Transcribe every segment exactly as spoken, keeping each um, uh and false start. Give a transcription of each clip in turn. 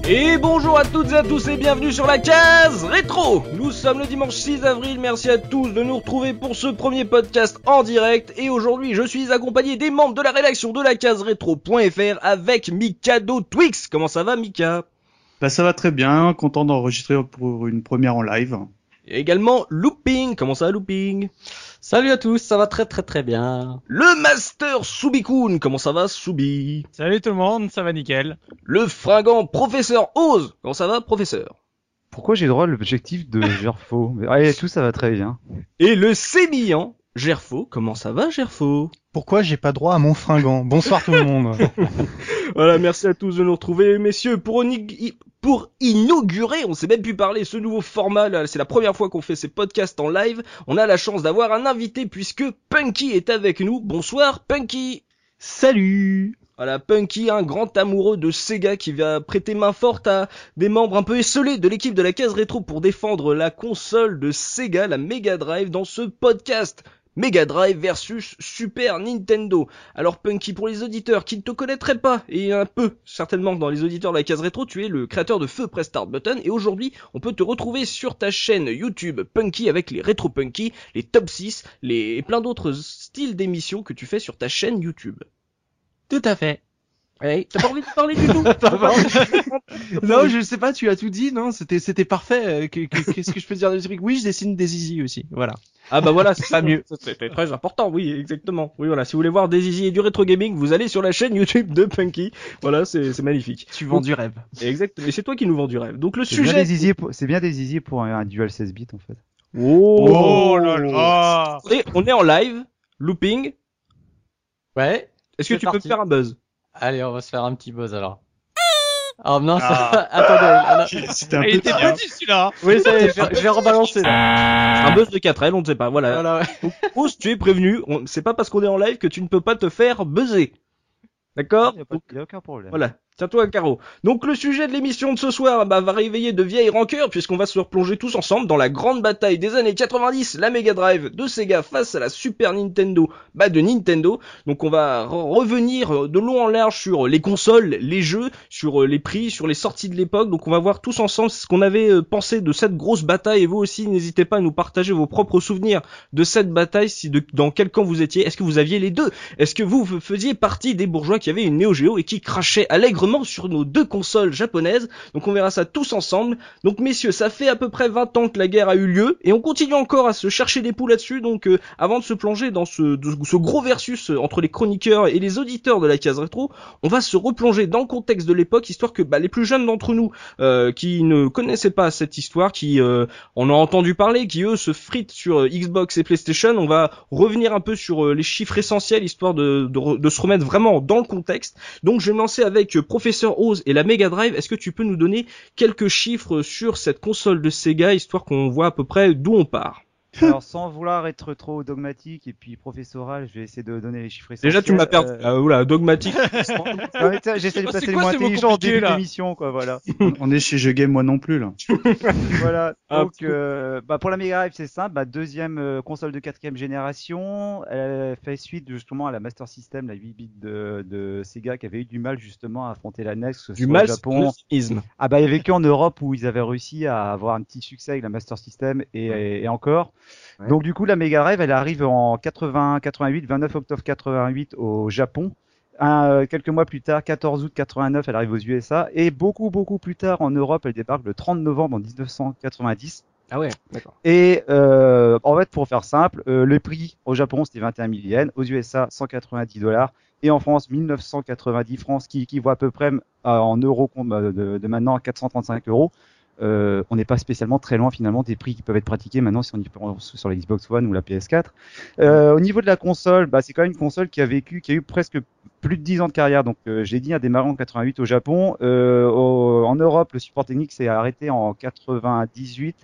Et bonjour à toutes et à tous et bienvenue sur la case rétro. Nous sommes le dimanche six avril, merci à tous de nous retrouver pour ce premier podcast en direct. Et aujourd'hui je suis accompagné des membres de la rédaction de la case rétro point f r avec Mikado Twix. Comment ça va Mika? Bah ça va très bien, content d'enregistrer pour une première en live. Et également Looping, comment ça va Looping? Salut à tous, ça va très très très bien. Le Master Soubikoun, comment ça va Soubi? Salut tout le monde, ça va nickel. Le fringant Professeur Oz, comment ça va Professeur? Pourquoi j'ai droit à l'objectif de Gerfo? Allez, tout ça va très bien. Et le sémillant Gerfo, comment ça va Gerfo? Pourquoi j'ai pas droit à mon fringant? Bonsoir tout le monde. Voilà, merci à tous de nous retrouver, messieurs, pour, onig- pour inaugurer, on s'est même pu parler, ce nouveau format, là, c'est la première fois qu'on fait ces podcasts en live, on a la chance d'avoir un invité puisque Punky est avec nous. Bonsoir Punky. Salut. Voilà, Punky, un grand amoureux de Sega qui va prêter main forte à des membres un peu esselés de l'équipe de la case rétro pour défendre la console de Sega, la Mega Drive, dans ce podcast. Mega Drive versus Super Nintendo. Alors Punky, pour les auditeurs qui ne te connaîtraient pas, et un peu certainement dans les auditeurs de la case rétro, tu es le créateur de Feu Press Start Button, et aujourd'hui on peut te retrouver sur ta chaîne YouTube Punky avec les Retro Punky, les Top six, les... et plein d'autres styles d'émissions que tu fais sur ta chaîne YouTube. Tout à fait. Hey, t'as pas envie de parler du tout? Non, je sais pas, tu as tout dit, non, c'était c'était parfait. Qu'est-ce que je peux dire de truc? Oui, je dessine des zizi aussi, voilà. Ah bah voilà, c'est pas mieux. C'était très important, oui, exactement. Oui, voilà, si vous voulez voir des zizi et du rétro gaming, vous allez sur la chaîne YouTube de Punky. Voilà, c'est c'est magnifique. Tu vends du rêve. Exact, mais c'est toi qui nous vends du rêve. Donc le C'est sujet... bien des zizi pour, c'est bien des zizi pour un, un dual seize bits en fait. Oh, Oh là là. Et on est en live, looping. Ouais. Est-ce que C'est tu parti. peux me faire un buzz? Allez, on va se faire un petit buzz alors. Oh non, Ah. ça... attendez. C'était un Il peu était bien. petit celui-là. Oui, ça y est, je vais, je vais rebalancer là. Un buzz de quatre L, on ne sait pas, voilà. Voilà, ouais. Donc, Ose, tu es prévenu, on... c'est pas parce qu'on est en live que tu ne peux pas te faire buzzer. D'accord? Il y a, pas- il y a aucun problème. Voilà, tiens-toi Caro. Donc le sujet de l'émission de ce soir bah, va réveiller de vieilles rancœurs puisqu'on va se replonger tous ensemble dans la grande bataille des années quatre-vingt-dix, la Mega Drive de Sega face à la Super Nintendo bah, de Nintendo. Donc on va re- revenir de long en large sur les consoles, les jeux, sur euh, les prix, sur les sorties de l'époque. Donc on va voir tous ensemble ce qu'on avait euh, pensé de cette grosse bataille et vous aussi n'hésitez pas à nous partager vos propres souvenirs de cette bataille, si de, dans quel camp vous étiez. Est-ce que vous aviez les deux? Est-ce que vous f- faisiez partie des bourgeois qui avaient une Neo Geo et qui crachaient allègrement sur nos deux consoles japonaises? Donc on verra ça tous ensemble. Donc messieurs, ça fait à peu près vingt ans que la guerre a eu lieu et on continue encore à se chercher des poux là-dessus. Donc euh, avant de se plonger dans ce, de- ce gros versus euh, entre les chroniqueurs et les auditeurs de la case rétro, on va se replonger dans le contexte de l'époque, histoire que bah, les plus jeunes d'entre nous euh, qui ne connaissaient pas cette histoire, qui euh, en ont entendu parler, qui eux se fritent sur euh, Xbox et PlayStation, on va revenir un peu sur euh, les chiffres essentiels, histoire de, de, re- de se remettre vraiment dans le contexte. Donc je vais me lancer avec euh, Professeur Oz et la Mega Drive. Est-ce que tu peux nous donner quelques chiffres sur cette console de Sega, histoire qu'on voit à peu près d'où on part? Alors sans vouloir être trop dogmatique et puis professoral, je vais essayer de donner les chiffres essentiels. Déjà tu m'as perdu. Euh, Ah, oula, dogmatique. non, mais tiens, j'essaie de Oh, passer c'est les quoi mots ce mot intelligents au compliqué, début de là l'émission, quoi, voilà. On est chez Je Game, moi non plus là. Voilà. Ah, Donc, euh, bah, pour la Mega Drive, c'est simple. Bah, deuxième euh, console de quatrième génération. Elle fait suite justement à la Master System, la huit bits de, de Sega, qui avait eu du mal justement à affronter la N E S, que ce Du soit mal, au Japon. isme. Ah bah, il y avait qu'en Europe où ils avaient réussi à avoir un petit succès avec la Master System et, et, et encore. Ouais. Donc du coup, la Mega Drive, elle arrive en quatre-vingts quatre-vingt-huit, vingt-neuf octobre quatre-vingt-huit au Japon. Un, euh, quelques mois plus tard, quatorze août quatre-vingt-neuf, elle arrive aux U S A. Et beaucoup, beaucoup plus tard en Europe, elle débarque le trente novembre en dix-neuf cent quatre-vingt-dix. Ah ouais, d'accord. Et euh, en fait, pour faire simple, euh, le prix au Japon, c'était vingt et un mille yens. Aux U S A, cent quatre-vingt-dix dollars. Et en France, mille neuf cent quatre-vingt-dix francs, qui équivaut à peu près euh, en euros de, de, de maintenant à quatre cent trente-cinq euros. Euh, on n'est pas spécialement très loin finalement des prix qui peuvent être pratiqués maintenant si on y pense sur la Xbox One ou la P S quatre. Euh, au niveau de la console, bah, c'est quand même une console qui a vécu, qui a eu presque plus de dix ans de carrière. Donc euh, j'ai dit, a démarré en quatre-vingt-huit au Japon. Euh, au, en Europe, le support technique s'est arrêté en quatre-vingt-dix-huit.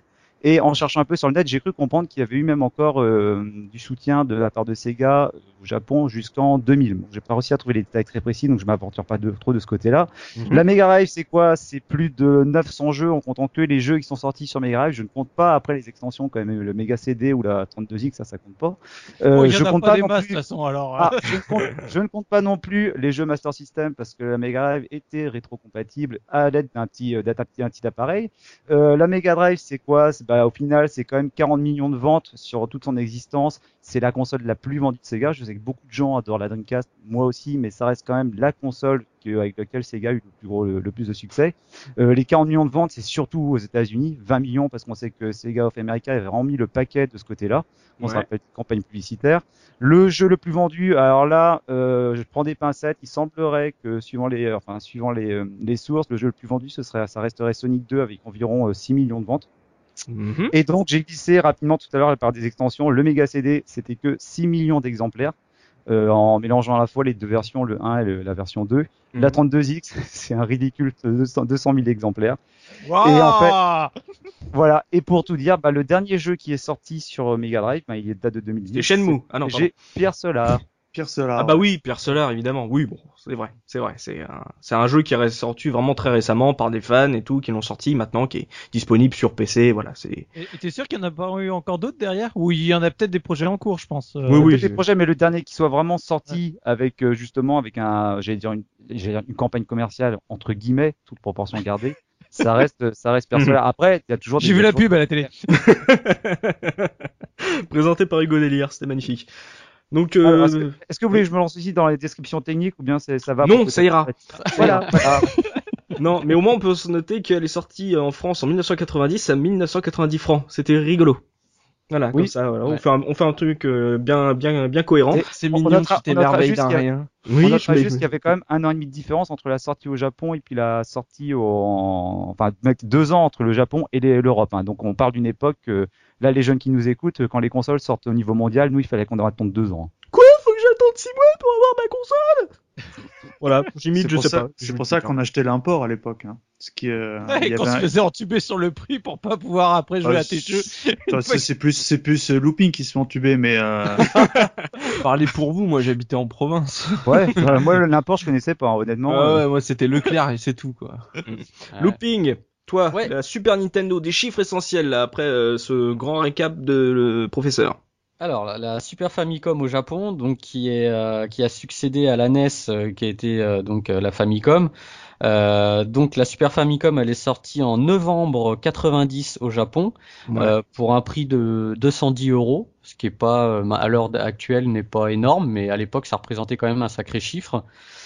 Et en cherchant un peu sur le net, j'ai cru comprendre qu'il y avait eu même encore euh, du soutien de la part de Sega au Japon jusqu'en deux mille. Bon, j'ai pas réussi à trouver les détails très précis, donc je m'aventure pas de, trop de ce côté-là. Mm-hmm. La Mega Drive, c'est quoi? C'est plus de neuf cents jeux en comptant que les jeux qui sont sortis sur Mega Drive. Je ne compte pas après les extensions, quand même, le Mega C D ou la trente-deux X, ça, ça compte pas. Euh, oh, il y en je a compte pas, pas des non masses, plus... de toute façon, alors. Ah, je, ne compte, je ne compte pas non plus les jeux Master System parce que la Mega Drive était rétrocompatible à l'aide d'un petit, d'un petit, un petit appareil. Euh, la Mega Drive, c'est quoi? C'est, bah, au final, c'est quand même quarante millions de ventes sur toute son existence. C'est la console la plus vendue de Sega. Je sais que beaucoup de gens adorent la Dreamcast, moi aussi, mais ça reste quand même la console que, avec laquelle Sega a eu le plus gros, le, le plus de succès. Euh, les quarante millions de ventes, c'est surtout aux États-Unis, vingt millions parce qu'on sait que Sega of America avait vraiment mis le paquet de ce côté-là. On ouais. se rappelle une campagne publicitaire. Le jeu le plus vendu, alors là, euh, je prends des pincettes. Il semblerait que suivant les, enfin suivant les, les sources, le jeu le plus vendu, ce serait, ça resterait Sonic deux avec environ six millions de ventes. Mmh. Et donc j'ai glissé rapidement tout à l'heure par des extensions. Le Mega C D, c'était que six millions d'exemplaires. Euh, en mélangeant à la fois les deux versions, le un et le, la version deux. Mmh. La trente-deux X, c'est un ridicule deux cent mille exemplaires. Wow. Et en fait, voilà. Et pour tout dire, bah, le dernier jeu qui est sorti sur Mega Drive, bah, il date de deux mille dix. C'est Shenmue. Ah non, pardon. J'ai Pierre Solar. Pierre Solar. Ah bah oui, Pierre Solar, évidemment. Oui, bon, c'est vrai, c'est vrai. C'est un, c'est un jeu qui est sorti vraiment très récemment par des fans et tout, qui l'ont sorti maintenant, qui est disponible sur P C. Voilà, c'est. Et t'es sûr qu'il y en a pas eu encore d'autres derrière? Ou il y en a peut-être des projets en cours, je pense. Oui, oui. Des projets, mais le dernier qui soit vraiment sorti ouais. avec euh, justement avec un, j'allais dire une, j'allais dire une campagne commerciale entre guillemets, toute proportion gardée. Ça reste, ça reste Pierre Solar. Après, il y a toujours. J'ai vu la pub à la télé. Présenté par Hugo Délire, c'était magnifique. Donc, euh... Alors, est-ce, que, est-ce que vous voulez que je me lance aussi dans les descriptions techniques ou bien c'est, ça va? Non, ça ira. Voilà. voilà. Non, mais au moins on peut se noter qu'elle est sortie en France en dix-neuf cent quatre-vingt-dix à mille neuf cent quatre-vingt-dix francs. C'était rigolo. Voilà, oui. Comme ça, voilà. Ouais. On fait un, on fait un truc euh, bien, bien, bien cohérent. C'est, c'est mignon, tu t'émerveilles d'un rien. Oui, on notera juste qu'il y avait quand même un an et demi de différence entre la sortie au Japon et puis la sortie au, en, enfin, deux ans entre le Japon et les, l'Europe. Hein. Donc on parle d'une époque, euh, là les jeunes qui nous écoutent, quand les consoles sortent au niveau mondial, nous il fallait qu'on attende deux ans. Quoi? Faut que j'attende six mois pour avoir ma console? Voilà, j'imite, je sais ça, pas. C'est pour ça qu'on achetait l'import à l'époque. Hein. Ce qui, euh, ouais, quand on se faisait entuber sur le prix pour pas pouvoir après jouer ah, à tes jeux. Toi, c'est, c'est plus, c'est plus euh, Looping qui se fait entuber, mais. Euh... Parlez pour vous, moi j'habitais en province. Ouais, euh, moi l'import je connaissais pas, honnêtement. Ah, euh... Ouais, moi c'était Leclerc et c'est tout quoi. Ouais. Looping. Toi, ouais. La Super Nintendo, des chiffres essentiels là, après euh, ce grand récap de le professeur. Alors la, la Super Famicom au Japon, donc qui est euh, qui a succédé à la N E S, euh, qui a été euh, donc euh, la Famicom. Euh, donc la Super Famicom, elle est sortie en novembre quatre-vingt-dix au Japon ouais. euh, pour un prix de deux cent dix euros, ce qui est pas euh, à l'heure actuelle n'est pas énorme, mais à l'époque ça représentait quand même un sacré chiffre.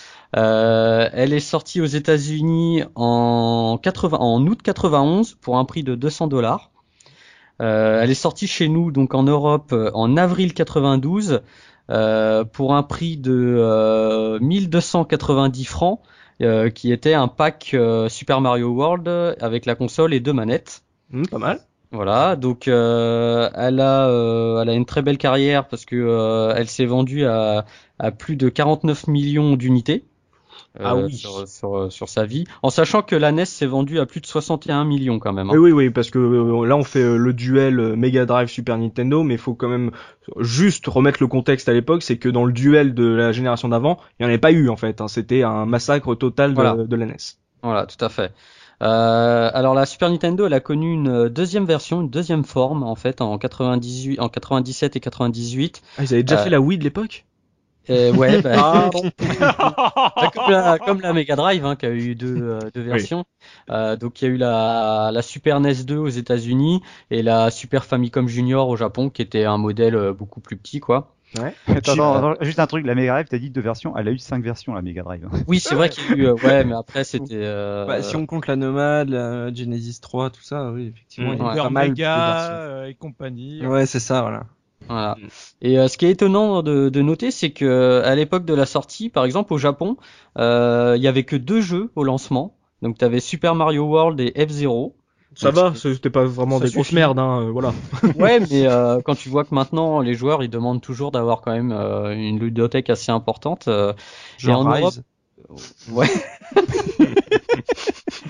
Euh, elle est sortie aux États-Unis en quatre-vingts en août quatre-vingt-onze pour un prix de deux cents dollars. Euh, elle est sortie chez nous donc en Europe en avril quatre-vingt-douze euh, pour un prix de euh, mille deux cent quatre-vingt-dix francs, euh, qui était un pack euh, Super Mario World avec la console et deux manettes. Mmh, pas mal. Voilà, donc euh, elle a euh, elle a une très belle carrière parce que euh, elle s'est vendue à à plus de quarante-neuf millions d'unités. Euh, ah oui. sur, sur, sur sa vie, en sachant que la N E S s'est vendue à plus de soixante et un millions quand même. Hein. Oui, oui, oui, parce que euh, là on fait euh, le duel euh, Mega Drive Super Nintendo, mais il faut quand même juste remettre le contexte à l'époque, c'est que dans le duel de la génération d'avant, il n'y en avait pas eu en fait, hein, c'était un massacre total de, voilà. de la N E S. Voilà, tout à fait. Euh, alors la Super Nintendo, elle a connu une deuxième version, une deuxième forme en fait en quatre-vingt-dix-huit, en quatre-vingt-dix-sept et quatre-vingt-dix-huit. Ah, ils avaient déjà euh, fait la Wii de l'époque? Euh, ouais, bah, ah, bon. comme, la, comme la Mega Drive, hein, qui a eu deux, euh, deux versions. Oui. Euh, donc il y a eu la, la Super N E S deux aux États-Unis et la Super Famicom Junior au Japon, qui était un modèle euh, beaucoup plus petit, quoi. Ouais. Attends, attends, attends, juste un truc, la Mega Drive, t'as dit deux versions, elle a eu cinq versions la Mega Drive. Oui, c'est vrai qu'il y a eu, euh, ouais, mais après c'était. Euh... Bah, si on compte la Nomad, la Genesis trois, tout ça, oui, effectivement, mmh. il y a ouais. pas mal Mega, de versions. Euh, et compagnie. Ouais, c'est ça, voilà. Voilà. Et euh, ce qui est étonnant de, de noter, c'est que à l'époque de la sortie, par exemple au Japon, euh, il y avait que deux jeux au lancement. Donc tu avais Super Mario World et F-Zero. Ça donc, va, c'était pas vraiment des grosses merdes, hein, euh, voilà. Ouais, mais euh, quand tu vois que maintenant les joueurs ils demandent toujours d'avoir quand même euh, une ludothèque assez importante. Euh, Genre et en Rise. Europe, ouais.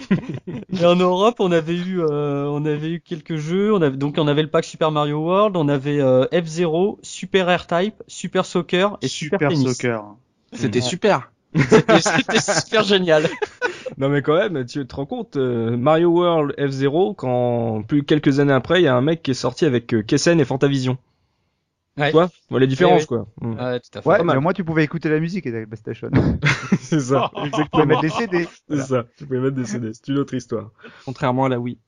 Et en Europe, on avait eu, euh, on avait eu quelques jeux. On avait donc on avait le pack Super Mario World, on avait euh, F-Zero, Super R-Type, Super Soccer et Super, Super Tennis. Soccer. C'était Ouais. super. C'était c'était super génial. Non mais quand même, tu te rends compte, euh, Mario World F-Zero, quand plus quelques années après, il y a un mec qui est sorti avec euh, Kessen et Fantavision. Ouais. Tu vois, voilà les différences Oui, quoi. Mm. Ouais, tout à fait. Ouais, pas mal. mais au moins tu pouvais écouter la musique avec la PlayStation. C'est ça, Tu pouvais exactement. mettre des C D. C'est Voilà. ça, tu pouvais mettre des C D, c'est une autre histoire. Contrairement à la Wii.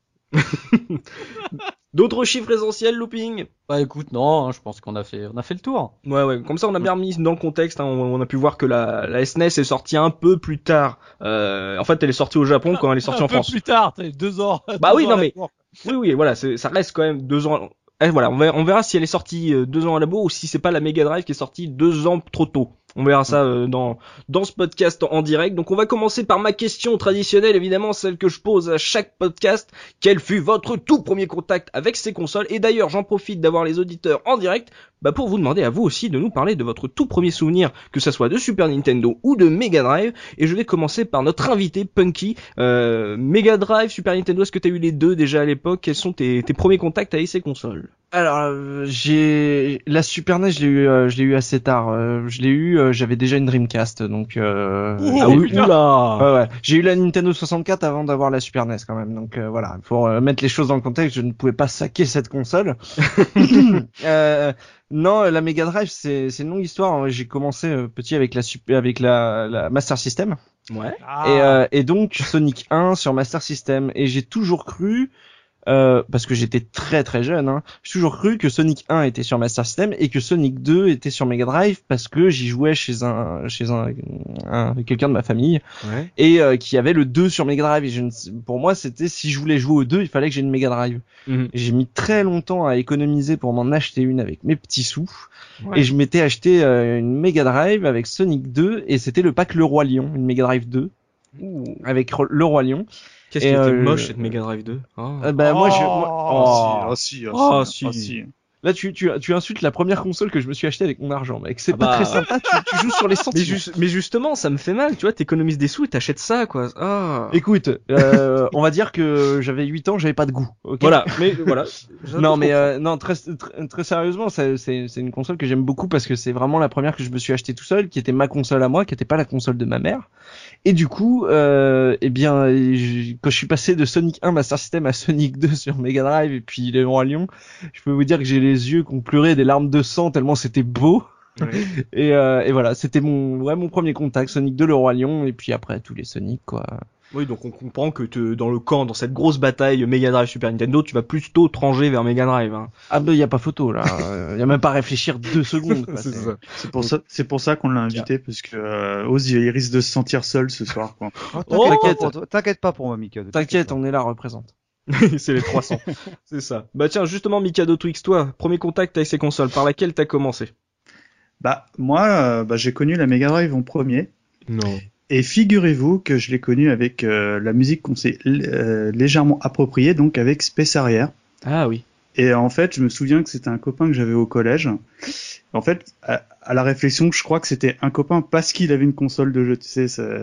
D'autres chiffres essentiels, Looping? Bah écoute, non, hein, je pense qu'on a fait, on a fait le tour. Ouais, ouais, comme ça on a bien remis dans le contexte, hein, on, on a pu voir que la, la S N E S est sortie un peu plus tard. Euh, en fait, elle est sortie au Japon quand elle est sortie un en peu France. plus tard, t'as deux ans. Bah deux oui, ans non, à la mais- cour. Oui, oui, voilà, c'est- ça reste quand même deux ans. Eh, voilà, on verra, on verra si elle est sortie euh, deux ans à la bourre ou si c'est pas la Mega Drive qui est sortie deux ans trop tôt. On verra ça euh, dans dans ce podcast en, en direct. Donc on va commencer par ma question traditionnelle, évidemment celle que je pose à chaque podcast. Quel fut votre tout premier contact avec ces consoles? Et d'ailleurs, j'en profite d'avoir les auditeurs en direct, bah pour vous demander à vous aussi de nous parler de votre tout premier souvenir, que ça soit de Super Nintendo ou de Mega Drive. Et je vais commencer par notre invité Punky. Euh, Mega Drive, Super Nintendo, est-ce que t'as eu les deux déjà à l'époque? Quels sont tes, tes premiers contacts avec ces consoles? Alors, euh, j'ai la Super N E S, je l'ai eu, euh, je l'ai eu assez tard. Euh, je l'ai eu, euh, j'avais déjà une Dreamcast, donc. Euh... Ouh, Ah oui, putain. oula. Ouais, ouais. J'ai eu la Nintendo soixante-quatre avant d'avoir la Super N E S quand même. Donc euh, voilà, pour euh, mettre les choses dans le contexte, je ne pouvais pas saquer cette console. euh, non, la Mega Drive, c'est c'est une longue histoire. J'ai commencé euh, petit avec la super, avec la, la Master System Ouais. Ah. et, euh, et donc Sonic un sur Master System. Et j'ai toujours cru. Euh, parce que j'étais très très jeune, hein, j'ai toujours cru que Sonic un était sur Master System et que Sonic deux était sur Mega Drive parce que j'y jouais chez un chez un, un quelqu'un de ma famille Ouais. et euh, qui avait le deux sur Mega Drive. Et je ne sais- pour moi, c'était si je voulais jouer au deux, il fallait que j'ai une Mega Drive. Mhm. Et j'ai mis très longtemps à économiser pour m'en acheter une avec mes petits sous. Ouais. Et je m'étais acheté euh, une Mega Drive avec Sonic deux et c'était le pack Le Roi Lion, une Mega Drive deux Ouh. avec Ro- Le Roi Lion. Qu'est-ce Et, qui était euh, moche cette Mega Drive deux? Oh. Euh, bah moi, je, moi- Oh. Oh. si, ah, si, Oh, ah, si. ah, si. Là, tu, tu, tu insultes la première console que je me suis achetée avec mon argent, mec. C'est Ah pas bah. très sympa. Tu, tu joues sur les Mais, sentiments. juste- mais justement, ça me fait mal, tu vois, t'économises des sous et t'achètes ça, quoi. Ah. Écoute, euh, on va dire que j'avais huit ans, j'avais pas de goût. ok Voilà, mais voilà. Non, mais euh, non, très, très, très sérieusement, ça- c'est c'est une console que j'aime beaucoup parce que c'est vraiment la première que je me suis achetée tout seul, qui était ma console à moi, qui était pas la console de ma mère. Et du coup, euh, eh bien, je- quand je suis passé de Sonic un Master System à Sonic deux sur Mega Drive et puis Le Roi Lion, je peux vous dire que j'ai les yeux qui ont pleuré des larmes de sang tellement c'était beau. Et, euh, et voilà, c'était mon, ouais, mon premier contact, Sonic deux, Le Roi Lion, et puis après tous les Sonic, quoi. Oui, donc on comprend que te, dans le camp, dans cette grosse bataille Mega Drive Super Nintendo, tu vas plutôt te ranger vers Mega Drive. Hein. Ah bah y a pas photo là, Euh, y a même pas à réfléchir deux secondes. Quoi. C'est C'est- ça. C'est pour ça, c'est pour ça qu'on l'a invité, parce que euh, Oz, il risque de se sentir seul ce soir, quoi. Oh, Oh, T'inquiète pas t'inquiète. pour toi- t'inquiète pas pour moi, Mika. de toute T'inquiète, façon. on est là, représente. C'est les trois cents. C'est ça. Bah tiens, justement, Mikado Twix, toi, premier contact avec ces consoles, par laquelle t'as commencé? Bah, moi, euh, bah, j'ai connu la Mega Drive en premier. Non. Et figurez-vous que je l'ai connu avec euh, la musique qu'on s'est euh, légèrement appropriée, donc avec Space Harrier. Ah oui. Et en fait, je me souviens que c'était un copain que j'avais au collège. En fait, à, à la réflexion, je crois que c'était un copain parce qu'il avait une console de jeu, tu sais. ça-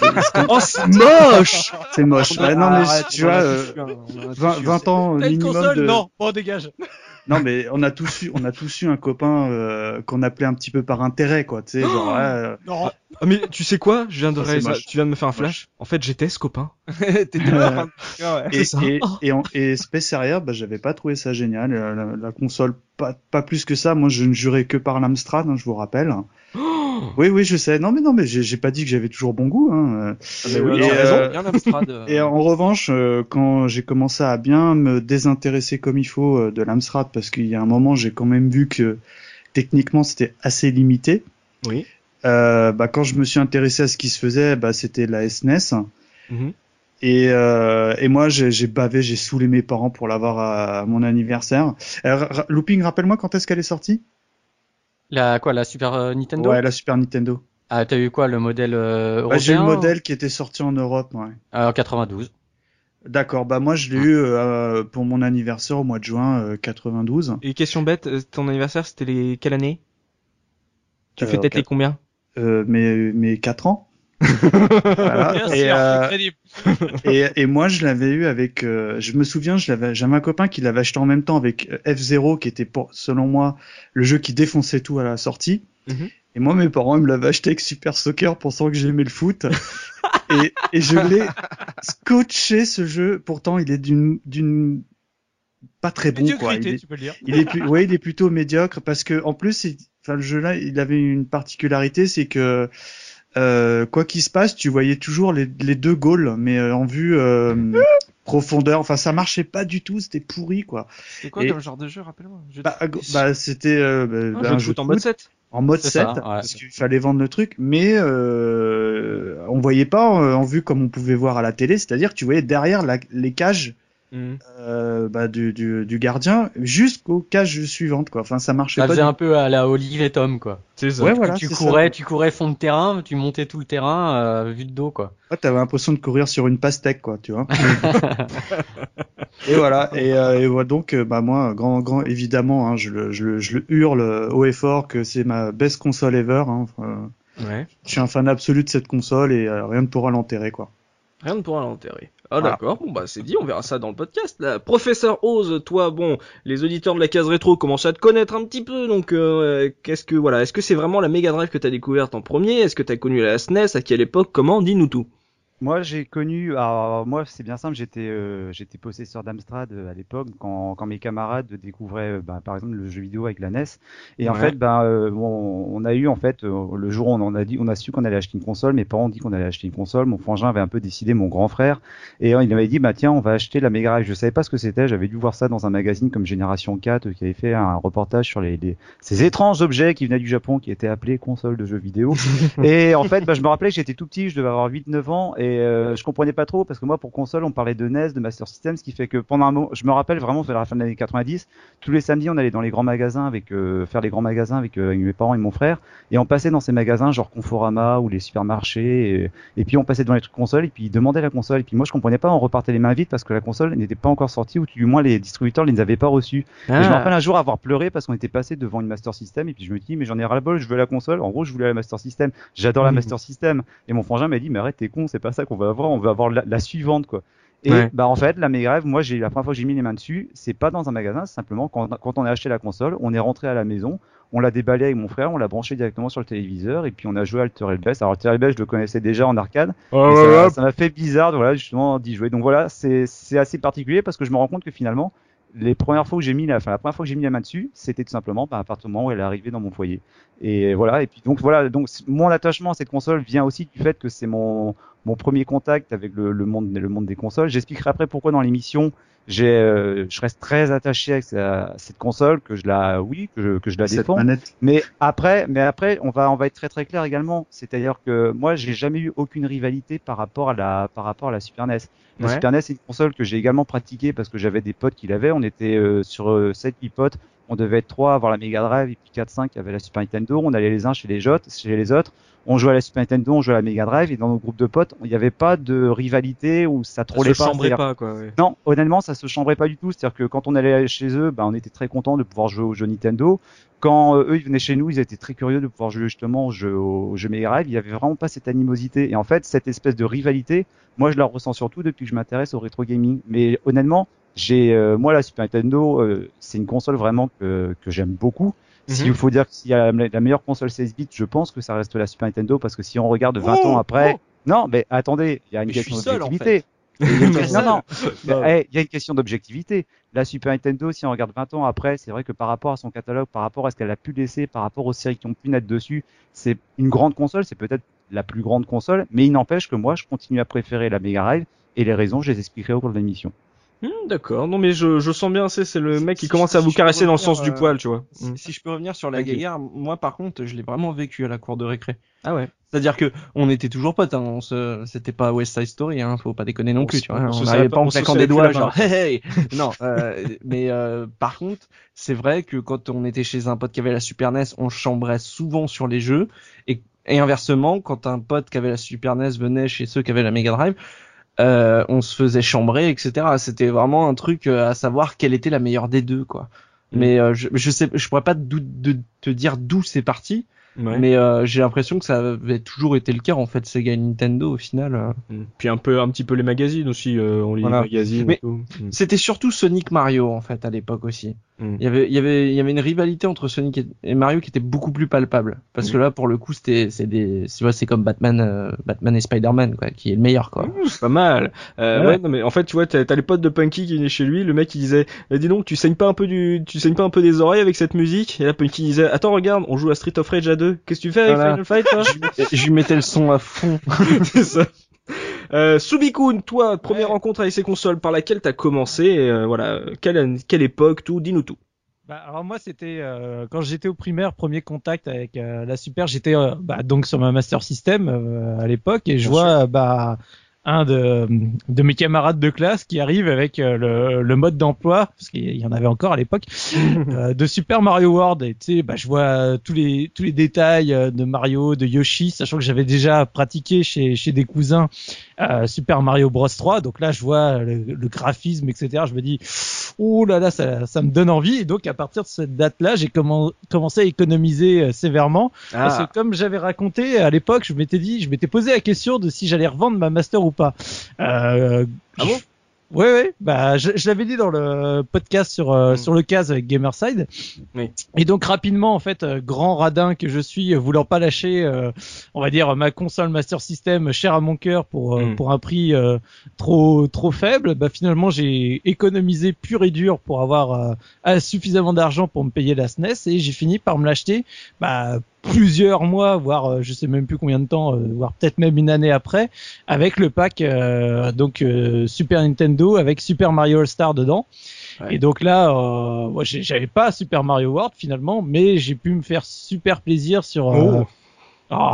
Oh, c'est moche! C'est moche. Ouais, non, mais Arrête, tu on en vois, a euh, tous eu un, on en a tous vingt, eu un. vingt ans T'as une minimum console? de... Non, bon, dégage. Non, mais on a tous eu, on a tous eu un copain euh, qu'on appelait un petit peu par intérêt, quoi. Tu sais, genre, ouais, euh, Non. Ah mais tu sais quoi? Je viens de Ça, c'est réaliser, moche. tu viens de me faire un flash. En fait, j'étais ce copain. T'étais pas fin de- ouais. Et, ça. et, et, en- et Space Harrier, bah, j'avais pas trouvé ça génial. Euh, La, la console, pas, pas plus que ça. Moi, je ne jurais que par l'Amstrad, hein, je vous rappelle. Oui, oui, je sais. Non, mais non, mais j'ai j'ai pas dit que j'avais toujours bon goût. Hein. Ah, mais oui, Et, t'as euh, raison, bien l'Amstrad. euh. Et en revanche, euh, quand j'ai commencé à bien me désintéresser comme il faut euh, de l'Amstrad, parce qu'il y a un moment, j'ai quand même vu que techniquement, c'était assez limité. Oui. Euh, bah, quand je me suis intéressé à ce qui se faisait, bah, c'était la S N E S. Mhm. Et, euh, et moi, j'ai j'ai bavé, j'ai saoulé mes parents pour l'avoir à, à mon anniversaire. Euh, ra- Looping, rappelle-moi quand est-ce qu'elle est sortie? La quoi, la Super euh, Nintendo? Ouais, la Super Nintendo. Ah, t'as eu quoi, le modèle euh, européen? Bah, j'ai eu le modèle qui était sorti en Europe, ouais. Euh, en quatre-vingt-douze. D'accord, bah moi je l'ai eu euh, pour mon anniversaire au mois de juin euh, quatre-vingt-douze. Et question bête, euh, ton anniversaire, c'était les quelle année? Tu Euh, fais peut-être quatre- les combien? Euh, mes, mes quatre ans. Voilà. Bien Et, sûr, euh, c'est crédible. et, et moi, je l'avais eu avec. Euh, je me souviens, je l'avais. J'avais un copain qui l'avait acheté en même temps avec euh, F zéro, qui était pour, selon moi, le jeu qui défonçait tout à la sortie. Mhm. Et moi, mes parents ils me l'avaient acheté avec Super Soccer, pensant que j'aimais le foot. et, et je l'ai scotché ce jeu. Pourtant, il est d'une d'une pas très bon quoi. Il Médiocrité, est, tu peux le dire. il est plus, ouais, il est plutôt médiocre parce que en plus, il- enfin le jeu là, il avait une particularité, c'est que euh, quoi qu'il se passe, tu voyais toujours les, les deux goals, mais euh, en vue euh, profondeur. Enfin, ça marchait pas du tout, c'était pourri quoi. C'est quoi Et- comme genre de jeu, rappelle-moi? Jeu de- Bah, euh, bah c'était euh, bah, Un bah, jeu un de jeu foot de en mode foot, sept. en mode C'est sept, ça, ouais. parce qu'il fallait vendre le truc, mais euh, on voyait pas euh, en vue comme on pouvait voir à la télé, c'est-à-dire que tu voyais derrière la, les cages Mhm. euh, bah, du, du, du gardien jusqu'aux cages suivantes quoi. Enfin, ça marchait Ça pas. faisait du- un peu à la Olive et Tom, quoi. C'est ça. Ouais, Du coup, voilà, tu c'est courais, ça. tu courais fond de terrain, tu montais tout le terrain, euh, vue de dos, quoi. Ouais, t'avais l'impression de courir sur une pastèque quoi, tu vois. Et voilà, et, euh, et voilà, donc euh, bah moi grand grand évidemment hein, je le je le je le hurle euh, haut et fort que c'est ma best console ever hein. Enfin, Ouais. je suis un fan absolu de cette console et euh, rien ne pourra l'enterrer quoi. Rien ne pourra l'enterrer. Ah Voilà. d'accord, bon bah c'est dit, on verra ça dans le podcast. Là. Professeur Oz, toi, bon, les auditeurs de la case rétro commencent à te connaître un petit peu, donc euh, qu'est-ce que voilà, est-ce que c'est vraiment la Mega Drive que t'as découverte en premier? Est-ce que t'as connu la S N E S? À quelle époque? Comment? Dis-nous tout. Moi, j'ai connu. Alors, moi, c'est bien simple. J'étais, euh, j'étais possesseur d'Amstrad euh, à l'époque, quand, quand mes camarades découvraient, euh, bah, par exemple, le jeu vidéo avec la N E S. Et en Ouais. fait, ben, euh, bon, on a eu en fait euh, le jour où on en a dit, on a su qu'on allait acheter une console. Mes parents ont dit qu'on allait acheter une console. Mon frangin avait un peu décidé, mon grand frère, et euh, il m'avait dit, bah tiens, on va acheter la Mega Drive. Je savais pas ce que c'était. J'avais dû voir ça dans un magazine comme Génération quatre, euh, qui avait fait un reportage sur les, les ces étranges objets qui venaient du Japon, qui étaient appelés consoles de jeux vidéo. Et en fait, bah, je me rappelais que j'étais tout petit, je devais avoir huit neuf ans, et euh, je comprenais pas trop parce que moi pour console on parlait de N E S, de Master System, ce qui fait que pendant un moment, je me rappelle vraiment vers la fin de l'année quatre-vingt-dix, tous les samedis on allait dans les grands magasins avec euh, faire les grands magasins avec, euh, avec mes parents et mon frère, et on passait dans ces magasins genre Conforama ou les supermarchés, et, et puis on passait dans les trucs consoles et puis ils demandaient la console, et puis moi je comprenais pas, on repartait les mains vides parce que la console n'était pas encore sortie, ou du moins les distributeurs ne les avaient pas reçus. Et je me rappelle un jour avoir pleuré parce qu'on était passé devant une Master System, et puis je me dis mais j'en ai ras le bol, je veux la console. En gros je voulais la Master System, j'adore la Master System, et mon frangin m'a dit mais arrête t'es con, c'est pas ça qu'on va avoir, on veut avoir la, la suivante quoi. Et Ouais. bah en fait la Mega Drive, moi j'ai la première fois que j'ai mis les mains dessus, c'est pas dans un magasin, c'est simplement quand, quand on a acheté la console, on est rentré à la maison, on l'a déballé avec mon frère, on l'a branché directement sur le téléviseur, et puis on a joué à Altered Beast. Alors Altered Beast je le connaissais déjà en arcade, Oh, mais ouais, ça- ouais. ça m'a fait bizarre voilà justement d'y jouer. Donc voilà, c'est c'est assez particulier parce que je me rends compte que finalement les premières fois où j'ai mis la, enfin la première fois que j'ai mis la main dessus, c'était tout simplement bah, à partir du moment où elle est arrivée dans mon foyer. Et voilà. Et puis donc voilà, donc c- mon attachement à cette console vient aussi du fait que c'est mon mon premier contact avec le, le monde le monde des consoles. J'expliquerai après pourquoi dans l'émission. J'ai, euh, je reste très attaché à, à cette console, que je la, oui, que je, que je la Cette défends. manette. Mais après, mais après, on va, on va être très très clair également. C'est-à-dire que moi, j'ai jamais eu aucune rivalité par rapport à la, par rapport à la Super N E S. La Ouais. Super N E S, c'est une console que j'ai également pratiquée parce que j'avais des potes qui l'avaient. On était euh, sur euh, sept huit potes. On devait être trois à avoir la Mega Drive et puis quatre cinq qui avaient la Super Nintendo. On allait les uns chez les autres, chez les autres. On jouait à la Super Nintendo, on jouait à la Mega Drive, et dans nos groupes de potes, il n'y avait pas de rivalité où ça Ça trollait se pas. chambrait C'est-à-dire- pas, quoi. Ouais. non, honnêtement, ça se chambrait pas du tout. C'est-à-dire que quand on allait chez eux, bah, on était très content de pouvoir jouer aux jeux Nintendo. Quand euh, eux, ils venaient chez nous, ils étaient très curieux de pouvoir jouer justement aux jeux, aux jeux Mega Drive. Il y avait vraiment pas cette animosité. Et en fait, cette espèce de rivalité, moi, je la ressens surtout depuis que je m'intéresse au rétro gaming. Mais honnêtement, j'ai, euh, moi, la Super Nintendo, euh, c'est une console vraiment que, que j'aime beaucoup. S'il Mhm. faut dire que s'il y a la, la meilleure console seize bits, je pense que ça reste la Super Nintendo, parce que si on regarde vingt Oh, ans après, oh. non, mais attendez, il y a une Mais je question suis seul, en d'objectivité. Il y a une question- non, non, Bah, eh, il y a une question d'objectivité. La Super Nintendo, si on regarde vingt ans après, c'est vrai que par rapport à son catalogue, par rapport à ce qu'elle a pu laisser, par rapport aux séries qui ont pu naître dessus, c'est une grande console, c'est peut-être la plus grande console, mais il n'empêche que moi, je continue à préférer la Mega Drive, et les raisons, je les expliquerai au cours de l'émission. Hmm, d'accord. Non mais je, je sens bien, c'est c'est le Si- mec qui si- commence si à vous je peux caresser dans le revenir, sens du euh, poil, tu vois. Si, Hmm. si je peux revenir sur la Ok. Gaillard, moi par contre, je l'ai vraiment vécu à la cour de récré. Ah ouais. C'est-à-dire que on était toujours potes, hein, on se, c'était pas West Side Story, hein, faut pas déconner non On plus, se- tu vois. on On se n'arrivait serrait pas pas- en on se claquant serrait des plus la doigts, main. genre hey, hey non. Euh, mais euh, par contre, c'est vrai que quand on était chez un pote qui avait la Super N E S, on chambrait souvent sur les jeux, et, et inversement, quand un pote qui avait la Super N E S venait chez ceux qui avaient la Mega Drive, euh, on se faisait chambrer, et cetera. C'était vraiment un truc euh, à savoir quelle était la meilleure des deux, quoi. Mm. Mais euh, je, je sais, je pourrais pas d'où- de te dire d'où c'est parti. Ouais. Mais euh, j'ai l'impression que ça avait toujours été le cas en fait, Sega et Nintendo au final. euh. Mm. Puis un peu, un petit peu les magazines aussi, euh, on lit Voilà. les magazines Mais- et tout. Mm. C'était surtout Sonic Mario en fait à l'époque aussi. Mm. Il y avait, il y avait, il y avait une rivalité entre Sonic et- et Mario qui était beaucoup plus palpable. Parce que là, pour le coup, c'était, c'est des, tu vois, c'est comme Batman, euh, Batman et Spider-Man quoi, qui est le meilleur quoi. Ouh, c'est pas mal. Euh, Ouais. ouais, non mais en fait, tu vois, t'as, t'as les potes de Punky qui venaient chez lui, le mec il disait, eh, dis donc, tu saignes pas un peu du, tu saignes pas un peu des oreilles avec cette musique? Et là Punky disait, attends regarde, on joue à Street of Rage à deux. Qu'est-ce que tu fais avec Voilà. Final Fight toi? Et je lui mettais le son à fond. C'est ça. Euh, Subikun, toi, première Ouais. rencontre avec ces consoles par laquelle t'as commencé, et, euh, voilà, quelle, quelle époque, tout, dis-nous tout. Bah, alors moi c'était euh, quand j'étais au primaire, premier contact avec euh, la Super, j'étais euh, bah, donc sur ma Master System euh, à l'époque et je Bien vois euh, bah un de, de mes camarades de classe qui arrive avec euh, le, le mode d'emploi, parce qu'il y en avait encore à l'époque, euh, de Super Mario World. Et tu sais, bah, je vois euh, tous les tous les détails euh, de Mario, de Yoshi, sachant que j'avais déjà pratiqué chez chez des cousins euh, Super Mario Bros trois. Donc là, je vois le, le graphisme, et cetera. Je me dis, oh là là, ça ça me donne envie. Et donc à partir de cette date-là, j'ai commen- commencé à économiser euh, sévèrement. Parce que comme j'avais raconté à l'époque, je m'étais dit, je m'étais posé la question de si j'allais revendre ma Master ou pas. Euh, Ah bon? Ouais, ouais. Bah, je, je l'avais dit dans le podcast sur euh, Mm. sur le cas avec Gamerside. Oui. Et donc rapidement, en fait, euh, grand radin que je suis, euh, voulant pas lâcher, euh, on va dire ma console Master System chère à mon cœur pour euh, Mm. pour un prix euh, trop trop faible, bah finalement j'ai économisé pur et dur pour avoir euh, euh, suffisamment d'argent pour me payer la S N E S et j'ai fini par me l'acheter. Bah plusieurs mois, voire euh, je sais même plus combien de temps, euh, voire peut-être même une année après, avec le pack euh, donc euh, Super Nintendo avec Super Mario All Star dedans. Ouais. Et donc là, euh, moi j'ai- j'avais pas Super Mario World finalement, mais j'ai pu me faire super plaisir sur euh, Oh. oh.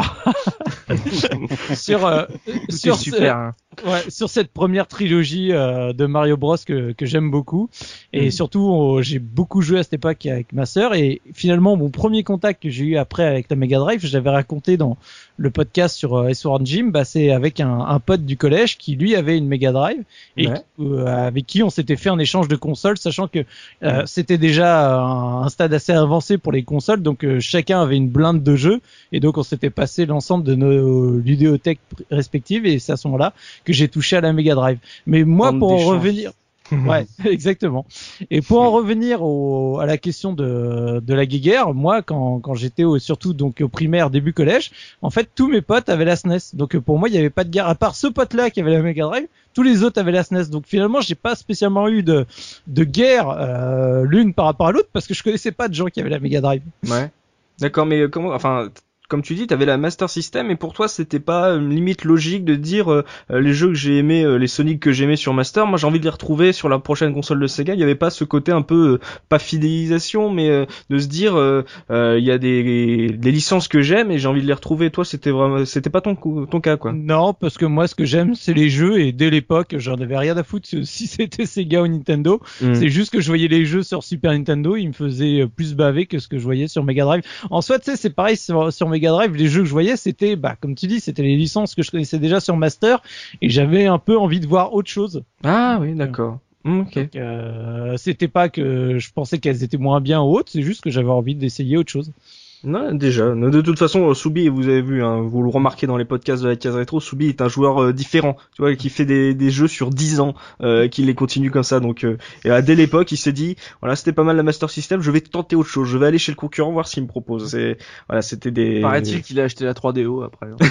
sur euh, sur C'est ce- super. hein. ouais, sur cette première trilogie euh, de Mario Bros que, que j'aime beaucoup et Mm. surtout euh, j'ai beaucoup joué à cette époque avec ma sœur et finalement mon premier contact que j'ai eu après avec la Mega Drive, je l'avais raconté dans le podcast sur euh, S-Word Gym, bah c'est avec un, un pote du collège qui lui avait une Mega Drive et Ouais. qui- euh, avec qui on s'était fait un échange de consoles, sachant que euh, c'était déjà un, un stade assez avancé pour les consoles, donc euh, chacun avait une blinde de jeux et donc on s'était passé l'ensemble de nos vidéothèques respectives et c'est à ce moment-là que j'ai touché à la Mega Drive. Mais moi, Bande pour en d'échanges. revenir, ouais, exactement. Et pour en revenir au, à la question de, de la guéguerre, moi, quand, quand j'étais au, surtout donc au primaire, début collège, en fait, tous mes potes avaient la S N E S. Donc pour moi, il n'y avait pas de guerre. À part ce pote-là qui avait la Mega Drive, tous les autres avaient la S N E S. Donc finalement, j'ai pas spécialement eu de, de guerre euh, l'une par rapport à l'autre parce que je connaissais pas de gens qui avaient la Mega Drive. Ouais. D'accord, mais euh, comment, enfin, t- comme tu dis, t'avais la Master System et pour toi c'était pas euh, limite logique de dire euh, euh, les jeux que j'ai aimés, euh, les Sonic que j'aimais sur Master, moi j'ai envie de les retrouver sur la prochaine console de Sega. Il y avait pas ce côté un peu euh, pas fidélisation, mais euh, de se dire euh, euh, il y a des, des licences que j'aime et j'ai envie de les retrouver. Toi c'était vraiment, c'était pas ton coup- ton cas quoi. Non, parce que moi, ce que j'aime, c'est les jeux et dès l'époque, j'en avais rien à foutre si c'était Sega ou Nintendo. Mm. C'est juste que je voyais les jeux sur Super Nintendo, ils me faisaient euh, plus baver que ce que je voyais sur Mega Drive. En soi, tu sais, c'est pareil sur, sur Mega Drive, les jeux que je voyais, c'était, bah, comme tu dis, c'était les licences que je connaissais déjà sur Master, et j'avais un peu envie de voir autre chose. Ah oui, d'accord. Mm, ok. Donc, euh, c'était pas que je pensais qu'elles étaient moins bien ou autres, c'est juste que j'avais envie d'essayer autre chose. Non, déjà. De toute façon, euh, Soubi, vous avez vu, hein, vous le remarquez dans les podcasts de la case rétro, Soubi est un joueur euh, différent, tu vois, qui fait des, des jeux sur dix ans, euh, qui les continue comme ça. Donc, euh, et euh, dès l'époque, il s'est dit, voilà, c'était pas mal la Master System, je vais tenter autre chose, je vais aller chez le concurrent voir ce qu'il me propose. C'est, voilà, c'était des. Paraît-il qu'il a acheté la trois D O après. hein.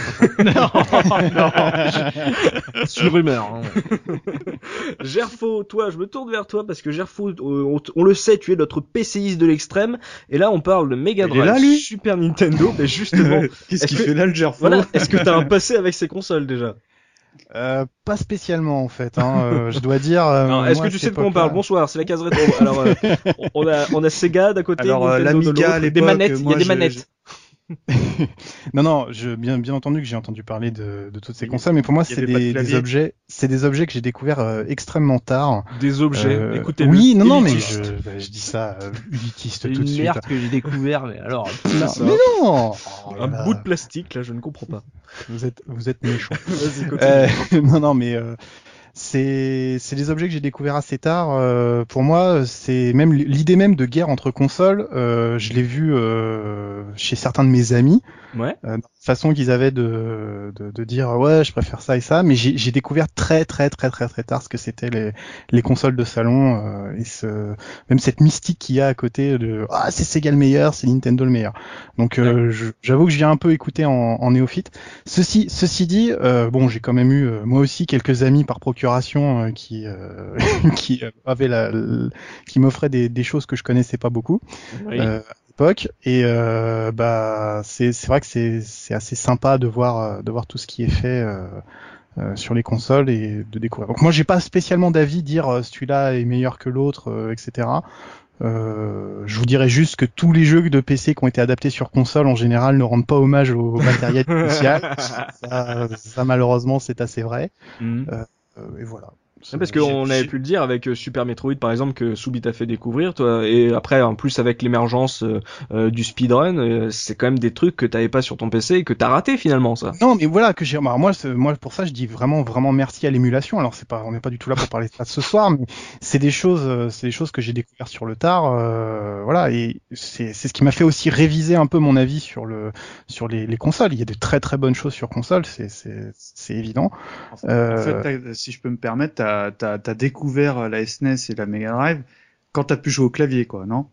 non, C'est une rumeur. hein. Gerfo, toi, je me tourne vers toi parce que Gerfo, euh, on, on le sait, tu es notre PCiste de l'extrême, et là, on parle de Mega Il est Drive, là, lui Super Nintendo, mais justement, Qu'est-ce Est-ce qu'il que- fait là, le Gerfo? voilà, est-ce que t'as un passé avec ces consoles déjà? Euh, pas spécialement en fait, hein, euh, je dois dire. euh, Alors, est-ce moi, que tu à sais cette de quoi on époque-là- parle? Bonsoir, c'est la case rétro. Alors, euh, on a, on a Sega d'un côté, Alors, euh, Nintendo de l'Amiga, à l'autre, des l'époque, manettes, il y moi, a des je- manettes. Non, non, je, bien, bien entendu que j'ai entendu parler de, de toutes ces Il y consoles, mais pour moi, il y c'est avait pas de des, clavier. des objets, c'est des objets que j'ai découverts euh, extrêmement tard. Des objets, Euh, écoutez. oui, non, non, mais élitiste. je, bah, je dis ça euh, élitiste C'est tout de une suite. merde que j'ai découvert, mais alors. Non, ça. mais non, Oh là Un là, bout de plastique, là, je ne comprends pas. vous êtes, vous êtes méchant. Vas-y, continue. Euh, non, non, mais euh, c'est c'est des objets que j'ai découverts assez tard. Euh, pour moi, c'est même l'idée même de guerre entre consoles. Euh, je l'ai vu euh, chez certains de mes amis. Ouais. Euh, façon qu'ils avaient de, de de dire ouais, je préfère ça et ça. Mais j'ai j'ai découvert très très très très très tard ce que c'était les les consoles de salon euh, et ce même cette mystique qu'il y a à côté de ah c'est Sega le meilleur, c'est Nintendo le meilleur. Donc euh, je- j'avoue que je viens un peu écouter en, en néophyte. Ceci ceci dit, euh, bon j'ai quand même eu euh, moi aussi quelques amis par procuration euh, qui euh, qui euh, avaient la, la- qui m'offraient des des choses que je connaissais pas beaucoup. Oui. Euh, époque et euh, bah c'est c'est vrai que c'est c'est assez sympa de voir euh, de voir tout ce qui est fait euh, euh, sur les consoles et de découvrir. Donc moi j'ai pas spécialement d'avis dire euh, celui-là est meilleur que l'autre euh, et cetera. Euh, je vous dirais juste que tous les jeux de P C qui ont été adaptés sur console en général ne rendent pas hommage au matériel initial. Ça, ça malheureusement c'est assez vrai. Mhm. Euh, et voilà. Ouais, parce qu'on J'ai- avait j'ai- pu le dire avec euh, Super Metroid par exemple que Soubi t'a fait découvrir toi et après en plus avec l'émergence euh, euh, du speedrun euh, c'est quand même des trucs que t'avais pas sur ton P C et que t'as raté finalement ça. Non, mais voilà que j'ai. bah, moi, c'est- moi, pour ça, je dis vraiment, vraiment merci à l'émulation. Alors, c'est pas, on n'est pas du tout là pour parler de ça ce soir, mais c'est des choses, euh, c'est des choses que j'ai découvertes sur le tard, euh, voilà. Et c'est, c'est ce qui m'a fait aussi réviser un peu mon avis sur le, sur les, les consoles. Il y a de très, très bonnes choses sur console, c'est, c'est, c'est évident. En Euh, fait, t'as- si je peux me permettre, t'as t'as t'as découvert la S N E S et la Mega Drive quand t'as pu jouer au clavier, quoi, non?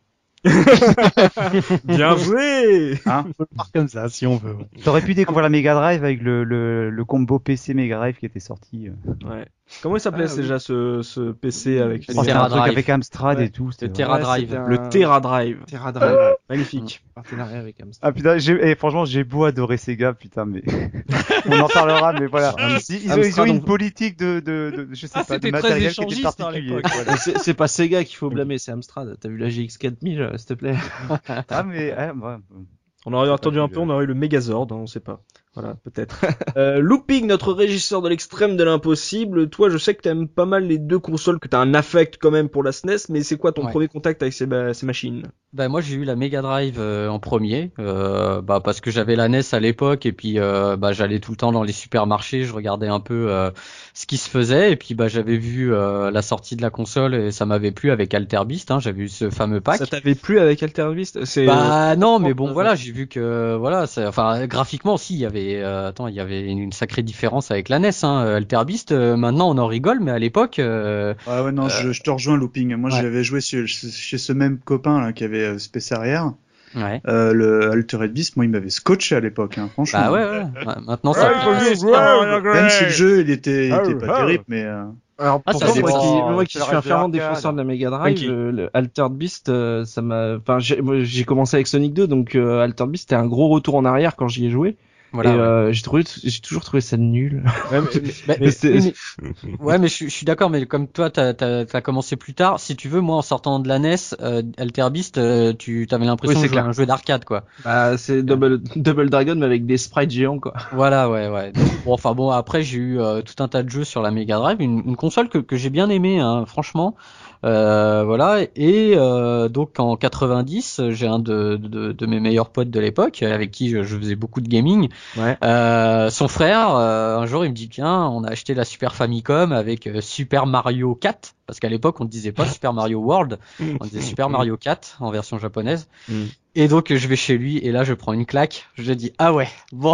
Bien joué. Hein? on peut le voir comme ça, si on veut. T'aurais pu découvrir la Mega Drive avec le, le, le combo P C Mega Drive qui était sorti. euh. Ouais. Comment il s'appelait Ah, oui. déjà ce, ce P C avec Je les- crois que c'était un Terra truc Drive. avec Amstrad Ouais. et tout. c'était Le vraiment- Terra Ouais, Drive. c'était un- le Terra Drive. Terra Drive. Magnifique. Partenariat avec Amstrad. Ah putain, j'ai, eh, franchement, j'ai beau adorer Sega, putain, mais on en parlera, mais voilà. Ils, ils ont, ils ont Amstrad, une on- politique de, de, de, je sais Ah, pas, de c'était très matériel qui était échangiste, hein, à particulier. l'époque. Voilà. Mais c'est c'est pas Sega qu'il faut blâmer, c'est Amstrad. T'as vu la G X quatre mille, euh, s'il te plaît? Ah, mais, ah, ouais. On aurait C'est attendu pas un plus, peu, on aurait eu le Megazord, hein, on sait pas. Voilà, peut-être. euh, Looping, notre régisseur de l'extrême de l'impossible. Toi, je sais que t'aimes pas mal les deux consoles, que t'as un affect quand même pour la S N E S, mais c'est quoi ton Ouais. premier contact avec ces, ba- ces machines? Ben moi j'ai eu la Mega Drive euh, en premier, euh, bah parce que j'avais la N E S à l'époque et puis euh, bah j'allais tout le temps dans les supermarchés, je regardais un peu euh, ce qui se faisait et puis bah j'avais vu euh, la sortie de la console et ça m'avait plu avec Alter Beast, hein, j'avais eu ce fameux pack. Ça t'avait plu avec Alter Beast? C'est, Bah non, mais euh, bon voilà, j'ai vu que voilà, c'est- enfin graphiquement si il y avait, euh, attends, il y avait une, une sacrée différence avec la N E S, hein, Alter Beast. euh, maintenant on en rigole, mais à l'époque. Euh, Ouais, ouais, non, je, je te rejoins, Looping. Moi, ouais. j'avais joué chez, chez ce même copain là qui avait euh, Space Harrier. ouais. Euh, le Altered Beast, moi, il m'avait scotché à l'époque, hein, franchement. Bah ouais, ouais. Ouais, Maintenant ça. Même si le jeu, il était, il était pas terrible, mais euh, Alors, Ah, pourtant, ça moi, dépend. qui, moi qui C'est suis le un reste de fervent l'arcade. défenseur de la Mega Drive, Funky. euh, le Altered Beast, euh, ça m'a, enfin, j'ai, moi, j'ai commencé avec Sonic deux, donc euh, Altered Beast, c'était un gros retour en arrière quand j'y ai joué. Voilà. et ouais. euh, j'ai trouvé, j'ai toujours trouvé ça nul. Ouais, mais, mais- Mais c'est- oui, mais- ouais, mais je, suis- je suis d'accord, mais comme toi, t'as as, commencé plus tard, si tu veux, moi, en sortant de la N E S, euh, Alter Beast, euh, tu avais l'impression Oui, de c'est jouer à clair. un jeu d'arcade, quoi. Bah, c'est Double, Double Dragon, mais avec des sprites géants, quoi. Voilà, ouais, ouais. Donc, bon, enfin bon, après, j'ai eu euh, tout un tas de jeux sur la Mega Drive, une, une console que, que j'ai bien aimée, hein, franchement. Euh, voilà, et euh, donc en quatre-vingt-dix, j'ai un de, de, de mes meilleurs potes de l'époque, avec qui je, je faisais beaucoup de gaming. Ouais. Euh, son frère, euh, un jour, il me dit tiens, on a acheté la Super Famicom avec euh, Super Mario quatre, parce qu'à l'époque, on ne disait pas Super Mario World, on disait Super Mario quatre en version japonaise. Mm. Et donc, je vais chez lui, et là, je prends une claque. Je dis ah ouais, bon.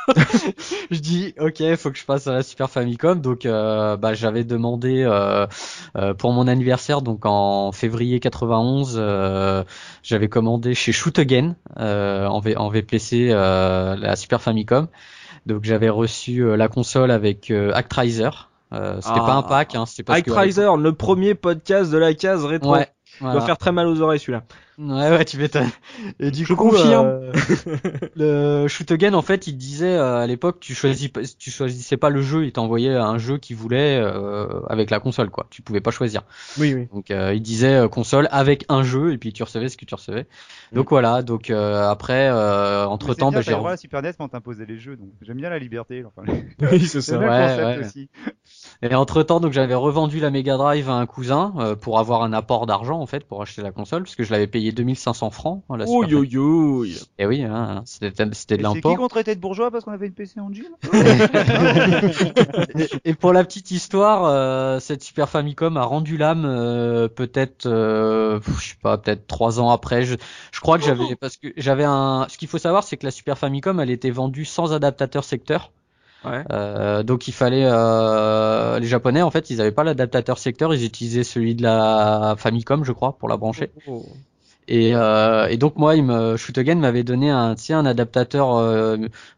Je dis ok, faut que je passe à la Super Famicom. Donc euh, bah j'avais demandé euh, euh, pour mon anniversaire, donc en février quatre-vingt-onze, euh, j'avais commandé chez Shoot Again euh, en, v, en V P C euh, la Super Famicom. Donc j'avais reçu euh, la console avec euh, Actraiser. Euh, c'était Ah. pas un pack, hein, c'était parce que- Actraiser, le premier podcast de la case rétro. Ouais. Il doit Voilà. faire très mal aux oreilles celui-là. Ouais, ouais, tu m'étonnes. Et du Je coup, confirme. euh, le Shoot Again, en fait, il disait euh, à l'époque, tu choisis, pas- tu choisissais pas le jeu, il t'envoyait un jeu qu'il voulait euh, avec la console, quoi. Tu pouvais pas choisir. Oui, oui. Donc, euh, il disait euh, console avec un jeu, et puis tu recevais ce que tu recevais. Donc voilà. Donc euh, après, euh, entre temps, bah, j'ai. la Super N E S, mais on t'imposait les jeux, donc j'aime bien la liberté. Enfin, Oui, c'est c'est ça. le Ouais, concept ouais. aussi. Et entre temps, donc j'avais revendu la Mega Drive à un cousin euh, pour avoir un apport d'argent en fait pour acheter la console, parce que je l'avais payé payé deux mille cinq cents francs. Hein, la Oh Super yo yo. Et oui, hein, c'était, c'était de Et c'est l'import. qui qu'on traitait de bourgeois parce qu'on avait une P C Engine? et, et pour la petite histoire, euh, cette Super Famicom a rendu l'âme euh, peut-être, euh, je sais pas, peut-être trois ans après. Je, je crois que j'avais, parce que j'avais un. Ce qu'il faut savoir, c'est que la Super Famicom, elle était vendue sans adaptateur secteur. Ouais. Euh, donc il fallait, euh, les Japonais en fait, ils avaient pas l'adaptateur secteur, ils utilisaient celui de la Famicom, je crois, pour la brancher. Oh. Et, euh, et donc moi, il me, Shootegen m'avait donné un, tu sais, un adaptateur, euh,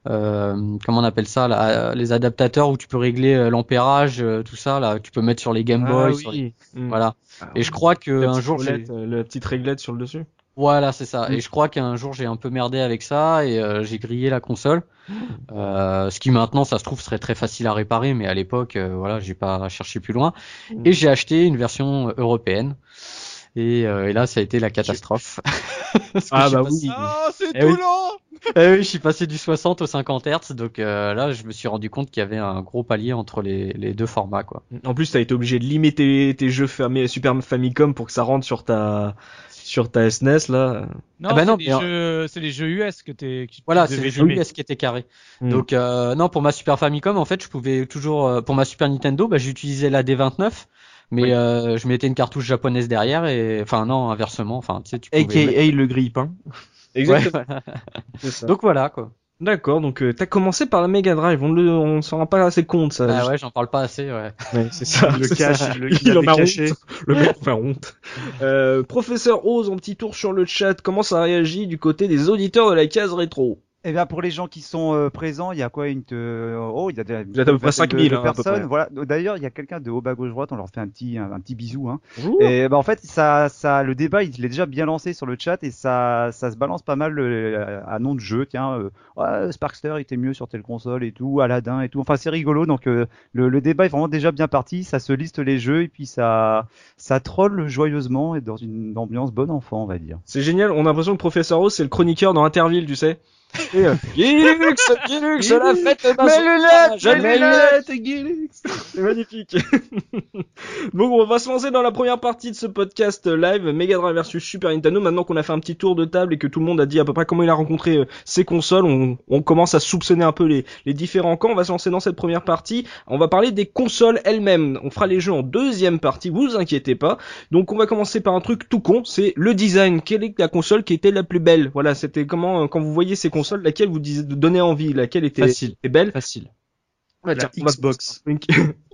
euh, comment on appelle ça, là, les adaptateurs où tu peux régler euh, l'ampérage, euh, tout ça, là, tu peux mettre sur les Game Boy, Ah, sur les- oui. Mm. voilà. Ah, Et je crois que La un petite jour, j'ai, roulette, euh, la petite réglette sur le dessus. voilà, c'est ça. Mm. Et je crois qu'un jour, j'ai un peu merdé avec ça et euh, j'ai grillé la console. Euh, ce qui maintenant, ça se trouve, serait très facile à réparer, mais à l'époque, euh, voilà, j'ai pas cherché plus loin. Mm. Et j'ai acheté une version européenne. Et, euh, et là, ça a été la catastrophe. Parce que Ah je suis bah passé- oui. Ah, c'est Eh tout oui. lent. Eh oui, je suis passé du soixante au cinquante hertz, donc euh, là, je me suis rendu compte qu'il y avait un gros palier entre les, les deux formats, quoi. En plus, t'as été obligé de limiter tes jeux fermés Super Famicom pour que ça rentre sur ta sur ta S N E S là. Non, Ah bah non, c'est, mais- les jeux, c'est les jeux U S que t'es. que tu Voilà, devais c'est les jeux aimer. U S qui étaient carrés. Mm. Donc euh, non, pour ma Super Famicom, en fait, je pouvais toujours, euh, pour ma Super Nintendo, bah, j'utilisais la D vingt-neuf, mais Oui. euh, je mettais une cartouche japonaise derrière et, enfin non, inversement, enfin tu sais, tu pouvais. A K A mettre- le grille-pain. Exactement. Ouais, C'est ça. donc voilà quoi. D'accord, donc euh, t'as commencé par la Mega Drive, on le, on s'en rend pas assez compte ça. Ah ouais, j'en parle pas assez, ouais. Ouais, c'est ça. Le c'est cache, ça. le- il, il en avait a caché. honte. Le mec fait honte. Euh, Professeur Oz, un petit tour sur le chat, comment ça réagit du côté des auditeurs de la case rétro? Eh bien, pour les gens qui sont euh, présents, il y a quoi une euh, oh, il y a déjà Vous êtes à peu près cinq mille, hein, à peu personnes. près. Voilà. D'ailleurs, il y a quelqu'un de haut bas gauche droite. On leur fait un petit un, un petit bisou. Hein. Bonjour. Et bah, en fait, ça ça le débat, il est déjà bien lancé sur le chat et ça ça se balance pas mal euh, à nom de jeu. Tiens, euh, ouais, Sparkster était mieux sur telle console et tout, Aladdin et tout. Enfin, c'est rigolo. Donc euh, le, le débat est vraiment déjà bien parti. Ça se liste les jeux et puis ça ça troll joyeusement et dans une ambiance bon enfant, on va dire. C'est génial, on a l'impression que Professeur Oz c'est le chroniqueur dans Interville, tu sais. Et, euh, Gilux, Gilux, la fête est Mes lunettes, jamais mes lunettes. Gilux. C'est magnifique. Bon, on va se lancer dans la première partie de ce podcast live, Mega Drive versus Super Nintendo. Maintenant qu'on a fait un petit tour de table et que tout le monde a dit à peu près comment il a rencontré euh, ses consoles, on, on commence à soupçonner un peu les, les différents camps. On va se lancer dans cette première partie. On va parler des consoles elles-mêmes. On fera les jeux en deuxième partie, vous inquiétez pas. Donc on va commencer par un truc tout con, c'est le design. Quelle est la console qui était la plus belle? Voilà, c'était comment, euh, quand vous voyez ces consoles, laquelle vous disait, donnait envie, laquelle était, Facile. était belle? Facile. Ouais, La tiens, on va- Xbox. Punk-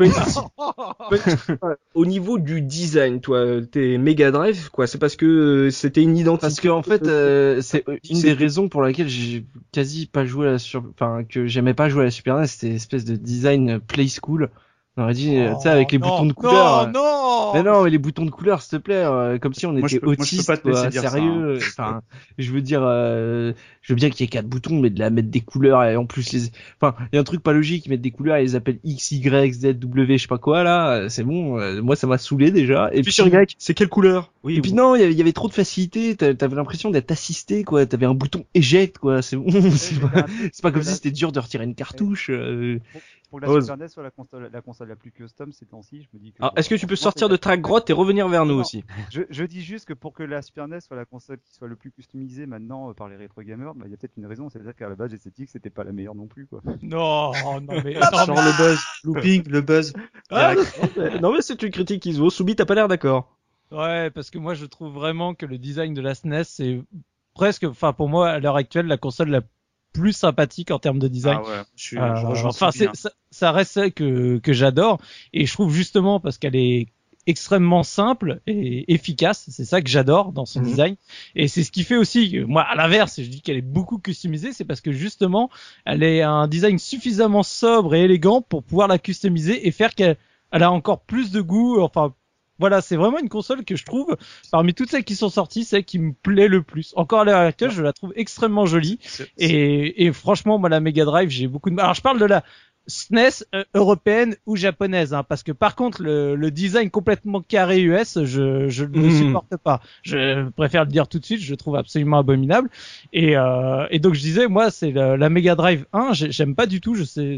Punk- Au niveau du design, toi, t'es Mega Drive, quoi, c'est parce que euh, c'était une identité. Parce que en fait, euh, c'est une c'est- des raisons pour laquelle j'ai quasi pas joué à la sur, enfin que j'aimais pas jouer à la Super N E S, c'était espèce de design play school. On aurait dit, euh, tu sais, avec les non, boutons de non, couleur. euh, Non, Mais non, mais les boutons de couleur, s'il te plaît, euh, comme si on Moi, était je peux- moi, je peux autiste, pas te laisser quoi, dire ça, sérieux. Enfin, je veux dire, euh, je veux bien qu'il y ait quatre boutons, mais de la mettre des couleurs et en plus les, enfin, il y a un truc pas logique, ils mettent des couleurs, ils les appellent X, Y, Z, W, je sais pas quoi là. euh, C'est bon, euh, moi ça m'a saoulé déjà. Et puis sur Y, c'est quelle couleur? Oui, et puis bon. non, il y avait, il y avait trop de facilité. t'a- T'avais l'impression d'être assisté, quoi. T'avais un bouton éjecte, quoi. C'est bon. C'est pas, c'est pas comme si c'était dur de retirer une cartouche. euh. Pour la Ose. Super N E S, soit la console, la console la plus custom ces temps-ci, je me dis que. Alors, est-ce que tu peux franchement, sortir de c'est- Track Grotte et revenir vers nous Non. aussi? je, je dis juste que pour que la Super N E S soit la console qui soit le plus customisée maintenant euh, par les rétro gamers, bah, il y a peut-être une raison, c'est-à-dire qu'à la base, j'ai dit que c'était pas la meilleure non plus, quoi. non, non, mais, non, Genre mais- le buzz, looping, le buzz. Ah, direct. non, mais- non mais c'est une critique qui se vaut. Soubi, t'as pas l'air d'accord. ouais, parce que moi, je trouve vraiment que le design de la S N E S, c'est presque, enfin, pour moi, à l'heure actuelle, la console la plus sympathique en termes de design. Ah ouais, je, suis, Euh, je rejoins enfin, Sylvie, c'est, ça, ça reste celle que, que j'adore. Et je trouve justement parce qu'elle est extrêmement simple et efficace. C'est ça que j'adore dans son Mhm. design. Et c'est ce qui fait aussi que, moi, à l'inverse, je dis qu'elle est beaucoup customisée. C'est parce que justement, elle est un design suffisamment sobre et élégant pour pouvoir la customiser et faire qu'elle elle a encore plus de goût. Enfin, voilà, c'est vraiment une console que je trouve, parmi toutes celles qui sont sorties, celle qui me plaît le plus. Encore à l'heure actuelle, je la trouve extrêmement jolie. C'est- Et, et franchement, moi, la Mega Drive, j'ai beaucoup de mal. Alors, je parle de la S N E S euh, européenne ou japonaise, hein, parce que par contre, le, le design complètement carré U S, je, je ne le Mhm. supporte pas. Je préfère le dire tout de suite, je le trouve absolument abominable. Et, euh, et donc, je disais, moi, c'est la, la Mega Drive un, j'ai- j'aime pas du tout. Je sais,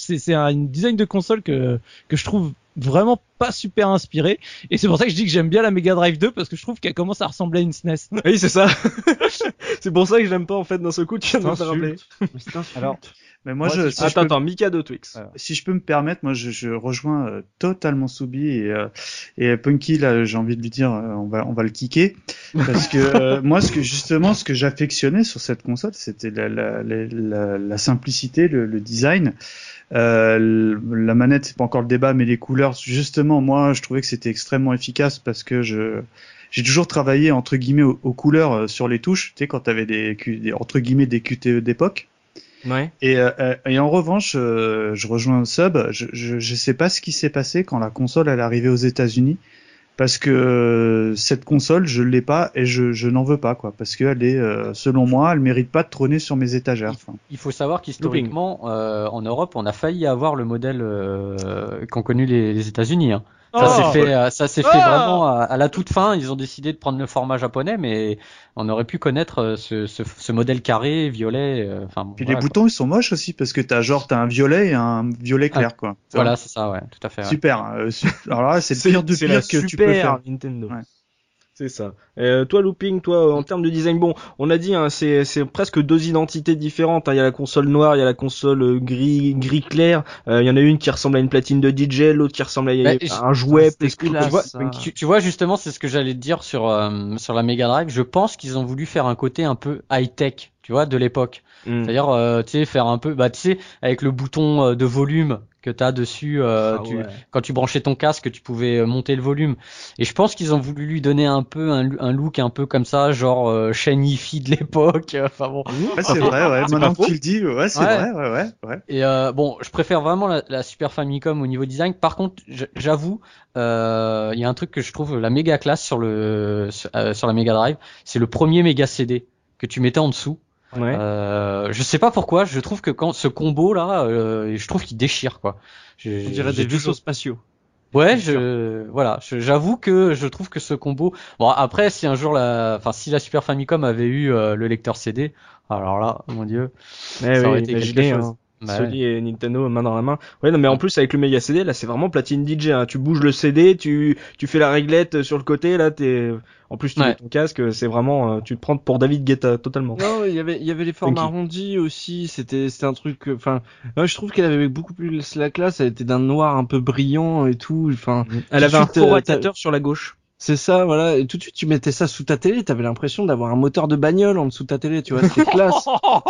c'est c'est un une design de console que que je trouve vraiment pas super inspiré, et c'est pour ça que je dis que j'aime bien la Mega Drive deux, parce que je trouve qu'elle commence à ressembler à une S N E S. Oui, c'est ça. C'est pour ça que j'aime pas en fait d'un seul coup. Tu viens de me faire rappeler. Alors, mais moi, Moi, je, si si Attends, je peux- attends, Mikado Twix. Alors, si je peux me permettre, moi, je, je rejoins euh, totalement Soubi et, euh, et Punky. Là, j'ai envie de lui dire, euh, on va, on va le kicker, parce que euh, moi, ce que justement, ce que j'affectionnais sur cette console, c'était la, la, la, la, la simplicité, le, le design. Euh, le- la manette, c'est pas encore le débat, mais les couleurs, justement, moi, je trouvais que c'était extrêmement efficace parce que je j'ai toujours travaillé entre guillemets aux, aux couleurs euh, sur les touches. Tu sais, quand t'avais des, Q- des entre guillemets des Q T E d'époque. Ouais. Et, euh, euh, et en revanche, euh, je rejoins Sub. Je, je, je sais pas ce qui s'est passé quand la console elle est arrivée aux États-Unis, parce que euh, cette console, je l'ai pas et je, je n'en veux pas, quoi, parce qu'elle est, euh, selon moi, elle mérite pas de trôner sur mes étagères. Enfin, Il faut savoir qu'historiquement, euh, en Europe, on a failli avoir le modèle euh, qu'ont connu les, les États-Unis. Hein. Ça Oh. s'est fait, euh, ça s'est fait Oh. vraiment à, à la toute fin. Ils ont décidé de prendre le format japonais, mais on aurait pu connaître euh, ce, ce, ce modèle carré, violet. euh, Enfin, bon, puis voilà, les quoi. boutons ils sont moches aussi parce que t'as genre t'as un violet et un violet clair, quoi. Voilà, c'est ça, ouais, tout à fait. Ouais. Super. euh, su- Alors là, c'est le pire de c'est pire la que tu super peux faire. Nintendo. Ouais. C'est ça. Euh, toi, Looping, toi, en termes de design, bon, on a dit, hein, c'est c'est presque deux identités différentes. Hein. Il y a la console noire, il y a la console euh, gris gris clair. Euh, Il y en a une qui ressemble à une platine de D J, l'autre qui ressemble à, Bah, à un jouet. c'était Parce que- dégueulasse, tu vois, ça. Tu, tu vois, justement, c'est ce que j'allais te dire sur euh, sur la Mega Drive. Je pense qu'ils ont voulu faire un côté un peu high tech, tu vois, de l'époque. Hmm. C'est-à-dire, euh, tu sais, faire un peu, bah, tu sais, avec le bouton euh, de volume que t'as dessus, euh, Ah tu, ouais. quand tu branchais ton casque, tu pouvais euh, monter le volume. Et je pense qu'ils ont voulu lui donner un peu un, un look un peu comme ça, genre euh, chaîne hi-fi de l'époque. Enfin bon. Ouais, c'est vrai. Ouais. C'est Maintenant pas que tu le dis, ouais, c'est Ouais. vrai. Ouais, ouais, ouais. Et euh, bon, je préfère vraiment la, la Super Famicom au niveau design. Par contre, j- j'avoue, euh, il y a un truc que je trouve la méga classe sur le sur, euh, sur la Mega Drive, c'est le premier méga C D que tu mettais en dessous. Ouais. Euh, je sais pas pourquoi, je trouve que quand ce combo là, euh, je trouve qu'il déchire quoi. Je- On dirait j'ai des vaisseaux toujours- spatiaux. Ouais, je voilà, je- j'avoue que je trouve que ce combo. Bon après, si un jour la, enfin si la Super Famicom avait eu euh, le lecteur C D, alors là, mon dieu, Eh ça aurait oui, été imaginez, quelque chose. hein. Bah Sony ouais. et Nintendo main dans la main. Ouais, non, mais en plus avec le Mega C D, là, c'est vraiment platine D J. Hein. Tu bouges le C D, tu tu fais la réglette sur le côté, là, t'es. En plus, tu Ouais. mets ton casque, c'est vraiment, euh, tu te prends pour David Guetta totalement. Non, il y avait, il y avait les formes Funky. arrondis aussi. C'était, c'était un truc. euh, Enfin, moi, je trouve qu'elle avait beaucoup plus la classe. Elle était d'un noir un peu brillant et tout. Enfin, Elle avait tout un de suite, faux euh, radiateur sur la gauche. c'est ça, voilà. Et tout de suite, tu mettais ça sous ta télé. T'avais l'impression d'avoir un moteur de bagnole en dessous de ta télé. Tu vois, c'était classe.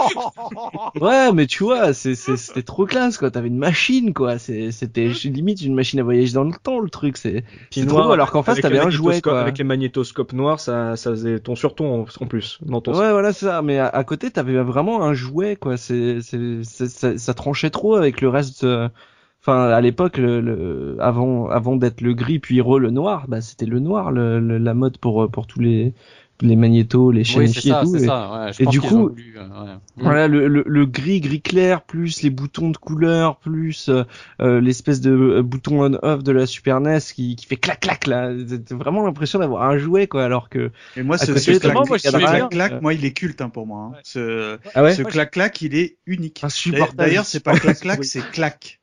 Ouais, mais tu vois, c'est, c'est, c'était trop classe, quoi. T'avais une machine, quoi. C'est, c'était limite une machine à voyager dans le temps, le truc. C'est, Puis c'est noir, trop beau, alors qu'en face, avec t'avais le un jouet, magnétoscope- quoi. Avec les magnétoscopes noirs, ça, ça faisait ton sur ton en, en plus, dans ton Ouais, voilà, c'est ça. Mais à, à côté, t'avais vraiment un jouet, quoi. C'est, c'est, c'est- ça, ça tranchait trop avec le reste. euh, Enfin, à l'époque, le, le- avant, avant d'être le gris puis re le noir, bah c'était le noir, le, le- la mode pour pour tous les les magnétos, les chaînes Oui, c'est hi-fi et ça, tout. c'est et- ça. Ouais, je et pense du qu'ils coup- ont voulu, euh, ouais. Voilà, le, le, le gris, gris clair, plus les boutons de couleur, plus euh, euh, l'espèce de euh, bouton on-off de la Super N E S qui, qui fait clac clac là. T'as vraiment l'impression d'avoir un jouet, quoi, alors que Et moi, À ce, côté, ce justement, clac, moi, je ce suis clac, bien. clac, Euh, moi, il est culte hein, pour moi. Hein. Ce, Ah ouais? ce clac clac, il est unique. insupportable. D'ailleurs, c'est pas clac clac, c'est clac.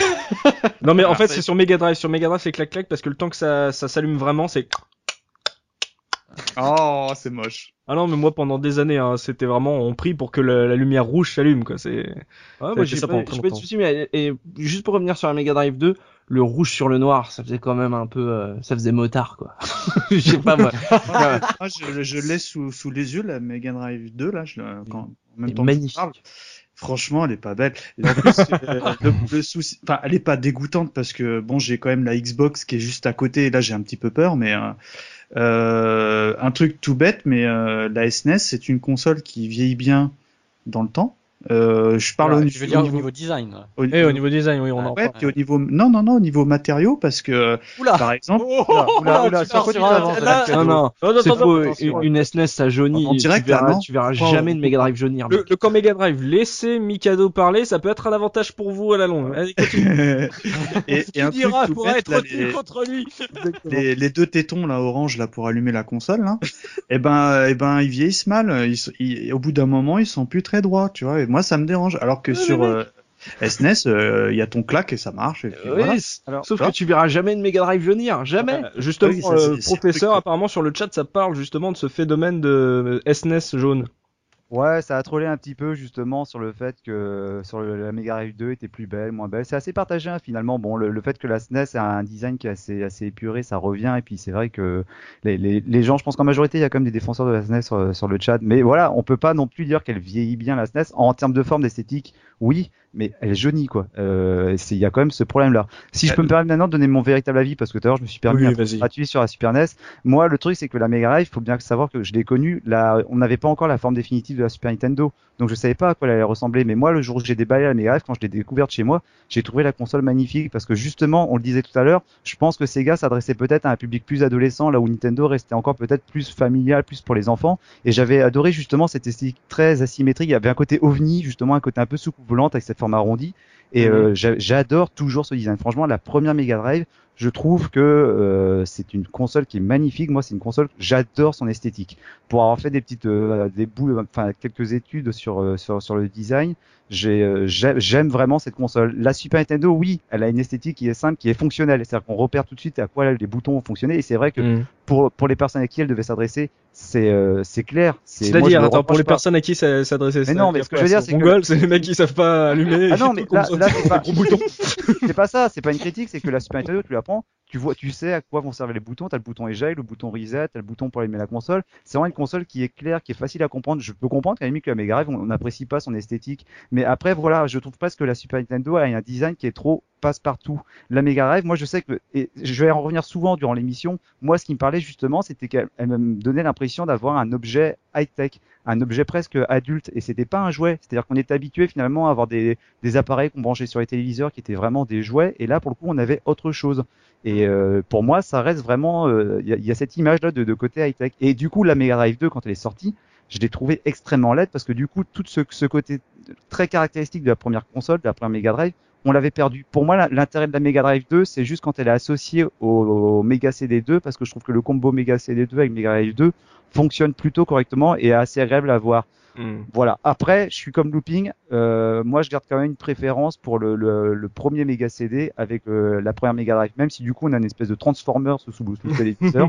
Non, mais en Ah, fait, c'est- c'est sur Mega Drive. Sur Mega Drive, c'est clac clac parce que le temps que ça, ça s'allume vraiment, c'est. Oh, c'est moche. Ah non, mais moi, pendant des années, hein, c'était vraiment, on prie pour que le- la lumière rouge s'allume, quoi. C'est. Ouais, Ça a moi été j'ai ça pas, pendant j'ai très pas de longtemps. soucis, mais et, et juste pour revenir sur la Mega Drive deux, le rouge sur le noir, ça faisait quand même un peu, euh, ça faisait motard, quoi. Je sais pas moi. Moi, je, je l'ai sous, sous les yeux, la Mega Drive deux, là, je, la- quand, en même est temps que je magnifique. parle. Franchement, elle est pas belle. Et en plus, euh, le, le souci, enfin, elle est pas dégoûtante parce que bon, j'ai quand même la Xbox qui est juste à côté. Et là, j'ai un petit peu peur, mais euh, euh, un truc tout bête, mais euh, la S N E S, c'est une console qui vieillit bien dans le temps. Euh, je parle Voilà, au, je veux au dire au niveau, niveau design. au- Et au niveau design, oui, on en ouais, reparle. puis au niveau, non, non, non, au niveau matériaux, parce que Oula. par exemple, Oh, oula, oula, oh, oula, tu ça pars continue sur un- d'avancer, là- là, Non, non, Non, non, c'est non, faux. non, attention. Une, une S N E S, ça jaunit. En direct, tu verras, là, non tu verras Oh, jamais une Mega Drive jaunir. Le, mec. le camp Mega Drive, laissez Mikado parler, ça peut être un avantage pour vous à la longue. Allez, continue. et, et un Tu diras truc tout pour bête, être là, retenu les- contre lui. les, les deux tétons là orange là pour allumer la console là, et ben et ben ils vieillissent mal. Ils, sont- ils- au bout d'un moment ils sont plus très droits, tu vois. Et moi ça me dérange. Alors que Ouais, sur mais euh, S N E S, il euh, y a ton claque et ça marche. Et puis, oui, voilà. Alors, sauf que tu verras jamais une Mega Drive venir, jamais. Euh, justement, Oui, ça, euh, c'est- c'est professeur, le truc. apparemment sur le chat, ça parle justement de ce phénomène de S N E S jaune. Ouais, ça a trollé un petit peu justement sur le fait que sur le- la Mega Drive deux était plus belle, moins belle. C'est assez partagé hein, finalement. Bon, le, le fait que la S N E S a un design qui est assez, assez épuré, ça revient. Et puis c'est vrai que les, les, les gens, je pense qu'en majorité, il y a quand même des défenseurs de la S N E S sur, sur le chat. Mais voilà, on peut pas non plus dire qu'elle vieillit bien la S N E S. En termes de forme, d'esthétique, oui, mais elle jaunit quoi. Euh, c'est- Il y a quand même ce problème-là. Si je peux me permettre maintenant de donner mon véritable avis, parce que tout à l'heure je me suis permis Oui, un peu vas-y. gratuit sur la Super N E S. Moi, le truc c'est que la Mega Drive, faut bien savoir que je l'ai connue. Là, on n'avait pas encore la forme définitive de la Super Nintendo. Donc je savais pas à quoi elle allait ressembler, mais moi le jour où j'ai déballé la Mega Drive, quand je l'ai découverte chez moi, j'ai trouvé la console magnifique parce que justement, on le disait tout à l'heure, je pense que Sega s'adressait peut-être à un public plus adolescent, là où Nintendo restait encore peut-être plus familial, plus pour les enfants. Et j'avais adoré justement cette esthétique très asymétrique. Il y avait un côté ovni, justement un côté un peu soucoupe volante avec cette forme arrondie. Et Mhm. euh, j'a- j'adore toujours ce design. Franchement, la première Mega Drive, je trouve que euh, c'est une console qui est magnifique. Moi, c'est une console, j'adore son esthétique. Pour avoir fait des petites, euh, des bouts, enfin quelques études sur euh, sur sur le design, j'ai euh, j'ai- j'aime vraiment cette console. La Super Nintendo, oui, elle a une esthétique qui est simple, qui est fonctionnelle. C'est-à-dire qu'on repère tout de suite à quoi les boutons vont fonctionner. Et c'est vrai que Mm. pour pour les personnes à qui elle devait s'adresser, c'est euh, c'est clair. C'est moi, je C'est-à-dire, le attends, pour reproche les pas. personnes à qui ça s'adressait, Mais ça non, veut mais dire ce que quoi, je veux dire, c'est c'est que- Mongol, c'est les mecs qui savent pas allumer. Ah non, mais là, là, c'est pas, gros bouton. c'est pas ça, c'est pas une critique, c'est que la Super Nintendo, tu la prends, tu vois, tu sais à quoi vont servir les boutons, t'as le bouton éjecte, le bouton reset, t'as le bouton pour allumer la console. C'est vraiment une console qui est claire, qui est facile à comprendre. Je peux comprendre qu'à la limite que la Mega Drive, on on n'apprécie pas son esthétique. Mais après, voilà, je trouve presque que la Super Nintendo a un design qui est trop passe-partout. La Mega Drive, moi, je sais que, et je vais en revenir souvent durant l'émission, moi, ce qui me parlait justement, c'était qu'elle elle me donnait l'impression d'avoir un objet high-tech, un objet presque adulte, et c'était pas un jouet. C'est-à-dire qu'on était habitué finalement à avoir des, des appareils qu'on branchait sur les téléviseurs qui étaient vraiment des jouets, et là, pour le coup, on avait autre chose. Et euh, pour moi, ça reste vraiment, il euh, y, a, y a cette image-là de, de côté high-tech. Et du coup, la Mega Drive deux, quand elle est sortie, je l'ai trouvée extrêmement laide parce que du coup, tout ce, ce côté très caractéristique de la première console, de la première Mega Drive, on l'avait perdu. Pour moi, l'intérêt de la Mega Drive deux, c'est juste quand elle est associée au, au Mega C D deux, parce que je trouve que le combo Mega C D deux avec Mega Drive deux fonctionne plutôt correctement et est assez agréable à voir. Mm. Voilà. Après, je suis comme Looping. Euh, moi, je garde quand même une préférence pour le, le, le premier Mega C D avec euh, la première Mega Drive, même si du coup, on a une espèce de Transformer sous, sous, sous le téléviseur.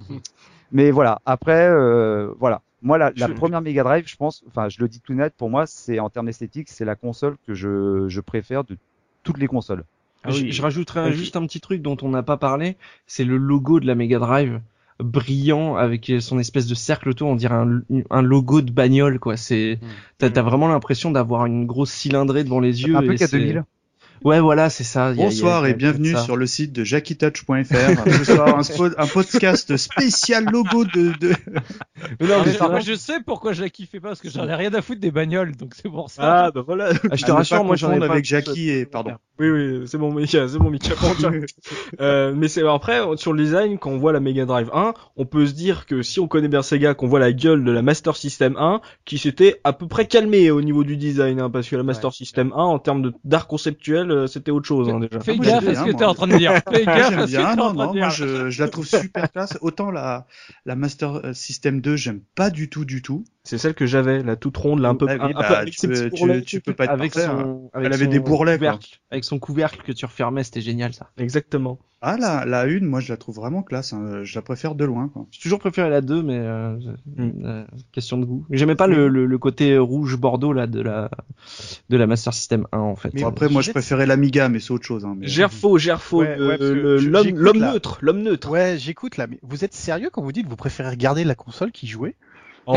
Mais voilà. Après, euh, voilà. Moi, la, la Je- première Mega Drive, je pense, enfin, je le dis tout net, pour moi, c'est en termes esthétiques, c'est la console que je, je préfère de toutes les consoles. Ah je, oui. je rajouterais Ok. juste un petit truc dont on n'a pas parlé, c'est le logo de la Mega Drive brillant avec son espèce de cercle autour, on dirait un, un logo de bagnole quoi. C'est Mm. t'as, t'as vraiment l'impression d'avoir une grosse cylindrée devant les yeux. Un peu et K c'est- deux mille. Ouais voilà c'est ça. Il y a- Bonsoir il y a- et il y a bienvenue ça. sur le site de jackie touch point f r. Ce soir, un, spo- un podcast spécial logo de, de... Mais non, Alors, mais je, ça moi, va. je sais pourquoi je la kiffais pas, parce que j'en ai rien à foutre des bagnoles, donc c'est pour ça. Ah, bah voilà. Ah, je te à ne rassure, pas moi j'en ai confondre pas avec tout Jackie ça. et pardon. Oui, oui, c'est bon, Mika, c'est bon, Mika. prends, tiens. euh, mais c'est après, sur le design, quand on voit la Mega Drive un, on peut se dire que si on connaît bien Sega, qu'on voit la gueule de la Master System un, qui s'était à peu près calmée au niveau du design, hein, parce que la Master System un, en termes de- d'art conceptuel, euh, c'était autre chose, hein, déjà. Fais Ah, moi, gaffe j'aime à ce bien, que t'es moi. en train de dire. Fais Moi, gaffe j'aime à ce que t'es bien, en non, train non, de moi dire. je, je la trouve super classe. Autant la, la Master System deux, j'aime pas du tout, du tout. C'est celle que j'avais, la toute ronde, là, un peu, Ah oui, un, un bah, peu avec tu ses peux- petits tu- bourrelets. tu peux pas être avec parfait, son, avec Elle avait son des bourrelets, quoi. couvercle, avec son couvercle que tu refermais, c'était génial ça. Exactement. Ah, la, la une, moi je la trouve vraiment classe. Hein. Je la préfère de loin, quoi. J'ai toujours préféré la deux, mais euh, Mm. euh, question de goût. J'aimais pas le, le, le côté rouge bordeaux là de la de la Master System un en fait. Mais Bon, après, moi vous je êtes- préférais l'Amiga, mais c'est autre chose. Hein, mais... Gerfo, Gerfo, Ouais, le- ouais, parce que le- je- l'homme, j'écoute, l'homme là. neutre, l'homme neutre. Ouais, j'écoute là, mais vous êtes sérieux quand vous dites que vous préférez regarder la console qui jouait? Oh,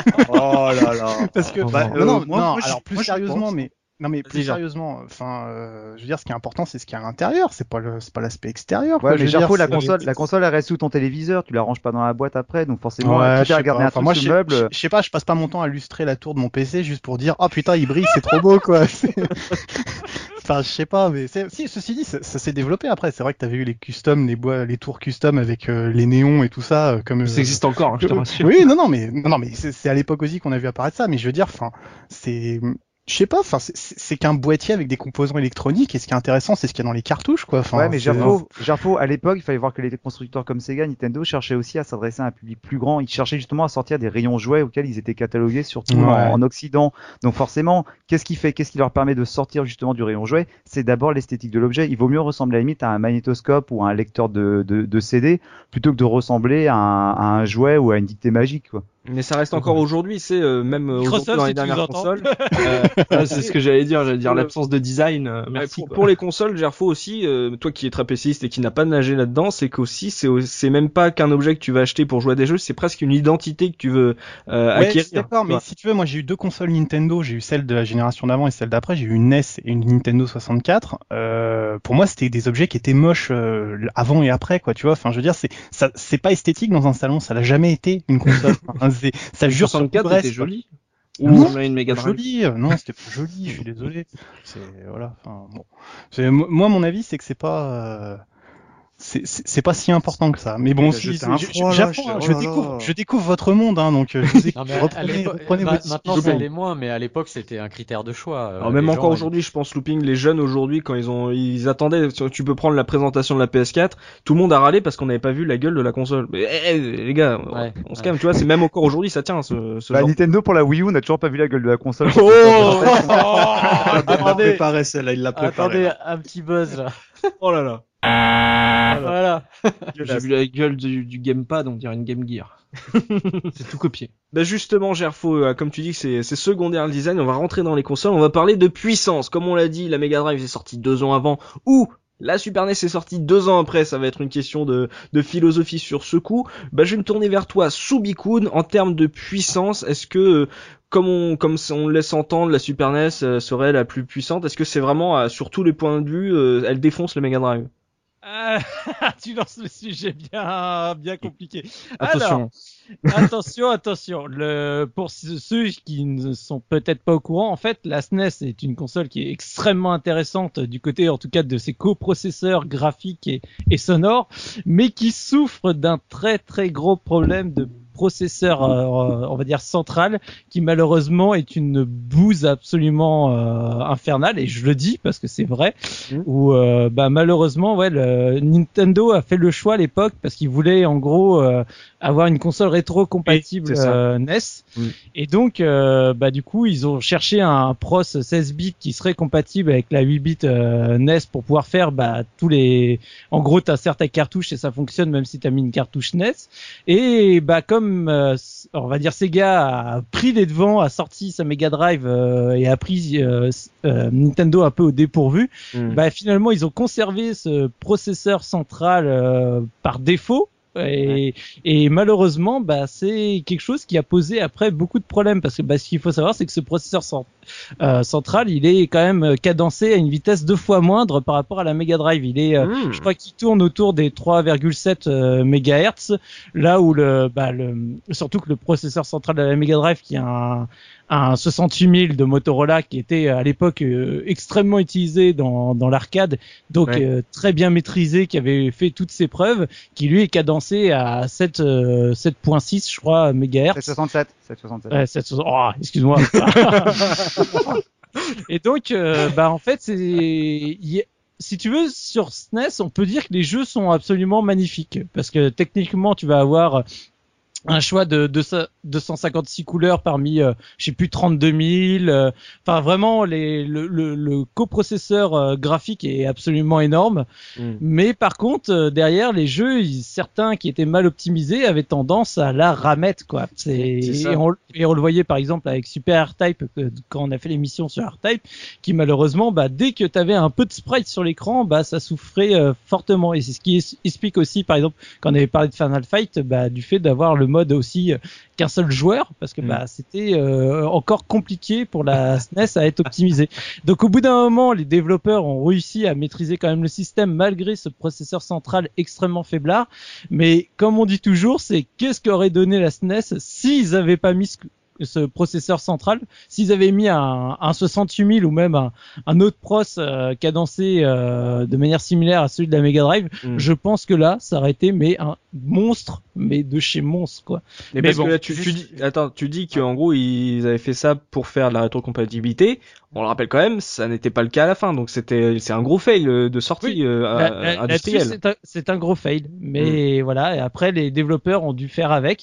oh là là. Parce que Bah, non, euh, non, moi- non, moi, je- alors plus moi, je sérieusement, pense. mais non mais plus Déjà. sérieusement, enfin, euh, je veux dire, ce qui est important, c'est ce qu'il y a à l'intérieur, c'est pas le, c'est pas l'aspect extérieur. quoi, Ouais, je mais veux dire, Gerfo, la c'est- console, la console, elle reste sous ton téléviseur, tu la ranges pas dans la boîte après, donc forcément, Ouais, tu je sais à regarder pas. un Enfin, truc moi, sous je le sais- meuble. je- je sais pas, je passe pas mon temps à lustrer la tour de mon P C juste pour dire, oh putain, il brille, c'est trop beau, quoi. C'est- Enfin, je sais pas, mais c'est- si, ceci dit, ça, ça s'est développé après. C'est vrai que t'avais eu les custom, les bois, les tours custom avec euh, les néons et tout ça, euh, comme. Ça euh, existe encore, hein, je te Euh, rassure. Oui, non, non, mais non, non, mais c'est c'est à l'époque aussi qu'on a vu apparaître ça. Mais je veux dire, enfin, c'est, je sais pas, enfin, c'est, c'est qu'un boîtier avec des composants électroniques, et ce qui est intéressant, c'est ce qu'il y a dans les cartouches, quoi. Enfin, ouais, mais c'est- Gerfo, Gerfo, à l'époque, il fallait voir que les constructeurs comme Sega, Nintendo cherchaient aussi à s'adresser à un public plus grand. Ils cherchaient justement à sortir des rayons jouets auxquels ils étaient catalogués, surtout Ouais. en, en Occident. Donc forcément, qu'est-ce qui fait, qu'est-ce qui leur permet de sortir justement du rayon jouet? C'est d'abord l'esthétique de l'objet. Il vaut mieux ressembler à la limite à un magnétoscope ou à un lecteur de, de, de C D plutôt que de ressembler à un, à un jouet ou à une dictée magique, quoi. Mais ça reste encore aujourd'hui, c'est euh, même euh, aujourd'hui Microsoft, dans si les tu nous dernières entends. consoles. Euh, ouais, c'est ce que j'allais dire, j'allais dire Euh, l'absence de design. euh, Ouais, merci. pour, quoi. pour les consoles, Gerfo aussi, euh, toi qui es très pessimiste et qui n'a pas nagé là-dedans, c'est qu'aussi c'est au- c'est même pas qu'un objet que tu vas acheter pour jouer à des jeux, c'est presque une identité que tu veux euh, Ouais, je acquérir. suis d'accord, tu mais vois. si tu veux, moi j'ai eu deux consoles Nintendo, j'ai eu celle de la génération d'avant et celle d'après, j'ai eu une N E S et une Nintendo soixante-quatre. Euh, pour moi, c'était des objets qui étaient moches euh, avant et après, quoi, tu vois. Enfin, je veux dire, c'est ça, c'est pas esthétique dans un salon, ça l'a jamais été une console. Enfin, c'est- ça Le jure sur tout le soixante-quatre reste, était quoi. joli. Non, on a une Mega Pas Drive. joli, euh, non, c'était pas joli, je suis désolé. C'est voilà, enfin bon. C'est- Moi, mon avis, c'est que c'est pas. euh, C'est, c'est, c'est pas si important que ça. Mais bon, Il a si, jeté un je, froid, je- là, j'apprends, je- hein, oh je là découvre, là. je découvre votre monde, hein, donc euh, je vous écoute. Non, mais à reprenez, l'époque- reprenez ma- votre maintenant speech. ça l'est moins, mais à l'époque c'était un critère de choix. euh, Alors même les encore gens, aujourd'hui, je pense looping, les jeunes aujourd'hui quand ils ont ils attendaient, tu tu peux prendre la présentation de la P S quatre, tout le monde a râlé parce qu'on n'avait pas vu la gueule de la console. Mais eh, eh, les gars, Ouais, on se ouais. calme, tu vois, c'est même encore aujourd'hui ça tient ce, ce Bah, genre. Nintendo pour la Wii U n'a toujours pas vu la gueule de la console. Oh Il l'a attendez, préparé celle-là, il l'a préparé. attendez, un petit buzz là. Oh là là. Voilà. J'ai vu la gueule du, du gamepad, on dirait une Game Gear. C'est tout copié. Bah justement, Gerfo, euh, comme tu dis que c'est, c'est secondaire le design, on va rentrer dans les consoles, on va parler de puissance. Comme on l'a dit, la Mega Drive est sortie deux ans avant, ou la Super N E S est sortie deux ans après, ça va être une question de, de philosophie sur ce coup. Bah je vais me tourner vers toi, Subikun, en termes de puissance, est-ce que, euh, comme on, comme on le laisse entendre, la Super N E S euh, serait la plus puissante, est-ce que c'est vraiment, euh, sur tous les points de vue, euh, elle défonce le Mega Drive? Ah, tu lances le sujet bien, bien compliqué. Attention. Alors, attention, attention. Le, pour ceux qui ne sont peut-être pas au courant, en fait, la S N E S est une console qui est extrêmement intéressante du côté, en tout cas, de ses coprocesseurs graphiques et, et sonores, mais qui souffre d'un très très gros problème de processeur, euh, on va dire central, qui malheureusement est une bouse absolument euh, infernale, et je le dis parce que c'est vrai. Mmh. Où euh, bah malheureusement, ouais, le, Nintendo a fait le choix à l'époque parce qu'il voulait en gros euh, avoir une console rétro-compatible Oui, c'est ça. euh, N E S, Mmh. et donc euh, bah du coup ils ont cherché un pros seize bits qui serait compatible avec la huit bits euh, N E S pour pouvoir faire bah tous les, en gros t'as certaines cartouches et ça fonctionne même si t'as mis une cartouche N E S, et bah comme euh, on va dire Sega a pris les devants, a sorti sa Mega Drive euh, et a pris euh, euh, Nintendo un peu au dépourvu, Mm. bah finalement ils ont conservé ce processeur central euh, par défaut. Et, et malheureusement, bah c'est quelque chose qui a posé après beaucoup de problèmes, parce que bah ce qu'il faut savoir, c'est que ce processeur cent- euh, central, il est quand même cadencé à une vitesse deux fois moindre par rapport à la Mega Drive. Il est, euh, Mm. je crois qu'il tourne autour des trois virgule sept euh, mégahertz, là où le, bah le, surtout que le processeur central de la Mega Drive, qui est un, un soixante-huit mille de Motorola, qui était à l'époque euh, extrêmement utilisé dans, dans l'arcade, donc Ouais. euh, très bien maîtrisé, qui avait fait toutes ses preuves, qui lui est cadencé à sept, euh, sept virgule six, je crois, mégahertz. sept soixante-sept. sept soixante-sept. Ouais, sept cents, oh, excuse-moi. Et donc, euh, bah en fait, c'est, il y a- si tu veux, sur S N E S, on peut dire que les jeux sont absolument magnifiques, parce que techniquement, tu vas avoir un choix de deux cent cinquante-six couleurs parmi, euh, je sais plus, trente-deux mille. euh, Enfin, vraiment, les, le, le, le coprocesseur euh, graphique est absolument énorme. Mm. Mais par contre, euh, derrière, les jeux, ils- certains qui étaient mal optimisés avaient tendance à la ramettre, quoi. C'est, C'est ça. et, on, et on le voyait par exemple avec Super R-Type, que- quand on a fait l'émission sur R-Type, qui malheureusement, bah, dès que tu avais un peu de sprite sur l'écran, bah, ça souffrait euh, fortement. Et c'est ce qui es- explique aussi, par exemple, quand on avait parlé de Final Fight, bah, du fait d'avoir le mode aussi euh, qu'un seul joueur, parce que Mm. bah, c'était euh, encore compliqué pour la S N E S à être optimisé. Donc au bout d'un moment, les développeurs ont réussi à maîtriser quand même le système malgré ce processeur central extrêmement faiblard. Mais comme on dit toujours, c'est qu'est-ce qu'aurait donné la S N E S s'ils avaient pas mis ce ce processeur central, s'ils avaient mis un, un soixante-huit mille ou même un, un autre pros euh, cadencé euh, de manière similaire à celui de la Mega Drive, mm. je pense que là, ça aurait été mais un monstre, mais de chez monstre quoi. Mais, mais parce bon, que là, tu, juste... tu dis, attends, tu dis qu'en gros ils avaient fait ça pour faire de la rétrocompatibilité. On le rappelle quand même, ça n'était pas le cas à la fin, donc c'était c'est un gros fail de sortie oui, euh, la, la, industrielle. C'est un, c'est un gros fail, mais mm. voilà. Et après, les développeurs ont dû faire avec,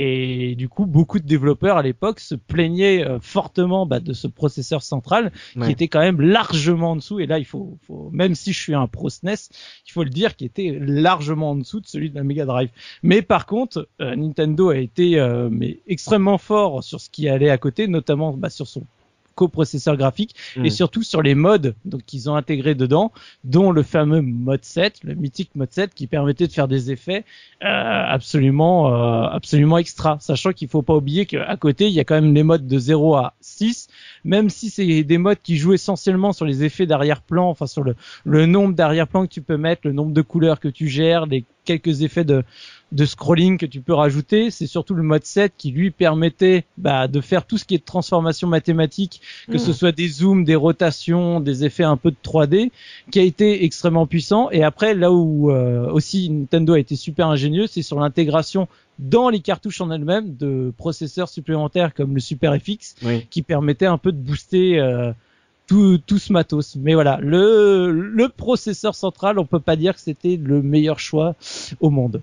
et du coup, beaucoup de développeurs à l'époque se plaignaient euh, fortement bah, de ce processeur central ouais. qui était quand même largement en dessous. Et là, il faut, faut, même si je suis un pro S N E S, il faut le dire, qui était largement en dessous de celui de la Mega Drive. Mais par contre, euh, Nintendo a été euh, mais extrêmement fort sur ce qui allait à côté, notamment bah, sur son coprocesseur graphique mmh. et surtout sur les modes donc qu'ils ont intégrés dedans, dont le fameux mode sept, le mythique mode sept qui permettait de faire des effets euh, absolument euh, absolument extra, sachant qu'il faut pas oublier qu'à côté il y a quand même les modes de zéro à six, même si c'est des modes qui jouent essentiellement sur les effets d'arrière-plan, enfin sur le le nombre d'arrière-plan que tu peux mettre, le nombre de couleurs que tu gères, les quelques effets de de scrolling que tu peux rajouter, c'est surtout le mode sept qui lui permettait bah, de faire tout ce qui est de transformation mathématique, que mmh. ce soit des zooms, des rotations, des effets un peu de trois D, qui a été extrêmement puissant. Et après, là où euh, aussi Nintendo a été super ingénieux, c'est sur l'intégration dans les cartouches en elles-mêmes de processeurs supplémentaires comme le Super F X, oui. qui permettait un peu de booster euh, tout, tout ce matos. Mais voilà, le, le processeur central, on peut pas dire que c'était le meilleur choix au monde.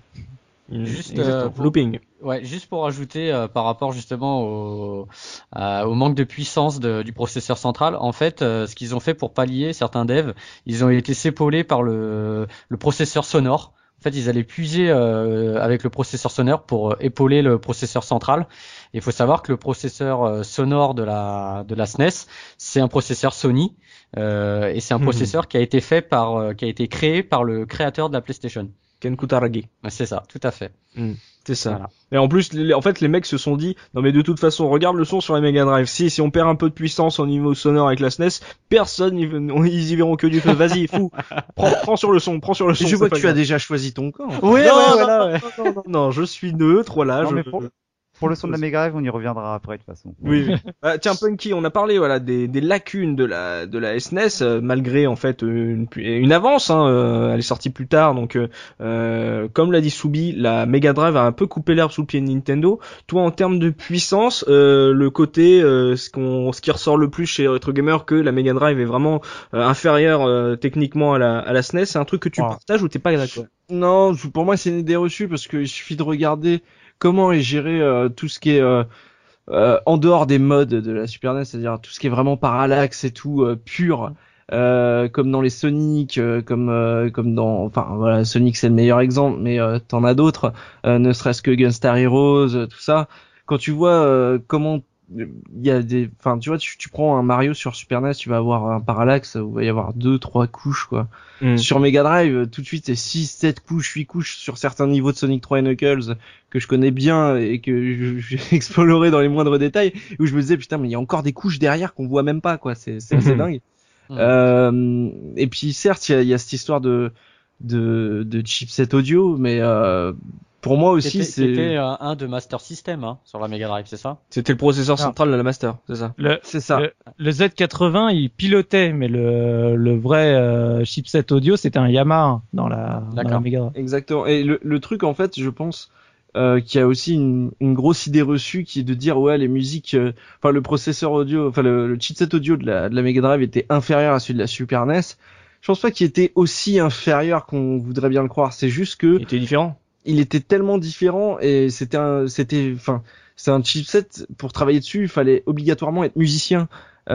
Juste euh, pour, looping. Ouais, juste pour ajouter euh, par rapport justement au, euh, au manque de puissance de, du processeur central. En fait, euh, ce qu'ils ont fait pour pallier certains devs, ils ont été épaulés par le, le processeur sonore. En fait, ils allaient puiser euh, avec le processeur sonore pour euh, épauler le processeur central. Il faut savoir que le processeur euh, sonore de la de la S N E S, c'est un processeur Sony euh, et c'est un mmh. processeur qui a été fait par, euh, qui a été créé par le créateur de la PlayStation. Ken Kutaragi. C'est ça, tout à fait. Mmh, c'est ça. Voilà. Et en plus, les, en fait, les mecs se sont dit, non mais de toute façon, regarde le son sur la Mega Drive. Si, si on perd un peu de puissance au niveau sonore avec la S N E S, personne, ils, ils y verront que du feu. Vas-y, fou. Prends, prends sur le son, prends sur le son. Je vois que tu grave. as déjà choisi ton camp. Oui, ouais, voilà, ouais. non, non, non, non, je suis neutre, voilà. Non, je... mais pour... Pour le son de la Mega Drive, on y reviendra après de toute façon. Oui. euh, tiens, Punky, on a parlé voilà des, des lacunes de la de la S N E S euh, malgré en fait une, une avance. Hein, euh, elle est sortie plus tard, donc euh, comme l'a dit Soubi, la Mega Drive a un peu coupé l'herbe sous le pied de Nintendo. Toi, en termes de puissance, euh, le côté euh, ce qu'on ce qui ressort le plus chez Retro Gamer que la Mega Drive est vraiment euh, inférieure euh, techniquement à la à la S N E S, c'est un truc que tu oh. partages ou t'es pas d'accord? Non, pour moi c'est une idée reçue parce qu'il suffit de regarder comment est géré euh, tout ce qui est euh, euh, en dehors des modes de la Super N E S, c'est-à-dire tout ce qui est vraiment parallaxe et tout euh, pur, euh, comme dans les Sonic, euh, comme euh, comme dans, enfin voilà, Sonic c'est le meilleur exemple, mais euh, t'en as d'autres, euh, ne serait-ce que Gunstar Heroes, tout ça. Quand tu vois euh, comment il y a des, enfin tu vois, tu, tu prends un Mario sur Super N E S, tu vas avoir un parallaxe où il va y avoir deux, trois couches quoi. Mm. Sur Mega Drive, tout de suite c'est six, sept couches, huit couches sur certains niveaux de Sonic trois et Knuckles que je connais bien et que j'ai exploré dans les moindres détails, où je me disais putain mais il y a encore des couches derrière qu'on voit même pas quoi, c'est c'est assez dingue. Mm. Euh, et puis certes il y a, y a cette histoire de de de chipset audio, mais euh, pour moi aussi, c'était, c'est c'était euh, un de Master System hein, sur la Mega Drive, c'est ça? C'était le processeur central de la Master, c'est ça. Le, c'est ça. Le, le Z quatre-vingts, il pilotait, mais le le vrai euh, chipset audio, c'était un Yamaha dans la, dans la Mega Drive. Exactement. Et le, le truc, en fait, je pense euh, qu'il y a aussi une, une grosse idée reçue qui est de dire ouais, les musiques, enfin euh, le processeur audio, enfin le, le chipset audio de la de la Mega Drive était inférieur à celui de la Super N E S. Je pense pas qu'il était aussi inférieur qu'on voudrait bien le croire. C'est juste que il était différent. Il était tellement différent et c'était un, c'était, enfin, c'est un chipset pour travailler dessus. Il fallait obligatoirement être musicien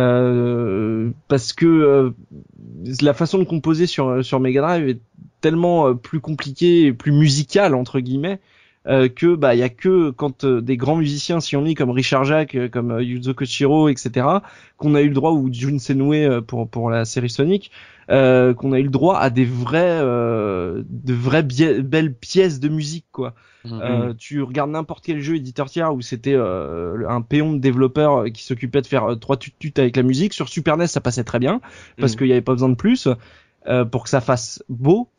euh, parce que euh, la façon de composer sur sur Mega Drive est tellement euh, plus compliquée et plus musicale entre guillemets euh, que bah il y a que quand euh, des grands musiciens s'y ont mis comme Richard Jacques, euh, comme euh, Yuzo Koshiro, et cetera qu'on a eu le droit, ou Jun Senue euh, pour pour la série Sonic. Euh, qu'on a eu le droit à des vrais, euh, de vraies bie- belles pièces de musique quoi. Mmh. Euh, tu regardes n'importe quel jeu éditeur tiers où c'était euh, un péon de développeur qui s'occupait de faire euh, trois tut-tut avec la musique. Sur Super N E S ça passait très bien parce mmh. qu'il n'y avait pas besoin de plus euh, pour que ça fasse beau.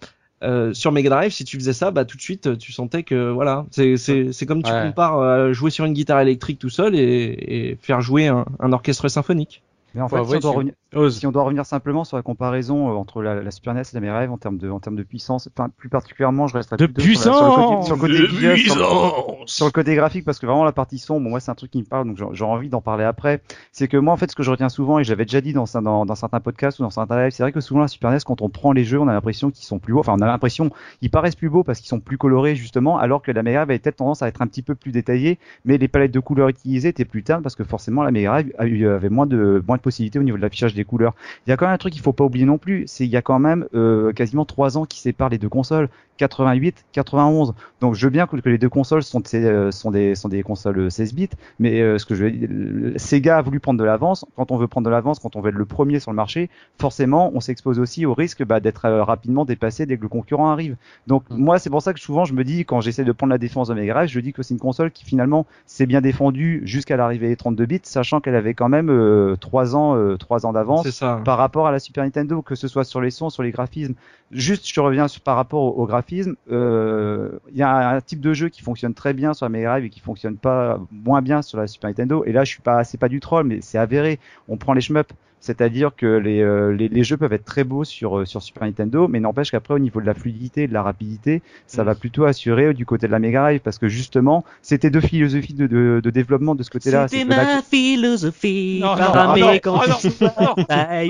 Euh, sur Mega Drive, si tu faisais ça, bah tout de suite, tu sentais que voilà, c'est c'est c'est comme tu Ouais. compares euh, jouer sur une guitare électrique tout seul et, et faire jouer un, un orchestre symphonique. Mais en Faut fait, si avouer on, doit que- revenir, Ose. si on doit revenir simplement sur la comparaison euh, entre la, la Super N E S et la Mega Drive en termes de, en termes de puissance, enfin, plus particulièrement, je resterai De plutôt sur, la- sur le côté, sur le côté De visuel, sur le- puissance. sur le côté graphique, parce que vraiment la partie son, bon moi c'est un truc qui me parle, donc j'ai j'ai envie d'en parler après. C'est que moi en fait ce que je retiens souvent, et j'avais déjà dit dans, dans, dans certains podcasts ou dans certains lives, c'est vrai que souvent la Super N E S, quand on prend les jeux, on a l'impression qu'ils sont plus beaux, enfin on a l'impression ils paraissent plus beaux parce qu'ils sont plus colorés justement, alors que la Mega Drive avait peut-être tendance à être un petit peu plus détaillée, mais les palettes de couleurs utilisées étaient plus ternes parce que forcément la Mega Drive a eu- avait moins de moins de possibilités au niveau de l'affichage des couleurs. Il y a quand même un truc qu'il faut pas oublier non plus, c'est il y a quand même euh, quasiment trois ans qui séparent les deux consoles, quatre-vingt-huit, quatre-vingt-onze. Donc je veux bien que, que les deux consoles sont, euh, sont des sont des consoles seize bits, mais euh, ce que je veux dire, le- Sega a voulu prendre de l'avance. Quand on veut prendre de l'avance, quand on veut être le premier sur le marché, forcément on s'expose aussi au risque bah, d'être euh, rapidement dépassé dès que le concurrent arrive. Donc Mm. moi c'est pour ça que souvent je me dis, quand j'essaie de prendre la défense de Mega Drive, je dis que c'est une console qui finalement s'est bien défendue jusqu'à l'arrivée des trente-deux bits, sachant qu'elle avait quand même euh, trois ans euh, trois ans d'avance C'est ça. par rapport à la Super Nintendo, que ce soit sur les sons, sur les graphismes. Juste, je reviens sur, par rapport au, au graphisme. Euh, Il y a un, un type de jeu qui fonctionne très bien sur la Mega Drive et qui fonctionne pas moins bien sur la Super Nintendo. Et là, je suis pas, c'est pas du troll, mais c'est avéré. On prend les shmups. C'est-à-dire que les, euh, les, les jeux peuvent être très beaux sur, euh, sur Super Nintendo, mais n'empêche qu'après, au niveau de la fluidité et de la rapidité, ça Mm. va plutôt assurer du côté de la Mega Drive, parce que justement, c'était deux philosophies de, de, de développement de ce côté-là. C'est que la- philosophie. Non, non, ah non, ah non,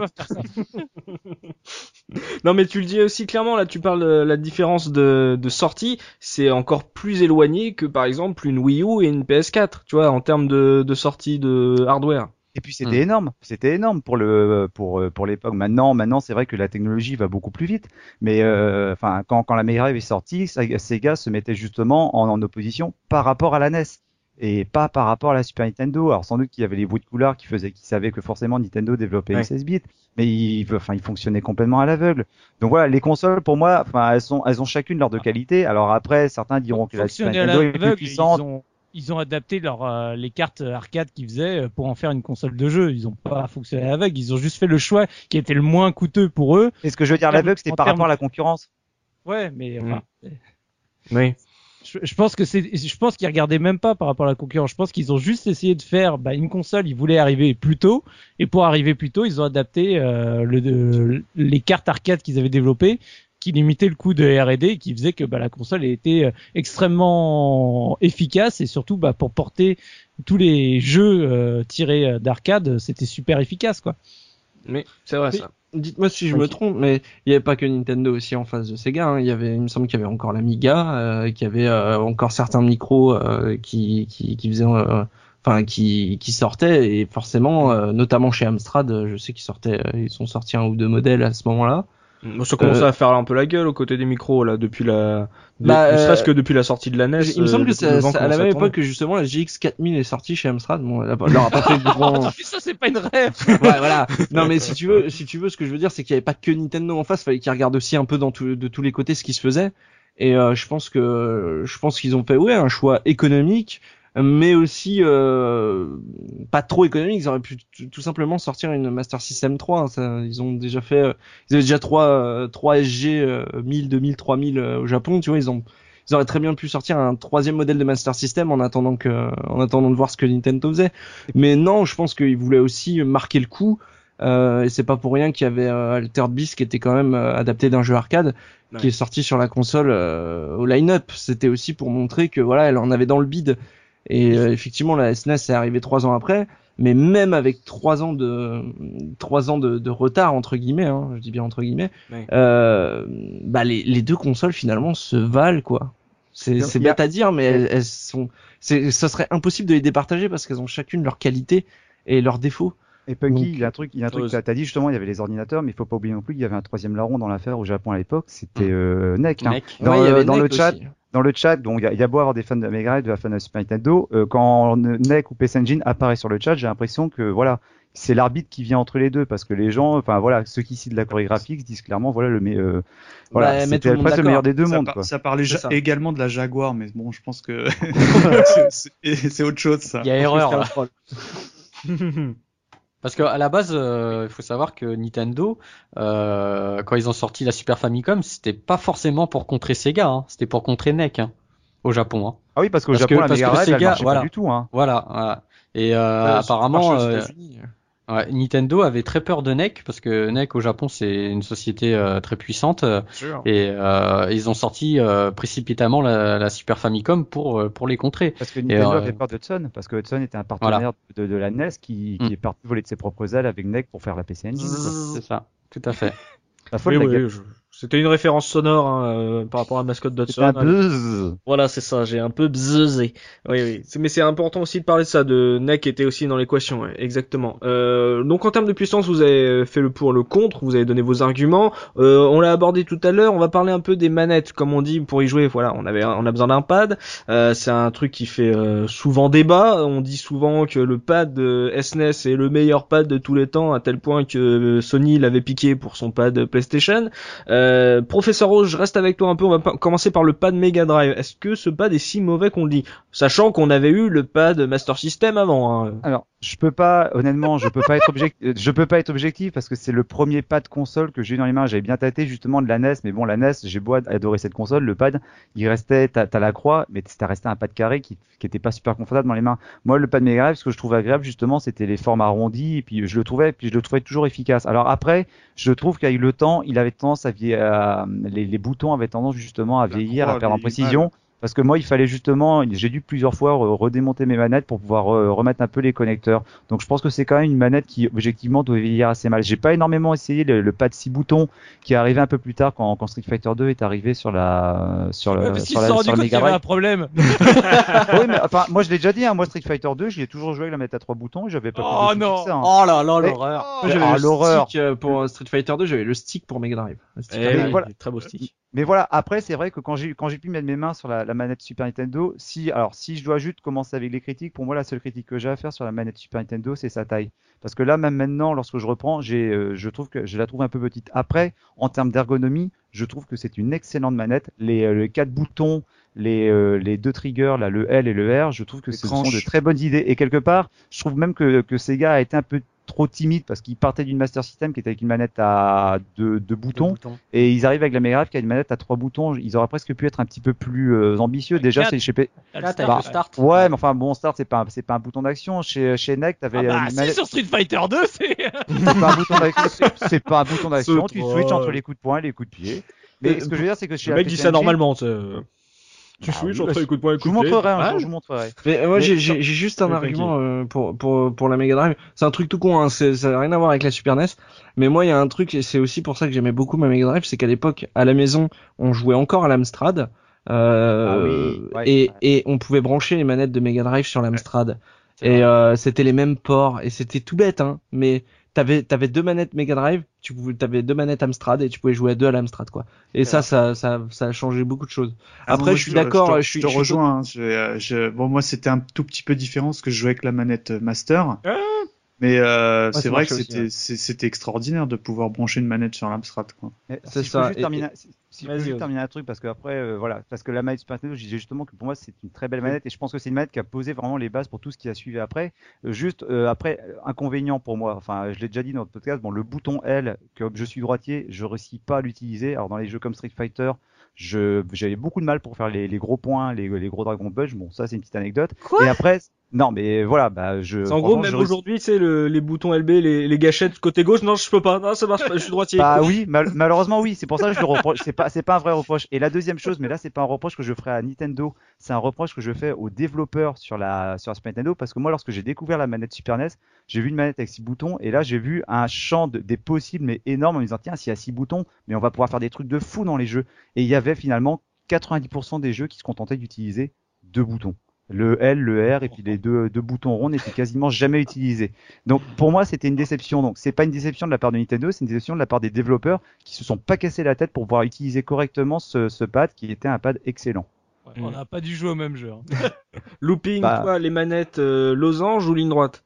Non mais tu le dis aussi clairement, là tu parles de la différence de, de sortie, c'est encore plus éloigné que par exemple une Wii U et une P S quatre, tu vois, en termes de, de sortie de hardware. Et puis c'était énorme, c'était énorme pour le pour pour l'époque. Maintenant, maintenant c'est vrai que la technologie va beaucoup plus vite, mais euh, enfin quand quand la Mega Drive est sortie, Sega se mettait justement en, en opposition par rapport à la N E S et pas par rapport à la Super Nintendo. Alors sans doute qu'il y avait les bruits de couleurs qui faisaient qu'ils savaient que forcément Nintendo développait Ouais. une seize bits, mais il enfin il fonctionnait complètement à l'aveugle. Donc voilà, les consoles pour moi, enfin elles sont elles ont chacune leur de qualité. Alors après certains diront que la Super Fonctionner à Nintendo est plus l'aveugle, puissante. ils ont, ils ont adapté leur, euh, les cartes arcade qu'ils faisaient euh, pour en faire une console de jeu. Ils ont pas fonctionné à l'aveugle, ils ont juste fait le choix qui était le moins coûteux pour eux. Et ce que je veux dire en termes- l'aveugle, c'était en par termes- rapport à la concurrence. Ouais, mais enfin, Oui. je, je pense que c'est, je pense qu'ils regardaient même pas par rapport à la concurrence. Je pense qu'ils ont juste essayé de faire bah, une console. Ils voulaient arriver plus tôt, et pour arriver plus tôt, ils ont adapté euh, le, de- les cartes arcade qu'ils avaient développées, qui limitaient le coût de R et D, et qui faisait que bah, la console était euh, extrêmement efficace, et surtout bah, pour porter tous les jeux euh, tirés d'arcade, c'était super efficace, quoi. Mais c'est vrai Mais- ça. Dites-moi si je me Ok. trompe, mais il n'y avait pas que Nintendo aussi en face de Sega. Hein. Il y avait, il me semble qu'il y avait encore l'Amiga, euh, qu'il y avait euh, encore certains micros euh, qui, qui, qui faisaient, euh, enfin qui, qui sortaient et forcément, euh, notamment chez Amstrad, je sais qu'ils sortaient, euh, ils sont sortis un ou deux modèles à ce moment-là. Moi, ça commençait Euh, à faire un peu la gueule aux côtés des micros là depuis la, Bah, ne serait-ce euh, que depuis la sortie de la N E S. il me semble euh, que depuis c'est le vent à la commence même tourner. époque que justement la G X quatre mille est sortie chez Amstrad. Bon, elle a pas- elle leur a pas fait de grand. ça, c'est pas une rêve. Ouais, voilà. Non, mais si tu veux, si tu veux, ce que je veux dire, c'est qu'il n'y avait pas que Nintendo en face. Fallait qu'ils regardent aussi un peu dans tout, de tous les côtés ce qui se faisait. Et euh, je pense que, je pense qu'ils ont fait ouais un choix économique, mais aussi euh, pas trop économique. Ils auraient pu t- tout simplement sortir une Master System trois. Hein. Ça, ils ont déjà fait, euh, ils avaient déjà trois, euh, trois S G euh, mille, deux mille, trois mille euh, au Japon. Tu vois, ils ont, ils auraient très bien pu sortir un troisième modèle de Master System en attendant que, en attendant de voir ce que Nintendo faisait. Mais non, je pense qu'ils voulaient aussi marquer le coup. Euh, et c'est pas pour rien qu'il y avait euh, Altered Beast qui était quand même euh, adapté d'un jeu arcade Ouais. qui est sorti sur la console euh, au line-up. C'était aussi pour montrer que voilà, elle en avait dans le bide. Et euh, effectivement, la S N E S est arrivée trois ans après. Mais même avec trois ans de trois ans de, de retard entre guillemets, hein, je dis bien entre guillemets, Ouais. euh, bah les, les deux consoles finalement se valent quoi. C'est Donc, c'est il y a- bête à dire, mais elles, elles sont, c'est, ça serait impossible de les départager parce qu'elles ont chacune leurs qualités et leurs défauts. Et Punky, Donc, il y a un truc, il y a un truc, ose. t'as t'as dit justement, il y avait les ordinateurs, mais il faut pas oublier non plus qu'il y avait un troisième larron dans l'affaire au Japon à l'époque, c'était euh, N E C. Hein. N E C. Dans, Ouais, il y le- avait dans N E le C chat, aussi. dans le chat, donc il y a, il y a beau avoir des fans de Mega Drive, des fans de Super Nintendo, euh, quand N E C ou P S Engine apparaît sur le chat, j'ai l'impression que voilà, c'est l'arbitre qui vient entre les deux, parce que les gens, enfin voilà, ceux qui citent la chorégraphie se disent clairement, voilà le, mais euh, voilà, Bah, mettre tout c'était le monde presque le d'accord. meilleur des deux ça, mondes. par- Quoi. ça parlait C'est ja- ça. également de la Jaguar, mais bon, je pense que c'est- c'est c'est autre chose ça. Il y a erreur là. Parce qu'à la base, il euh, faut savoir que Nintendo, euh, quand ils ont sorti la Super Famicom, c'était pas forcément pour contrer Sega, hein, c'était pour contrer N E C hein, au Japon. Hein. Ah oui, parce qu'au Parce Japon, que- la parce Mega que Drive, elle Sega, marchait voilà. pas du tout. Hein. Voilà, voilà. Et euh, Euh, apparemment, marché aux euh, États-Unis. ouais, Nintendo avait très peur de N E C parce que N E C au Japon c'est une société euh, très puissante euh, Sûr. et euh, ils ont sorti euh, précipitamment la, la Super Famicom pour euh, pour les contrer. Parce que Nintendo euh, avait peur de Hudson, parce que Hudson était un partenaire de, de la N E S qui, qui Mm. est parti voler de ses propres ailes avec N E C pour faire la P C Engine. quoi. C'est ça, tout à fait. La folle, Oui, la oui, gueule. je- C'était une référence sonore hein, euh, par rapport à la mascotte C'était d'Hudson. un buzz. Voilà, c'est ça, j'ai un peu bzzé. Oui, oui. C'est- Mais c'est important aussi de parler de ça, de N E C était aussi dans l'équation, ouais, exactement. Euh, donc en termes de puissance, vous avez fait le pour et le contre, vous avez donné vos arguments. Euh, on l'a abordé tout à l'heure, on va parler un peu des manettes, comme on dit, pour y jouer. Voilà, on avait, on a besoin d'un pad. Euh, c'est un truc qui fait euh, souvent débat. On dit souvent que le pad euh, S N E S est le meilleur pad de tous les temps, à tel point que Sony l'avait piqué pour son pad PlayStation. Euh, Professeur Rose, je reste avec toi un peu. On va pa- commencer par le pad Mega Drive. Est-ce que ce pad est si mauvais qu'on le dit, sachant qu'on avait eu le pad Master System avant hein. Alors, je peux pas, honnêtement, je peux pas être objectif, je peux pas être objectif parce que c'est le premier pad console que j'ai eu dans les mains. J'avais bien tâté justement de la N E S, mais bon, la N E S, j'ai beau adorer cette console, le pad, il restait, t'as, t'as la croix, mais ça restait un pad carré qui, qui était pas super confortable dans les mains. Moi, le pad Mega Drive, ce que je trouve agréable justement, c'était les formes arrondies, et puis je le trouvais, puis je le trouvais toujours efficace. Alors après, je trouve qu'avec le temps, il avait tendance à vieillir, à- les, les boutons avaient tendance justement à La vieillir, croix à perdre en vieillit précision. mal. Parce que moi, il fallait justement, j'ai dû plusieurs fois re- redémonter mes manettes pour pouvoir euh, remettre un peu les connecteurs. Donc je pense que c'est quand même une manette qui objectivement doit vieillir assez mal. J'ai pas énormément essayé le, le pad six boutons qui est arrivé un peu plus tard quand, quand Street Fighter deux est arrivé sur la sur Ouais, le parce qu'ils sur se la, sont rendus sur la compte qu'il y Mega avait un Drive. problème. Oui, mais enfin moi je l'ai déjà dit, hein, moi Street Fighter deux, j'y ai toujours joué avec la manette à trois boutons et j'avais pas Oh plus de soucis non. que ça, hein. Oh là là, Mais- l'horreur. Moi, j'avais Ah, le l'horreur. stick euh, pour euh, Street Fighter deux, j'avais le stick pour Mega Drive. Le stick Eh à oui, Mega voilà. très beau stick. Mais voilà, après c'est vrai que quand j'ai quand j'ai pu mettre mes mains sur la, la manette Super Nintendo, si alors si je dois juste commencer avec les critiques, pour moi la seule critique que j'ai à faire sur la manette Super Nintendo, c'est sa taille. Parce que là même maintenant, lorsque je reprends, j'ai euh, je trouve que je la trouve un peu petite. Après, en termes d'ergonomie, je trouve que c'est une excellente manette. Les euh, les quatre boutons, les euh, les deux triggers, là le L et le R, je trouve que Les ce sont tranches. de très bonnes idées. Et quelque part, je trouve même que que Sega a été un peu trop timide parce qu'il partait d'une Master System qui était avec une manette à deux, deux boutons. Et ils arrivent avec la Mega Drive qui a une manette à trois boutons. Ils auraient presque pu être un petit peu plus euh, ambitieux. Déjà, Quatre. c'est chez P... Là, t'as Bah, le start. Ouais, mais enfin, bon, Start, c'est pas, un- c'est pas un bouton d'action. Chez, chez N E C, t'avais Ah bah une si, manette. sur Street Fighter deux, c'est... C'est pas un bouton d'action. c'est- C'est pas un bouton d'action. C'est Tu trop. switches entre les coups de poing et les coups de pied. Mais Euh, ce que je veux dire, c'est que chez Le la mec P dit C ça Engine, normalement, tu sais. Tu Bah switches oui, entre bah, les coups de poing et les Je vous coups de pied. montrerai un Ouais. jour, je vous montrerai. Mais euh, moi Mais- j'ai j'ai j'ai juste un Oui, argument euh, pour pour pour la Mega Drive. C'est un truc tout con, hein. C'est ça n'a rien à voir avec la Super N E S. Mais moi il y a un truc et c'est aussi pour ça que j'aimais beaucoup ma Mega Drive, c'est qu'à l'époque à la maison on jouait encore à l'Amstrad. Euh, Ah oui, ouais. et et on pouvait brancher les manettes de Mega Drive sur l'Amstrad. C'est Et vrai. euh, c'était les mêmes ports et c'était tout bête, hein. Mais t'avais t'avais deux manettes Mega Drive, tu pouvais t'avais deux manettes Amstrad et tu pouvais jouer à deux à l'Amstrad quoi. Et ça, ça ça ça a changé beaucoup de choses. Ah, Après moi, je suis te- d'accord, te- je suis Je te je suis rejoins. hein. Je, euh, je- bon, moi, c'était un tout petit peu différent parce que je jouais avec la manette Master. Ah. Mais euh, ça c'est vrai que marchait aussi, c'était ouais. c'est- c'était extraordinaire de pouvoir brancher une manette sur l'Amstrad. Quoi. Eh, C'est si ça, Je peux juste et- terminer, si, si je peux Vas-y, juste vas-y. terminer un truc parce que après, euh, voilà, parce que la manette Super Nintendo, je disais justement que pour moi c'est une très belle manette et je pense que c'est une manette qui a posé vraiment les bases pour tout ce qui a suivi après. Euh, juste euh, après, euh, inconvénient pour moi, enfin, je l'ai déjà dit dans notre podcast, bon, le bouton L, comme je suis droitier, je réussis pas à l'utiliser. Alors dans les jeux comme Street Fighter, je j'avais beaucoup de mal pour faire les, les gros points, les, les gros Dragon Punch. Bon, ça c'est une petite anecdote. Quoi et après, non, mais voilà, bah je. C'est en gros, franchement, même je réussis- aujourd'hui, tu sais, le, les boutons L B, les, les gâchettes côté gauche, non, je peux pas, non, ça marche pas, je suis droitier. Bah oui, mal- malheureusement oui, c'est pour ça que je le reproche. C'est pas, c'est pas un vrai reproche. Et la deuxième chose, mais là c'est pas un reproche que je ferai à Nintendo, c'est un reproche que je fais aux développeurs sur la sur la Super Nintendo, parce que moi lorsque j'ai découvert la manette Super N E S, j'ai vu une manette avec six boutons et là j'ai vu un champ de- des possibles mais énorme en me disant tiens s'il y a six boutons, mais on va pouvoir faire des trucs de fou dans les jeux. Et il y avait finalement quatre-vingt-dix pour cent des jeux qui se contentaient d'utiliser deux boutons. Le L, le R et puis les deux, deux boutons ronds n'étaient quasiment jamais utilisés. Donc pour moi c'était une déception. Donc c'est pas une déception de la part de Nintendo, c'est une déception de la part des développeurs qui se sont pas cassés la tête pour pouvoir utiliser correctement ce, ce pad qui était un pad excellent. Ouais, on n'a pas dû jouer au même jeu. hein. Looping, Bah. toi, les manettes euh, losange ou ligne droite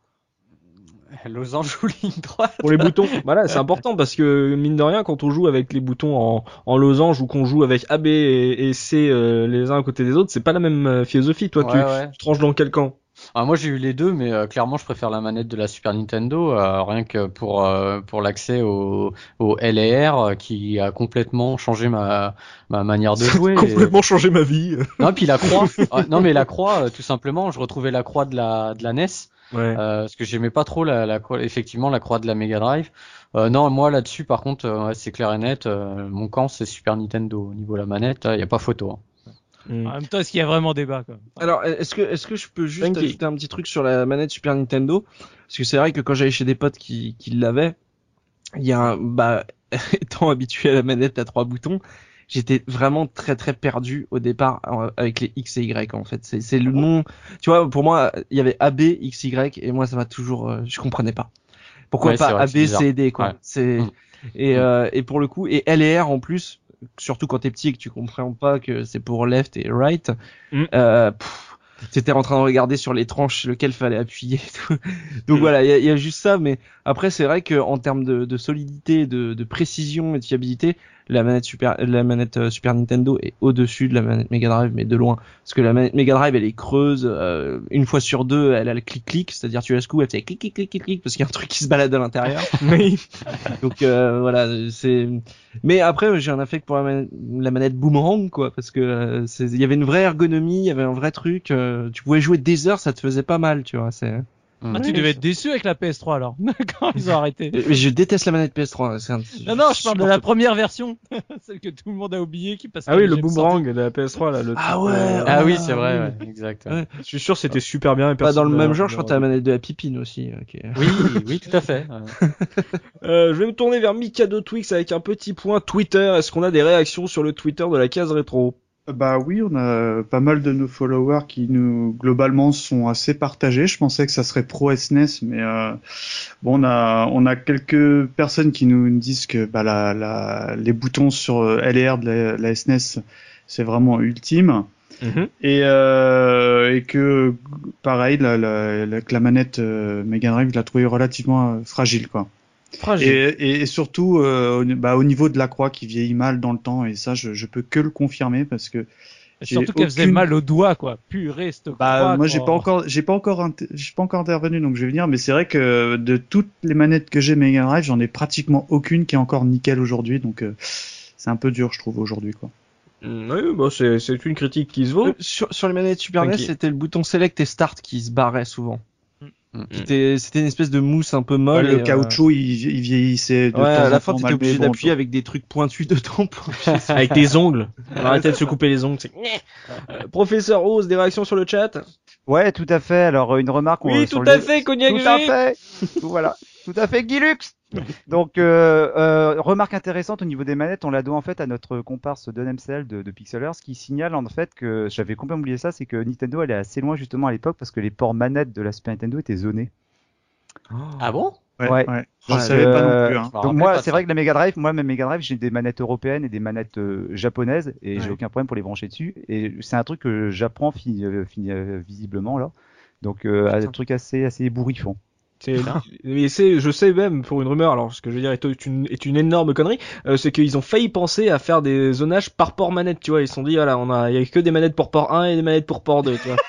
Losange ou ligne droite. pour les boutons. Voilà, c'est important parce que mine de rien, quand on joue avec les boutons en, en losange ou qu'on joue avec A, B et, et C euh, les uns à côté des autres, c'est pas la même euh, philosophie. Toi, Ouais, tu, ouais. tu tranches dans quel camp? Ah, moi j'ai eu les deux, mais euh, clairement je préfère la manette de la Super Nintendo, euh, rien que pour euh, pour l'accès au, au L A R euh, qui a complètement changé ma ma manière de jouer. Complètement changé ma vie. Non, puis la croix. Ah, non, mais la croix, euh, tout simplement, je retrouvais la croix de la de la N E S, Ouais. euh, parce que j'aimais pas trop la, la croix- effectivement la croix de la Mega Drive. Euh, non, moi là-dessus, par contre, euh, ouais, c'est clair et net. euh, mon camp, c'est Super Nintendo. Au niveau de la manette, il y a pas photo. Hein. Mm. En même temps, est-ce qu'il y a vraiment débat, quoi? Alors, est-ce que, est-ce que je peux juste Thank you. ajouter un petit truc sur la manette Super Nintendo? Parce que c'est vrai que quand j'allais chez des potes qui, qui l'avaient, il y a un, bah, étant habitué à la manette à trois boutons, j'étais vraiment très très perdu au départ euh, avec les X et Y en fait. C'est, c'est le nom, tu vois, pour moi, il y avait A B, X, Y, et moi ça m'a toujours, euh, je comprenais pas. Pourquoi Ouais, c'est pas vrai A que c'est B, bizarre. C, D, quoi. Ouais. C'est, Mm. et, euh, et pour le coup, et L et R en plus, surtout quand t'es petit et que tu comprends pas que c'est pour left et right, Mm. euh, pff, t'étais en train de regarder sur les tranches lequel fallait appuyer et tout. Donc Mm. voilà, il y a, y a juste ça, mais après c'est vrai que en termes de, de solidité, de, de précision et de fiabilité, la manette Super, la manette euh, Super Nintendo est au-dessus de la manette Mega Drive, mais de loin. Parce que la manette Mega Drive, elle est creuse, euh, une fois sur deux, elle a le clic-clic, c'est-à-dire tu la secoues, elle fait clic clic clic clic clic parce qu'il y a un truc qui se balade à l'intérieur. Oui. Donc euh, voilà, c'est. Mais après, j'ai un affect pour la manette, la manette Boomerang, quoi, parce que euh, c'est, il y avait une vraie ergonomie, il y avait un vrai truc. euh, tu pouvais jouer des heures, ça te faisait pas mal, tu vois. C'est. Ah, tu devais être déçu avec la P S trois alors, quand ils ont arrêté. Mais je déteste la manette P S trois. C'est un... Non, non, je parle de la première version, celle que tout le monde a oublié, qui passe. Ah oui, le boomerang de la P S trois là. Le Ah truc, ouais. euh, Ah oui, Ah, c'est vrai, oui. ouais, exact. Ouais. Ouais. Je suis sûr c'était super bien. Et Pas dans personne le n'a- même genre, je n'a- crois que t'as la manette de la Pipine aussi. euh, qui est- Oui, oui, tout à fait. Ouais. Euh, je vais me tourner vers Mikado Twix avec un petit point Twitter. Est-ce qu'on a des réactions sur le Twitter de la case rétro? Bah oui, on a pas mal de nos followers qui nous globalement sont assez partagés. Je pensais que ça serait pro S N E S, mais euh, bon, on a on a quelques personnes qui nous disent que bah la, la les boutons sur L et R de la, la S N E S c'est vraiment ultime. Mm-hmm. Et, euh, et que pareil, la, la, la, que la manette euh, Mega Drive, je la trouvais relativement euh, fragile, quoi. Fragile. Et, et, et surtout, euh, au, bah, au niveau de la croix qui vieillit mal dans le temps, et ça, je, je peux que le confirmer parce que Et surtout j'ai qu'elle faisait aucune- mal au doigt, quoi. Purée, cette bah, croix, moi, j'ai quoi. pas encore, j'ai pas encore, inter- j'ai pas encore intervenu, donc je vais venir. Mais c'est vrai que de toutes les manettes que j'ai Mega Drive, j'en ai pratiquement aucune qui est encore nickel aujourd'hui, donc euh, c'est un peu dur, je trouve, aujourd'hui, quoi. Mm, oui, bah c'est c'est une critique qui se vaut. Euh, sur, sur les manettes Super N E S, Tranquille. c'était le bouton Select et Start qui se barrait souvent. Mm. C'était, c'était une espèce de mousse un peu molle. Ouais, et, le euh, caoutchouc, il, il vieillissait de Ouais, temps à la en fin, temps t'étais mal, obligé mais bon, d'appuyer avec des trucs pointus dedans pour. Avec des ongles. On arrêtait de se couper les ongles. c'est- Euh, Professeur Rose, des réactions sur le chat? Ouais, tout à fait. Alors, euh, une remarque. Oui, euh, tout sur à le- fait, Cognac Tout à G. fait. Voilà. Tout à fait, Guilux. Donc, euh, euh, remarque intéressante au niveau des manettes, on la doit en fait à notre comparse Don M C L de, de Pixelers qui signale en fait que j'avais complètement oublié ça, c'est que Nintendo allait assez loin justement à l'époque parce que les ports manettes de la Super Nintendo étaient zonés. Ah bon? Ouais, Ouais. ouais. Je Donc, savais pas non euh, plus, hein. Je me Donc rappelle moi, pas de c'est ça. vrai que la Mega Drive, moi, même Mega Drive, j'ai des manettes européennes et des manettes euh, japonaises et j'ai Ouais. aucun problème pour les brancher dessus. Et c'est un truc que j'apprends fi- euh, fi- euh, visiblement là. Donc euh, un truc assez assez ébouriffant. C'est, mais c'est, je sais même pour une rumeur, alors ce que je veux dire est une, est une énorme connerie, euh, c'est qu'ils ont failli penser à faire des zonages par port manette, tu vois, ils se sont dit voilà, on a, il y a que des manettes pour port un et des manettes pour port deux, tu vois.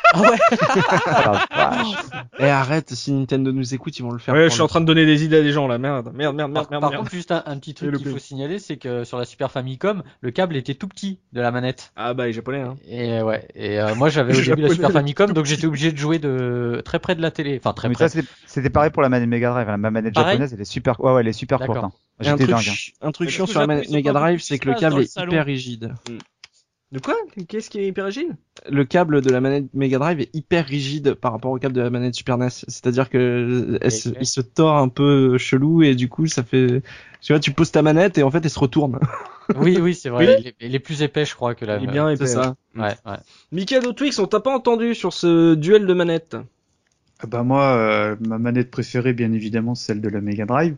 Ah, vache. Et arrête, si Nintendo nous écoute, ils vont le faire. Ouais, pour je suis en train de donner des idées à des gens là, merde, merde, merde, Par, merde, merde. par merde. contre, juste un, un petit truc le qu'il faut plus. signaler, c'est que sur la Super Famicom, le câble était tout petit de la manette. Ah bah les japonais, hein. Et ouais. Et euh, moi, j'avais au Les début la Japonais, Super tout Famicom, donc j'étais obligé de jouer de très près de la télé, enfin très Mais près. ça, c'était- c'était pareil pour la manette Mega Drive. hein. Ma manette Pareil japonaise, elle est super, ouais, ouais, elle est super D'accord. courte. hein. Et un J'étais truc, dingue. hein. chi- un truc Mais chiant du coup, sur la Japon, manette ils ont Mega pas Drive, beaucoup c'est que le d'espace câble dans le est salon. hyper rigide. De quoi? Qu'est-ce qui est hyper rigide? Le câble de la manette Mega Drive est hyper rigide par rapport au câble de la manette Super N E S. C'est-à-dire que elle se- Ok. il se tord un peu chelou et du coup ça fait, tu vois, tu poses ta manette et en fait elle se retourne. Oui, oui, c'est vrai. Il est, il est plus épais, je crois, que la. Il est bien épais. C'est ça. Ouais, ouais. Mikado Twix, on t'a pas entendu sur ce duel de manettes. Ah bah moi, euh, ma manette préférée, bien évidemment, c'est celle de la Mega Drive.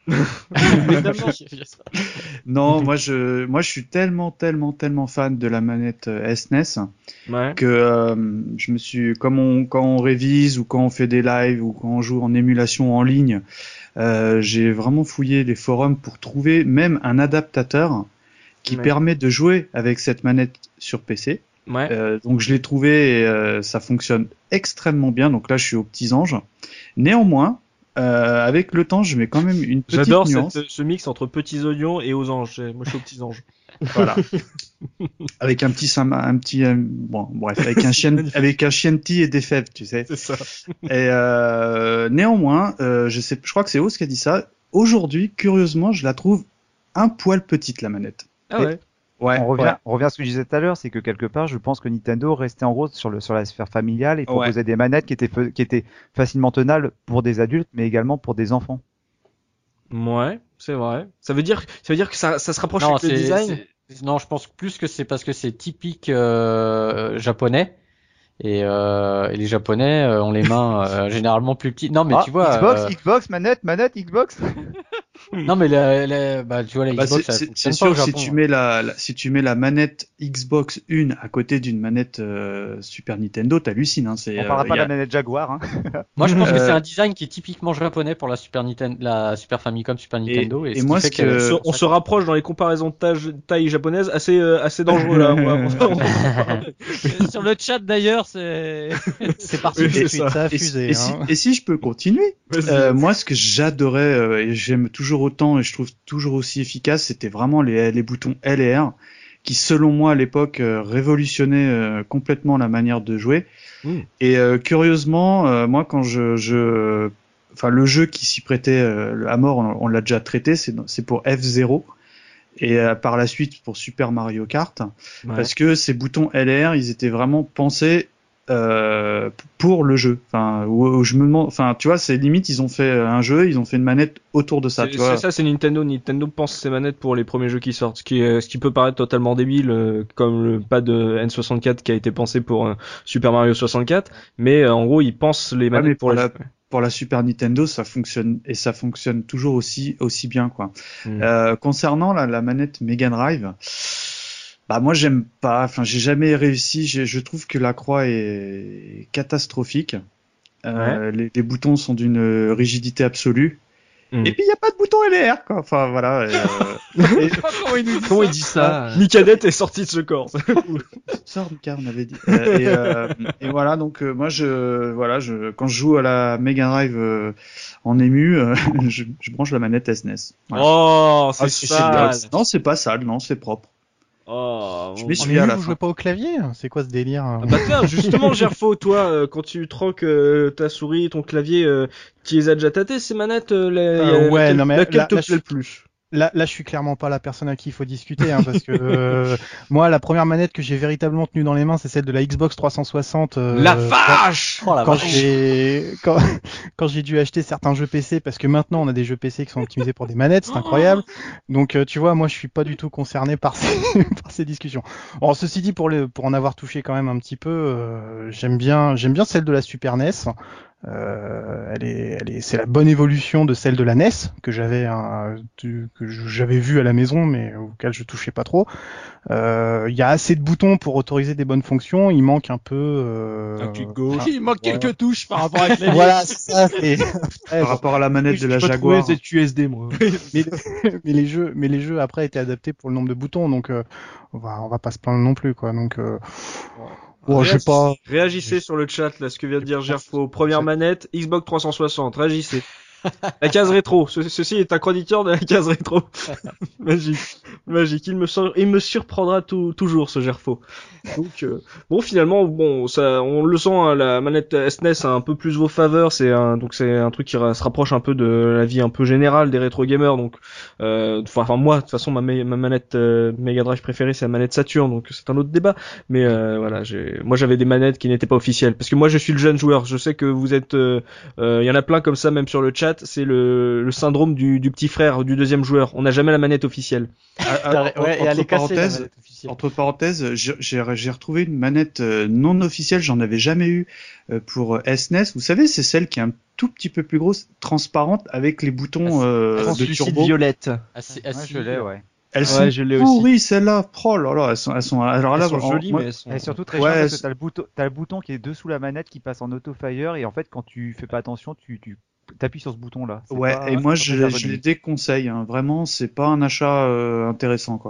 Non, moi je, moi je suis tellement, tellement, tellement fan de la manette euh, S N E S Ouais. que euh, je me suis, comme on, quand on révise ou quand on fait des lives ou quand on joue en émulation en ligne, euh, j'ai vraiment fouillé les forums pour trouver même un adaptateur qui Ouais. permet de jouer avec cette manette sur P C. Ouais. Euh, donc je l'ai trouvé et euh, ça fonctionne extrêmement bien. Donc là, je suis aux petits anges. Néanmoins, euh, avec le temps, je mets quand même une petite J'adore nuance. cette, ce mix entre petits oignons et aux anges. Moi, je suis aux petits anges. Voilà. Avec un petit sam- un petit euh, bon bref avec un chien avec un chientis et des fèves, tu sais. C'est ça. Et euh, néanmoins, euh, je sais, je crois que c'est Oz qui a dit ça. Aujourd'hui, curieusement, je la trouve un poil petite la manette. Ah ouais. Ouais. On revient, ouais. on revient à ce que je disais tout à l'heure, c'est que quelque part, je pense que Nintendo restait en gros sur le sur la sphère familiale et proposait Ouais. des manettes qui étaient fa- qui étaient facilement tenables pour des adultes, mais également pour des enfants. Ouais, c'est vrai. Ça veut dire, ça veut dire que ça, ça se rapproche Non, avec le c'est- design. c'est- non, je pense plus que c'est parce que c'est typique euh, japonais. Et, euh, et les Japonais euh, ont les mains euh, généralement plus petites. Non, mais Ah, tu vois. Xbox, euh, Xbox, manette, manette, Xbox. Non, mais la, la- bah, tu vois, la Bah, Xbox, c'est, ça c'est, fonctionne c'est pas au sûr si Japon. tu mets la, la si tu mets la manette Xbox une à côté d'une manette euh, Super Nintendo, t'hallucines. Hein, c'est, On parlera euh, pas y de a- la manette Jaguar. Hein. Moi, je pense que Euh, c'est un design qui est typiquement japonais pour la Super Nintendo, la Super Famicom, Super Et- Nintendo. et ce qui moi, fait ce que- On Euh, se, on se rapproche dans les comparaisons de taille, taille japonaise assez, euh, assez dangereux là. On va- on va- on va- Sur le chat d'ailleurs, c'est C'est parti Oui, tout de c'est suite, ça. ça a Et, fusé. et si, hein. et si je peux continuer, Vas-y. euh, moi ce que j'adorais euh, et j'aime toujours autant et je trouve toujours aussi efficace, c'était vraiment les, les boutons L et R qui selon moi à l'époque euh, révolutionnaient euh, complètement la manière de jouer. Mm. Et euh, curieusement, euh, moi quand je, je, enfin le jeu qui s'y prêtait euh, à mort, on, on l'a déjà traité, c'est c'est pour F zéro et euh, par la suite pour Super Mario Kart. Ouais. Parce que ces boutons L et R, ils étaient vraiment pensés euh, pour le jeu. Enfin, où, où je me demande, enfin, tu vois, c'est limite, ils ont fait un jeu, ils ont fait une manette autour de ça. C'est Tu vois. c'est ça, c'est Nintendo. Nintendo pense ses manettes pour les premiers jeux qui sortent, ce qui, est, ce qui peut paraître totalement débile, euh, comme le pad de N soixante-quatre qui a été pensé pour euh, Super Mario soixante-quatre. Mais euh, en gros, ils pensent les Ouais, manettes mais pour, pour les la, pour la Super Nintendo, ça fonctionne et ça fonctionne toujours aussi aussi bien, quoi. Mm. Euh, concernant la, la manette Mega Drive. Bah moi j'aime pas, enfin j'ai jamais réussi, je, je trouve que la croix est catastrophique. Euh, les, les boutons sont d'une rigidité absolue. Mm. Et puis il y a pas de bouton L R quoi. Enfin voilà. Et, euh, et- Comment il nous dit, Comment il dit ça Micadette est sorti de ce corps. ça, Ricard, on avait dit. Euh, et, euh, et voilà donc euh, moi je voilà je quand je joue à la Mega Drive euh, en ému, euh, je, je branche la manette S N E S. Voilà. Oh, c'est Ah, sale. non c'est pas sale, non c'est propre. Oh, Je bon. m'y En suis à ému, la vous fin. jouez pas au clavier? C'est quoi ce délire? Ah bah tiens, justement, Gerfo, toi, euh, quand tu troques euh, ta souris, ton clavier, euh, tu les as déjà tâtés ces manettes euh, la- Euh, y a- ouais, laquelle, non, mais laquelle là- te là, plaît je- le plus? Là, là, je suis clairement pas la personne à qui il faut discuter, hein, parce que euh, moi, la première manette que j'ai véritablement tenue dans les mains, c'est celle de la Xbox trois cent soixante. euh, La vache. Oh la quand vache. j'ai quand, quand j'ai dû acheter certains jeux P C, parce que maintenant on a des jeux P C qui sont optimisés pour des manettes, c'est incroyable. Donc euh, tu vois, moi je suis pas du tout concerné par ces, par ces discussions. Bon, ceci dit, pour le pour en avoir touché quand même un petit peu, euh, j'aime bien j'aime bien celle de la Super N E S. Euh, elle est, elle est, c'est la bonne évolution de celle de la N E S que j'avais, hein, du- que j'avais vue à la maison, mais auquel je touchais pas trop. Euh, Il y a assez de boutons pour autoriser des bonnes fonctions. Il manque un peu. Euh, Un clic gauche. Il manque voilà. quelques touches par rapport à la clavier. Voilà, c'est ça. C'est... Par rapport à la manette de la je peux Jaguar. trouver cette U S D moi. mais, mais les jeux, mais les jeux après étaient adaptés pour le nombre de boutons, donc euh, on va, on va pas se plaindre non plus, quoi. Donc, euh, bon, je sais pas. Réagissez sur le chat, là, ce que vient de dire Gerfo. Première manette, Xbox trois cent soixante. Réagissez. La case rétro. Ce- ceci est un chroniqueur de la case rétro. Magique. Magique. Il me, sur- il me surprendra tout- toujours, ce Gerfo. Donc, euh, bon, finalement, bon, ça, on le sent, hein, la manette S N E S a un peu plus vos faveurs. C'est un, donc c'est un truc qui ra- se rapproche un peu de la vie un peu générale des rétro gamers. Donc, euh, enfin, enfin, moi, de toute façon, ma, ma ma manette euh, Mega Drive préférée, c'est la manette Saturn. Donc, c'est un autre débat. Mais euh, voilà, j'ai, moi, j'avais des manettes qui n'étaient pas officielles. Parce que moi, je suis le jeune joueur. Je sais que vous êtes, il euh, euh, y en a plein comme ça, même sur le chat. C'est le, le syndrome du, du petit frère, du deuxième joueur. On n'a jamais la manette officielle. Ah, ah, en- Ouais, et elle entre est cassée, la parenthèses, manette officielle. entre parenthèses, j'ai- j'ai j'ai retrouvé une manette euh, non officielle, j'en avais jamais eu euh, pour euh, S N E S. Vous savez, c'est celle qui est un tout petit peu plus grosse, transparente, avec les boutons euh, de Translucide turbo. violette. Assez, Ouais, assez- je l'ai, ouais. Elles Ouais, sont je l'ai aussi. pourries, celles-là. Oh là là, elles sont, elles sont. Alors là, Elles sont en- jolies, moi- mais elles sont... Et surtout très Ouais, chiant parce c'est- que t'as le bouton, t'as le bouton qui est dessous la manette qui passe en auto fire et en fait quand tu fais pas attention, tu, tu t'appuies sur ce bouton là. Ouais, et moi je, je les déconseille. Hein. Vraiment, c'est pas un achat euh, intéressant, quoi.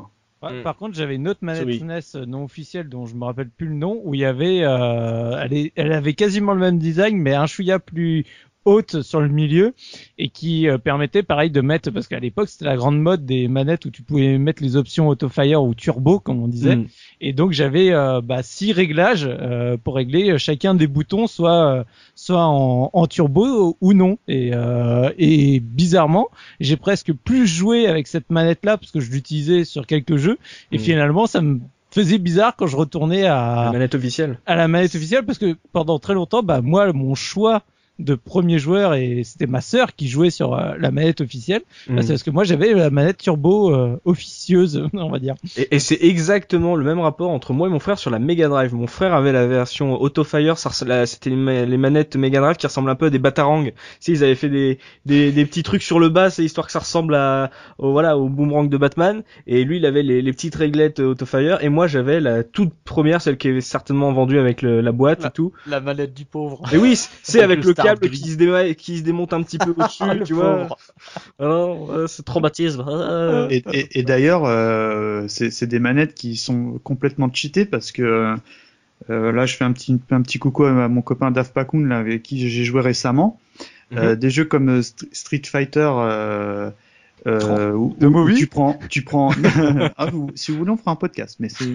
Ouais, Mm. Par contre, j'avais une autre manette Oui. S N E S non officielle dont je me rappelle plus le nom, où il y avait, euh, elle, est, elle avait quasiment le même design, mais un chouïa plus haute sur le milieu et qui euh, permettait pareil de mettre, parce qu'à l'époque c'était la grande mode des manettes où tu pouvais mettre les options auto-fire ou turbo comme on disait, Mm. et donc j'avais euh, bah, six réglages euh, pour régler chacun des boutons, soit euh, soit en, en turbo ou non, et, euh, et bizarrement j'ai presque plus joué avec cette manette là parce que je l'utilisais sur quelques jeux, et Mm. finalement ça me faisait bizarre quand je retournais à La manette officielle. à la manette officielle, parce que pendant très longtemps, bah moi, mon choix de premier joueur, et c'était ma sœur qui jouait sur euh, la manette officielle, Mm. bah, c'est parce que moi j'avais la manette turbo euh, officieuse, on va dire. Et, et c'est exactement le même rapport entre moi et mon frère sur la Mega Drive. Mon frère avait la version Auto-Fire, ça res- la- c'était les, ma- les manettes Mega Drive qui ressemblent un peu à des batarangs. Tu sais, ils avaient fait des, des, des petits trucs sur le bas, c'est histoire que ça ressemble à, au, voilà, au boomerang de Batman. Et lui, il avait les, les petites réglettes Auto-Fire, et moi j'avais la toute première, celle qui est certainement vendue avec le, la boîte et tout. La manette du pauvre. Et oui, c'est avec le le Star câble gris. qui se, dé- qui se démonte un petit peu au-dessus, Ah, le tu vois. pauvre. Alors, euh, c'est traumatisme. Ah. Et, et, et d'ailleurs, euh, c'est c'est des manettes qui sont complètement cheatées parce que euh, là, je fais un petit un petit coucou à mon copain Dave Pakoun là avec qui j'ai joué récemment. Euh, des jeux comme euh, St- Street Fighter. Euh, euh, où, De où movie tu prends, tu prends. Ah, vous- si vous voulez, on fera un podcast. Mais c'est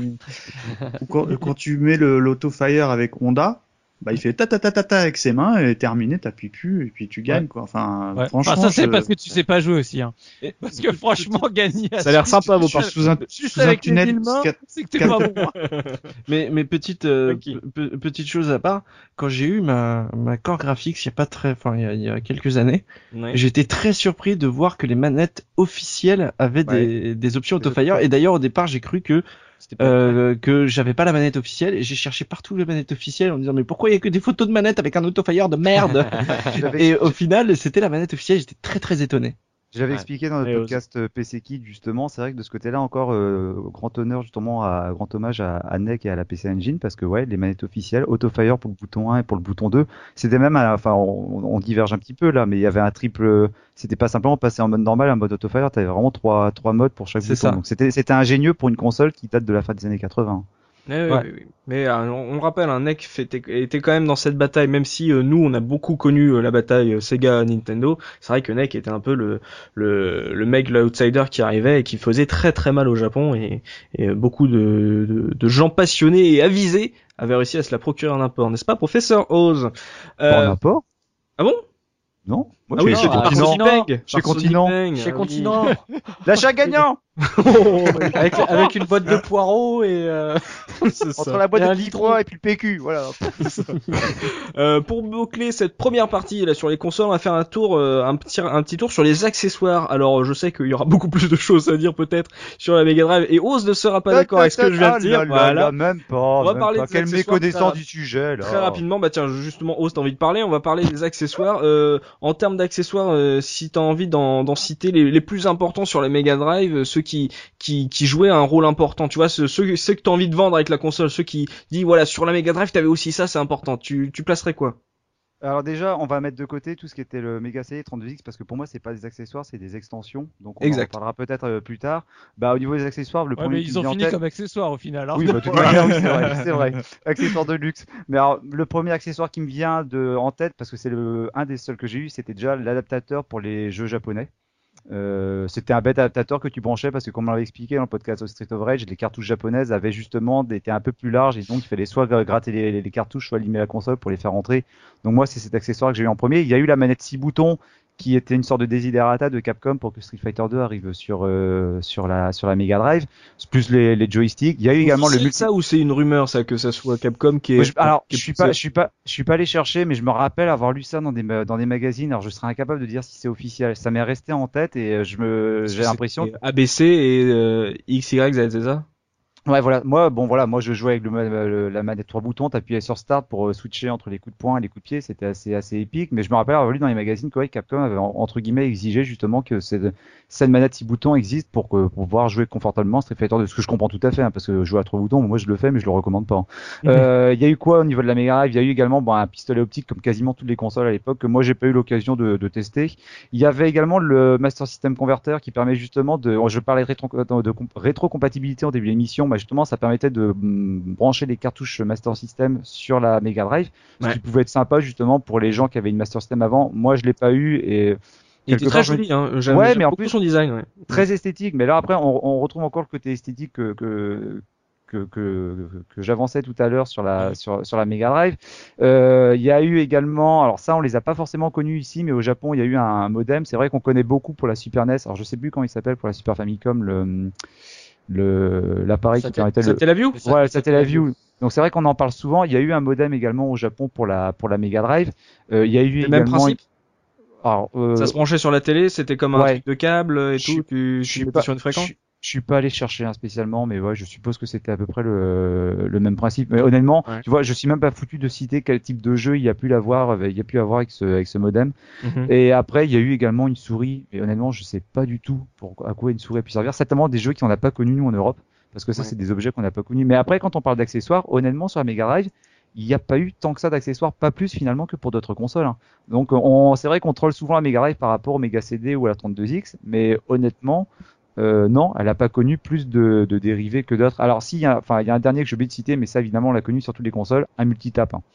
ou quand, quand tu mets le l'auto-fire avec Honda, bah il fait ta ta ta ta ta avec ses mains et terminé, t'appuies plus et puis tu gagnes Ouais. quoi. Enfin, Ouais. franchement, Enfin, ça c'est je- parce que tu sais pas jouer aussi, hein. Et- Parce que franchement, gagner à Ça a l'air Switch, sympa, vos juste- parties. sous un, juste sous un avec les tunnel. mille mains, quatre- c'est que t'es pas bon. hein. Mais, mais petite, euh, Ok. pe- pe- petite chose à part, quand j'ai eu ma, ma Core Graphics il y a pas très, enfin, il y a, il y a quelques années, Ouais. j'étais très surpris de voir que les manettes officielles avaient des, des options auto-fire. Et d'ailleurs, au départ, j'ai cru que, C'était pas- euh, que j'avais pas la manette officielle, et j'ai cherché partout les manettes officielles en me disant, mais pourquoi il y a que des photos de manettes avec un auto-fire de merde? Je l'avais- Et au final, c'était la manette officielle, j'étais très très étonné. Je l'avais Ouais. expliqué dans Et notre aussi- podcast euh, P C Kit justement, c'est vrai que de ce côté-là encore euh, grand honneur justement à grand hommage à, à N E C et à la P C Engine parce que ouais les manettes officielles Autofire pour le bouton un et pour le bouton deux, c'était même à- enfin on, on diverge un petit peu là mais il y avait un triple, c'était pas simplement passer en mode normal, en mode Autofire, t'avais vraiment trois trois modes pour chaque C'est bouton. ça. Donc c'était c'était ingénieux pour une console qui date de la fin des années quatre-vingts. Ouais, ouais, Ouais. ouais, ouais. Mais euh, on, on le rappelle, un N E C fait, était quand même dans cette bataille, même si euh, nous on a beaucoup connu euh, la bataille euh, Sega Nintendo. C'est vrai que N E C était un peu le le, le mec, l'outsider qui arrivait et qui faisait très très mal au Japon, et, et beaucoup de, de, de gens passionnés et avisés avaient réussi à se la procurer en import, n'est-ce pas, professeur Oz? Pour Euh, import ah bon? Non. Moi, Ah oui, chez- chez chez par Continent. Sony Peng. Chez Par Sony Continent. Peng, Chez ah oui. Continent. L'achat gagnant avec, avec une boîte de poireaux et euh... C'est ça. entre la boîte Et de un petits litron. pois et puis le P Q, voilà. Euh, pour boucler cette première partie là sur les consoles, on va faire un tour, euh, un petit, un petit tour sur les accessoires. Alors, je sais qu'il y aura beaucoup plus de choses à dire peut-être sur la Mega Drive, et Oz ne sera pas d'accord avec ce que je viens de Ah dire. là là Voilà. là, même pas. On va même parler pas. des Quelle accessoires méconnaissance très du sujet là. Très rapidement, bah tiens, justement, Oz, t'as envie de parler, on va parler des accessoires. Euh, en termes d'accessoires, euh, si t'as envie d'en, d'en citer les, les plus importants sur la Mega Drive, euh, ceux qui, qui, qui jouaient un rôle important, tu vois, ceux, ceux, ceux que t'as envie de vendre avec la console, ceux qui disent, voilà, sur la Mega Drive, t'avais aussi ça, c'est important. Tu, tu placerais quoi? Alors déjà, on va mettre de côté tout ce qui était le Mega C D trente-deux X parce que pour moi, c'est pas des accessoires, c'est des extensions. Donc on Exact. en parlera peut-être euh, plus tard. Bah au niveau des accessoires, le Ouais, premier mais qui ils me ont vient en fini tête- comme accessoire au final. hein. Oui, bah, de toute manière, oui, c'est vrai, c'est vrai. Accessoire de luxe. Mais alors, le premier accessoire qui me vient de, en tête, parce que c'est le, un des seuls que j'ai eu, c'était déjà l'adaptateur pour les jeux japonais. Euh, c'était un bête adaptateur que tu branchais parce que comme on l'avait expliqué dans le podcast of Street of Rage, les cartouches japonaises avaient justement des- étaient un peu plus larges et donc il fallait soit gratter les, les- les cartouches, soit allumer la console pour les faire rentrer. Donc moi, c'est cet accessoire que j'ai eu en premier. Il y a eu la manette six boutons qui était une sorte de desiderata de Capcom pour que Street Fighter deux arrive sur euh, sur la sur la Mega Drive, plus les, les joysticks. Il y a eu également le C'est multi. ça, ou c'est une rumeur, ça, que ça soit Capcom qui est... Moi, je- alors, qui est je suis poussé- pas, je suis pas, je suis pas allé chercher, mais je me rappelle avoir lu ça dans des ma- dans des magazines. Alors, je serais incapable de dire si c'est officiel. Ça m'est resté en tête et euh, je me, j'ai l'impression. A B C et euh, X Y Z, c'est ça? Ouais, voilà. Moi, bon, voilà, moi, je jouais avec le, le- la manette trois boutons. T'appuyais sur Start pour euh, switcher entre les coups de poing et les coups de pied. C'était assez, assez épique. Mais je me rappelle avoir lu dans les magazines que ouais, Capcom avait en- entre guillemets exigé justement que cette, cette manette six boutons existe pour que pour pouvoir jouer confortablement Street Fighter deux. Ce que je comprends tout à fait, hein, parce que jouer à trois boutons, moi, je le fais, mais je le recommande pas. hein. Euh, Il y a eu quoi au niveau de la Mega Drive? Il y a eu également bon, un pistolet optique comme quasiment toutes les consoles à l'époque que moi, j'ai pas eu l'occasion de, de tester. Il y avait également le Master System Converter qui permet justement de, je parlais de, rétro, de, de rétrocompatibilité en début d'émission, bah justement ça permettait de mm, brancher les cartouches Master System sur la Mega Drive, ce Ouais. qui pouvait être sympa justement pour les gens qui avaient une Master System avant. Moi je l'ai pas eu et Il était quelque très part, je me- joli, hein. J'aime, Ouais, j'aime mais en beaucoup plus- son design, ouais. très esthétique, mais là après on, on retrouve encore le côté esthétique que que que, que, que j'avançais tout à l'heure sur la sur sur la Mega Drive. Euh, Il y a eu également, alors ça on les a pas forcément connus ici, mais au Japon il y a eu un, un modem. C'est vrai qu'on connaît beaucoup pour la Super N E S. Alors je sais plus comment il s'appelle pour la Super Famicom, le le l'appareil qui Satel- permettait le C'était la view? Ça- ouais, ça- c'était la View. Donc c'est vrai qu'on en parle souvent. Il y a eu un modem également au Japon pour la pour la Mega Drive. Euh, il y a eu Le même également. principe? Alors, euh, Ça se branchait sur la télé, c'était comme un ouais. truc de câble et Je- tout, tu, je tu suis mettais pas, sur une fréquence? je, je suis pas allé chercher un spécialement, mais ouais, je suppose que c'était à peu près le, le même principe. Mais honnêtement, Ouais. tu vois, je suis même pas foutu de citer quel type de jeu il y a pu l'avoir, il y a pu avoir avec ce, avec ce modem. Mhm. Et après, il y a eu également une souris. Et honnêtement, je sais pas du tout pour à quoi une souris a pu servir. Certainement des jeux qu'on n'a pas connus nous en Europe, parce que ça, Ouais. c'est des objets qu'on n'a pas connus. Mais après, quand on parle d'accessoires, honnêtement, sur la Mega Drive, il n'y a pas eu tant que ça d'accessoires, pas plus finalement que pour d'autres consoles. hein. Donc, on, c'est vrai qu'on troll souvent la Mega Drive par rapport au Mega C D ou à la trente-deux X, mais honnêtement, euh, non, elle n'a pas connu plus de, de dérivés que d'autres. Alors, si, il y a, enfin, il y a un dernier que j'ai oublié de citer, mais ça, évidemment, on l'a connu sur toutes les consoles, un multitap. hein.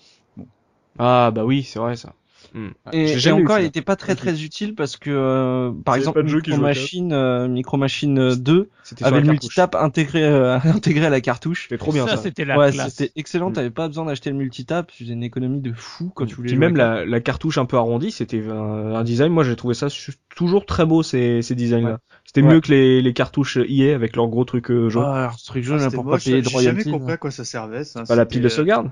Ah, bah oui, c'est vrai, ça. Hmm. Et, J'ai et jamais eu encore, ça. il était pas très très utile parce que, euh, par J'avais exemple, pas de jeu qui Micro jouait à Machine, euh, Micro Machine deux C'était sur avait la le cartouche. multitap intégré, euh, intégré à la cartouche. C'était trop bien, ça, ça. c'était la Ouais, classe. c'était excellent. Mm. T'avais pas besoin d'acheter le multitap. Tu faisais une économie de fou quand tu voulais Puis jouer même avec la, la cartouche un peu arrondie, c'était un, un design, moi j'ai trouvé ça su- toujours très beau, ces, ces designs-là. Ouais. C'était Ouais. mieux que les, les cartouches I A avec leurs gros trucs euh, ça. jaunes. Ah, alors, ce truc Ah, jaune, là, c'était pour pas moche, payer de j'ai jamais royalties. compris à quoi ça servait, ça. Pas la C'était, pile de euh, sauvegarde?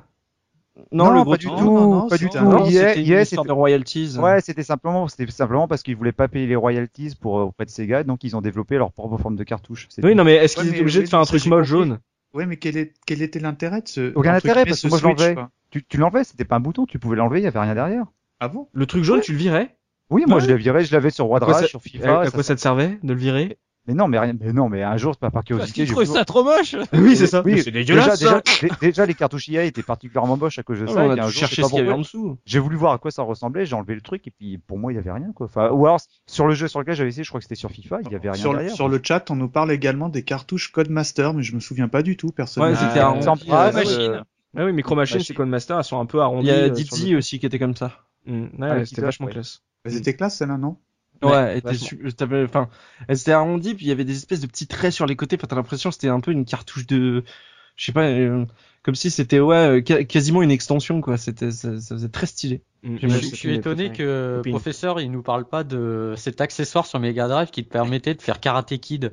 Non, le gros pas du truc. tout, non, non, pas c'est du tout. un- Non, I A, c'était I A, une histoire c'était- de royalties. Ouais, c'était simplement, c'était simplement parce qu'ils voulaient pas payer les royalties pour auprès de Sega, donc ils ont développé leur propre forme de cartouche. C'est Oui, tout. non, mais est-ce Ouais, qu'ils mais étaient obligés oui, de faire un ça, truc j'ai moche compris. jaune? Ouais, mais quel, est, quel était l'intérêt de ce. Aucun entre intérêt, guillemets, parce ce que moi je switch, l'enlevais. quoi. Tu, tu l'enlevais, c'était pas un bouton, tu pouvais l'enlever, il y avait rien derrière. Ah bon? Le truc jaune, Ouais. tu le virais? Oui, moi Ouais. je l'ai viré, je l'avais sur À quoi Wadrage, ça- sur À, FIFA. à ça- quoi ça te servait de le virer? Mais non, mais rien, mais non, mais un jour, c'est pas par Parce curiosité, qu'il j'ai trouvait voulu- ça trop moche. Oui, c'est ça. Oui, Mais c'est dégueulasse, déjà, ça. déjà, dé- déjà, les cartouches I A étaient particulièrement moches à cause de Ah, ça. on et a puis un tout jour, je cherché sais pas ce qu'il y avait pourquoi, en dessous. j'ai voulu voir à quoi ça ressemblait, j'ai enlevé le truc et puis pour moi il y avait rien quoi. Enfin, ou alors sur le jeu sur lequel j'avais essayé, je crois que c'était sur FIFA, il y avait rien Sur, le- derrière. sur le chat, on nous parle également des cartouches Codemaster, mais je me souviens pas du tout, personnellement. Ouais, c'était Ah, arrondi. Sans euh, phrase, machine. euh, Ah oui, Micro Machine, Machine. c'est Codemaster, elles sont un peu Il arrondies. y a euh, sur Dizzy le- aussi qui était comme ça. Hmm, Ah, Ouais, le c'était Titoff, vachement ouais. classe. Elles étaient classe, celles-là, non? Ouais, Ouais, elle était vachement. su- t'avais- enfin, elle s'était arrondie, puis il y avait des espèces de petits traits sur les côtés. Enfin, t'as l'impression que c'était un peu une cartouche de, je sais pas, euh, comme si c'était ouais, euh, ca- quasiment une extension quoi. C'était, ça, ça faisait très stylé. Hmm, Je, ouais, je c'était suis mes étonné préférés. que Copine. professeur il nous parle pas de cet accessoire sur Mega Drive qui te permettait de faire Karate Kid.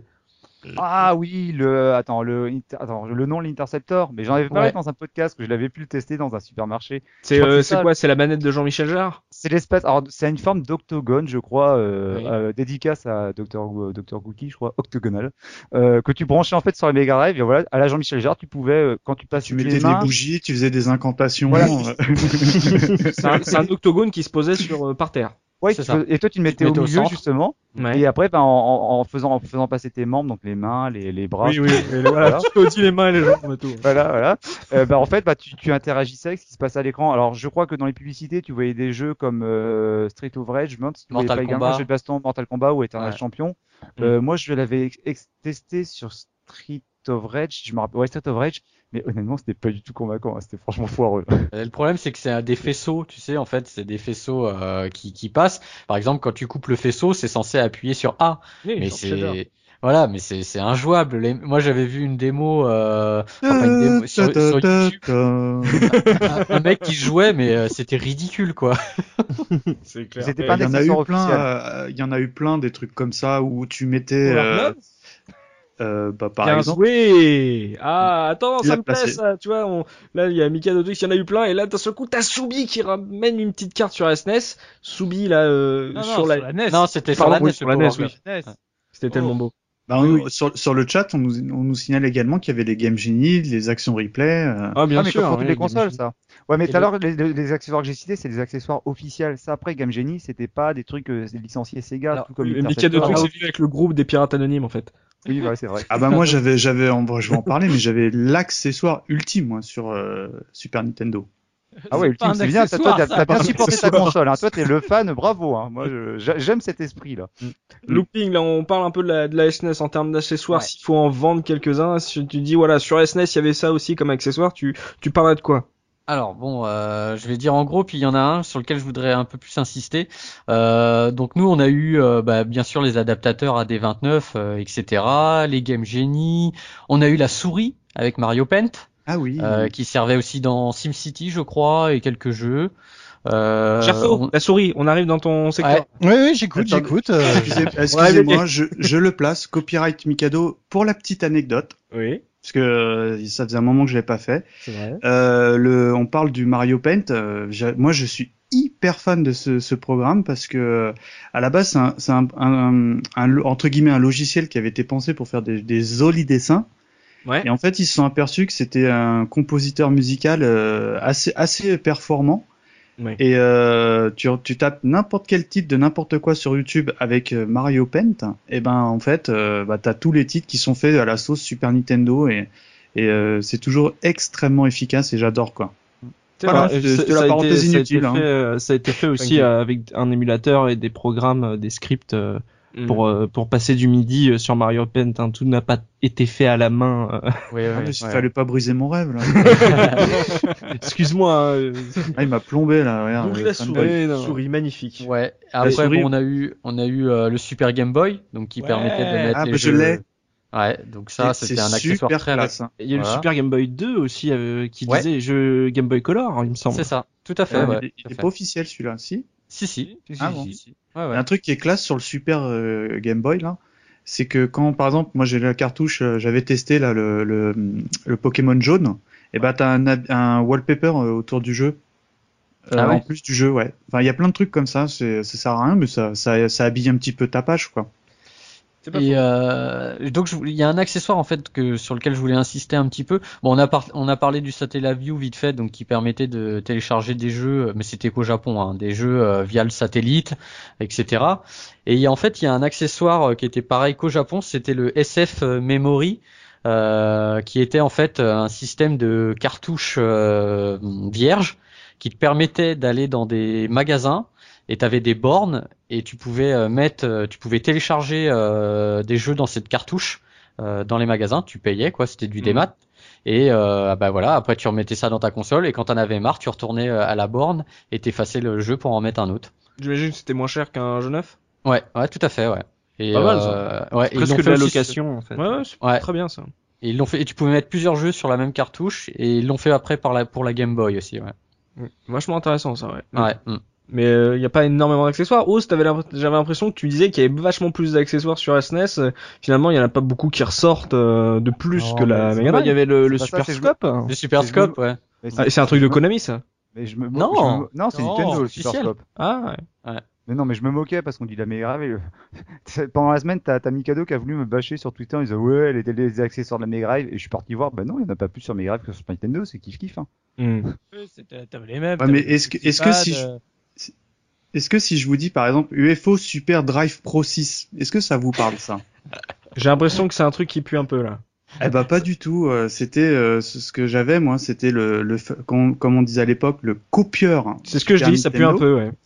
Ah oui, le attends, le Inter- attends, le nom l'Interceptor, mais j'en avais parlé Ouais. dans un podcast que je l'avais pu le tester dans un supermarché. C'est Je crois euh, que c'est ça. quoi? C'est la manette de Jean-Michel Jarre? C'est l'espèce, alors c'est une forme d'octogone, je crois, euh, Oui. euh, dédicace à Docteur Go- Docteur Gookie, je crois, octogonal, euh, que tu branchais en fait sur la Mega Drive. Et voilà, à la Jean-Michel Jarre, tu pouvais euh, quand tu passes Tu toutes mettais les mains, des bougies, tu faisais des incantations. Voilà. euh, C'est un, c'est un octogone qui se posait sur, euh, par terre. ouais, C'est tu ça. fais- et toi tu le mettais le au mettais au milieu centre. justement. Ouais. Et après, ben, en, en, en faisant en faisant passer tes membres, donc les mains, les, les bras, Oui, oui, et voilà, tu fais aussi les mains et les jambes et tout. voilà, voilà. Euh, bah, en fait, bah, tu, tu interagissais avec ce qui se passait à l'écran. Alors, je crois que dans les publicités, tu voyais des jeux comme euh, Street of Rage, je me demande si tu voyais Mortal pas également Kombat. un jeu de baston Mortal Kombat ou Eternal Ouais. Champion. Euh, Moi, je l'avais ex- ex- testé sur Street of Rage, je me rappelle, ouais, Street of Rage, mais honnêtement, c'était pas du tout convaincant, hein. C'était franchement foireux. Euh, Le problème, c'est que c'est un des faisceaux, tu sais, en fait, c'est des faisceaux euh, qui, qui passent. Par exemple, quand tu coupes le faisceau, c'est censé appuyer sur A, mais c'est voilà, mais c'est c'est injouable. Les... Moi, j'avais vu une démo, euh... enfin, pas une démo sur, sur YouTube, un, un mec qui jouait, mais euh, c'était ridicule, quoi. C'est clair. C'était Il pas un y en a accessoire eu plein, officiel. euh, il y en a eu plein des trucs comme ça où tu mettais, Power euh, Glove euh, bah, par Bien exemple, joué. Ah, attends, Il ça l'a me plaît, placé. ça. Tu vois, on... là, il y a Mikado Twix, il y en a eu plein, et là, d'un seul coup, t'as Soubi qui ramène une petite carte sur la S N E S. Soubi, là, euh, Non, non, sur la... sur la N E S. Non, c'était sur Pardon, la N E oui, S, sur le la N E S, Power oui. Glove. C'était tellement beau. Bah, on- sur, sur le chat, on nous, on nous signale également qu'il y avait les Game Genie, les actions replay. euh, Ah, bien Ah, mais sûr. comme pour oui, toutes les Game consoles, Genie. ça. Ouais, mais Et tout à le- l'heure, les, les- les accessoires que j'ai cités, c'est des accessoires officiels. Ça, après, Game Genie, c'était pas des trucs euh, licenciés Sega, Alors, tout comme Le Mikado Interceptor. Twix, c'est lui avec le groupe des pirates anonymes, en fait. Oui, ouais, c'est vrai. Ah bah moi j'avais, j'avais, en vrai, je vais en parler, mais j'avais l'accessoire ultime moi sur euh, Super Nintendo. Ah ouais, C'est pas Ultime, un c'est bien. T'as, toi, accessoire, t'as, ça. t'as bien Pas un supporté ta accessoire. console. Hein. Toi, t'es le fan, bravo. Hein. Moi, je- j'a- j'aime cet esprit-là. Looping, là, on parle un peu de la, de la S N E S en termes d'accessoires. Ouais. S'il faut en vendre quelques-uns, si tu dis, voilà, sur S N E S, il y avait ça aussi comme accessoire, tu, tu parlerais de quoi? Alors bon, euh, je vais dire en gros, puis il y en a un sur lequel je voudrais un peu plus insister. Euh, donc nous, on a eu euh, bah, bien sûr les adaptateurs A D vingt-neuf, euh, et cetera, les Game Genie. On a eu la souris avec Mario Paint, Ah oui. euh, qui servait aussi dans SimCity, je crois, et quelques jeux. Euh, Gerso, on- la souris, on arrive dans ton secteur. Ouais. Oui, oui, j'écoute, Attendez. j'écoute. euh, Excusez- Ouais, Excusez-moi, je, je le place. Copyright Mikado pour la petite anecdote, Oui, parce que euh, ça faisait un moment que je l'avais pas fait. c'est vrai. Euh, le, on parle du Mario Paint. euh, j'a- moi, je suis hyper fan de ce, ce programme parce que euh, à la base, c'est un, c'est un, un, un lo- entre guillemets un logiciel qui avait été pensé pour faire des, des jolis dessins. Ouais. Et en fait, ils se sont aperçus que c'était un compositeur musical euh, assez assez performant. Ouais. Et euh, tu, tu tapes n'importe quel titre de n'importe quoi sur YouTube avec euh, Mario Paint, et ben en fait, euh, bah, t'as tous les titres qui sont faits à la sauce Super Nintendo et, et euh, c'est toujours extrêmement efficace et j'adore quoi. C'est Voilà, vrai. c'est- Ça- c'était ça la a été- parenthèse ça a été inutile, hein. fait, euh, Ça a été fait aussi Thank you. euh, avec un émulateur et des programmes, euh, des scripts euh, Mm. pour euh, pour passer du MIDI euh, sur Mario Paint. Hein. Tout n'a pas été fait à la main. euh. Ouais, ouais, Ah, mais il ouais. fallait pas briser mon rêve là. Excuse-moi. hein, euh, Ah, il m'a plombé là. Regarde, Donc le la fanboy. souris, Ouais, non. souris magnifique. Ouais. Après, souris- bon, on a eu, on a eu euh, le Super Game Boy, donc qui Ouais. permettait de mettre Ah, les bah, je jeux. l'ai. Ouais, donc ça, C'est- c'était c'est un accessoire super très classe, hein. Il y a Voilà. le Super Game Boy deux aussi euh, qui Ouais. disait jeu Game Boy Color, il me semble. C'est ça, tout à fait. Ah, ouais, il est- tout il à est fait. pas officiel celui-là, si. Si, si. Ah bon. Ouais, Il y ouais. a un truc qui est classe sur le Super euh, Game Boy là, c'est que quand par exemple moi j'ai la cartouche, euh, j'avais testé là le le, le Pokémon jaune, et bah t'as un, hab- un wallpaper euh, autour du jeu. Euh, Ah ouais En plus du jeu, ouais. Enfin, il y a plein de trucs comme ça, c'est, ça sert à rien, mais ça, ça, ça habille un petit peu ta page, quoi. C'est pas Et faux. euh, donc je voulais- il y a un accessoire en fait que sur lequel je voulais insister un petit peu. Bon, on a par- on a parlé du Satellaview vite fait, donc qui permettait de télécharger des jeux, mais c'était qu'au Japon, hein, des jeux euh, via le satellite, et cetera. Et il y a- en fait, il y a un accessoire euh, qui était pareil qu'au Japon, c'était le S F Memory, euh, qui était en fait euh, un système de cartouches euh, vierges qui te permettait d'aller dans des magasins et t'avais des bornes et tu pouvais euh, mettre, euh, tu pouvais télécharger euh, des jeux dans cette cartouche euh, dans les magasins. Tu payais quoi, c'était du Mhm. démat. Et euh, bah voilà, après tu remettais ça dans ta console et quand t'en avais marre, tu retournais euh, à la borne et t'effaçais le jeu pour en mettre un autre. J'imagine que c'était moins cher qu'un jeu neuf. Ouais, ouais, tout à fait, ouais. Et Pas mal, euh, ouais, et ils Presque l'ont de fait la aussi location en fait. Ouais, ouais, c'est Ouais. très bien ça. Et ils l'ont fait, et tu pouvais mettre plusieurs jeux sur la même cartouche et ils l'ont fait après par la, pour la Game Boy aussi, ouais. Mm. Vachement intéressant ça, ouais. Ouais. mm. Mais il euh, y a pas énormément d'accessoires. Ose, t'avais l'impr- j'avais l'impression que tu disais qu'il y avait vachement plus d'accessoires sur S N E S. Euh, Finalement, il y en a pas beaucoup qui ressortent euh, de plus Non, que la mais c'est Mega Bah, Drive. il y avait le, C'est le pas ça, Super c'est le- Scope. hein. Le Super C'est- Scope, ouais. Mais Ah, c'est un truc de je me- Konami ça. Mais je me mo- Non. je me mo- non, c'est Non, Nintendo le officiel. Super Scope. Ah ouais. Mais non, mais je me moquais parce qu'on dit la Mega Drive. et le- C'est- Pendant la semaine, t'as t'as Mikado qui a voulu me bâcher sur Twitter en disant ouais, les, les accessoires de la Mega Drive. Et je suis parti voir, bah non, il n'y en a pas plus sur Mega Drive que sur Super Nintendo, c'est kiff kiff. Hein. Mm. C'était- T'avais les mêmes. Ouais, mais t'avais est-ce que- des est-ce que pads, si je- euh, Est-ce que si je vous dis par exemple U F O Super Drive Pro six, est-ce que ça vous parle ça? J'ai l'impression que c'est un truc qui pue un peu là. Eh ben pas du tout. euh, C'était euh, ce ce que j'avais moi, c'était le, le fa- comme, comme on disait à l'époque, le copieur. C'est ce que je Super dis, ça pue un Nintendo. peu, ouais.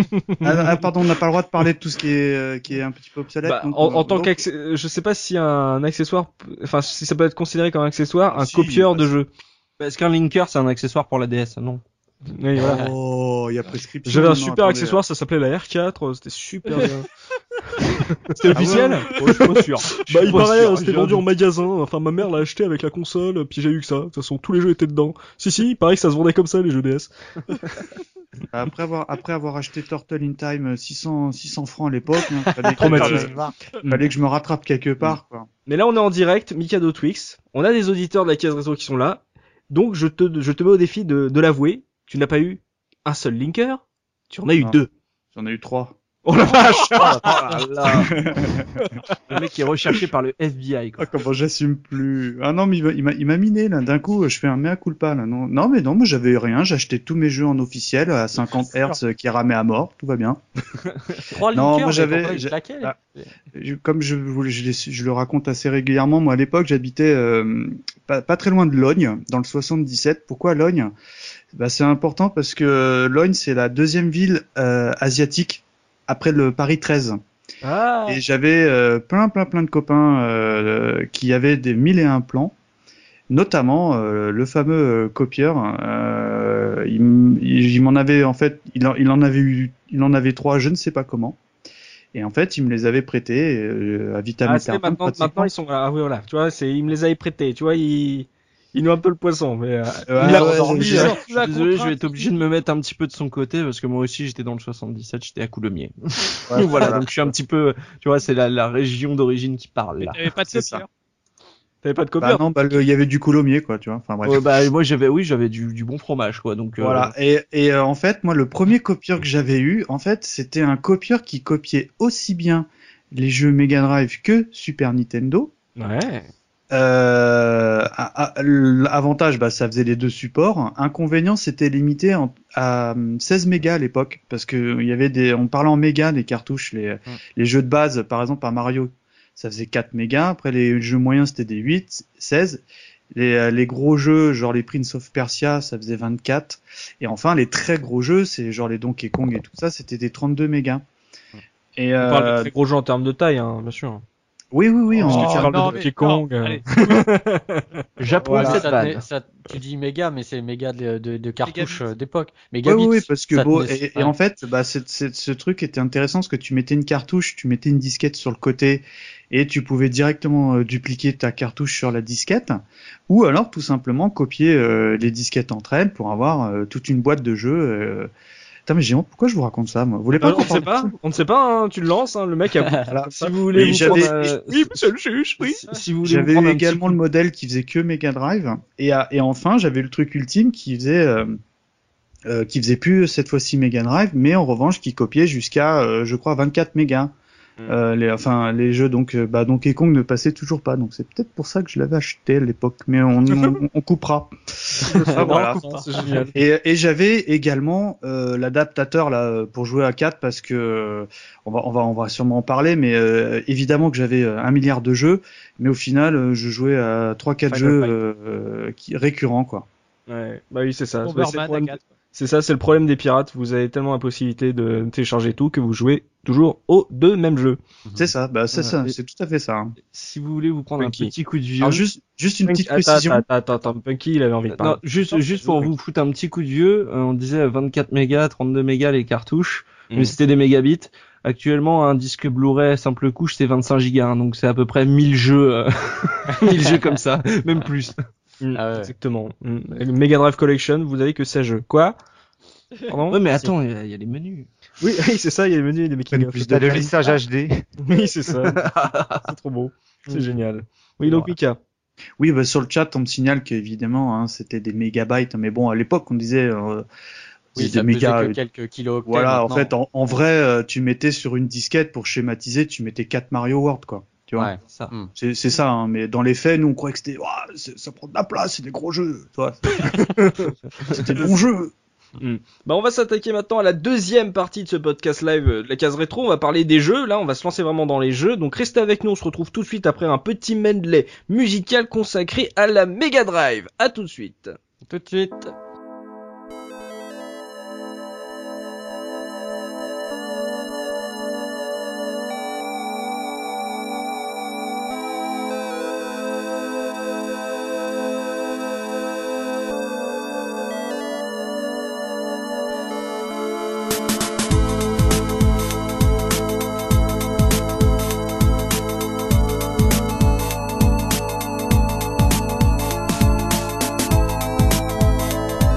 Ah, ah, pardon, on n'a pas le droit de parler de tout ce qui est euh, qui est un petit peu obsolète. Bah, donc, en, en euh, tant donc- qu'accessoire, je sais pas si un accessoire, enfin si ça peut être considéré comme un accessoire, un Si, copieur bah, de jeu. Est-ce qu'un linker c'est un accessoire pour la D S? Non. Oui, voilà. Oh, il y a prescription. J'avais un non, super attendez. accessoire, ça s'appelait la R quatre, c'était super bien. C'était Ah officiel? ouais, Oh, je suis pas sûr. Bah il pas paraît, sûr, hein, c'était j'ai vendu un en magasin, enfin ma mère l'a acheté avec la console, puis j'ai eu que ça. De toute façon, tous les jeux étaient dedans. Si si, il paraît que ça se vendait comme ça les jeux D S. Après avoir après avoir acheté Turtle in Time euh, six cents six cents francs à l'époque, hein, fallait, que, Traumatisme. euh, fallait que je me rattrape quelque part quoi. Mais là on est en direct, Mikado Twix. On a des auditeurs de la case réseau qui sont là. Donc je te je te mets au défi de, de l'avouer. Tu n'as pas eu un seul linker, tu en as eu Non. deux. J'en ai eu trois. Oh la vache. Oh là là. Le mec qui est recherché par le F B I, quoi. Ah, comment j'assume plus. Ah non, mais il m'a- il m'a, il m'a miné, là. D'un coup, je fais un mea culpa, là. Non, non, mais non, moi, j'avais rien. J'achetais tous mes jeux en officiel à cinquante hertz qui ramaient à mort. Tout va bien. Trois Non, liqueurs, moi, mais j'avais- pourquoi il j'ai- claquait, ah. Je- Comme je, vous- je, l'ai- je le raconte assez régulièrement, moi, à l'époque, j'habitais euh, pas, pas très loin de Logne, dans le soixante-dix-sept. Pourquoi Logne? Bah, c'est important parce que Logne, c'est la deuxième ville euh, asiatique après le Paris treize. Ah. Et j'avais euh, plein, plein, plein de copains euh, qui avaient des mille et un plans, notamment euh, le fameux euh, copieur. Euh, il, m- il, il m'en avait en fait, il en, il en avait eu, il en avait trois, je ne sais pas comment. Et en fait, il me les avait prêtés euh, à vitam Ah, c'est aeternam, maintenant, pratiquement. maintenant ils sont là. Ah oui, voilà. Tu vois, c'est, il me les avait prêtés. Tu vois, il, il nous un peu le poisson, mais euh, Ouais, il a ouais, endormi, j'ai- euh, j'ai- sous Je la suis désolé, je contrainte. vais être obligé de me mettre un petit peu de son côté parce que moi aussi j'étais dans le soixante-dix-sept, j'étais à Coulommiers. Ouais, voilà, donc je suis un petit peu, tu vois, c'est la, la région d'origine qui parle là. T'avais pas de C'est ça. copieur. T'avais pas de Bah copieur. non, bah le- il y avait du coulommiers, quoi, tu vois. Enfin bref. Ouais, bah moi j'avais, oui, j'avais du, du bon fromage quoi, donc. euh, Voilà. Et, et euh, en fait, moi, le premier copieur que j'avais eu, en fait, c'était un copieur qui copiait aussi bien les jeux Mega Drive que Super Nintendo. Ouais. Euh, à- à- l'avantage, bah, ça faisait les deux supports. Inconvénient, c'était limité en- à seize mégas à l'époque, parce que il y avait des, on parlait en mégas les cartouches, les, les jeux de base, par exemple, par Mario, ça faisait quatre mégas. Après, les jeux moyens, c'était des huit, seize. Les, euh, les gros jeux, genre les Prince of Persia, ça faisait vingt-quatre. Et enfin, les très gros jeux, c'est genre les Donkey Kong et tout ça, c'était des trente-deux mégas. Et, On parle de euh, très gros jeux en termes de taille, hein, bien sûr. oui, oui, oui. Parce en- que tu Oh, parles de non, Donkey mais- Kong, non, euh. allez. J'approuve Ça cette tenait- vanne. ça- tu dis méga, mais c'est méga de, de, de cartouches Mégabits. euh, d'époque. Oui, Mégabits. oui, oui, parce que ça bon, tenait- et, et ouais. en fait, bah, c'est, c'est- ce truc était intéressant parce que tu mettais une cartouche, tu mettais une disquette sur le côté et tu pouvais directement euh, dupliquer ta cartouche sur la disquette, ou alors tout simplement copier euh, les disquettes entre elles pour avoir euh, toute une boîte de jeux. Euh... Putain, mais j'ai honte, pourquoi je vous raconte ça, moi? Vous voulez pas Euh, on qu'on ne sait parle pas, on ne sait pas, hein, tu le lances, hein, le mec a... Voilà. Si vous voulez Oui, vous j'avais- prendre, euh, oui, monsieur le juge, oui. Si, si vous voulez vous J'avais prendre un petit également coup- le modèle qui faisait que Mega Drive, et, à- et enfin j'avais le truc ultime qui faisait euh, euh, qui faisait plus cette fois-ci Mega Drive, mais en revanche qui copiait jusqu'à euh, je crois vingt-quatre mégas. Mm. Euh, les, enfin les jeux donc euh, bah Donkey Kong ne passait toujours pas, donc c'est peut-être pour ça que je l'avais acheté à l'époque, mais on, on, on coupera. Ah, voilà. Non, c'est génial. Et, et j'avais également euh, l'adaptateur là pour jouer à quatre parce que euh, on va on va on va sûrement en parler, mais euh, évidemment que j'avais euh, un milliard de jeux, mais au final euh, je jouais à trois quatre Final jeux Fight. euh, qui, récurrents quoi. Ouais, bah oui, c'est ça. Ouais, c'est, le Bomberman à problème, quatre. c'est ça, c'est le problème des pirates. Vous avez tellement la possibilité de télécharger tout que vous jouez toujours aux deux mêmes jeux. C'est ça, bah c'est Ouais, ça, et- c'est tout à fait ça. hein. Si vous voulez vous prendre Punky. un petit coup de vieux. Alors juste juste une Punky- petite attends, précision. Attends, attends, attends, Punky, il avait envie de parler. Non, juste, juste pour vous foutre un petit coup de vieux, euh, on disait vingt-quatre mégas, trente-deux mégas les cartouches, Mm. mais c'était des mégabits. Actuellement, un disque Blu-ray simple couche, c'est vingt-cinq gigas, hein, donc c'est à peu près mille jeux, euh, mille jeux comme ça, même plus. Mm, Ah ouais. Exactement. Mm. Et le Mega Drive Collection, vous avez que seize jeux. Quoi? Pardon? Ouais, mais attends, il y, a- il y a les menus. Oui, oui, c'est ça, il y a le menu des making of. Plus de lissage H D. Oui, c'est ça. C'est trop beau. C'est génial. Oui, donc Mika. Oui, bah sur le chat on me signale qu'évidemment hein, c'était des mégabytes, mais bon à l'époque on disait euh, Oui, c'était ça des pesait mégas. que quelques kilos. Voilà, en fait, en, en vrai, euh, tu mettais sur une disquette pour schématiser, tu mettais quatre Mario World, quoi. Tu vois, Ouais. Ça. Hmm. c'est, c'est ça. Hein, mais dans les faits, nous, on croyait que c'était, Ouah, c'est- ça prend de la place, c'est des gros jeux. Tu vois, c'était de bons jeux. Bah, on va s'attaquer maintenant à la deuxième partie de ce podcast live euh, de la case rétro. On va parler des jeux. Là, on va se lancer vraiment dans les jeux. Donc, restez avec nous. On se retrouve tout de suite après un petit medley musical consacré à la Mega Drive. À tout de suite. Tout de suite. Thank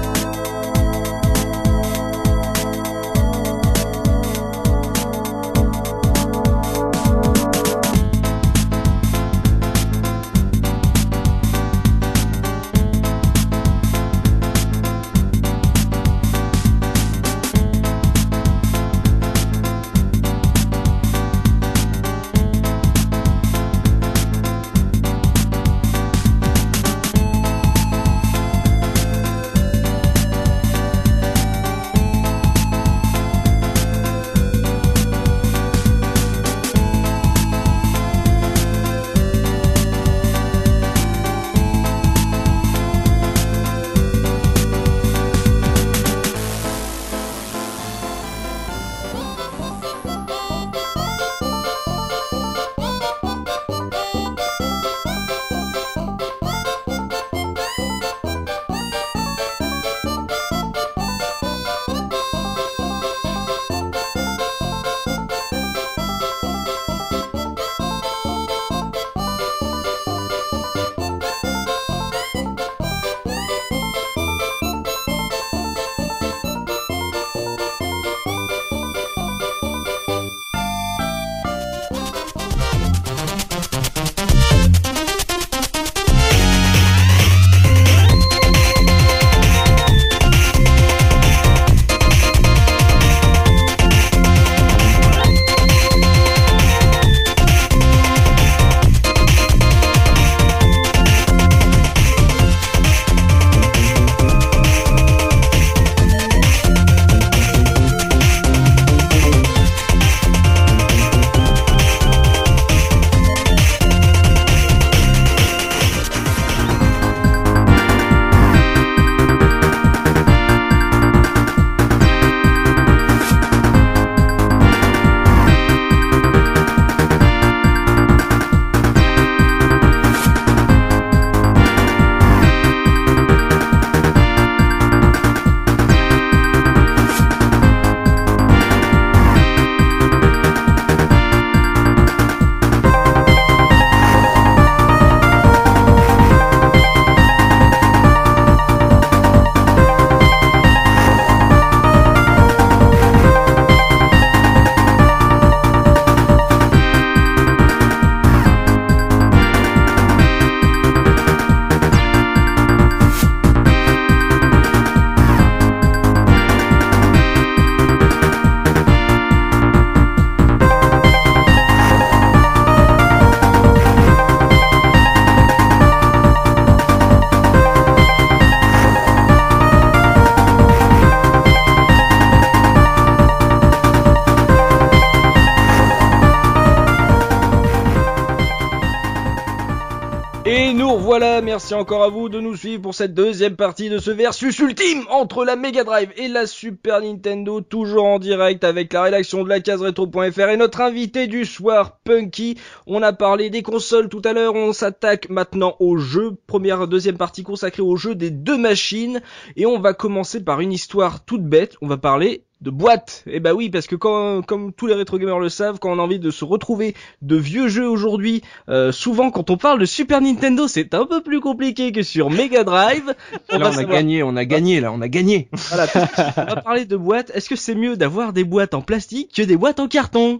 Et nous revoilà, merci encore à vous de nous suivre pour cette deuxième partie de ce versus ultime entre la Mega Drive et la Super Nintendo, toujours en direct avec la rédaction de la case rétro point f r et notre invité du soir, Punky. On a parlé des consoles tout à l'heure, on s'attaque maintenant aux jeux, première, deuxième partie consacrée aux jeux des deux machines, et on va commencer par une histoire toute bête, on va parler de boîte. Et bah oui, parce que quand, comme tous les rétro gamers le savent, quand on a envie de se retrouver de vieux jeux aujourd'hui, euh, souvent quand on parle de Super Nintendo, c'est un peu plus compliqué que sur Mega Drive. On là, on a savoir... gagné, on a gagné, là, on a gagné. Voilà, on va parler de boîtes. Est-ce que c'est mieux d'avoir des boîtes en plastique que des boîtes en carton?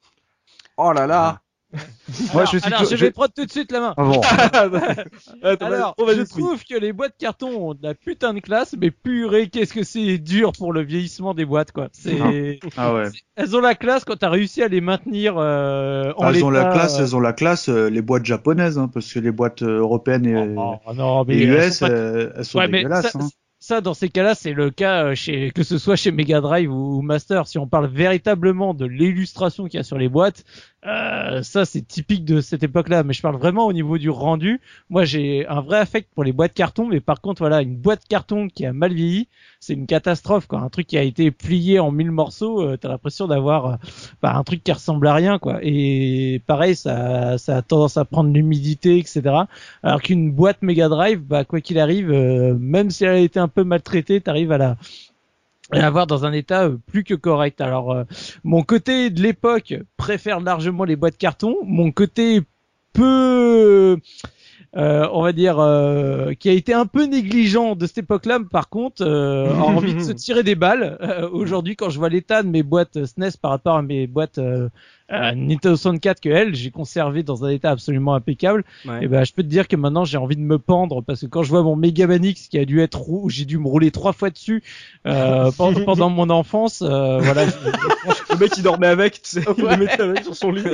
Oh là là. Moi, alors, je, suis alors, je vais prendre tout de suite la main. Ah bon. Attends, alors, je trouve que les boîtes carton ont de la putain de classe, mais purée, qu'est-ce que c'est dur pour le vieillissement des boîtes, quoi. C'est, ah ouais. c'est... elles ont la classe quand t'as réussi à les maintenir euh, en ah, elles l'état, ont la classe, euh... elles ont la classe, euh, les boîtes japonaises, hein, parce que les boîtes européennes et, oh, oh, non, mais et U S, elles sont, pas... elles, elles sont ouais, dégueulasses. Ça, hein. ça, dans ces cas-là, c'est le cas chez, que ce soit chez Mega Drive ou, ou Master. Si on parle véritablement de l'illustration qu'il y a sur les boîtes, euh, ça, c'est typique de cette époque-là. Mais je parle vraiment au niveau du rendu. Moi, j'ai un vrai affect pour les boîtes carton, mais par contre, voilà, une boîte carton qui a mal vieilli, c'est une catastrophe, quoi. Un truc qui a été plié en mille morceaux, euh, t'as l'impression d'avoir, euh, bah, un truc qui ressemble à rien, quoi. Et pareil, ça, ça a tendance à prendre l'humidité, et cetera. Alors qu'une boîte Mega Drive, bah, quoi qu'il arrive, euh, même si elle a été un peu maltraitée, t'arrives à la, à l'avoir dans un état plus que correct. Alors, euh, mon côté de l'époque préfère largement les boîtes carton. Mon côté peu, euh, on va dire, euh, qui a été un peu négligent de cette époque-là, par contre, euh, a envie de se tirer des balles. Euh, aujourd'hui, quand je vois l'état de mes boîtes S N E S par rapport à mes boîtes euh, euh, Nintendo soixante-quatre que elle, j'ai conservé dans un état absolument impeccable. Ouais. Et ben, je peux te dire que maintenant, j'ai envie de me pendre parce que quand je vois mon Megamanix qui a dû être roux, j'ai dû me rouler trois fois dessus euh, pendant, pendant mon enfance. Euh, voilà. Le mec, il dormait avec, tu sais, il le mettait avec sur son lit.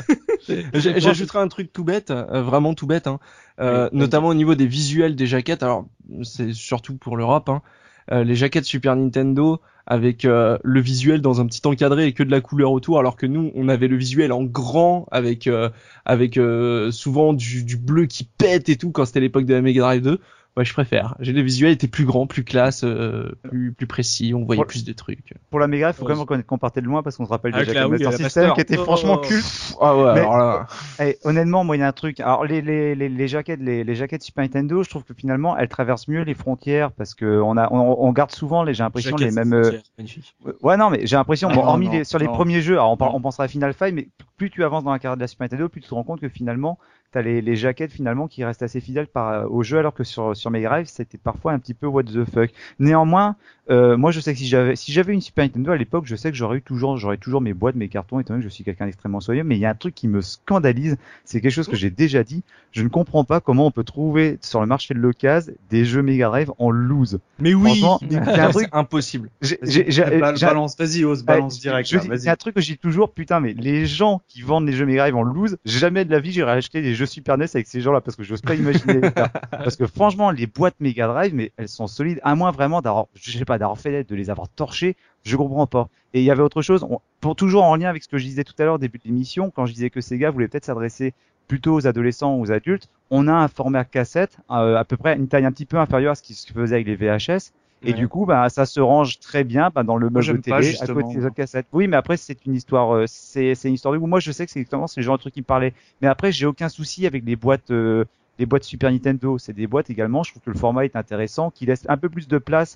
J'ajouterai un truc tout bête, euh, vraiment tout bête, hein. Euh, oui, notamment oui. Au niveau des visuels des jaquettes. Alors, c'est surtout pour l'Europe, hein. Euh, les jaquettes Super Nintendo avec euh, le visuel dans un petit encadré et que de la couleur autour, alors que nous on avait le visuel en grand avec euh, avec euh, souvent du, du bleu qui pète et tout quand c'était l'époque de la Mega Drive deux. Ouais, je préfère. J'ai les visuels étaient plus grands, plus classe, euh, plus plus précis, on voyait pour, plus de trucs. Pour la Mega Drive, faut quand même qu'on partait de loin parce qu'on se rappelle déjà que Master System qui était oh. franchement culte. Ah ouais, mais, alors là. Hey, honnêtement, moi il y a un truc. Alors les les les, les jaquettes les, les jaquettes Super Nintendo, je trouve que finalement elles traversent mieux les frontières parce que on a on, on garde souvent les j'ai l'impression les mêmes euh... Ouais non, mais j'ai l'impression ah, bon, non, hormis non, les, sur non. les premiers jeux, alors on, on pensera à Final Fight, mais plus tu avances dans la carrière de la Super Nintendo, plus tu te rends compte que finalement t'as les, les jaquettes finalement qui restent assez fidèles par, au jeu, alors que sur, sur Mega Drive, c'était parfois un petit peu what the fuck. Néanmoins, euh, moi je sais que si j'avais, si j'avais une Super Nintendo à l'époque, je sais que j'aurais eu toujours, j'aurais toujours mes boîtes, mes cartons, étant donné que je suis quelqu'un d'extrêmement soyeux, mais il y a un truc qui me scandalise, c'est quelque chose que j'ai déjà dit, je ne comprends pas comment on peut trouver sur le marché de l'occasion des jeux Mega Drive en loose. Mais oui, c'est un truc impossible. J'ai, j'ai, j'ai, balance, vas-y, ose, balance direct. Je, c'est un truc que j'ai toujours, putain, mais les gens qui vendent les jeux Mega Drive en loose, jamais de la vie j'irai acheter des jeux Super N E S avec ces gens-là parce que j'ose pas imaginer ça. Parce que franchement, les boîtes Mega Drive, mais elles sont solides, à moins vraiment d'avoir, je sais pas, d'avoir fait, de les avoir torchées, je comprends pas. Et il y avait autre chose, on, pour toujours en lien avec ce que je disais tout à l'heure au début de l'émission, quand je disais que Sega voulait peut-être s'adresser plutôt aux adolescents ou aux adultes, on a un format cassette, euh, à peu près une taille un petit peu inférieure à ce qui se faisait avec les V H S. Et ouais. Du coup, bah, ça se range très bien, bah, dans le meuble de télé, à côté des autres cassettes. Oui, mais après, c'est une histoire, euh, c'est, c'est une histoire de goût. Moi, je sais que c'est exactement, c'est le genre de truc qui me parlait. Mais après, j'ai aucun souci avec les boîtes, euh, les boîtes Super Nintendo. C'est des boîtes également. Je trouve que le format est intéressant, qui laisse un peu plus de place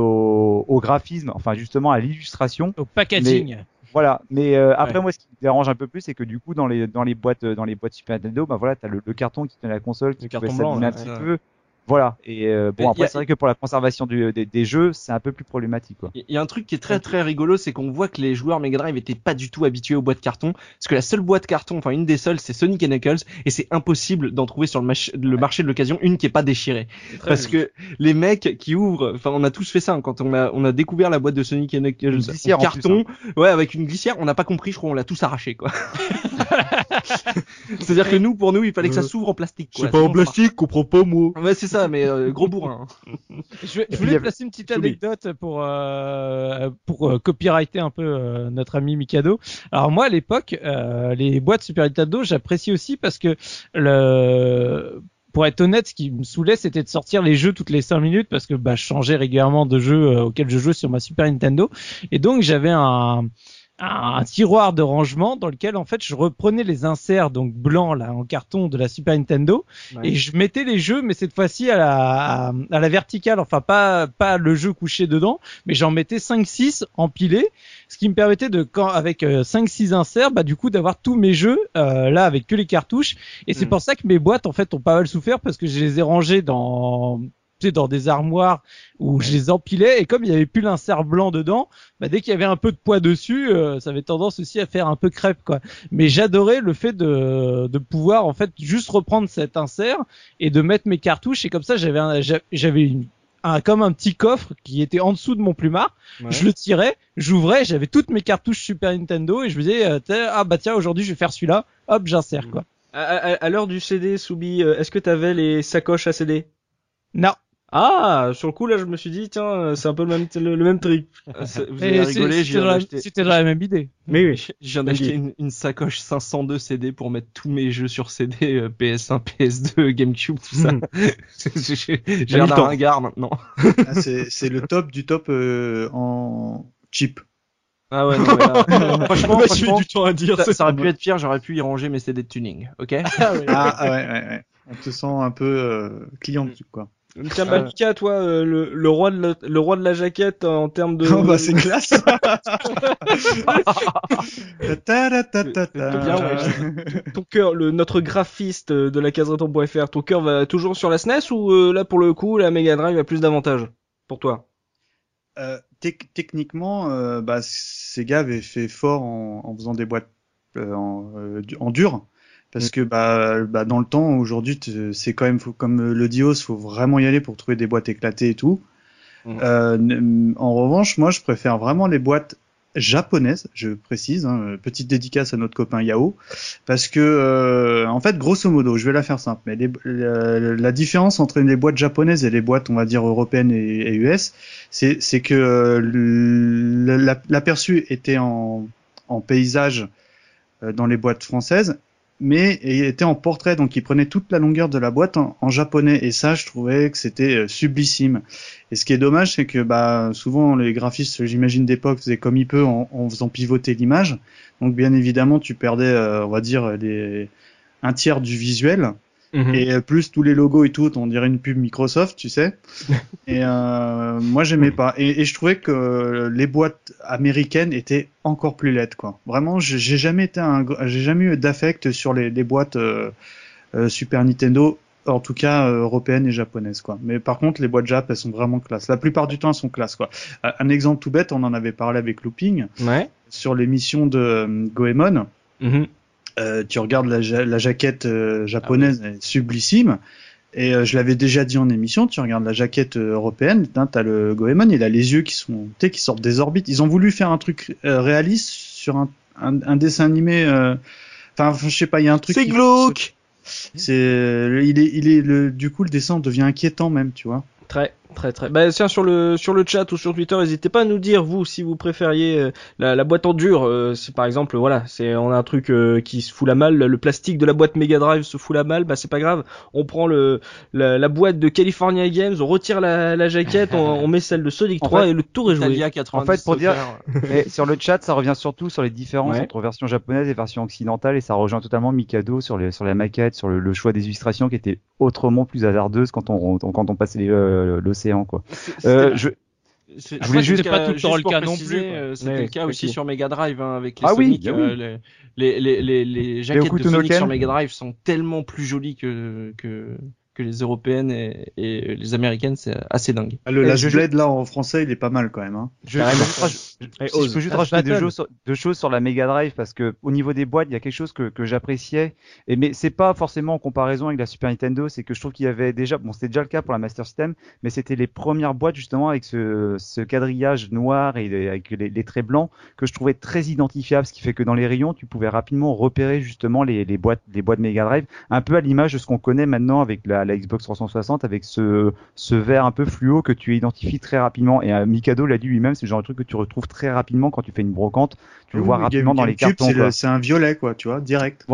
au, au graphisme, enfin, justement, à l'illustration. Au packaging. Mais, voilà. Mais, euh, après, ouais. moi, ce qui me dérange un peu plus, c'est que du coup, dans les, dans les boîtes, dans les boîtes Super Nintendo, bah, voilà, t'as le, le carton qui tient la console, qui peut s'abîmer un petit peu. Voilà. Et euh, bon, après, a... c'est vrai que pour la conservation du, des, des jeux, c'est un peu plus problématique, quoi. Il y a un truc qui est très très rigolo, c'est qu'on voit que les joueurs Mega Drive étaient pas du tout habitués aux boîtes carton, parce que la seule boîte carton, enfin une des seules, c'est Sonic and Knuckles, et c'est impossible d'en trouver sur le, mach- le ouais. marché de l'occasion une qui est pas déchirée, parce que les mecs qui ouvrent, enfin on a tous fait ça, hein, quand on a on a découvert la boîte de Sonic and Knuckles en carton, en plus, hein. Ouais, avec une glissière, on n'a pas compris, je crois, on l'a tous arraché, quoi. C'est-à-dire que nous, pour nous, il fallait que ça s'ouvre en plastique, quoi. C'est pas en plastique, comprends pas moi. Ouais, c'est ça, mais euh, gros bourrin. Je, je voulais placer une petite anecdote pour euh, pour euh, copyrighter un peu euh, notre ami Mikado. Alors moi à l'époque, euh, les boîtes Super Nintendo, j'apprécie aussi parce que le pour être honnête, ce qui me saoulait, c'était de sortir les jeux toutes les cinq minutes parce que bah, je changeais régulièrement de jeux euh, auxquels je jouais sur ma Super Nintendo. Et donc, j'avais un, un, un tiroir de rangement dans lequel, en fait, je reprenais les inserts donc blancs là en carton de la Super Nintendo Ouais. et je mettais les jeux, mais cette fois-ci à la, à, à la verticale. Enfin, pas, pas le jeu couché dedans, mais j'en mettais cinq six empilés. Ce qui me permettait de, quand, avec euh, cinq six inserts, bah, du coup, d'avoir tous mes jeux, euh, là, avec que les cartouches. Et c'est Mm. pour ça que mes boîtes, en fait, ont pas mal souffert parce que je les ai rangées dans, tu sais, dans des armoires où je les empilais. Et comme il y avait plus l'insert blanc dedans, bah, dès qu'il y avait un peu de poids dessus, euh, ça avait tendance aussi à faire un peu crêpe, quoi. Mais j'adorais le fait de, de pouvoir, en fait, juste reprendre cet insert et de mettre mes cartouches. Et comme ça, j'avais un, j'a- j'avais une, un, comme un petit coffre qui était en dessous de mon plumard. Ouais. Je le tirais, j'ouvrais, j'avais toutes mes cartouches Super Nintendo et je me disais, euh, tiens, ah bah tiens, aujourd'hui je vais faire celui-là, hop, j'insère quoi. À, à, à l'heure du C D, Soubi, euh, est-ce que t'avais les sacoches à C D? Non. Ah, sur le coup, là, je me suis dit, tiens, euh, c'est un peu le même, le, le même trip. Ah, c'est- Vous Et allez c'est- rigoler, je c'était viens dans la- d'acheter. c'était dans la même idée. Mais oui. Je je viens d'acheter une, une sacoche cinq cent deux C D pour mettre tous mes jeux sur C D, euh, P S un, P S deux, GameCube, tout ça. J'ai j'ai mis l'air le d'un temps. ringard maintenant. Ah, c'est c'est le top du top euh, en cheap. Ah ouais, non, mais là, franchement, Bah, franchement, j'ai du temps à dire. ça, c'est- ça aurait pu être pire, j'aurais pu y ranger mes C D de tuning, ok? Ah, ah ouais, ouais, ouais. On te sent un peu euh, client dessus, quoi. Tiens, bah, Mika, toi, euh, le, le roi de la, le roi de la jaquette euh, en termes de. Oh, bah, c'est classe. Ta ta ta ta ta. Bien, ouais. Ton cœur, le, notre graphiste euh, de la casereton point F R, ton cœur va toujours sur la S N E S ou euh, là, pour le coup, la Mega Drive a plus d'avantages pour toi? Euh, tec- techniquement, euh, bah, Sega avait fait fort en, en faisant des boîtes euh, en, euh, du- en dur, parce que bah, bah dans le temps aujourd'hui, t- c'est quand même faut, comme le Dios, faut vraiment y aller pour trouver des boîtes éclatées et tout. Mhm. Euh, n- en revanche, moi, je préfère vraiment les boîtes japonaises, je précise, hein, petite dédicace à notre copain Yao, parce que euh, en fait, grosso modo, je vais la faire simple, mais les, la, la différence entre les boîtes japonaises et les boîtes, on va dire européennes et, et U S, c'est c'est que euh, le- la- l'aperçu était en, en paysage euh, dans les boîtes françaises, mais il était en portrait, donc il prenait toute la longueur de la boîte en, en japonais, et ça, je trouvais que c'était euh, sublissime. Et ce qui est dommage, c'est que bah souvent les graphistes, j'imagine d'époque, faisaient comme ils peuvent en, en faisant pivoter l'image, donc bien évidemment, tu perdais, euh, on va dire, les, un tiers du visuel. Mhm. Et euh, plus tous les logos et tout, on dirait une pub Microsoft, tu sais. Et euh, moi, j'aimais pas. Et, et je trouvais que les boîtes américaines étaient encore plus laides, quoi. Vraiment, j'ai j'ai jamais été un, gr- j'ai jamais eu d'affect sur les, les boîtes euh, euh, Super Nintendo, en tout cas euh, européennes et japonaises, quoi. Mais par contre, les boîtes Jap, elles sont vraiment classe. La plupart du temps, elles sont classe, quoi. Euh, Un exemple tout bête, on en avait parlé avec Looping Ouais. sur l'émission de euh, Goemon. Mhm. Euh, tu regardes la, ja- la jaquette euh, japonaise, elle est sublissime. Et euh, je l'avais déjà dit en émission, tu regardes la jaquette euh, européenne, hein, t'as le Goemon, il a les yeux qui sont, tu sais, qui sortent des orbites. Ils ont voulu faire un truc euh, réaliste sur un, un, un dessin animé. euh, Enfin, je sais pas, il y a un truc. C'est qui- glauque. C'est, euh, il est, il est le, du coup, le dessin devient inquiétant même, tu vois. Très, très, très. Bah, tiens, sur le, sur le chat ou sur Twitter, n'hésitez pas à nous dire, vous, si vous préfériez euh, la, la boîte en dur. Euh, si par exemple, voilà, c'est, on a un truc euh, qui se fout la malle, le plastique de la boîte Mega Drive se fout la malle, bah c'est pas grave. On prend le, la, la boîte de California Games, on retire la, la jaquette, on, on met celle de Sonic En trois fait, et le tour est joué. Italia quatre-vingt-dix En fait, pour dire- Soccer. Et sur le chat, ça revient surtout sur les différences Ouais. entre version japonaise et version occidentale, et ça rejoint totalement Mikado sur, les, sur la maquette, sur le, le choix des illustrations qui était autrement plus hasardeuse quand on, quand on passait les- euh, l'océan, quoi. Euh, je, C'est- je voulais juste- c'était pas tout le temps juste le pour cas non préciser, plus, quoi. euh, C'était Ouais, le cas aussi ok. sur Mega Drive, hein, avec les Ah oui, Sonic. ah euh, les, les, les, les, les jaquettes de Hokuto no Sonic Ken. sur Mega Drive sont tellement plus jolies que, que, que les européennes et, et les américaines, c'est assez dingue. Ah, le Et Last je- Blade là en français, il est pas mal quand même. Hein. Je, Carrément. je, veux juste raj- Allez, si ose. je peux juste Last rajouter deux Battle. choses, sur, deux choses sur la Mega Drive parce que au niveau des boîtes, il y a quelque chose que, que j'appréciais. Et mais c'est pas forcément en comparaison avec la Super Nintendo, c'est que je trouve qu'il y avait déjà, bon, c'était déjà le cas pour la Master System, mais c'était les premières boîtes justement avec ce, ce quadrillage noir et les- avec les, les traits blancs que je trouvais très identifiable, ce qui fait que dans les rayons, tu pouvais rapidement repérer justement les, les boîtes, les boîtes Mega Drive, un peu à l'image de ce qu'on connaît maintenant avec la, la Xbox trois cent soixante, avec ce ce vert un peu fluo que tu identifies très rapidement. Et euh, Mikado l'a dit lui-même, c'est le genre de truc que tu retrouves très rapidement quand tu fais une brocante. Tu le Oui, vois mais rapidement Game- dans les GameCube, cartons. c'est quoi. le- c'est un violet quoi, tu vois, direct. Voilà.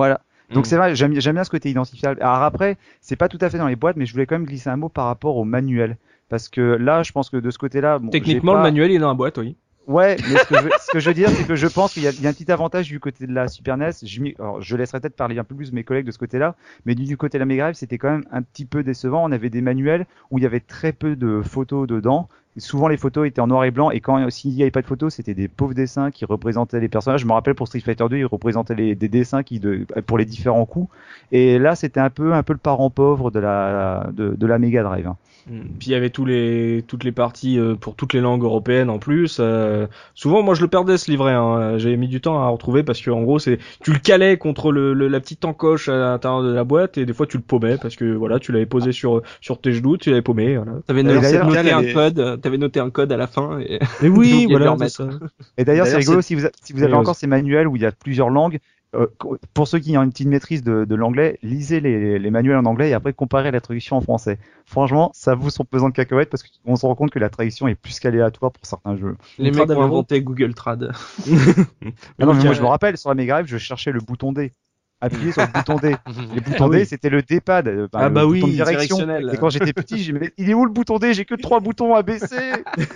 Donc Mmh. c'est vrai, j'aime j'aime bien ce côté identifiable. Alors après, c'est pas tout à fait dans les boîtes, mais je voulais quand même glisser un mot par rapport au manuel. Parce que là, je pense que de ce côté-là, bon, Techniquement, j'ai pas... le manuel il est dans la boîte, oui. Ouais, mais ce que, je, ce que je veux dire, c'est que je pense qu'il y a, il y a un petit avantage du côté de la Super N E S. Je, m'y- alors, je laisserai peut-être parler un peu plus mes collègues de ce côté-là, mais du, du côté de la Mega Drive, c'était quand même un petit peu décevant. On avait des manuels où il y avait très peu de photos dedans. Souvent, les photos étaient en noir et blanc, et quand s'il n'y avait pas de photos, c'était des pauvres dessins qui représentaient les personnages. Je me rappelle pour Street Fighter deux, ils représentaient les, des dessins qui de, pour les différents coups. Et là, c'était un peu, un peu le parent pauvre de la, de, de la Mega Drive. Hein. Puis il y avait tous les toutes les parties euh, pour toutes les langues européennes en plus. Euh, souvent, moi je le perdais ce livret. Hein. J'ai mis du temps à retrouver parce que en gros, c'est tu le calais contre le, le la petite encoche à l'intérieur de la boîte et des fois tu le paumais parce que voilà, tu l'avais posé sur sur tes genoux, tu l'avais paumé. Voilà. T'avais D'ailleurs, noté, c'est- noté un les- code, euh, t'avais noté un code à la fin et Mais J'ai oui, oublié de le voilà, remettre. c'est ça. Et d'ailleurs, c'est D'ailleurs, rigolo si vous, a- si vous avez Oui, encore aussi. ces manuels où il y a plusieurs langues. Euh, co- pour ceux qui ont une petite maîtrise de, de l'anglais, lisez les, les manuels en anglais et après comparez la traduction en français. Franchement, ça vaut son pesant de cacahuètes parce qu'on se rend compte que la traduction est plus qu'aléatoire pour certains jeux. les Trad mecs ont avec inventé Google Trad. Ah non, mais moi ok, je me rappelle sur la Mega Drive, je cherchais le bouton D. Appuyer sur le bouton D. Les boutons Ah oui. D, c'était le D-pad, euh, enfin, Ah le bah bouton oui, de direction. directionnel. Et quand j'étais petit, j'ai dit, mais il est où le bouton D? J'ai que trois boutons à baisser.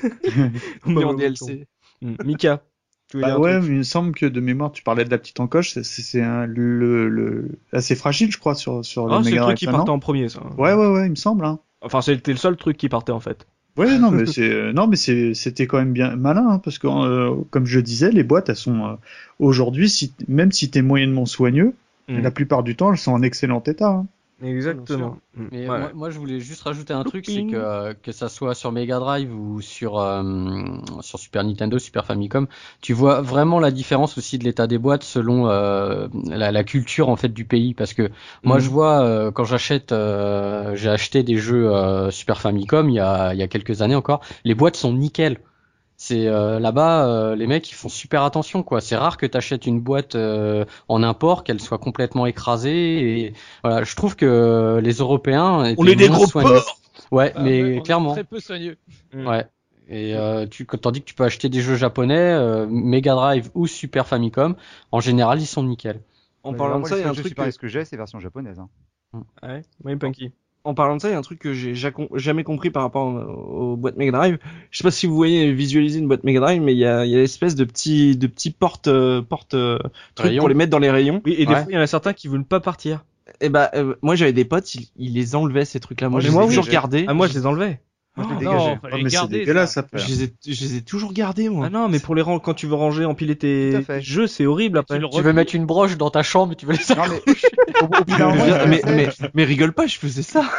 Mis en D L C. Mm. Mika, tu veux dire Bah un ouais, truc mais il me semble que de mémoire, tu parlais de la petite encoche, c'est- c'est c'est un, le, le assez fragile, je crois, sur sur Ah, le c'est le Mega truc Drive. qui ça, partait non en premier, ça. Ouais, ouais, ouais, il me semble. Hein. Enfin, c'était le seul truc qui partait en fait. Ouais, non, mais c'est euh, non, mais c'est c'était quand même bien malin, hein, parce que euh, comme je disais, les boîtes, elles sont euh, aujourd'hui, si même si t'es moyennement soigneux, Mm. la plupart du temps, elles sont en excellent état. Hein. Exactement. Mm. Mais Ouais. moi, moi, je voulais juste rajouter un truc, c'est Looping. que euh, que ça soit sur Mega Drive ou sur euh, sur Super Nintendo, Super Famicom, tu vois vraiment la différence aussi de l'état des boîtes selon euh, la, la culture en fait du pays. Parce que moi, Mhm. je vois euh, quand j'achète, euh, j'ai acheté des jeux euh, Super Famicom il y a il y a quelques années encore, les boîtes sont nickel. C'est euh, là-bas, euh, les mecs ils font super attention quoi. C'est rare que t'achètes une boîte euh, en import qu'elle soit complètement écrasée. Et voilà, je trouve que les Européens étaient On est des moins gros soigneux. porcs. Ouais, Ah, mais ouais, on est clairement. Très peu soigneux. Ouais. Et euh, tu, tandis que tu peux acheter des jeux japonais, euh, Mega Drive ou Super Famicom, en général ils sont nickel. En parlant de ça, il y a un truc Super que, S que j'ai, c'est version japonaise. Hein. Ouais, oui, Punky. en parlant de ça, il y a un truc que j'ai jacon- jamais compris par rapport aux, aux boîtes Mega Drive. Je sais pas si vous voyez visualiser une boîte Mega Drive, mais il y a, il y a l'espèce de petits, de petits portes, euh, portes, euh, trucs Rayons. pour les mettre dans les rayons. Oui, et des Ouais. fois, il y en a certains qui veulent pas partir. Et bah, euh, moi j'avais des potes, ils, ils les enlevaient ces trucs-là. Moi, Mais je les moi, ai oui, toujours j'ai- gardés. Ah, moi, je les enlevais. Moi, je Oh, l'ai non, dégagé. fallait Ah, les mais c'est garder, dégueulasse ça. après. Je les ai, je les ai toujours gardés, moi. Ah non, mais pour les ran- quand tu veux ranger, empiler tes, Tout à fait. tes jeux, c'est horrible après. Tu le Tu veux mettre une broche dans ta chambre et tu veux les Non, mais au, au bout d'un moment, mais, il mais, passait- mais, mais rigole pas, je faisais ça.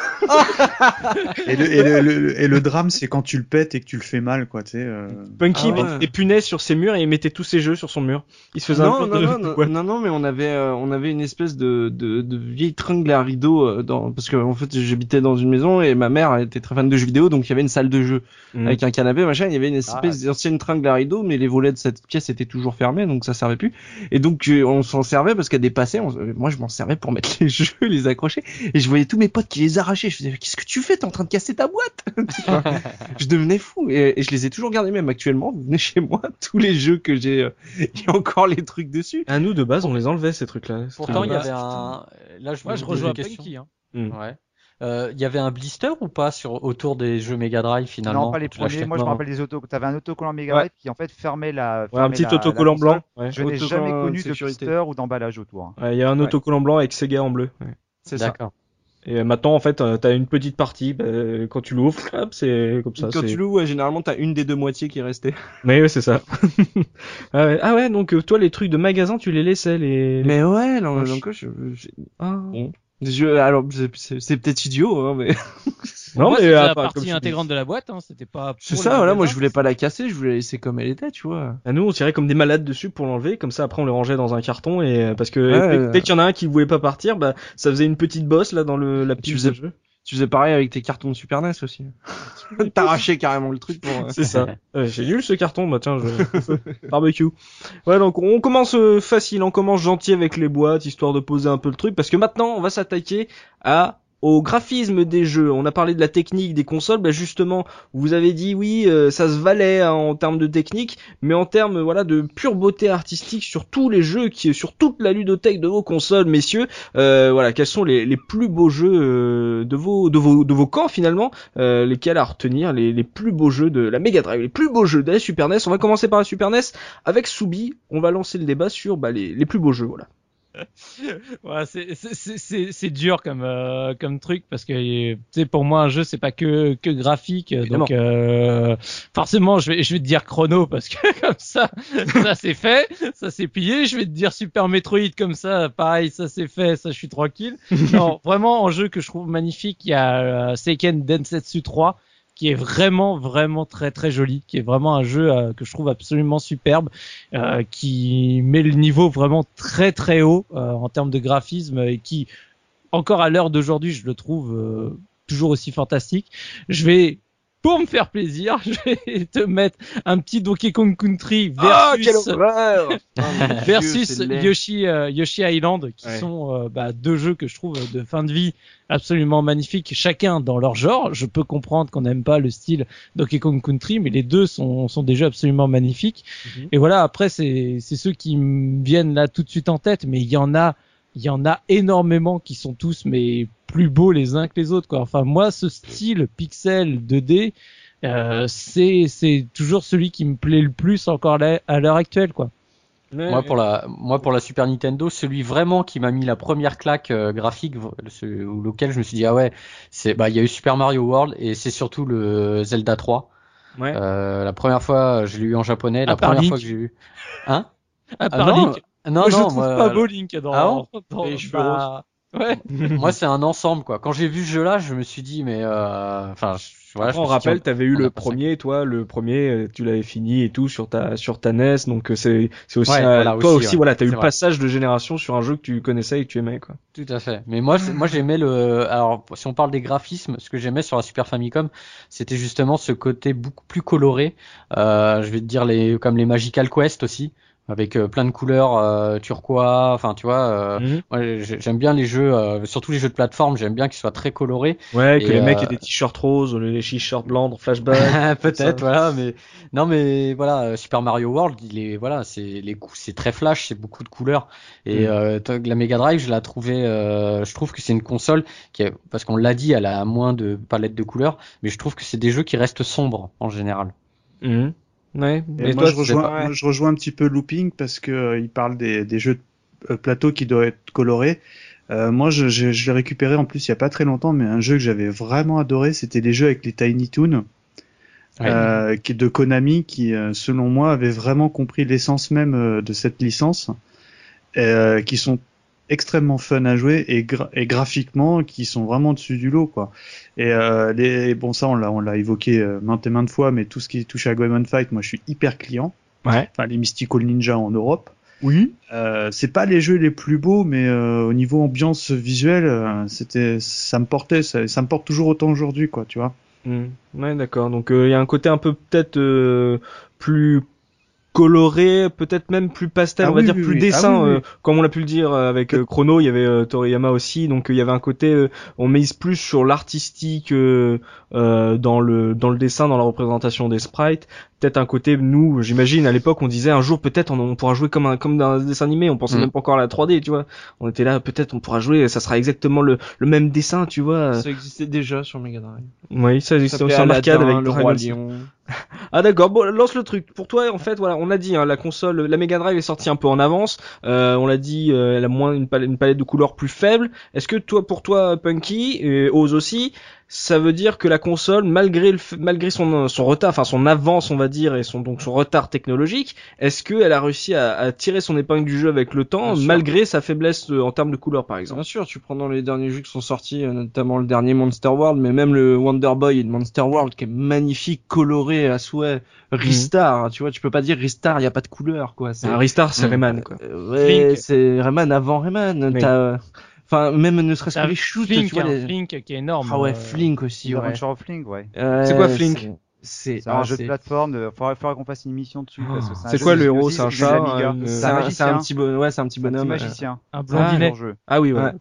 Et le, et le, le- et le drame, c'est quand tu le pètes et que tu le fais mal, quoi, tu sais. euh. Punky Ah ouais. mettait des punaises sur ses murs et il mettait tous ses jeux sur son mur. Il se faisait non, un non, peu de, non, de non, boîte. non, non, mais on avait, euh, on avait une espèce de, de, de vieille tringle à rideaux euh, dans, parce que en fait, j'habitais dans une maison et ma mère elle était très fan de jeux vidéo, donc il y avait une salle de jeu Mm. avec un canapé, machin. Il y avait une Ah. espèce d'ancienne tringle à rideaux, mais les volets de cette pièce étaient toujours fermés, donc ça servait plus. Et donc euh, on s'en servait parce qu'elle dépassait. On- moi, je m'en servais pour mettre les jeux, les accrocher. Et je voyais tous mes potes qui les arrachaient. Je faisais, qu'est-ce que tu fais? T'es en train de casser ta boîte? Tu vois. Je devenais fou et, et je les ai toujours gardés. Même actuellement, vous venez chez moi, tous les jeux que j'ai, euh, il y a encore les trucs dessus. À nous, de base, on les enlevait, ces trucs-là. ces Pourtant, il y trucs-là. avait un. Là, je Moi, je vous pose rejoins une question. Punky. Hein. Ouais. Euh, Il y avait un blister ou pas sur autour des jeux Mega Drive finalement? Non, pas les Tu l'achetais premiers. Moi, je me comment? rappelle des autos. T'avais un autocollant Mega Ouais. Drive qui en fait fermait la. Ouais, un fermait petit la- la autocollant console. blanc. Ouais. Je n'ai Autocollant jamais de connu de sécurité. blister ou d'emballage autour. hein. Ouais, il y a un Ouais. autocollant blanc avec Sega en bleu. Ouais. C'est ça. D'accord. Et euh, maintenant, en fait, euh, t'as une petite partie. Bah, quand tu l'ouvres, hop, c'est comme ça. Quand c'est- tu l'ouvres, ouais, généralement, t'as une des deux moitiés qui est restée. Oui, ouais, c'est ça. ah, ouais. Ah ouais, donc euh, toi, les trucs de magasin, tu les laissais, les. les- Mais ouais, non, Oh, donc, je, je, Ah. bon. Je, alors, c'est- c'est c'est peut-être idiot, hein, mais Non, Moi, mais c'était à la part- comme partie tu intégrante dis. de la boîte. Hein. C'était pas. c'est pour ça, le voilà, moi magasin. je voulais pas la casser, je voulais la laisser comme elle était, tu vois. À nous, on tirait comme des malades dessus pour l'enlever, comme ça après on les rangeait dans un carton et euh, parce que Ouais, dès, euh. dès qu'il y en a un qui voulait pas partir, bah ça faisait une petite bosse là dans le la Tu petite faisais- de jeu. Tu faisais pareil avec tes cartons de Super N E S aussi. T'arrachais carrément le truc pour... euh, C'est ça. Ouais, j'ai nul ce carton, bah tiens, je... barbecue. Ouais, donc on commence euh, facile, on commence gentil avec les boîtes, histoire de poser un peu le truc, parce que maintenant on va s'attaquer à au graphisme des jeux, on a parlé de la technique des consoles, bah justement, vous avez dit oui, euh, ça se valait hein, en termes de technique, mais en termes voilà de pure beauté artistique sur tous les jeux, qui sur toute la ludothèque de vos consoles, messieurs, euh, voilà, quels sont les, les plus beaux jeux euh, de vos de vos de vos camps finalement, euh, lesquels à retenir, les, les plus beaux jeux de la Mega Drive, les plus beaux jeux de la Super N E S. On va commencer par la Super N E S avec Soubi. On va lancer le débat sur bah, les les plus beaux jeux, voilà. Ouais, c'est c'est c'est c'est dur comme euh, comme truc parce que tu sais pour moi un jeu c'est pas que que graphique. Évidemment. Donc euh, forcément je vais je vais te dire Chrono parce que comme ça ça c'est fait, ça c'est plié. Je vais te dire Super Metroid comme ça, pareil, ça c'est fait, ça je suis tranquille. Non, vraiment en jeu que je trouve magnifique, il y a euh, Seiken Densetsu trois qui est vraiment vraiment très très joli, qui est vraiment un jeu euh, que je trouve absolument superbe, euh, qui met le niveau vraiment très très haut euh, en termes de graphisme et qui encore à l'heure d'aujourd'hui je le trouve euh, toujours aussi fantastique. Je vais pour me faire plaisir, je vais te mettre un petit Donkey Kong Country versus, oh, versus Yoshi, euh, Yoshi Island, qui ouais. sont euh, bah, deux jeux que je trouve de fin de vie absolument magnifiques, chacun dans leur genre. Je peux comprendre qu'on n'aime pas le style Donkey Kong Country, mais les deux sont, sont des jeux absolument magnifiques. Mm-hmm. Et voilà, après, c'est, c'est ceux qui me viennent là tout de suite en tête, mais il y en a il y en a énormément qui sont tous mais plus beaux les uns que les autres quoi. Enfin moi ce style pixel deux D euh, c'est c'est toujours celui qui me plaît le plus encore là, à l'heure actuelle quoi. Ouais, moi pour la moi pour la Super Nintendo, celui vraiment qui m'a mis la première claque euh, graphique ce, lequel je me suis dit ah ouais, c'est bah il y a eu Super Mario World et c'est surtout le Zelda trois. Ouais. Euh, la première fois je l'ai eu en japonais, la première Link. fois que j'ai eu Hein À part ah, non, Link. Non, moi, non, je trouve moi, pas beau Link dans, ah bon dans, les dans cheveux bah... ouais. Moi, c'est un ensemble, quoi. Quand j'ai vu ce jeu-là, je me suis dit, mais, euh, enfin, voilà. On rappelle, t'avais eu le premier, toi, le premier, tu l'avais fini et tout sur ta, sur ta N E S, donc c'est, c'est aussi, ouais, un, voilà, toi aussi, aussi ouais. voilà, t'as eu le passage de génération sur un jeu que tu connaissais et que tu aimais, quoi. Tout à fait. Mais moi, moi, j'aimais le, alors, si on parle des graphismes, ce que j'aimais sur la Super Famicom, c'était justement ce côté beaucoup plus coloré, euh, je vais te dire les, comme les Magical Quest aussi. Avec euh, plein de couleurs euh, turquoise, enfin tu vois, euh, mmh. moi, j'aime bien les jeux, euh, surtout les jeux de plateforme, j'aime bien qu'ils soient très colorés. Ouais, et que les euh... mecs aient des t-shirts roses, les t-shirts blancs, flashback. Peut-être, voilà, mais non, mais voilà, Super Mario World, il est, voilà, c'est les coups, c'est très flash, c'est beaucoup de couleurs. Et mmh. euh, la Mega Drive, je la trouvais, euh, je trouve que c'est une console qui, est, parce qu'on l'a dit, elle a moins de palettes de couleurs, mais je trouve que c'est des jeux qui restent sombres en général. Mmh. Ouais. Et, et moi, toi, je rejoins, pas... moi, je rejoins un petit peu Looping parce que euh, il parle des, des jeux de plateau qui doivent être colorés. Euh, moi, je, je, je l'ai récupéré en plus il y a pas très longtemps, mais un jeu que j'avais vraiment adoré, c'était les jeux avec les Tiny Toons, ouais. euh, qui de Konami, qui, euh, selon moi, avait vraiment compris l'essence même euh, de cette licence, euh, qui sont extrêmement fun à jouer et, gra- et graphiquement qui sont vraiment dessus du lot quoi. Et euh, les bon ça on l'a on l'a évoqué euh, maintes et maintes fois, mais tout ce qui touche à Game and Fight, moi je suis hyper client. Ouais. Enfin les Mystical Ninja en Europe. Oui. Euh, c'est pas les jeux les plus beaux, mais euh, au niveau ambiance visuelle, euh, c'était ça me portait, ça, ça me porte toujours autant aujourd'hui quoi, tu vois. Mmh. Ouais d'accord. Donc il euh, y a un côté un peu peut-être euh, plus coloré, peut-être même plus pastel, ah on va oui, dire oui, plus oui. dessin, ah oui, oui. Euh, comme on l'a pu le dire avec euh, Chrono, il y avait euh, Toriyama aussi, donc il euh, y avait un côté, euh, on mise plus sur l'artistique euh, euh, dans le dans le dessin, dans la représentation des sprites. Peut-être un côté, nous, j'imagine, à l'époque, on disait un jour peut-être on, on pourra jouer comme un comme dans un dessin animé, on pensait mmh. même pas encore à la trois D, tu vois. On était là, peut-être on pourra jouer, ça sera exactement le le même dessin, tu vois. Ça existait déjà sur Mega Drive. Oui, ça existait aussi en arcade avec le Roi Lion. Ah d'accord, bon lance le truc. Pour toi en fait voilà, on a dit hein, la console, la Mega Drive est sortie un peu en avance. Euh, on l'a dit, euh, elle a moins une palette, une palette de couleurs plus faible. Est-ce que toi pour toi Punky et Oz aussi, ça veut dire que la console malgré le malgré son son retard, enfin son avance on va dire et son donc son retard technologique, est-ce que elle a réussi à, à tirer son épingle du jeu avec le temps Bien malgré sûr. sa faiblesse en termes de couleurs par exemple? Bien sûr, tu prends dans les derniers jeux qui sont sortis, notamment le dernier Monster World, mais même le Wonder Boy et le Monster World qui est magnifique, coloré à souhait. Ristar, mmh. tu vois, tu peux pas dire Ristar, il y a pas de couleur quoi. C'est... Un Ristar, c'est mmh. Rayman quoi. Euh, ouais, Flink. C'est Rayman avant Rayman. Oui. T'as, enfin même ne serait-ce que les shoots, Flink, tu vois. Hein, Les... Flink qui est énorme. Ah ouais, Flink aussi. Ouais. Ouais. Sur Flink, ouais. Euh, c'est quoi Flink? C'est, c'est, c'est un ah, jeu c'est... de plateforme. De... Faudrait, faudrait qu'on fasse une émission dessus. Oh. Parce que c'est c'est quoi le héros? C'est un chat. C'est un, c'est un petit bonhomme. Ouais, c'est un petit bonhomme. Un petit magicien. Un blondinet. Ah oui, ouais. Ok.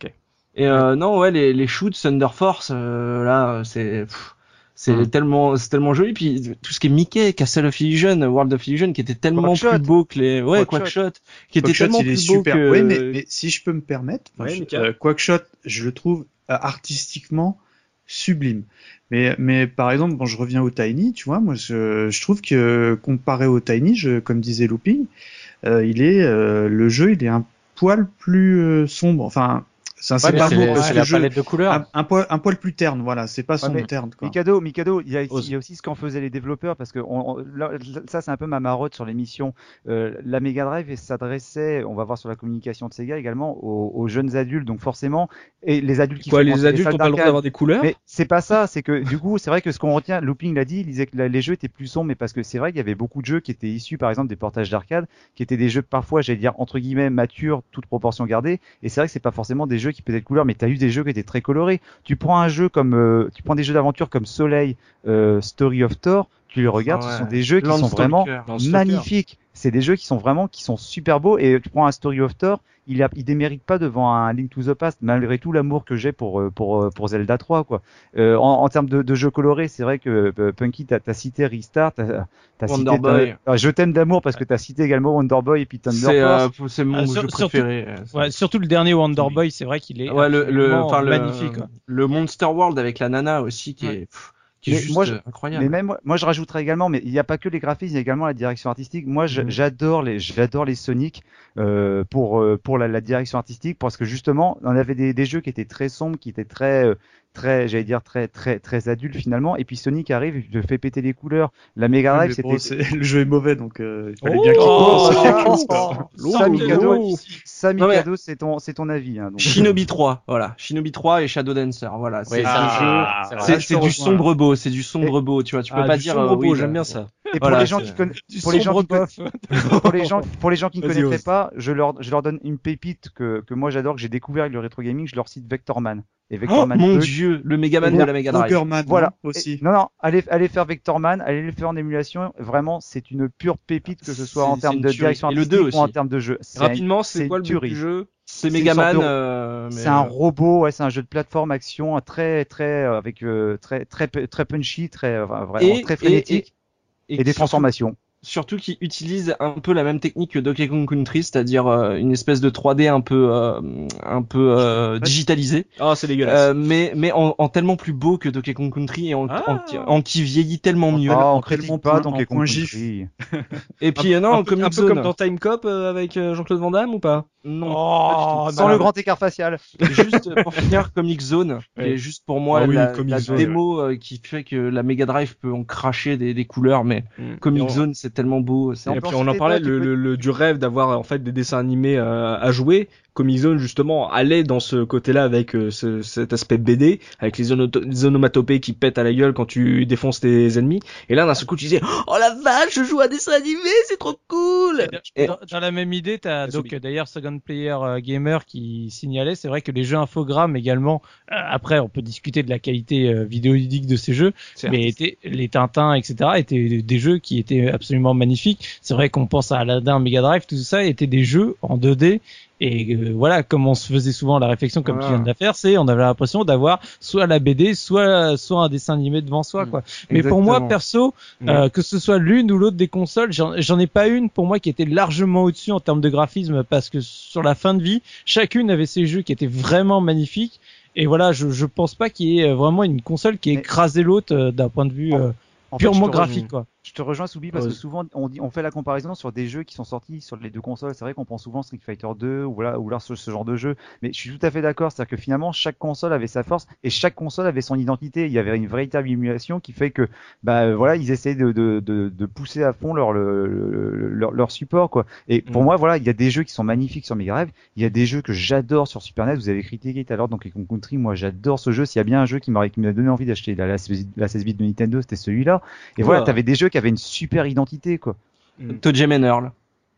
Et euh, non, ouais, les, les shoots Thunder Force, euh, là, c'est pff, c'est Mm. tellement c'est tellement joli. Puis tout ce qui est Mickey, Castle of Illusion, World of Illusion, qui était tellement Quackshot. plus beau que les ouais Quackshot. Quackshot, qui était Quackshot, tellement il est plus beau super. que Oui, mais, mais si je peux me permettre, Ouais, je- Mika. euh, Quackshot, je le trouve euh, artistiquement sublime. Mais, mais par exemple, quand je reviens au Tiny, tu vois, moi, je, je trouve que comparé au Tiny, je, comme disait Looping, euh, il est euh, le jeu, il est un poil plus euh, sombre. Enfin, ça, c'est Ouais, pas c'est le mot les- parce c'est que la le jeu, palette de couleurs. un, un poil, un poil plus terne. Voilà, c'est pas son mais terne. Quoi. Mikado, Mikado, il y a, Ose. il y a aussi ce qu'en faisaient les développeurs parce que on, on- là, ça c'est un peu ma marotte sur l'émission. Euh, la Mega Drive s'adressait, on va voir sur la communication de Sega également, aux, aux jeunes adultes, donc forcément, et les adultes qui Quoi, fréquentaient les adultes salles ont pas le droit d'arcade. d'avoir des couleurs? Mais c'est pas ça, c'est que du coup, c'est vrai que ce qu'on retient, Looping l'a dit, il disait que la- les jeux étaient plus sombres, mais parce que c'est vrai qu'il y avait beaucoup de jeux qui étaient issus, par exemple, des portages d'arcade, qui étaient des jeux parfois, j'allais dire entre guillemets matures, toute proportion gardée. Et c'est vrai que c'est pas forcément des jeux qui peuvent être couleurs, mais t'as eu des jeux qui étaient très colorés. Tu prends un jeu comme, euh, tu prends des jeux d'aventure comme Soleil, euh, Story of Thor, tu les regardes, Ah ce ouais. sont des jeux qui sont Landstalker. vraiment Landstalker. magnifiques. C'est des jeux qui sont vraiment, qui sont super beaux. Et tu prends un Story of Thor, il a, il démérite pas devant un Link to the Past, malgré tout l'amour que j'ai pour, euh, pour, euh, pour Zelda trois, quoi. Euh, en, en termes de, de jeux colorés, c'est vrai que euh, Punky, t'as, t'as cité Restart, t'as, t'as Wonder cité, Boy. t'as- je t'aime d'amour parce que t'as cité également Wonder Boy et puis Thunder c'est euh, Force. c'est mon Ah, jeu sur- surtout- préféré. euh, ça. Ouais, surtout le dernier Wonder Boy, c'est vrai qu'il est Ouais, le, le, absolument enfin, le, magnifique. quoi. le Monster World avec la nana aussi qui Ouais. est, pff, qui est Mais juste moi, je- euh, incroyable. Mais même moi, moi, je rajouterais également, mais il n'y a pas que les graphismes, il y a également la direction artistique. Moi, je- Mhm. j'adore les, j'adore les Sonic euh, pour euh, pour la, la direction artistique, parce que justement, on avait des, des jeux qui étaient très sombres, qui étaient très euh, très, j'allais dire très très très adultes finalement. Et puis Sonic arrive, il te fait péter les couleurs. La Mega Ouais, Drive, mais bon, c'était c'est- le jeu est mauvais, donc euh, il fallait Oh bien qu'il oh, pense à quelque oh, chose. quoi. oh, ça, Mikado, oh. ça, Non, mais- Mikado, c'est ton c'est ton avis. Hein, donc. Shinobi trois, voilà. Shinobi trois et Shadow Dancer, voilà. C'est Oui, ce ça, jeu. Ah, c'est vrai. C'est là, je c'est te du rejoins. sombre beau, c'est du sombre beau, tu vois. Tu peux Ah, pas du dire. sombre euh, beau, oui, j'aime là, bien ça. Et pour Voilà, les gens c'est- qui connaissent, Du pour les gens sombre qui conna- bof. pour les gens, pour les gens qui ne Vas-y, connaîtraient Ose. pas, je leur, je leur donne une pépite que, que moi j'adore, que j'ai découvert avec le rétro gaming, je leur cite Vectorman. Et Oh, Vectorman mon deux, dieu, le Megaman Et de la Mega Drive. Ogreman, voilà. non, aussi. Et- non, non, allez, allez faire Vectorman, allez le faire en émulation. Vraiment, c'est une pure pépite, que ce soit C'est- en c'est termes une de tuerie. direction Et le artistique deux ou en aussi. termes de jeu. C'est Rapidement, un- c'est quoi le une but tuerie. du jeu? C'est c'est une sorte Megaman. de- euh, mais, C'est un euh, robot, ouais, c'est un jeu de plateforme action euh, très, très, euh, avec euh, très, très, très punchy, très, euh, vraiment Et- très et- frénétique et, des surtout- transformations. Surtout qui utilise un peu la même technique que Donkey Kong Country, c'est-à-dire euh, une espèce de trois D un peu euh, un peu euh, digitalisé, Ah, c'est dégueulasse. euh, mais mais en, en tellement plus beau que Donkey Kong Country et en, Ah. en, en qui vieillit tellement mieux. Ah, on en critique tellement pas point- Donkey en Kong point gif. Country. Et puis euh, non, un peu, Comic un peu Zone. comme dans Time Cop euh, avec euh, Jean-Claude Van Damme ou pas? Non, Oh, pas du tout. Sans Voilà. le grand écart facial. Juste pour finir, Comic Zone, qui Ouais. est juste pour moi Ah oui, la, Comic la Zone, démo euh, qui fait que la Mega Drive peut en cracher des, des couleurs, mais Comic Et on- Zone c'est tellement beau. C'est Et on puis peut on en enchaîner, parlait toi, tu le, peux- le, le- du rêve d'avoir en fait des dessins animés euh, à jouer. Comic Zone justement allait dans ce côté-là avec euh, ce, cet aspect B D, avec les, onoto- les onomatopées qui pètent à la gueule quand tu défonces tes ennemis. Et là d'un seul coup tu disais oh la vache, je joue à un dessin animé, c'est trop cool. Et dans, dans la même idée, t'as Vas-y, donc Mick. euh, d'ailleurs Second Player euh, Gamer qui signalait, c'est vrai que les jeux infogrammes également. euh, après, on peut discuter de la qualité euh, vidéoludique de ces jeux, Certes. mais étaient, les Tintins, et cetera, étaient des jeux qui étaient absolument magnifiques. C'est vrai qu'on pense à Aladdin, Mega Drive, tout ça étaient des jeux en deux D. Et euh, voilà, comme on se faisait souvent la réflexion, comme tu Voilà. viens de la faire, c'est on avait l'impression d'avoir soit la B D, soit soit un dessin animé devant soi, Mm. quoi. Mais pour moi, Exactement. perso, Mm. euh, que ce soit l'une ou l'autre des consoles, j'en j'en ai pas une pour moi qui était largement au-dessus en termes de graphisme, parce que sur la fin de vie, chacune avait ses jeux qui étaient vraiment magnifiques. Et voilà, je je pense pas qu'il y ait vraiment une console qui ait Mais- écrasé l'autre euh, d'un point de vue euh, En fait, je purement te graphique, quoi. Je te rejoins Soubi parce Ouais. que souvent on dit on fait la comparaison sur des jeux qui sont sortis sur les deux consoles. C'est vrai qu'on pense souvent Street Fighter deux ou là ou là ce, ce genre de jeu, mais je suis tout à fait d'accord, c'est-à-dire que finalement chaque console avait sa force et chaque console avait son identité. Il y avait une véritable émulation qui fait que bah euh, voilà ils essayaient de, de, de, de pousser à fond leur le, le- leur, leur support quoi. Et pour Mm. moi voilà il y a des jeux qui sont magnifiques sur Mega Drive, il y a des jeux que j'adore sur Super N E S. Vous avez critiqué tout à l'heure Donkey Kong Country, moi j'adore ce jeu. S'il y a bien un jeu qui m'aurait qui m'a donné envie d'acheter la, la, la seize bits de Nintendo, c'était celui-là. Et voilà, Voilà. t'avais des jeux qui avaient une super identité, quoi. Toadjem and Earl.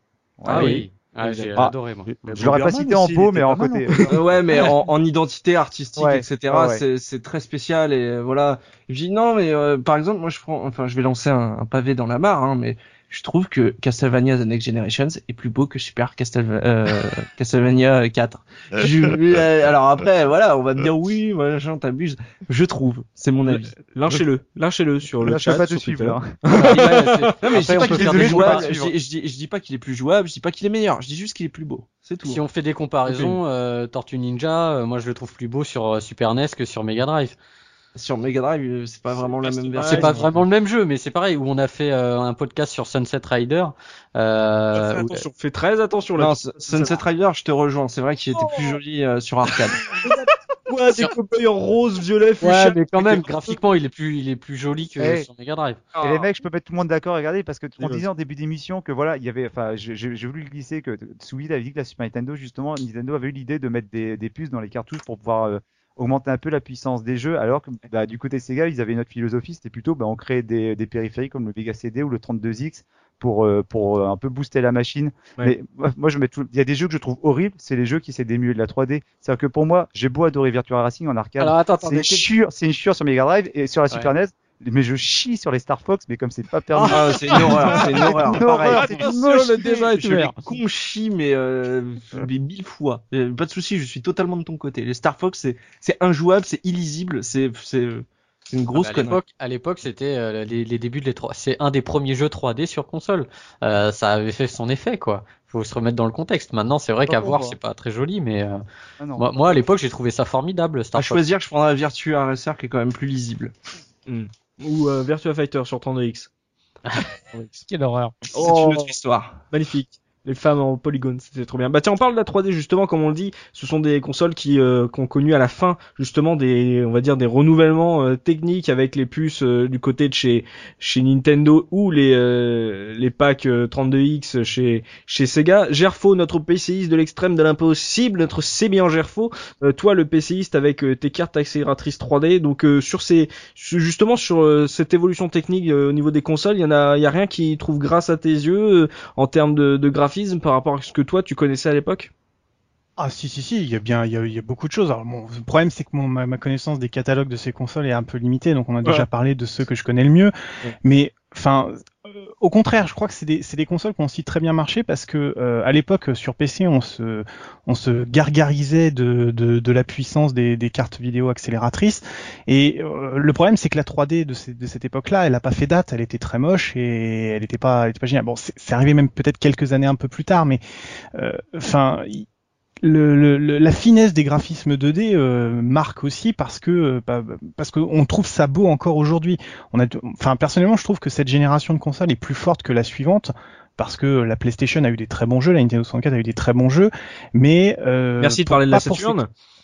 Ah Ouais, oui. Ah, j'ai Ah, adoré, moi. Je l'aurais pas Bomberman cité en aussi, il beau, était mais en pas mal, côté. en Euh, ouais, mais en, en identité artistique, Ouais, et cetera. ouais, ouais. C'est, c'est très spécial et euh, voilà. Je dis non, mais euh, par exemple, moi je prends, enfin, je vais lancer un, un pavé dans la mare, hein, mais je trouve que Castlevania The Next Generations est plus beau que Super Castel... euh, Castlevania quatre. Je... euh, alors après, voilà, on va me dire oui, voilà, Jean, t'abuses. Je trouve, c'est mon avis. Lâchez-le, lâchez-le sur le Là, je peux chat. pas te sur suivre, Twitter. là. Non mais je dis Après, pas on peut qu'il est faire plus des jouable, comparaisons. je dis, je, dis, je dis pas qu'il est plus jouable, je dis pas qu'il est meilleur, je dis juste qu'il est plus beau. C'est tout. Si on fait des comparaisons, euh, Tortue Ninja, euh, moi je le trouve plus beau sur euh, Super N E S que sur Mega Drive. Sur Mega Drive, euh, c'est pas vraiment la c'est même pas- version. C'est pas vraiment le même jeu, mais c'est pareil, où on a fait euh, un podcast sur Sunset Rider. Euh, Fais où- attention, fais très attention là. Non, S- Sunset Rider, je te rejoins. C'est vrai qu'il était plus joli euh, sur arcade. Ouais, des copains en rose, violet, fuchsia. Ouais, mais quand même, graphiquement, il est plus, il est plus joli que Eh. sur Mega Drive. Et les mecs, je peux mettre tout le monde d'accord, regardez, parce que on vas-y. disait en début d'émission que voilà, il y avait, enfin, j'ai j'ai- j'ai voulu glisser que Tsubi avait dit que la Super Nintendo, justement, Nintendo avait eu l'idée de mettre des, des puces dans les cartouches pour pouvoir euh, augmenter un peu la puissance des jeux, alors que bah, du côté Sega, ils avaient une autre philosophie, c'était plutôt, bah, on créait des, des périphériques comme le Vega C D ou le trente-deux X pour euh, pour euh, un peu booster la machine. Ouais. Mais moi, moi, je mets tout. Il y a des jeux que je trouve horribles, c'est les jeux qui essaient d'émuler de la trois D. C'est-à-dire que pour moi, j'ai beau adorer Virtua Racing en arcade, Alors attends, c'est attendez. une chure, c'est une chure sur Mega Drive et sur la Ouais. Super N E S. Mais je chie sur les Star Fox, mais comme c'est pas permis. Ah, c'est une horreur, c'est une horreur. Une horreur, Pareil. c'est Attention, moche. le débat est Je les ouvert. conchis, mais, euh, mais mille fois. Euh, Pas de souci, je suis totalement de ton côté. Les Star Fox, c'est, c'est injouable, c'est illisible, c'est, c'est, c'est une grosse Ah bah, à connerie. l'époque, à l'époque, c'était euh, les, les débuts de les trois. C'est un des premiers jeux trois D sur console. Euh, ça avait fait son effet, quoi. Faut se remettre dans le contexte. Maintenant, c'est vrai Pas qu'à pour voir, moi. c'est pas très joli, mais euh, Ah non. moi, moi, à l'époque, j'ai trouvé ça formidable, Star À Fox. choisir, je prendrais la Virtua R S R qui est quand même plus lisible. Ou euh, Virtua Fighter sur trente-deux X. Quelle horreur. C'est Oh. une autre histoire. Magnifique. Les femmes en polygone, c'était trop bien. Bah tiens, on parle de la trois D justement, comme on le dit, ce sont des consoles qui, euh, qui ont connu à la fin justement des, on va dire des renouvellements euh, techniques avec les puces euh, du côté de chez chez Nintendo ou les euh, les packs euh, trente-deux X chez chez Sega. Gerfo, notre PCiste de l'extrême de l'impossible, notre sémillant Gerfo, euh, toi le PCiste avec euh, tes cartes accélératrices trois D. Donc euh, sur ces sur- justement sur euh, cette évolution technique euh, au niveau des consoles, il y en a il y a rien qui trouve grâce à tes yeux euh, en termes de, de graphisme par rapport à ce que toi tu connaissais à l'époque? Ah si si si, il y a bien il y a, il y a beaucoup de choses. Alors bon, le problème c'est que mon, ma, ma connaissance des catalogues de ces consoles est un peu limitée, donc on a déjà Ouais. parlé de ceux que je connais le mieux. Ouais. Mais enfin, euh, au contraire, je crois que c'est des c'est des consoles qui ont aussi très bien marché parce que euh, à l'époque sur P C on se on se gargarisait de de, de la puissance des, des cartes vidéo accélératrices et euh, le problème c'est que la trois D de, ces, de cette époque-là, elle a pas fait date, elle était très moche et elle était pas elle était pas géniale. Bon, c'est c'est arrivé même peut-être quelques années un peu plus tard, mais enfin. Euh, Le, le, le- la finesse des graphismes deux D euh, marque aussi parce que euh, bah, parce qu'on trouve ça beau encore aujourd'hui. On a, enfin personnellement, je trouve que cette génération de consoles est plus forte que la suivante parce que la PlayStation a eu des très bons jeux, la Nintendo soixante-quatre a eu des très bons jeux, mais euh, Merci de pour- parler de la pas pour Saturn.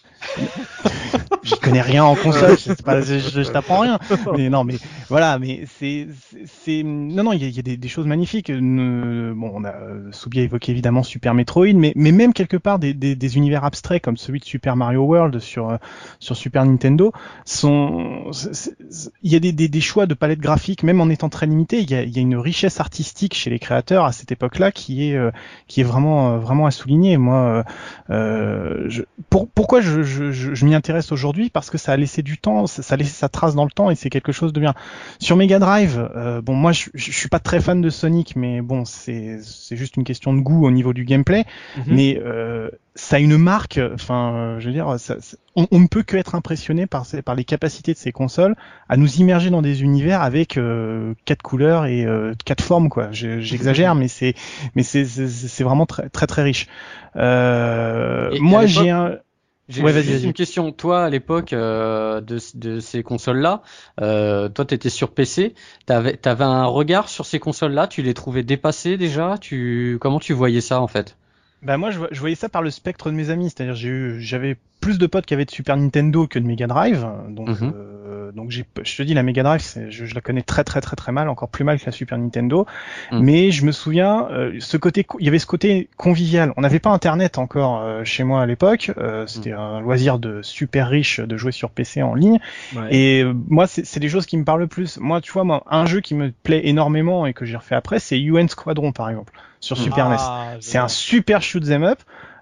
je connais rien en console, je, pas, je, je, je t'apprends rien. Mais non, mais voilà, mais c'est, c'est, c'est- non, non, il y a, il y a des, des choses magnifiques. Euh, bon, on a euh, Soubi a évoqué évidemment Super Metroid, mais, mais même quelque part des, des, des univers abstraits comme celui de Super Mario World sur euh, sur Super Nintendo sont, c'est- c'est- il y a des, des, des choix de palette graphique, même en étant très limité, il y a, il y a une richesse artistique chez les créateurs à cette époque-là qui est euh, qui est vraiment euh, vraiment à souligner. Moi, euh, je, pour, pourquoi je, je, je, je m'y intéresse aujourd'hui? Parce que ça a laissé du temps, ça, ça a laissé sa trace dans le temps et c'est quelque chose de bien. Sur Mega Drive, euh, bon, moi, je, je suis pas très fan de Sonic, mais bon, c'est c'est juste une question de goût au niveau du gameplay. Mhm. Mais euh, ça a une marque. Enfin, euh, je veux dire, ça, ça- on, on ne peut que être impressionné par ces, par les capacités de ces consoles à nous immerger dans des univers avec euh, quatre couleurs et euh, quatre formes, quoi. Je- J'exagère, mais c'est mais c'est c'est c'est vraiment très très très riche. Euh, Et à moi, l'époque- j'ai un J'ai Ouais, vas-y, juste vas-y. une question. Toi, à l'époque euh, de, de ces consoles-là, euh, toi, t'étais sur P C. T'avais, t'avais un regard sur ces consoles-là. Tu les trouvais dépassées déjà. Tu, comment tu voyais ça en fait? Bah moi je, vo- je voyais ça par le spectre de mes amis, c'est-à-dire j'ai eu j'avais plus de potes qui avaient de Super Nintendo que de Mega Drive, donc Mhm. euh, donc j'ai je te dis la Mega Drive c'est, je, je la connais très très très très mal, encore plus mal que la Super Nintendo, Mhm. mais je me souviens euh, ce côté co- il y avait ce côté convivial. On n'avait pas internet encore euh, chez moi à l'époque, euh, c'était un loisir de super riche de jouer sur P C en ligne. Ouais. Et euh, moi, c'est c'est des choses qui me parlent le plus. Moi, tu vois, moi, un jeu qui me plaît énormément et que j'ai refait après, c'est U N Squadron, par exemple, sur Super N E S. Ah, C'est un super shoot 'em up.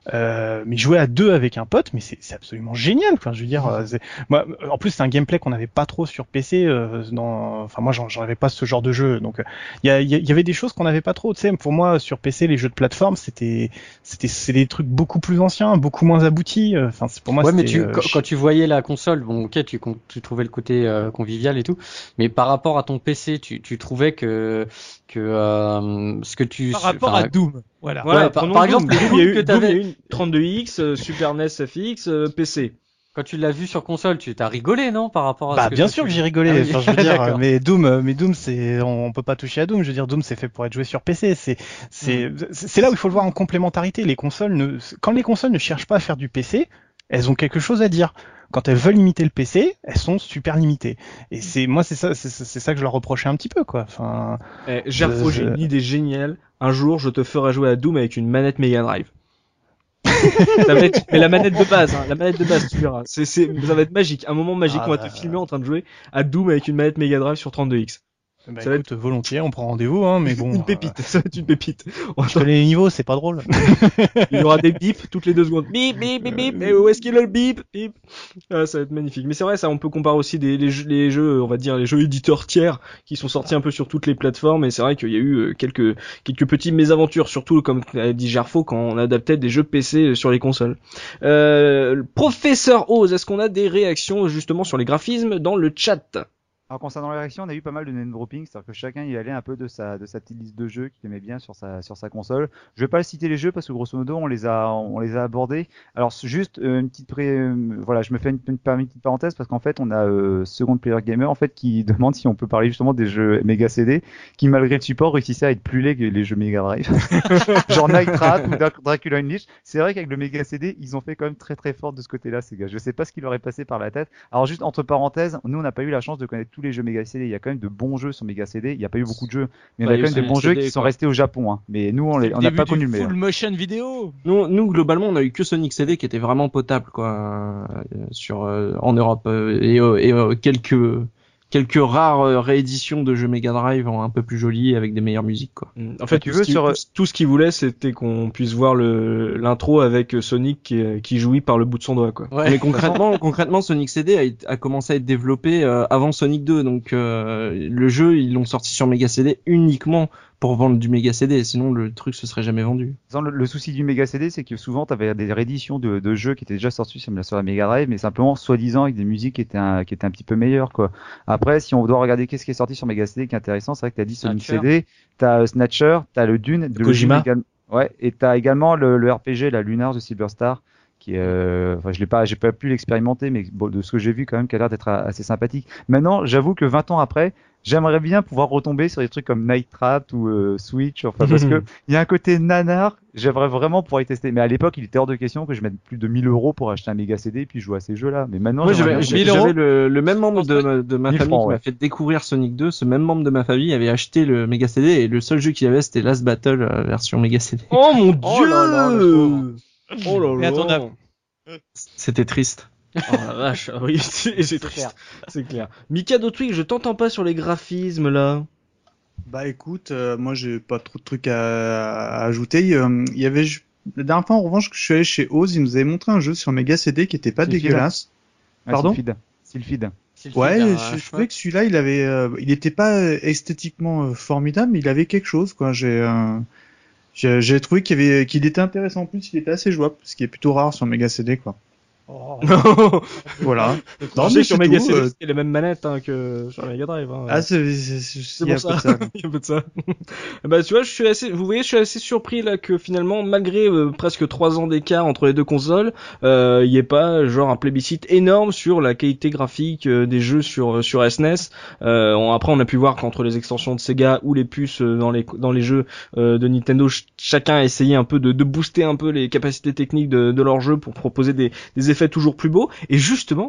Euh, mais jouer à deux avec un pote, mais c'est, c'est absolument génial. Enfin, je veux dire, euh, c'est... moi, en plus, c'est un gameplay qu'on n'avait pas trop sur P C. Euh, dans... Enfin, moi, j'en, j'en avais pas ce genre de jeu. Donc, il euh, y, y, y avait des choses qu'on n'avait pas trop. Tu sais, pour moi, sur P C, les jeux de plateforme, c'était, c'était, c'est des trucs beaucoup plus anciens, beaucoup moins aboutis. Enfin, c'est pour moi. Ouais, c'était, mais tu, euh, quand, quand tu voyais la console, bon, ok, tu, tu trouvais le côté euh, convivial et tout, mais par rapport à ton P C, tu, tu trouvais que que euh, ce que tu Par rapport à Doom, voilà. Voilà, Ouais, par, prenons par Doom. exemple, Doom, Doom il y a eu, que Doom, il y a t'avais, eu une trente-deux X, euh, Super N E S F X, euh, P C. quand tu l'as vu sur console, tu t'as rigolé, non, par rapport à Bah ce que bien toi, sûr tu- que j'ai rigolé. Ah oui. Enfin, je veux dire, D'accord. mais Doom, mais Doom, c'est, on, on peut pas toucher à Doom. Je veux dire, Doom, c'est fait pour être joué sur P C. C'est, c'est, c'est là où il faut le voir en complémentarité. Les consoles ne, quand les consoles ne cherchent pas à faire du P C, elles ont quelque chose à dire. Quand elles veulent limiter le P C, elles sont super limitées. Et c'est, moi, c'est ça, c'est, c'est ça que je leur reprochais un petit peu, quoi. Enfin, Eh, Gerfo, je- j'ai une idée géniale. Un jour, je te ferai jouer à Doom avec une manette Mega Drive. Ça va être, mais la manette de base, hein, la manette de base, tu verras. C'est, c'est, ça va être magique. Un moment magique, Ah on va bah. te filmer en train de jouer à Doom avec une manette Mega Drive sur trente-deux X. bah, Ça va écoute, volontiers, on prend rendez-vous, hein, mais bon. Une pépite, ça va être une pépite. euh, je connais les niveaux, c'est pas drôle. Il y aura des bips toutes les deux secondes. Bip, bip, bip, bip. Et où est-ce qu'il est le bip, bip. Ah, ça va être magnifique. Mais c'est vrai, ça, on peut comparer aussi des, les, jeux, les jeux, on va dire, les jeux éditeurs tiers qui sont sortis un peu sur toutes les plateformes. Et c'est vrai qu'il y a eu euh, quelques, quelques petites mésaventures, surtout, comme a dit Gerfo, quand on adaptait des jeux P C sur les consoles. Euh, Professeur Oz, est-ce qu'on a des réactions, justement, sur les graphismes dans le chat? Alors concernant les réactions, on a eu pas mal de name dropping, c'est-à-dire que chacun y allait un peu de sa de sa petite liste de jeux qu'il aimait bien sur sa sur sa console. Je vais pas citer les jeux parce que grosso modo on les a on les a abordés. Alors c'est juste euh, une petite pré... euh, voilà, je me fais une, une, une petite parenthèse parce qu'en fait on a euh, Second Player Gamer en fait qui demande si on peut parler justement des jeux Mega C D qui malgré le support réussissaient à être plus laids que les jeux Mega Drive. Genre Night Trap ou Drac- Dracula Unleashed. C'est vrai qu'avec le Mega C D ils ont fait quand même très très fort de ce côté-là ces gars. Je sais pas ce qui leur est passé par la tête. Alors juste entre parenthèses, nous on n'a pas eu la chance de connaître tous les jeux Mega C D. Il y a quand même de bons jeux sur Mega C D. Il n'y a pas eu beaucoup de jeux, mais il y Bah, a il y quand a même des eu bons C D, jeux qui sont quoi. restés au Japon. Hein. Mais nous, on les- on n'a Début pas du connu le meilleur. full motion vidéo. Nous, nous globalement, on a eu que Sonic C D qui était vraiment potable, quoi, euh, sur euh, en Europe euh, et, euh, et euh, quelques quelques rares euh, rééditions de jeux Mega Drive en un peu plus jolies avec des meilleures musiques, quoi. En fait, tu tout, veux ce qu'il, sur- tout, tout ce qu'il voulait, c'était qu'on puisse voir le, l'intro avec Sonic qui, qui jouit par le bout de son doigt, quoi. Ouais. Mais concrètement, concrètement, Sonic C D a, été- a commencé à être développé euh, avant Sonic deux, donc euh, le jeu ils l'ont sorti sur Mega C D uniquement pour vendre du Mega C D, sinon le truc se serait jamais vendu. Sans Le, le souci du Mega C D, c'est que souvent, tu avais des rééditions de, de jeux qui étaient déjà sortis sur, sur la Mega Drive, mais simplement, soi-disant, avec des musiques qui étaient un, qui étaient un petit peu meilleures, quoi. Après, si on doit regarder qu'est-ce qui est sorti sur Mega C D qui est intéressant, c'est vrai que t'as dit Sonic Snatcher. C D, t'as euh, Snatcher, t'as le Dune, le Kojima. Dune également- ouais, et t'as également le, le R P G, la Lunar de Silver Star, qui est, euh, enfin, je l'ai pas, j'ai pas pu l'expérimenter, mais bon, de ce que j'ai vu, quand même, qui a l'air d'être assez sympathique. Maintenant, j'avoue que vingt ans après, j'aimerais bien pouvoir retomber sur des trucs comme Night Trap ou euh, Switch, enfin parce que il y a un côté nanar, j'aimerais vraiment pouvoir y tester. Mais à l'époque, il était hors de question que je mette plus de mille euros pour acheter un Mega C D et puis jouer à ces jeux-là. Mais maintenant, Moi, j'aimerais j'avais, bien- j'avais mille euros. le, le même membre Je de, pense ma- de ma mille famille francs, qui ouais. m'a fait découvrir Sonic deux. Ce même membre de ma famille avait acheté le Mega C D et le seul jeu qu'il y avait c'était Last Battle euh, version Mega C D. Oh mon dieu! Oh là là, le Oh là Mais là! attends, C'était triste. Oh la vache, ah oui, c'est, c'est triste. clair. C'est clair. Mika Dotwig, je t'entends pas sur les graphismes, là. Bah écoute, euh, moi j'ai pas trop de trucs à, à ajouter. Euh, Il y avait ju- la dernière fois en revanche que je suis allé chez Oz, ils nous avaient montré un jeu sur Mega C D qui était pas Sylphid. dégueulasse. Ah, Pardon Sylphid. Sylphid. Sylphid, Ouais, un je, je choix. trouvais que celui-là, il avait, euh, il était pas euh, esthétiquement euh, formidable, mais il avait quelque chose, quoi. J'ai, euh, j'ai, j'ai trouvé qu'il y avait, qu'il était intéressant. En plus, il était assez jouable, ce qui est plutôt rare sur Mega C D, quoi. Oh. Voilà. Non, Non, mais mais sur c'est Mega tout, C D, euh, c'est les mêmes manettes hein, que sur la Mega Drive. Hein. Ah, c'est, c'est, c'est, C'est il y a pour un peu ça. de ça. Il y a un peu de ça. Bah tu vois, je suis assez, vous voyez, je suis assez surpris là que finalement, malgré euh, presque trois ans d'écart entre les deux consoles, euh, il y ait pas genre un plébiscite énorme sur la qualité graphique euh, des jeux sur sur S N E S. Euh, on, après, on a pu voir qu'entre les extensions de Sega ou les puces euh, dans les dans les jeux euh, de Nintendo, ch- chacun a essayé un peu de, de booster un peu les capacités techniques de, de leur jeu pour proposer des des effets toujours plus beaux. Et justement,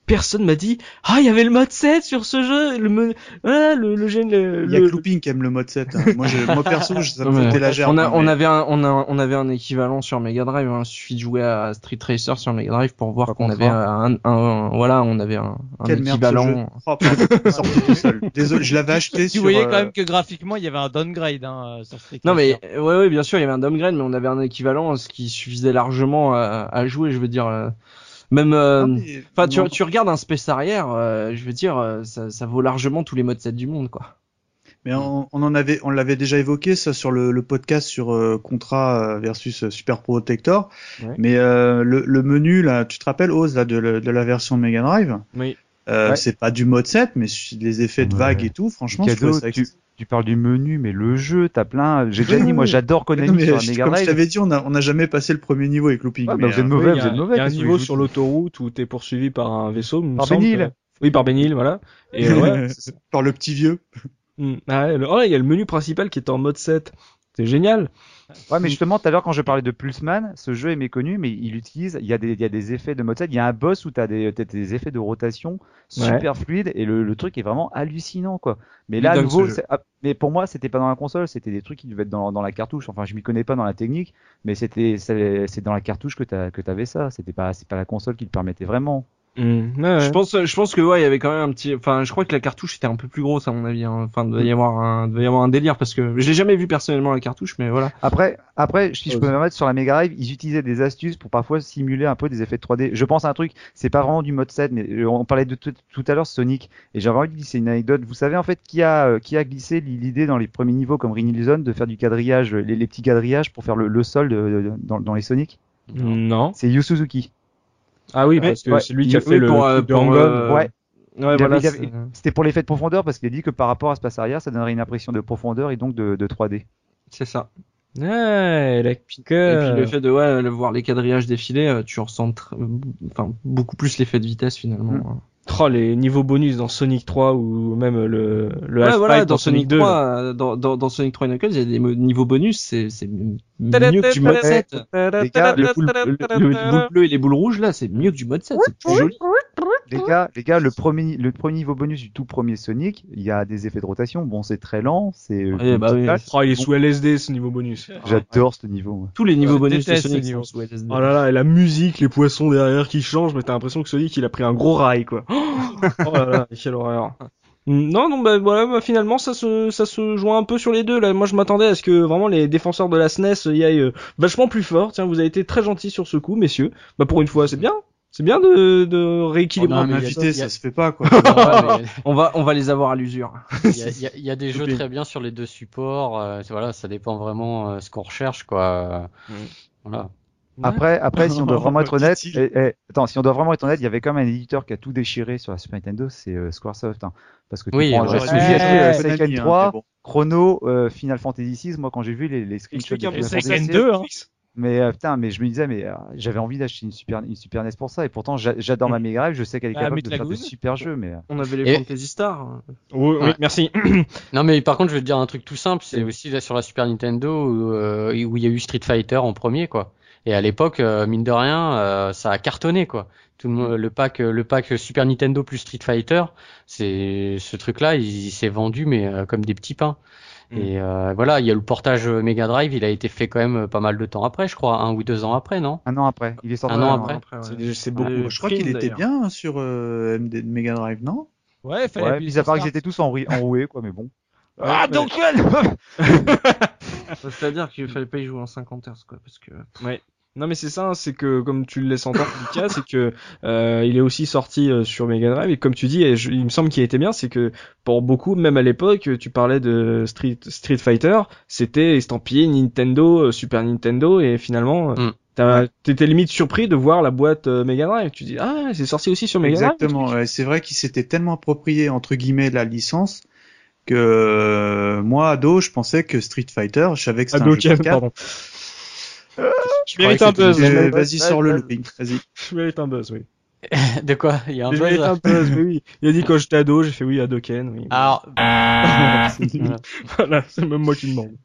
personne m'a dit ah il y avait le mode sept sur ce jeu, le me... ah, le le gène le, Il y a le- que Looping qui aime le mode sept. Hein. Moi, je, moi perso, je- ça me Ouais. foutait la gerbe. On, a, hein, on mais- avait un, on a, on avait un équivalent sur Mega Drive. Hein. Il suffit de jouer à Street Racer sur Mega Drive pour voir Pas qu'on contre avait un, un, un- voilà, on avait un, un Quelle merde ce jeu. équivalent. Oh, pardon, sorti tout seul. Désolé, je l'avais acheté Tu sur. voyais euh, quand même que graphiquement, il y avait un downgrade hein, sur Street Non mais Racer. euh, ouais, ouais, bien sûr, il y avait un downgrade, mais on avait un équivalent, ce qui suffisait largement à, à jouer. Je veux dire, euh, même. euh, ah, mais- Enfin, tu, non. tu regardes un Space Harrier, euh, je veux dire, euh, ça, ça vaut largement tous les modes sept du monde, quoi. Mais on, on en avait, on l'avait déjà évoqué ça sur le, le podcast sur euh, Contra versus euh, Super Protector. Ouais. Mais euh, le, le menu là, tu te rappelles Oz là de, le- de la version Mega Drive, Oui. euh, Ouais. c'est pas du mode sept, mais les effets de Ouais. vagues et tout. Franchement, je Cadeau, trouvais ça tu, tu parles du menu, mais le jeu, t'as plein. J'ai déjà Oui, dit, oui, moi, oui. j'adore Non, Konami mais sur je- la Mega comme je Drive. t'avais dit, on a, on a jamais passé le premier niveau avec Looping. Ouais, mais, bah, vous êtes euh, mauvais, Oui, il y vous a, êtes mauvais. il y a un qu'est-ce que niveau vous sur dites l'autoroute où t'es poursuivi par un vaisseau. il me Par semble. Bénil. Oui, par Bénil, voilà. Et euh, ouais. par le petit vieux. Mm. Ah ouais, le- oh, il y a le menu principal qui est en mode sept. C'est génial. Ouais, mais justement, tout à l'heure, quand je parlais de Pulseman, ce jeu est méconnu, mais il utilise, il y a des, il y a des effets de mode sept. Il y a un boss où t'as des, t'as des effets de rotation super fluides et le, le truc est vraiment hallucinant, quoi. Mais Il là, à donne nouveau, ce jeu. c'est- ah, mais pour moi, c'était pas dans la console, c'était des trucs qui devaient être dans, dans la cartouche. Enfin, je m'y connais pas dans la technique, mais c'était, c'est c'est dans la cartouche que t'as, que t'avais ça. C'était pas, c'est pas la console qui le permettait vraiment. Mm. Ouais, ouais. Je pense, je pense que ouais, il y avait quand même un petit. Enfin, je crois que la cartouche était un peu plus grosse à mon avis. Hein. Enfin, il devait y avoir un, devait y avoir un délire parce que je l'ai jamais vu personnellement la cartouche, mais voilà. Après, après, si je Ose. peux me permettre, sur la Mega Drive, ils utilisaient des astuces pour parfois simuler un peu des effets de trois D. Je pense à un truc, c'est pas vraiment du mode sept, mais euh, on parlait de tout, tout à l'heure Sonic, et j'avais envie de glisser une anecdote. Vous savez en fait qui a, euh, qui a glissé l'idée dans les premiers niveaux comme Rini Zone de faire du quadrillage, les, les petits quadrillages pour faire le, le sol de, de- dans, dans les Sonic? Non. C'est Yu Suzuki. Ah oui, Ouais, parce que ouais. c'est lui qui a Oui, fait le pour, euh, truc de pour, Hang-On. euh, Ouais. Ouais, Il voilà. avait- il c'est- avait- C'était pour l'effet de profondeur parce qu'il a dit que par rapport à Space Harrier, ça donnerait une impression de profondeur et donc de, de trois D. C'est ça. Ouais, la Et puis le piqueur. fait de ouais, le- voir les quadrillages défiler, euh, tu ressens tr- enfin beaucoup plus l'effet de vitesse finalement. Mm. Oh, les niveaux bonus dans Sonic trois ou même le, le Ouais, half voilà, pipe dans Sonic deux. trois, euh, dans, dans, dans Sonic trois et Knuckles, il y a des mo- niveaux bonus, c'est c'est mieux que du mode sept. Les gars, Le boule, le, le- le boule bleu et les boules rouges là, c'est mieux que du mode sept, c'est plus joli. Les gars, les gars, le premier, le premier niveau bonus du tout premier Sonic, il y a des effets de rotation. Bon, c'est très lent, c'est. euh, Ouais, bah oui. classe. Oh, il est Bon, sous L S D ce niveau bonus. J'adore ce niveau. moi. Tous les niveaux Je bonus de déteste Sonic ce sont niveau. sous L S D. Oh là là, et la musique, les poissons derrière qui changent, mais t'as l'impression que Sonic il a pris un gros rail quoi. Oh là là, quelle horreur. Non, non, bah voilà, bah, finalement ça se, ça se joint un peu sur les deux là. Moi je m'attendais à ce que vraiment les défenseurs de la S N E S y aillent euh, vachement plus fort. Tiens, vous avez été très gentils sur ce coup, messieurs. Bah pour une fois, c'est bien. C'est bien de, de rééquilibrer On a un un peu. invité, y a- ça se fait pas quoi. Ouais, mais On va, on va les avoir à l'usure. Il y a, il y a- il y a des jeux très bien sur les deux supports. euh, voilà, ça dépend vraiment euh, ce qu'on recherche, quoi. Mm. Voilà. Après, après, si on doit vraiment être honnête, Dit-il. eh, eh, attends, si on doit vraiment être honnête, il y avait quand même un éditeur qui a tout déchiré sur la Super Nintendo, c'est euh, Squaresoft, hein. Parce que tu Oui, prends, ouais, je me ouais. suis acheté euh, Ouais, Seiken Konami, hein, trois, mais bon. Chrono, euh, Final Fantasy six. Moi, quand j'ai vu les, les screenshots Explique de un peu Final Seiken Fantasy deux, hein. mais euh, putain, mais je me disais, mais euh, j'avais envie d'acheter une Super, une Super N E S pour ça, et pourtant j'a- j'adore ma Mega Drive, je sais qu'elle est Ah, capable de faire de Metal Goose. super jeux, mais euh, On avait les Et- Fantasy Star. Oui, oui, Ouais. merci. Non, mais par contre, je vais te dire un truc tout simple. C'est aussi là sur la Super Nintendo où, euh, où il y a eu Street Fighter en premier, quoi. Et à l'époque, euh, mine de rien, euh, ça a cartonné, quoi. Tout le, monde- le pack, le pack Super Nintendo plus Street Fighter, c'est ce truc-là, il, il s'est vendu mais euh, comme des petits pains. Mm. Et euh, voilà, il y a le portage Mega Drive, il a été fait quand même pas mal de temps après, je crois, un ou deux ans après, non? un an après, il est sorti Un an après. C'est déjà- c'est beaucoup. Euh, Je crois Prime, qu'il était d'ailleurs. bien hein, sur euh, M D Mega Drive, non? Ouais, fallait Ouais, appuyer mis sur à part que Start. j'étais tous enrou- enroués, quoi, mais bon. Ah, donc, C'est-à-dire qu'il fallait pas y jouer en cinquante hertz, quoi, parce que. Non mais c'est ça, hein, c'est que comme tu le laisses entendre, Lucas, c'est que euh, il est aussi sorti euh, sur Mega Drive et comme tu dis, et je- il me semble qu'il était bien, c'est que pour beaucoup, même à l'époque, tu parlais de Street Street Fighter, c'était estampillé Nintendo, euh, Super Nintendo et finalement, euh, Mm. t'as- t'étais limite surpris de voir la boîte euh, Mega Drive. Tu dis ah c'est sorti aussi sur Mega Drive. Exactement. ouais. C'est vrai qu'il s'était tellement approprié entre guillemets la licence que euh, moi ado, je pensais que Street Fighter, je savais que c'était un jeu de Hadoken, cartes. pardon. Je Je mérite un croyais que buzz. c'était- Ouais, Vas-y, sors le looping. Vas-y. Je mérite un buzz, oui. De quoi? Il y a un Je buzz mérite là. un buzz, oui, oui. Il a dit quand j'étais ado, j'ai fait oui Hadoken, oui. Alors, voilà. Voilà, c'est même moi qui demande.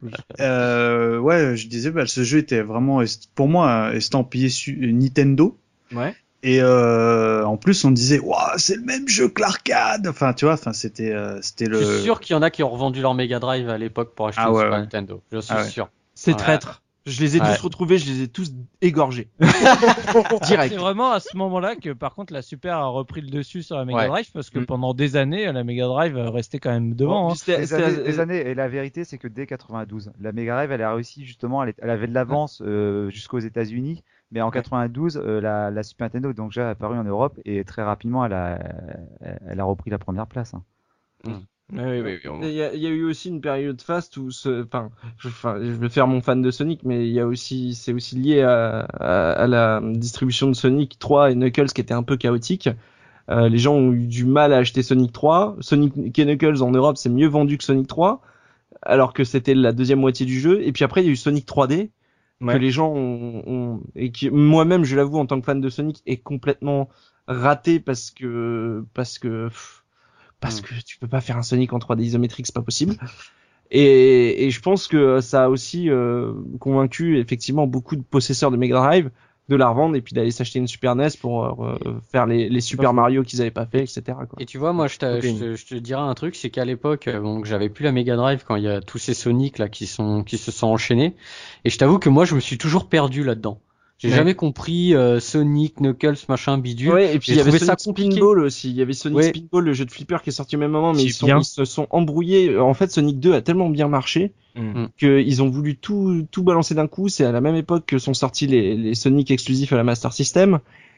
Euh, ouais, je disais, bah, ce jeu était vraiment, est- pour moi, estampillé su- Nintendo. Ouais. Et euh, en plus, on disait, waouh, c'est le même jeu que l'arcade. Enfin, tu vois, enfin, c'était, euh, c'était le. Je suis sûr qu'il y en a qui ont revendu leur Mega Drive à l'époque pour acheter Ah une ouais, Super ouais. Nintendo. Je suis Ah ouais. sûr. C'est Ouais. traître. Je les ai Ouais. tous retrouvés, je les ai tous égorgés. Direct. C'est vraiment à ce moment-là que, par contre, la Super a repris le dessus sur la Mega Ouais. Drive parce que Mm. pendant des années, la Mega Drive restait quand même devant. Bon, hein. c'était- Des c'était- années, des années, et la vérité c'est que dès quatre-vingt-douze, la Mega Drive elle a réussi justement, elle, est- elle avait de l'avance euh, jusqu'aux États-Unis, mais en quatre-vingt-douze euh, la, la Super Nintendo est donc déjà apparue en Europe et très rapidement elle a, elle a repris la première place. hein. Oui, oui, oui, on- Il y, a, il y a eu aussi une période faste où, ce, enfin, je, enfin, je vais faire mon fan de Sonic, mais il y a aussi, c'est aussi lié à, à, à la distribution de Sonic trois et Knuckles qui était un peu chaotique. Euh, les gens ont eu du mal à acheter Sonic trois. Sonic et Knuckles en Europe c'est mieux vendu que Sonic trois, alors que c'était la deuxième moitié du jeu. Et puis après il y a eu Sonic trois D Ouais. que les gens ont, ont et qui, moi-même je l'avoue en tant que fan de Sonic, est complètement raté parce que parce que pff, parce Mm. que tu peux pas faire un Sonic en trois D isométrique, c'est pas possible. Et, et je pense que ça a aussi euh, convaincu effectivement beaucoup de possesseurs de Mega Drive de la revendre et puis d'aller s'acheter une Super N E S pour euh, faire les, les Super Mario qu'ils avaient pas fait, et cetera quoi. Et tu vois, moi, je, t'a- Ok. je, te, je te dirais un truc, c'est qu'à l'époque, euh, bon, que j'avais plus la Mega Drive quand il y a tous ces Sonic là qui sont qui se sont enchaînés. Et je t'avoue que moi, je me suis toujours perdu là-dedans. J'ai Ouais. jamais compris euh, Sonic, Knuckles, machin, bidule. Ouais, et puis J'ai il y avait trouvé Sonic ça compliqué. Spinball aussi. Il y avait Sonic Ouais. Spinball, le jeu de flipper qui est sorti au même moment, mais Qui ils, est sont, bien. ils se sont embrouillés. En fait, Sonic deux a tellement bien marché Mm. qu'ils ont voulu tout, tout balancer d'un coup. C'est à la même époque que sont sortis les, les Sonic exclusifs à la Master System.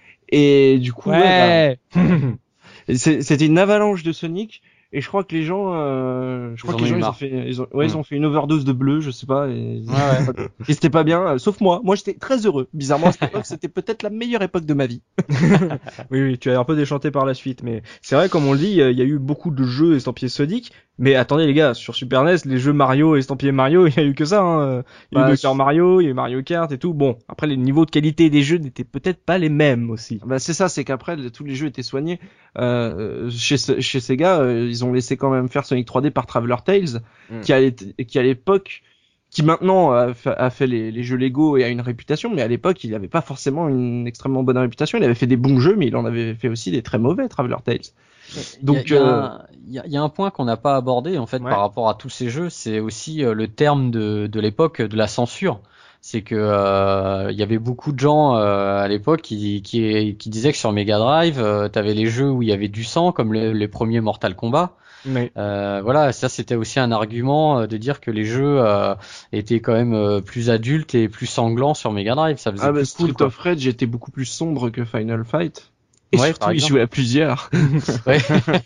Et du coup, ouais, bah, Ouais. c'est- c'était une avalanche de Sonic. Et je crois que les gens, euh, je crois en que les ont gens, eu ils ont marre. fait, ils ont, ouais, ils Mm. ont fait une overdose de bleu, je sais pas. Et, Ouais, ouais. et c'était pas bien, euh, sauf moi. Moi, j'étais très heureux. Bizarrement, à cette époque, c'était peut-être la meilleure époque de ma vie. Oui, oui, tu as un peu déchanté par la suite, mais c'est vrai, comme on le dit, il y a- il y a eu beaucoup de jeux estampillés Sonic, mais attendez les gars, sur Super N E S, les jeux Mario estampillés Mario, il y a eu que ça, hein. Il y a Bah, eu Docteur Mario, il y a eu Mario Kart et tout. Bon, après, les niveaux de qualité des jeux n'étaient peut-être pas les mêmes aussi. Bah c'est ça, c'est qu'après le- tous les jeux étaient soignés. Euh, chez Se- chez Sega, euh, ils ont laissé quand même faire Sonic trois D par Traveler Tales, Mm. qui à l'ét- qui à l'époque, qui maintenant a fait, a fait les, les jeux Lego et a une réputation, mais à l'époque il n'avait pas forcément une extrêmement bonne réputation. Il avait fait des bons jeux, mais il en avait fait aussi des très mauvais Traveler Tales. Donc, il y a, il y a euh, un- il y a- il y a un point qu'on n'a pas abordé en fait Ouais. par rapport à tous ces jeux, c'est aussi euh, le terme de, de l'époque de la censure. C'est que euh, il y avait beaucoup de gens euh, à l'époque qui, qui, qui disaient que sur Mega Drive, euh, t'avais les jeux où il y avait du sang, comme les, les premiers Mortal Kombat. Mais Euh, voilà, ça c'était aussi un argument euh, de dire que les jeux euh, étaient quand même euh, plus adultes et plus sanglants sur Mega Drive. Ça faisait ah bah, plus Street cool, quoi. of Rage était beaucoup plus sombre que Final Fight. Et Ouais, surtout, par il exemple. jouait à plusieurs. Ouais.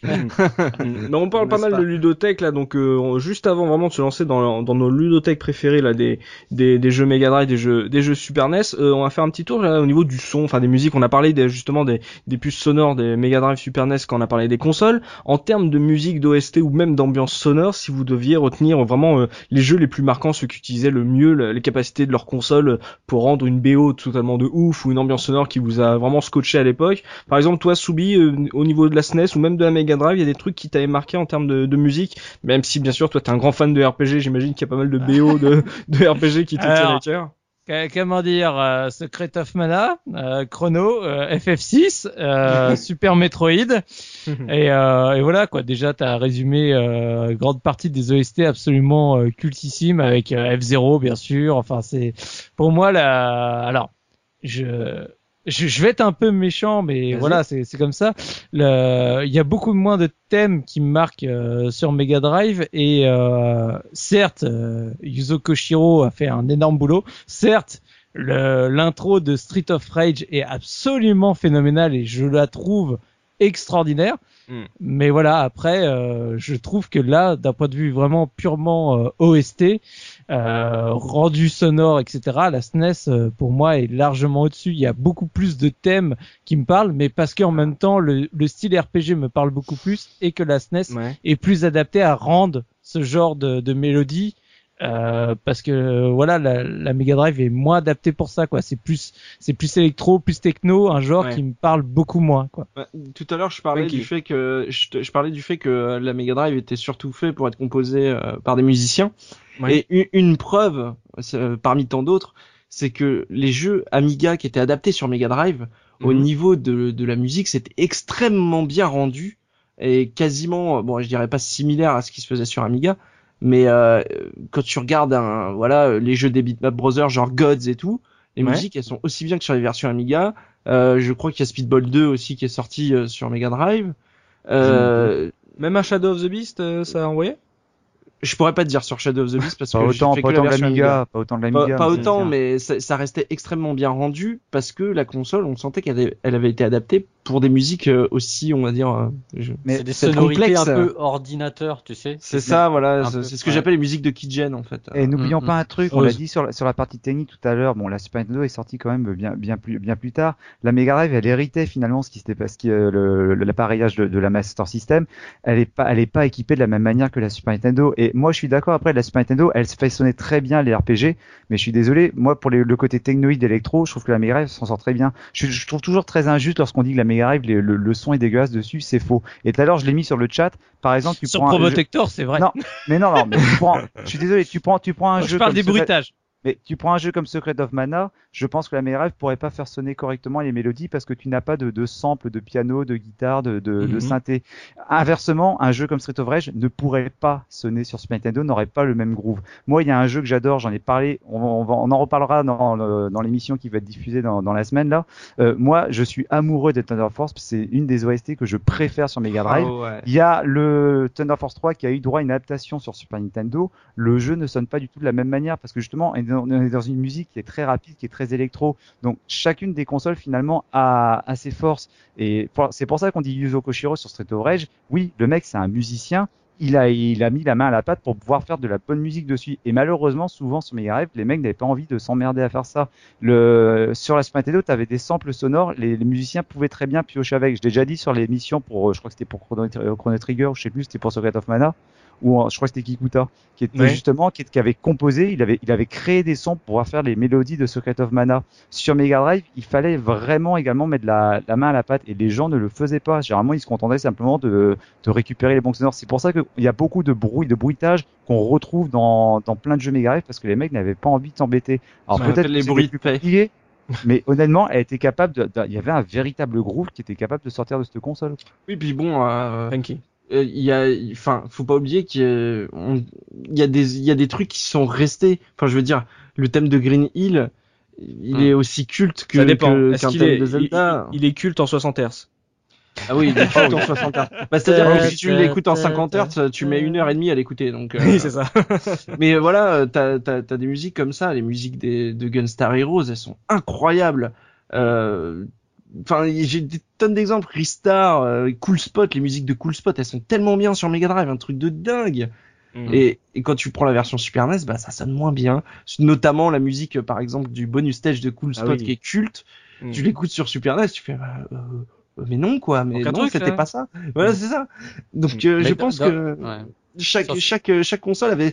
mais on parle pas N'est-ce mal pas de ludothèque là, donc euh, on- juste avant vraiment de se lancer dans, dans nos ludothèques préférées là, des, des, des jeux Mega Drive, des jeux, des jeux Super N E S, euh, on va faire un petit tour là, au niveau du son, enfin des musiques. On a parlé des, justement des, des puces sonores des Mega Drive, Super N E S quand on a parlé des consoles. En termes de musique, d'O S T ou même d'ambiance sonore, si vous deviez retenir vraiment euh, les jeux les plus marquants, ceux qui utilisaient le mieux le- les capacités de leur console pour rendre une B O totalement de ouf ou une ambiance sonore qui vous a vraiment scotché à l'époque. Par exemple, toi, Soubi, euh, au niveau de la S N E S ou même de la Mega Drive, il y a des trucs qui t'avaient marqué en termes de, de musique, même si bien sûr toi t'es un grand fan de R P G, j'imagine qu'il y a pas mal de B O de, de R P G qui te tiennent à Alors, cœur. Qu- Comment dire, euh, Secret of Mana, euh, Chrono, euh, F F six, euh, Super Metroid, et, euh, et voilà quoi. Déjà, t'as résumé euh, grande partie des O S T absolument euh, cultissimes avec euh, F zéro bien sûr. Enfin, c'est pour moi la. Alors, je. Je, je vais être un peu méchant, mais Vas-y. voilà, c'est c'est comme ça. Le- Il y a beaucoup moins de thèmes qui me marquent euh, sur Mega Drive et euh, certes, euh, Yuzo Koshiro a fait un énorme boulot. Certes, le- l'intro de Street of Rage est absolument phénoménale et je la trouve extraordinaire. Mm. Mais voilà, après, euh, je trouve que là, d'un point de vue vraiment purement euh, O S T, euh, rendu sonore, et cetera, la S N E S, euh, pour moi, est largement au-dessus. Il y a beaucoup plus de thèmes qui me parlent, mais parce qu'en même temps, le, le style R P G me parle beaucoup plus et que la S N E S Ouais. est plus adaptée à rendre ce genre de, de mélodie. Euh, parce que euh, voilà, la, la Mega Drive est moins adaptée pour ça, quoi. C'est plus, c'est plus électro, plus techno, un genre Ouais. qui me parle beaucoup moins, quoi. Ouais, tout à l'heure, je parlais Ok. du fait que je, te- je parlais du fait que la Mega Drive était surtout fait pour être composée euh, par des musiciens. Ouais. Et une, une preuve, c'est, euh, parmi tant d'autres, c'est que les jeux Amiga qui étaient adaptés sur Mega Drive au Mhm. niveau de, de la musique, c'était extrêmement bien rendu et quasiment, bon, je dirais pas similaire à ce qui se faisait sur Amiga, mais euh, quand tu regardes un, voilà, les jeux des Bitmap Brothers, genre Gods et tout, les Ouais. musiques, elles sont aussi bien que sur les versions Amiga. Euh, je crois qu'il y a Speedball deux aussi qui est sorti euh, sur Mega Drive. Euh, Même un Shadow of the Beast, euh, ça a envoyé? je pourrais pas te dire sur Shadow of the Beast parce Pas que j'ai autant, fait pas que la autant de version Amiga. l'Amiga, pas autant de Pas, l'Amiga. pas mais c'est autant, bien. mais ça, ça restait extrêmement bien rendu parce que la console, on sentait qu'elle avait, elle avait été adaptée pour des musiques euh, aussi, on va dire, euh, je- Mais C'est des c'est sonorités complexe. un peu ordinateur, tu sais. c'est ça, voilà, un c'est peu, c'est ce que ouais. j'appelle les musiques de Kidgen en fait. Et n'oublions Mm, pas mm. un truc, on Ose. l'a dit sur la, sur la partie technique tout à l'heure, bon, la Super Nintendo est sortie quand même bien, bien plus, bien plus tard. La Mega Drive, elle héritait finalement ce qui s'était passé, euh, le, le- l'appareillage de, de la Master System. Elle est pas, elle est pas équipée de la même manière que la Super Nintendo. Et moi, je suis d'accord, après, la Super Nintendo, elle se fait sonner très bien les R P G, mais je suis désolé, moi, pour les- le côté technoïde électro, je trouve que la Mega Drive s'en sort très bien. Je, je trouve toujours très injuste lorsqu'on dit que la Mega Drive, les- le, le son est dégueulasse dessus, c'est faux. Et tout à l'heure, je l'ai mis sur le chat, par exemple, tu Sur prends un- Probotector, c'est vrai. Non, mais non, non, mais tu prends, je suis désolé, tu prends, tu prends un Moi, jeu je parle comme des Secret- bruitages. mais tu prends un jeu comme Secret of Mana, je pense que la Mega Drive pourrait pas faire sonner correctement les mélodies parce que tu n'as pas de, de sample de piano, de guitare, de, de, de Mhm. synthé. Inversement, un jeu comme Street of Rage ne pourrait pas sonner sur Super Nintendo, n'aurait pas le même groove. Moi, il y a un jeu que j'adore, j'en ai parlé, on, on, va- on en reparlera dans, le- dans l'émission qui va être diffusée dans, dans la semaine là. Euh, moi, je suis amoureux de Thunder Force, c'est une des O S T que je préfère sur Mega Drive. Ah ouais. Il y a le Thunder Force trois qui a eu droit à une adaptation sur Super Nintendo. Le jeu ne sonne pas du tout de la même manière parce que justement, on est dans, on est dans une musique qui est très rapide, qui est très électro. Donc, chacune des consoles finalement a, a ses forces. Et pour- c'est pour ça qu'on dit Yuzo Koshiro sur Street of Rage. Oui, le mec, c'est un musicien. Il a, il a mis la main à la pâte pour pouvoir faire de la bonne musique dessus. Et malheureusement, souvent sur Mega Drive, les mecs n'avaient pas envie de s'emmerder à faire ça. Le, sur la Super Nintendo, tu avais des samples sonores. Les, les musiciens pouvaient très bien piocher avec. Je l'ai déjà dit sur l'émission pour, euh, je crois que c'était pour Chrono, euh, Chrono Trigger, je sais plus, c'était pour Secret of Mana, ou euh, je crois que c'était Kikuta, qui était Ouais. justement, qui, qui avait composé, il avait, il avait créé des sons pour pouvoir faire les mélodies de Secret of Mana. Sur Mega Drive, il fallait vraiment également mettre la, la main à la pâte et les gens ne le faisaient pas. Généralement, ils se contentaient simplement de, de récupérer les bons sonores. C'est pour ça qu'il y a beaucoup de bruit, de bruitage qu'on retrouve dans, dans plein de jeux Mega Drive parce que les mecs n'avaient pas envie de s'embêter. Alors Ça peut-être s'appelle que les c'était bruits de plus paix. compliqué, mais honnêtement, elle était capable de, de- il y avait un véritable groove qui était capable de sortir de cette console. Oui, puis bon, euh, Frankie. euh, il y a, enfin, faut pas oublier qu'il y a, on- il y a des, il y a des trucs qui sont restés. Enfin, je veux dire, le thème de Green Hill, il Hmm. est aussi culte que, Ça dépend. que- Est-ce qu'un qu'il thème est, de il, Zelda. il- il est culte en soixante hertz? Ah oui, il est culte en soixante hertz. Bah, c'est-à-dire que si tu l'écoutes en cinquante hertz, tu mets une heure et demie à l'écouter, donc. euh, Oui, c'est ça. Mais euh, voilà, euh, t'as, t'as, t'as des musiques comme ça, les musiques des, de Gunstar Heroes, elles sont incroyables. Euh, Enfin, j'ai des tonnes d'exemples. Ristar, euh, Cool Spot, les musiques de Cool Spot, elles sont tellement bien sur Mega Drive, un truc de dingue. Mhm. Et, et quand tu prends la version Super N E S, bah ça sonne moins bien. Notamment la musique, euh, par exemple, du bonus stage de Cool Ah Spot oui. qui est culte. Mhm. Tu l'écoutes sur Super N E S, tu fais, bah, euh, euh, mais non quoi, mais Aucun non, truc, c'était là. pas ça. Voilà, c'est ça. Donc euh, Mais je dans- pense dans- que ouais. chaque Sur- chaque euh, chaque console avait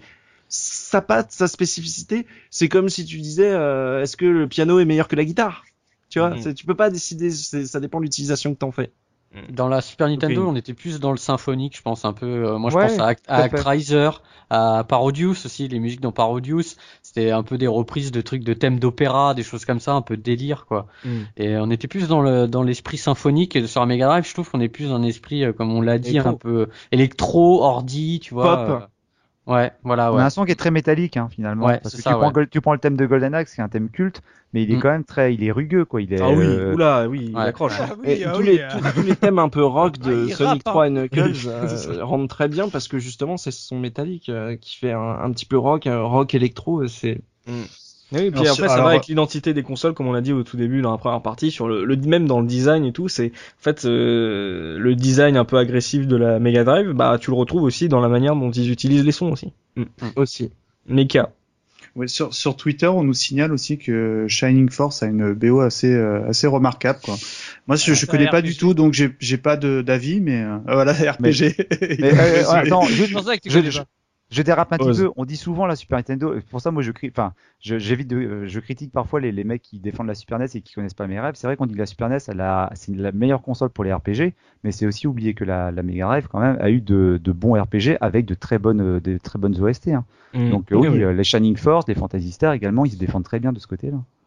sa patte, sa spécificité. C'est comme si tu disais, euh, est-ce que le piano est meilleur que la guitare? Tu vois, Mhm. c'est- tu peux pas décider, c'est- ça dépend de l'utilisation que t'en fais. Dans la Super Nintendo, Ok. on était plus dans le symphonique, je pense un peu. euh, moi, je Ouais, pense à, Act- tout à à fait. Actraiser, à Parodius aussi. Les musiques dans Parodius, c'était un peu des reprises de trucs de thèmes d'opéra, des choses comme ça, un peu de délire, quoi. Mhm. Et on était plus dans le dans l'esprit symphonique. Et sur la Mega Drive, je trouve qu'on est plus dans l'esprit, euh, comme on l'a dit, Électro. un peu électro, ordi, tu vois. Pop. euh, Ouais, voilà, On ouais. a un son qui est très métallique hein, finalement, Ouais, parce c'est que ça, tu, prends, ouais. Gol- tu prends le thème de Golden Axe qui est un thème culte, mais il est Mm. quand même très, il est rugueux quoi. Il est. Ah oui, euh, oula, oui, il Ouais. accroche. Ah oui, Et ah tous, oui, les, euh, tous, tous les thèmes un peu rock de Ah, il Sonic rappe, hein. trois et Knuckles C'est euh, ça. rendent très bien parce que justement c'est ce son métallique euh, qui fait un, un petit peu rock, un rock électro. C'est Oui, et puis Alors, après, sur- ça alors, va avec l'identité des consoles, comme on l'a dit au tout début dans la première partie, sur le, le même dans le design et tout. C'est en fait euh, le design un peu agressif de la Mega Drive. Bah, tu le retrouves aussi dans la manière dont ils utilisent les sons aussi. aussi. Mecha. Ouais, sur, sur Twitter, on nous signale aussi que Shining Force a une B O assez euh, assez remarquable quoi. Moi, je, je c'est connais un pas R P G. du tout, donc j'ai j'ai pas de d'avis, mais euh, voilà R P G. Mais euh, attends, C'est juste, pour ça que tu je, connais je, pas. je dérape un petit Ose. peu. On dit souvent la Super Nintendo. Pour ça, moi, je crie. Enfin, je, j'évite de. euh, Je critique parfois les, les mecs qui défendent la Super N E S et qui connaissent pas mes rêves. C'est vrai qu'on dit que la Super N E S, elle a, c'est la meilleure console pour les R P G, mais c'est aussi oublier que la, la Mega Drive quand même a eu de, de bons R P G avec de très bonnes, euh, de très bonnes O S T. Hein. Mm. Donc euh, Oui, oui, oui. euh, les Shining Force, les Phantasy Star également, ils se défendent très bien de ce côté-là.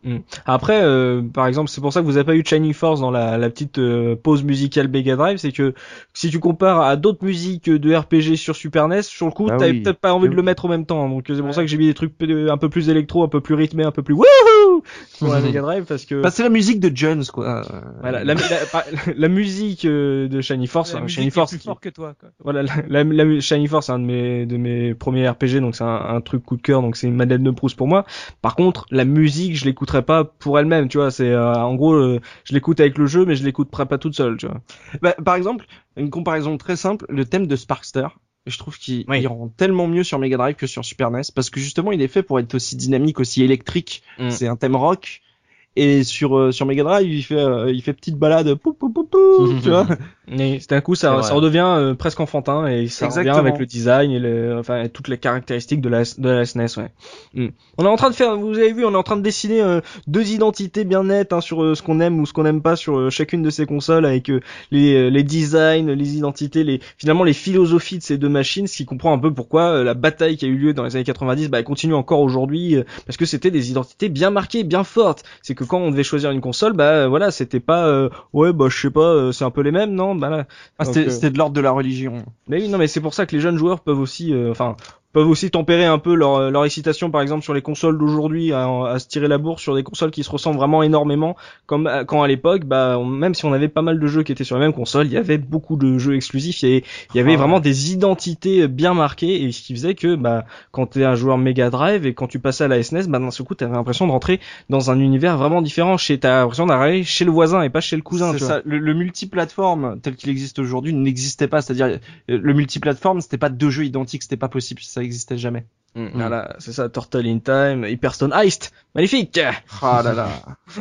Mm. Après, euh, par exemple, c'est pour ça que vous avez pas eu Shining Force dans la, la petite euh, pause musicale Mega Drive, c'est que si tu compares à d'autres musiques de R P G sur Super N E S, sur le coup, Bah t'avais oui. peut-être pas envie Oui. de le mettre en même temps. Donc c'est pour ça que j'ai mis des trucs peu- un peu plus électro, un peu plus rythmé, un peu plus wouhou pour la Mega Drive, parce que Bah, c'est la musique de Jones, quoi. voilà, la, la, la, la musique euh, de Shining Force, La hein, musique Shining est Force, plus qui- fort que toi, quoi. voilà, la, la, la Shining Force, c'est un de mes de mes premiers R P G, donc c'est un, un truc coup de cœur, donc c'est une Madeleine de Proust pour moi. Par contre, la musique, je l'écouterai pas pour elle-même, tu vois. C'est euh, en gros, euh, je l'écoute avec le jeu, mais je l'écouterai pas toute seule, tu vois. Bah, par exemple, une comparaison très simple, le thème de Sparkster, je trouve qu'il Oui. il rend tellement mieux sur Mega Drive que sur Super N E S, parce que justement, il est fait pour être aussi dynamique, aussi électrique. Mm. C'est un thème rock. Et sur euh, sur Mega Drive, il fait euh, il fait petite balade, pou pou pou pou, tu vois. Et d'un coup, C'est ça, vrai. ça redevient euh, presque enfantin et ça Exactement. revient avec le design et le, enfin et toutes les caractéristiques de la de la S N E S, ouais. Mm. On est en train de faire, vous avez vu, on est en train de dessiner euh, deux identités bien nettes hein, sur euh, ce qu'on aime ou ce qu'on n'aime pas sur euh, chacune de ces consoles, avec euh, les euh, les designs, les identités, les finalement les philosophies de ces deux machines, ce qui comprend un peu pourquoi euh, la bataille qui a eu lieu dans les années quatre-vingt-dix, bah elle continue encore aujourd'hui euh, parce que c'était des identités bien marquées, bien fortes. C'est que quand on devait choisir une console, bah euh, voilà, c'était pas euh, ouais bah je sais pas, euh, c'est un peu les mêmes, non, bah là. Ah, Donc, c'était euh, c'était de l'ordre de la religion. Mais oui, non, mais c'est pour ça que les jeunes joueurs peuvent aussi, euh, enfin, peuvent aussi tempérer un peu leur, leur excitation, par exemple, sur les consoles d'aujourd'hui, à, à se tirer la bourre sur des consoles qui se ressemblent vraiment énormément, comme à- quand à l'époque, bah, on- même si on avait pas mal de jeux qui étaient sur la même console, il y avait beaucoup de jeux exclusifs, il y avait, il y avait Ah, vraiment des identités bien marquées, et ce qui faisait que, bah, quand t'es un joueur Mega Drive et quand tu passais à la S N E S, bah, d'un seul coup, t'avais l'impression de rentrer dans un univers vraiment différent, chez, t'as l'impression d'arriver chez le voisin et pas chez le cousin, C'est tu vois. ça. Le, le multiplateforme tel qu'il existe aujourd'hui n'existait pas. C'est-à-dire, euh, le multiplateforme, c'était pas deux jeux identiques, c'était pas possible, ça existait jamais. Mm, Voilà, c'est ça, Turtle in Time, Hyperstone Heist, magnifique. Ah là là.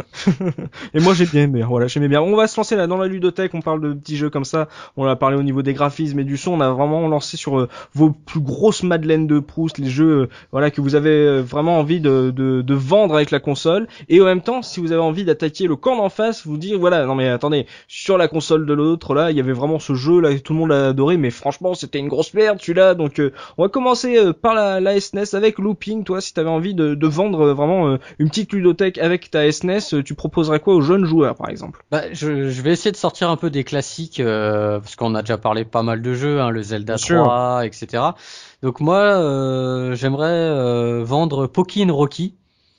Et moi j'ai bien aimé, voilà, j'aimais bien. On va se lancer là dans la ludothèque, on parle de petits jeux comme ça, on a parlé au niveau des graphismes et du son, on a vraiment lancé sur euh, vos plus grosses madeleines de Proust, les jeux euh, voilà que vous avez euh, vraiment envie de, de, de vendre avec la console, et en même temps, si vous avez envie d'attaquer le camp d'en face, vous dire voilà, non mais attendez, sur la console de l'autre là, il y avait vraiment ce jeu là que tout le monde a adoré, mais franchement c'était une grosse merde celui-là, donc euh, on va commencer euh, par la, la S N E S avec Looping. Toi, si t'avais envie de, de vendre euh, vraiment euh, une petite ludothèque avec ta S N E S, euh, tu proposerais quoi aux jeunes joueurs, par exemple? Bah, je, je vais essayer de sortir un peu des classiques, euh, parce qu'on a déjà parlé pas mal de jeux, hein, le Zelda Bien sûr. trois, et cetera. Donc moi, euh, j'aimerais euh, vendre Pokin Rocky.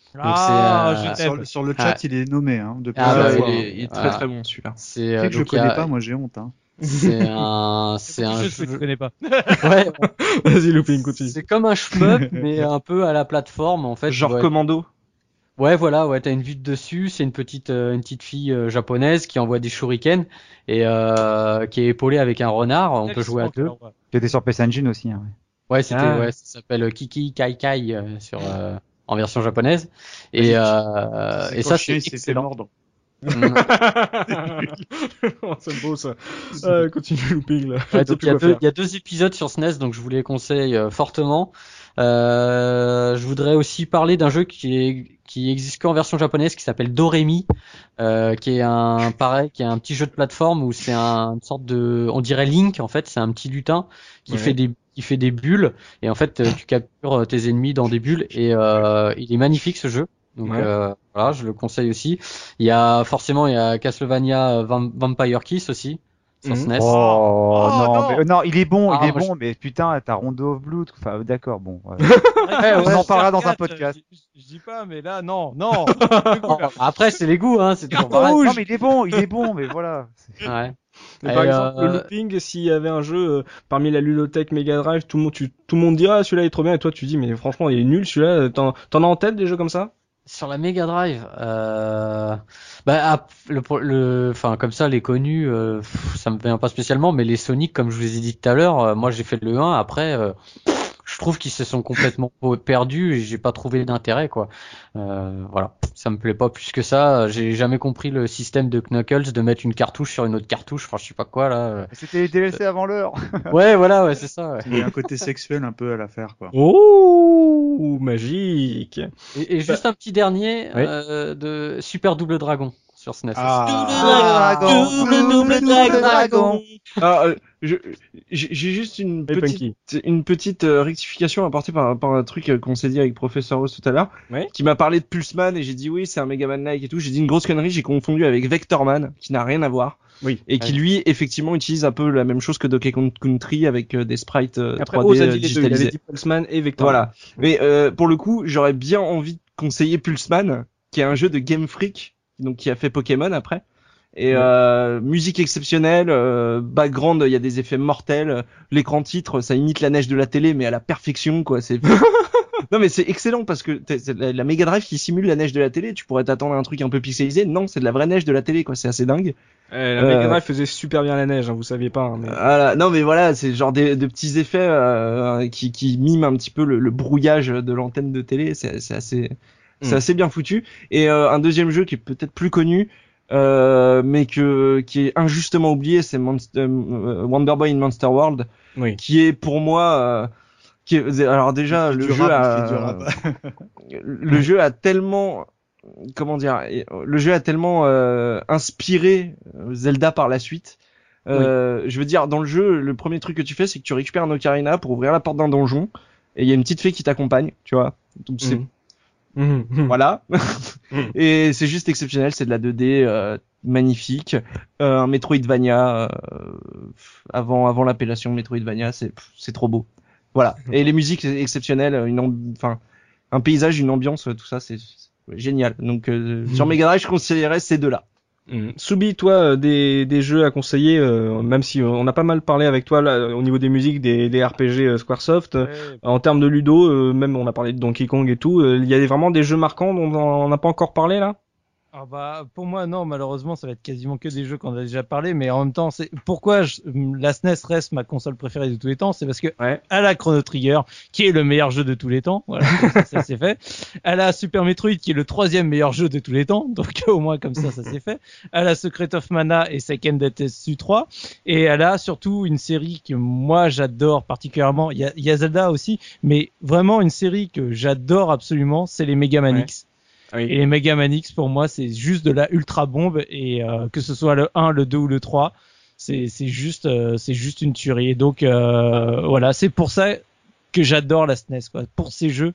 Ah, c'est, euh, je Sur, t'aime. le- sur le chat, Ah. il est nommé hein, depuis Ah, plusieurs bah, fois. il hein. est- Il est très Voilà. très bon celui-là. C'est Tu sais euh, que je le donc, il y connais a- pas, moi j'ai honte. Hein. c'est un, c'est un Je sais que tu jeu- connais pas. ouais, Vas-y, Looping, continue. c'est comme un shmup, mais un peu à la plateforme en fait. Genre Ouais. Commando. Ouais, voilà, ouais, t'as une vue de dessus, c'est une petite, euh, une petite fille euh, japonaise qui envoie des shurikens et euh, qui est épaulée avec un renard. On peut jouer à deux. Qui était sur P S Engine aussi. Hein, ouais. Ouais, c'était, Ah. ouais, ça s'appelle Kiki Kai Kai euh, sur euh, en version japonaise. Et euh, et Quand ça le chien, c'est il s'est fait excellent. mordre. Mm. Oh, c'est beau ça. Euh, continue, Looping là. Ouais, T'as donc plus il y a quoi deux, faire. il y a deux épisodes sur S N E S, donc je vous les conseille euh, fortement. Euh, je voudrais aussi parler d'un jeu qui est qui existe qu'en version japonaise, qui s'appelle Doremi, euh, qui est un pareil, qui est un petit jeu de plateforme où c'est un, une sorte de, on dirait Link en fait, c'est un petit lutin qui Ouais. fait des qui fait des bulles et en fait euh, tu captures tes ennemis dans des bulles et euh, il est magnifique ce jeu. Donc Ouais. euh, voilà, je le conseille aussi. Il y a forcément il y a Castlevania Vam- Vampire Kiss aussi sur Mhm. S N E S. Oh, Oh, non, non. mais, euh, non, il est bon, Ah, il est moi, bon, mais putain, t'as Rondo of Blood. Enfin, d'accord, bon. ouais. Ouais, on en parlera dans un podcast. Je, je dis pas, mais là, non, non. Bon, après c'est les goûts hein, c'est toujours Carton pareil. rouge. Non, mais il est bon, il est bon, mais voilà. Ouais. Mais par Et, exemple, euh, le Looping, s'il y avait un jeu euh, parmi la ludothèque Mega Drive, tout le monde, tu, tout le monde dirait ah, celui-là est trop bien, et toi tu dis mais franchement il est nul celui-là. T'en, t'en as en tête des jeux comme ça? Sur la Mega Drive, euh... bah, ah, le, le, enfin comme ça les connus, euh, pff, ça me vient pas spécialement, mais les Sonic, comme je vous ai dit tout à l'heure, euh, moi j'ai fait le un, après, euh, je trouve qu'ils se sont complètement perdus et j'ai pas trouvé d'intérêt quoi. Euh, voilà, ça me plaît pas plus que ça. J'ai jamais compris le système de Knuckles de mettre une cartouche sur une autre cartouche, enfin je sais pas quoi là. C'était les D L C avant l'heure. Ouais, voilà, ouais, c'est ça. Ouais. Il y a un côté sexuel un peu à l'affaire, quoi. Oh, magique. Et, et juste un petit dernier Oui. euh, de Super Double Dragon sur S N E S. Ah. Double dragon, dragon. Alors, euh, je, j'ai j'ai juste une Hey, petite, une petite euh, rectification apportée par, par un truc euh, qu'on s'est dit avec Professeur Rose tout à l'heure, Ouais. qui m'a parlé de Pulseman et j'ai dit oui, c'est un Megaman-like et tout. J'ai dit une grosse connerie, j'ai confondu avec Vectorman, qui n'a rien à voir. Oui. Et qui lui, effectivement, utilise un peu la même chose que Donkey Kong Country avec euh, des sprites euh, Après, trois D Oz a euh, dit les deux. Il digitalisés. avait dit Pulseman et Vector. Voilà. Mais euh, pour le coup, j'aurais bien envie de conseiller Pulseman, qui est un jeu de Game Freak, donc qui a fait Pokémon après. Et Ouais. euh, musique exceptionnelle, euh, background, il y a des effets mortels. L'écran titre, ça imite la neige de la télé, mais à la perfection, quoi. C'est non, mais c'est excellent parce que t'es- c'est la, la Mega Drive qui simule la neige de la télé. Tu pourrais t'attendre à un truc un peu pixelisé. Non, c'est de la vraie neige de la télé, quoi. C'est assez dingue. Euh, la Euh, Mega Drive faisait super bien la neige, hein, vous saviez pas. Hein, mais... Voilà. Non, mais voilà, c'est genre des, de petits effets euh, qui, qui miment un petit peu le, le brouillage de l'antenne de télé. C'est c'est assez, c'est Mm. assez bien foutu. Et euh, un deuxième jeu qui est peut-être plus connu, euh, mais que qui est injustement oublié, c'est Monster, euh, Wonder Boy in Monster World, Oui. qui est pour moi, euh, qui est, alors déjà Il fait le du jeu rap, a, il fait du rap. le jeu a tellement, comment dire, le jeu a tellement euh, inspiré Zelda par la suite. Euh, Je veux dire, dans le jeu, le premier truc que tu fais, c'est que tu récupères un ocarina pour ouvrir la porte d'un donjon, et il y a une petite fée qui t'accompagne, tu vois. Donc c'est Mhm. Mhm. Mhm. voilà. Mhm. Et c'est juste exceptionnel, c'est de la deux D euh, magnifique, euh, un Metroidvania euh, avant avant l'appellation Metroidvania, c'est c'est trop beau. Voilà. Et les musiques c'est exceptionnelles, une amb- enfin un paysage, une ambiance, tout ça c'est c'est génial. Donc euh, sur Mega Drive, je conseillerais ces deux-là. Mhm. Soubi, toi, euh, des, des jeux à conseiller, euh, même si euh, on a pas mal parlé avec toi là, au niveau des musiques, des, des R P G euh, Squaresoft, euh, en termes de ludo, euh, même on a parlé de Donkey Kong et tout, euh, il y a des- vraiment des jeux marquants dont on n'a pas encore parlé là? Ah bah, pour moi, non, malheureusement, ça va être quasiment que des jeux qu'on a déjà parlé, mais en même temps, c'est pourquoi je- la S N E S reste ma console préférée de tous les temps, c'est parce que Ouais. elle a Chrono Trigger, qui est le meilleur jeu de tous les temps, voilà, comme ça, ça c'est fait. Elle a Super Metroid, qui est le troisième meilleur jeu de tous les temps, donc au moins comme ça, ça c'est fait. Elle a Secret of Mana et Seiken Densetsu trois, et elle a surtout une série que moi j'adore particulièrement. Il y a, il y a Zelda aussi, mais vraiment une série que j'adore absolument, c'est les Mega Man Ouais. X. Oui. Et les Mega Man X, pour moi, c'est juste de la ultra bombe, et euh, que ce soit le un, le deux ou le trois, c'est c'est juste euh, c'est juste une tuerie. Et donc euh, voilà, c'est pour ça que j'adore la S N E S, quoi, pour ces jeux,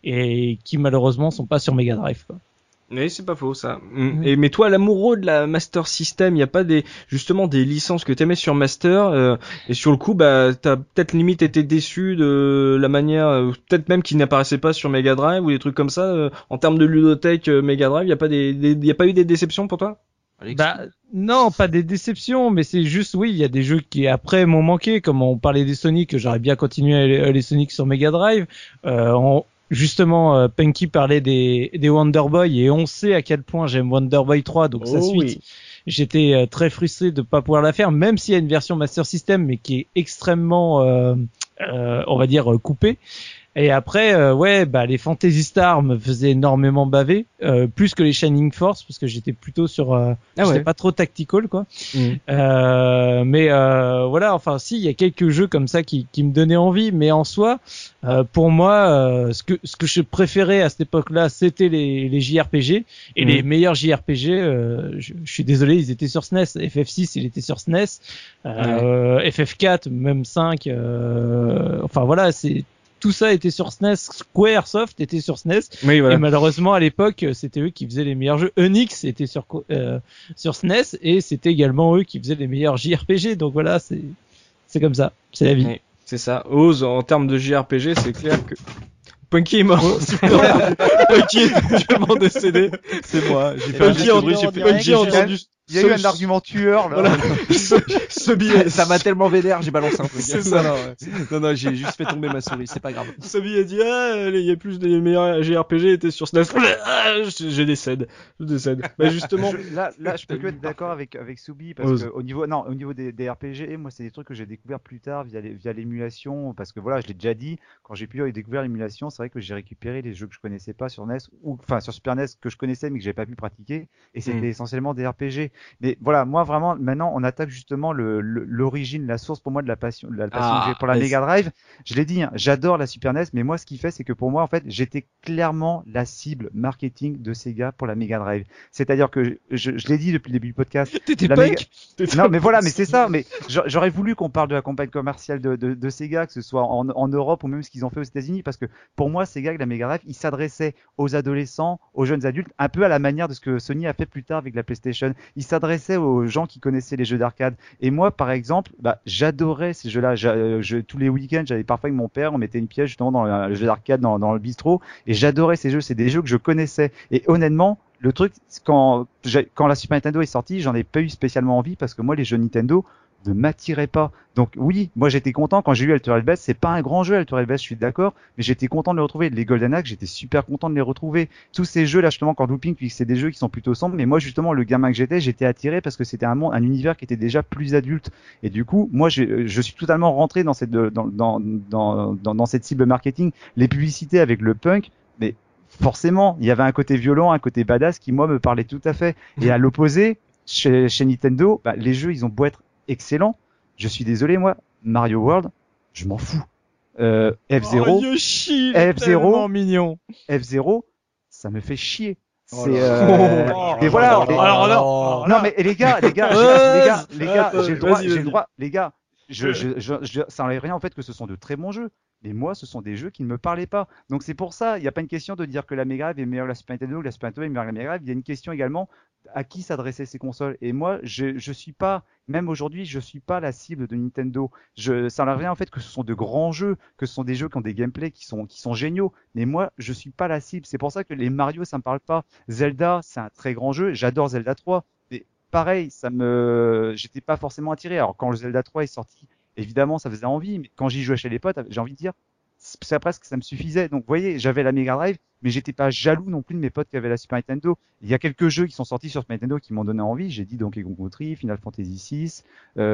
et qui malheureusement sont pas sur Mega Drive, quoi. Oui, c'est pas faux ça. Mm. Mhm. Et mais toi, l'amoureux de la Master System, il y a pas des justement des licences que t'aimais sur Master euh, et sur le coup, bah t'as peut-être limite été déçu de la manière, euh, peut-être même qui n'apparaissait pas sur Mega Drive ou des trucs comme ça. Euh, en termes de ludothèque euh, Mega Drive, il y a pas des, des y a pas eu des déceptions pour toi? Bah non, pas des déceptions, mais c'est juste, oui, il y a des jeux qui après m'ont manqué, comme on parlait des Sonic, que j'aurais bien continué à les, les Sonic sur Mega Drive. Euh, on- justement, euh, Punky parlait des, des Wonder Boy, et on sait à quel point j'aime Wonder Boy trois, donc sa Oh suite. oui. J'étais euh, très frustré de pas pouvoir la faire, même s'il y a une version Master System, mais qui est extrêmement, euh, euh, on va dire, euh, coupée. Et après, euh, ouais, bah les Phantasy Star me faisaient énormément baver, euh, plus que les Shining Force, parce que j'étais plutôt sur, euh, Ah j'étais ouais. pas trop tactical, quoi. Mm. Euh, mais euh, voilà, enfin si, il y a quelques jeux comme ça qui, qui me donnaient envie, mais en soi, euh, pour moi, euh, ce que ce que je préférais à cette époque-là, c'était les, les J R P G, et Mhm. les meilleurs J R P G, euh, je, je suis désolé, ils étaient sur S N E S. F F six, il était sur S N E S, euh, F F quatre, même cinq, euh, enfin voilà, c'est tout ça était sur S N E S. Squaresoft était sur S N E S. Oui, voilà. Et malheureusement, à l'époque, c'était eux qui faisaient les meilleurs jeux. Enix était sur, euh, sur S N E S, et c'était également eux qui faisaient les meilleurs J R P G. Donc voilà, c'est, c'est comme ça. C'est la vie. Oui, c'est ça. Oz, en termes de J R P G, c'est clair que Punky est mort. Punky est actuellement décédé. C'est moi, j'ai fait Punky un geste de en- bruit, j'ai fait- Punky j'ai a juste- entendu. Il y a eu un argument tueur, là. Voilà. ce, ce billet, ça m'a tellement vénère, j'ai balancé un truc. C'est ça. Non, non, ouais. non, non, j'ai juste fait tomber ma souris, c'est pas grave. Sabi a dit ah il y a plus des meilleurs J R P G étaient sur S N E S. Ah, je, je décède, je décède. Bah justement, Je- là, là, je peux que être d'accord avec avec Soubi, parce Ose. que au niveau, non, au niveau des, des R P G, moi, c'est des trucs que j'ai découvert plus tard via les- via l'émulation, parce que voilà, je l'ai déjà dit, quand j'ai pu découvrir l'émulation, c'est vrai que j'ai récupéré les jeux que je connaissais pas sur N E S, ou enfin sur Super N E S que je connaissais mais que j'avais pas pu pratiquer, et c'était Mm. essentiellement des R P G. Mais voilà, moi vraiment, maintenant, on attaque justement le, le- l'origine, la source pour moi de la passion, de la passion Ah, que j'ai pour la vas-y. Mega Drive. Je l'ai dit, hein, j'adore la Super N E S, mais moi, ce qui fait, c'est que pour moi, en fait, j'étais clairement la cible marketing de Sega pour la Mega Drive. C'est-à-dire que je, je, je l'ai dit depuis le début du podcast. T'étais La punk Mega- Non, mais voilà, mais c'est ça. Mais j'a- j'aurais voulu qu'on parle de la campagne commerciale de, de, de Sega, que ce soit en, en Europe ou même ce qu'ils ont fait aux États-Unis, parce que pour moi, Sega avec la Mega Drive, ils s'adressaient aux adolescents, aux jeunes adultes, un peu à la manière de ce que Sony a fait plus tard avec la PlayStation. Ils s'adressaient aux gens qui connaissaient les jeux d'arcade. Et moi, par exemple, bah, j'adorais ces jeux-là. J'a- euh, je- tous les week-ends, j'allais parfois avec mon père, on mettait une pièce justement dans le, le jeu d'arcade dans, dans le bistrot, et j'adorais ces jeux. C'est des jeux que je connaissais. Et honnêtement, le truc, quand, j'ai- quand la Super Nintendo est sortie, j'en ai pas eu spécialement envie parce que moi, les jeux Nintendo ne m'attiraient pas. Donc oui, moi j'étais content quand j'ai eu Altered Beast. C'est pas un grand jeu Altered Beast, je suis d'accord, mais j'étais content de les retrouver. Les Golden Axe, j'étais super content de les retrouver. Tous ces jeux là, justement, quand Looping, puis c'est des jeux qui sont plutôt sombres. Mais moi justement, le gamin que j'étais, j'étais attiré parce que c'était un monde, un univers qui était déjà plus adulte. Et du coup, moi je, je suis totalement rentré dans cette, dans, dans, dans, dans, dans cette cible marketing. Les publicités avec le punk, mais forcément, il y avait un côté violent, un côté badass qui moi me parlait tout à fait. Et à l'opposé, chez, chez Nintendo, bah, les jeux ils ont beau être excellents, je suis désolé moi, Mario World, je m'en fous. Euh, F zéro, Oh, Yoshi, F zéro, tellement mignon. F zéro, ça me fait chier. Oh C'est là euh... là. mais voilà. Oh mais- là là. Alors là, alors Non là. mais et les gars, les gars, j'ai- Ouais, les gars, les gars, ouais, j'ai le droit, vas-y, j'ai le vas-y. droit, les gars. Je, je, je, je, ça n'enlève rien en fait que ce sont de très bons jeux. Mais moi, ce sont des jeux qui ne me parlaient pas. Donc c'est pour ça, il n'y a pas une question de dire que la Mega Drive est meilleure que la Super Nintendo, que la Super Nintendo est meilleure que la Mega Drive. Il y a une question également à qui s'adressaient ces consoles. Et moi, je, je suis pas, même aujourd'hui, je suis pas la cible de Nintendo. Je, ça n'enlève rien en fait que ce sont de grands jeux, que ce sont des jeux qui ont des gameplays qui sont, qui sont géniaux. Mais moi, je suis pas la cible. C'est pour ça que les Mario, ça me parle pas. Zelda, c'est un très grand jeu. J'adore Zelda trois. Mais pareil, ça me, j'étais pas forcément attiré. Alors quand le Zelda trois est sorti, évidemment, ça faisait envie, mais quand j'y jouais chez les potes, j'ai envie de dire, c'est presque ça me suffisait. Donc, vous voyez, j'avais la Mega Drive, mais j'étais pas jaloux non plus de mes potes qui avaient la Super Nintendo. Il y a quelques jeux qui sont sortis sur Super Nintendo qui m'ont donné envie. J'ai dit Donkey Kong Country, Final Fantasy six,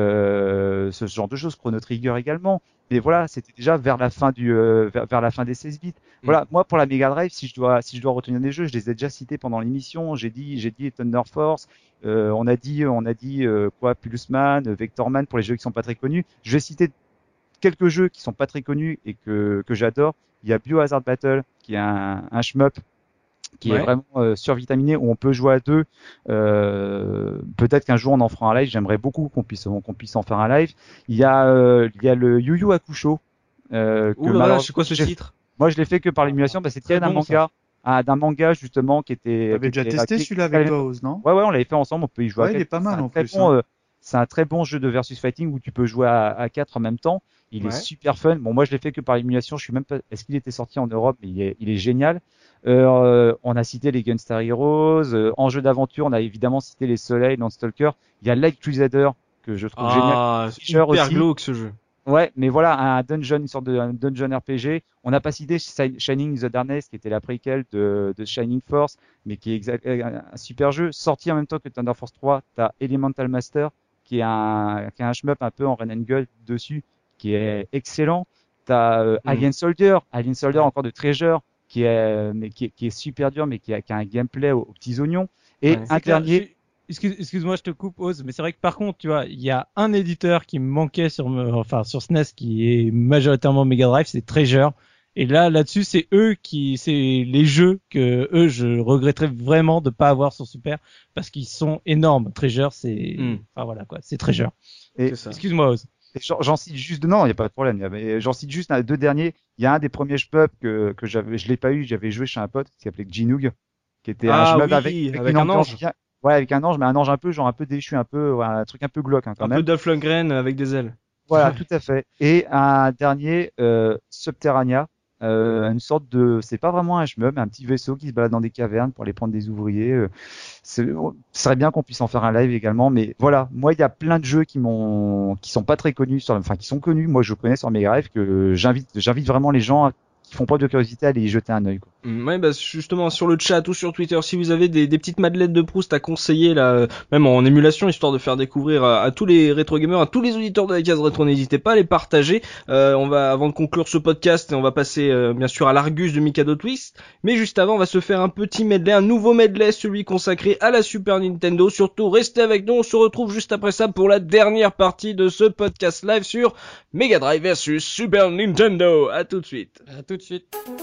euh, ce genre de choses, Chrono Trigger également. Mais voilà, c'était déjà vers la fin du, euh, vers, vers la fin des seize bits. Voilà, moi pour la Mega Drive, si je dois, si je dois retenir des jeux, je les ai déjà cités pendant l'émission. J'ai dit, j'ai dit Thunder Force. Euh, on a dit, on a dit euh, quoi, Pulseman, Vectorman pour les jeux qui sont pas très connus. Je vais citer quelques jeux qui sont pas très connus et que, que j'adore. Il y a Biohazard Battle, qui est un, un shmup qui Ouais. est vraiment euh, survitaminé, où on peut jouer à deux. Euh, peut-être qu'un jour on en fera un live. J'aimerais beaucoup qu'on puisse, qu'on puisse en faire un live. Il y a, euh, il y a le Yu Yu Hakusho. Euh, que Ouh là là, malheureusement, c'est quoi ce j'ai- titre? Moi, je l'ai fait que par l'émulation, parce que c'était Très d'un bon, ça. manga, ah, d'un manga justement qui était. T'avais qui déjà était- testé qui- celui-là qui- avec toi, Oz, non? Ouais, ouais, on l'avait fait ensemble. On peut y jouer. Ouais, à il est quatre. pas mal C'est un en très plus, bon, hein. euh, c'est un très bon jeu de versus fighting où tu peux jouer à, à quatre en même temps. Il Ouais. est super fun. Bon, moi, je l'ai fait que par l'émulation. Je suis même pas. Est-ce qu'il était sorti en Europe? Mais il est, il est génial. Euh, on a cité les Gunstar Heroes. Euh, en jeu d'aventure, on a évidemment cité les Soleil, Landstalker. Il y a Light Crusader que je trouve génial. Ah, Fisher super aussi. glauque ce jeu. Ouais, mais voilà, un dungeon, une sorte de un dungeon R P G. On n'a pas cité Shi- Shining the Darkness, qui était la préquelle de, de Shining Force, mais qui est exa- un un super jeu. Sorti en même temps que Thunder Force trois, t'as Elemental Master, qui est un, qui est un shmup un peu en run and gun dessus, qui est excellent. T'as euh, Mhm. Alien Soldier, Alien Soldier encore de Treasure, qui est, mais qui est, qui est super dur, mais qui a, qui a un gameplay aux, aux petits oignons. Et Ouais. un C'est clair, dernier, j'ai- Excuse, excuse-moi, je te coupe, Oz, mais c'est vrai que par contre, tu vois, il y a un éditeur qui me manquait sur, me, enfin, sur S N E S qui est majoritairement Mega Drive, c'est Treasure. Et là, là-dessus, c'est eux qui, c'est les jeux que eux, je regretterais vraiment de pas avoir sur Super parce qu'ils sont énormes. Treasure, c'est, Hmm. enfin voilà quoi, c'est Treasure. et, C'est ça. Excuse-moi, Oz. Et J'en j'en cite juste deux, non, il n'y a pas de problème. il y avait- J'en cite juste un- deux derniers. Il y a un des premiers shmups que, que j'avais, je l'ai pas eu, j'avais joué chez un pote qui s'appelait Ginoog, qui était Ah un shmup oui, avec, avec une un ambiance ange. bien- ouais, avec un ange, mais un ange un peu, genre un peu déchu, un peu, ouais, un truc un peu glauque, hein, quand Un même. peu Dolph Lundgren avec des ailes. Voilà, tout à fait. Et un dernier, euh, Subterranea, euh, une sorte de, c'est pas vraiment un shmup, mais un petit vaisseau qui se balade dans des cavernes pour aller prendre des ouvriers. euh, c'est, ce serait bien qu'on puisse en faire un live également, mais voilà, moi il y a plein de jeux qui m'ont, qui sont pas très connus sur, enfin qui sont connus, moi je connais sur Mega Drive, que j'invite, j'invite vraiment les gens qui font preuve de curiosité à aller y jeter un œil, quoi. Ouais, bah justement sur le chat ou sur Twitter, si vous avez des, des petites madeleines de Proust à conseiller là, euh, même en émulation, histoire de faire découvrir à, à tous les rétro gamers, à tous les auditeurs de la case rétro, n'hésitez pas à les partager. Euh, on va, avant de conclure ce podcast, on va passer euh, bien sûr à l'Argus de Mikado Twist, mais juste avant, on va se faire un petit medley, un nouveau medley, celui consacré à la Super Nintendo. Surtout, restez avec nous, on se retrouve juste après ça pour la dernière partie de ce podcast live sur Mega Drive versus Super Nintendo. À tout de suite. À tout de suite.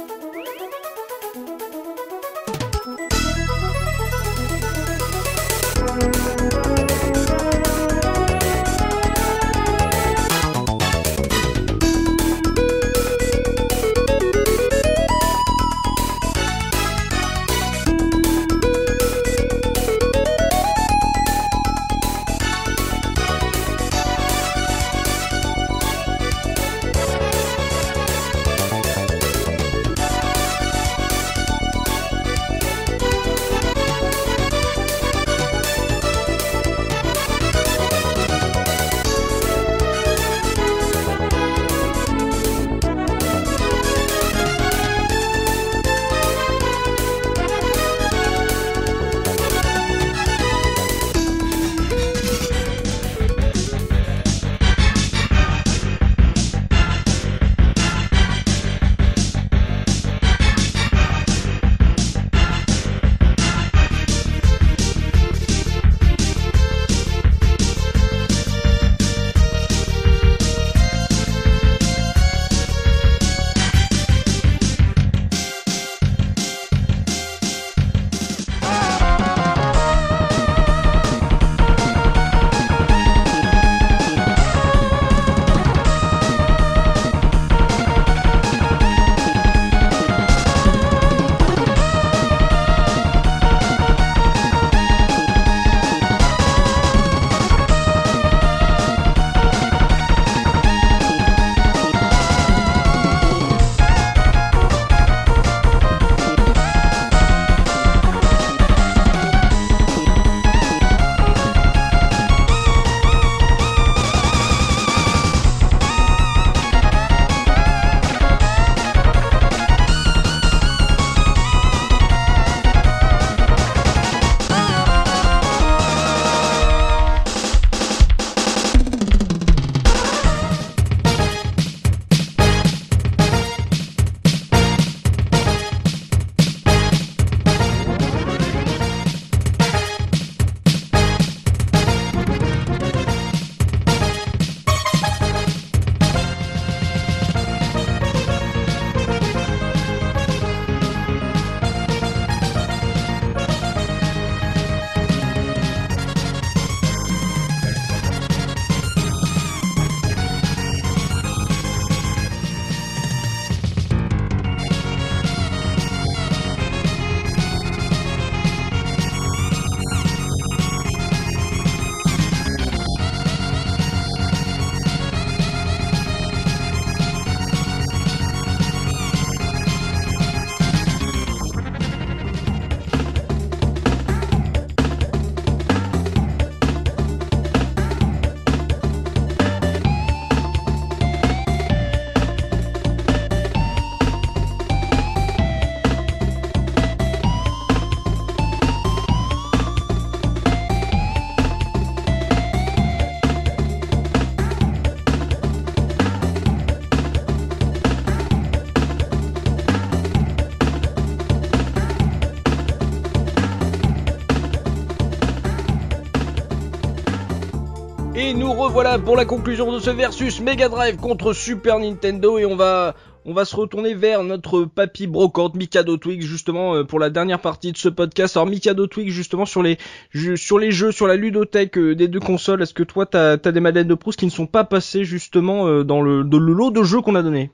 Et nous revoilà pour la conclusion de ce versus Mega Drive contre Super Nintendo, et on va on va se retourner vers notre papy brocante Mikado Twix justement euh, pour la dernière partie de ce podcast. Alors Mikado Twix justement sur les jeux, sur les jeux, sur la ludothèque euh, des deux consoles, est-ce que toi t'as t'as des madeleines de Proust qui ne sont pas passées justement euh, dans le dans le lot de jeux qu'on a donné?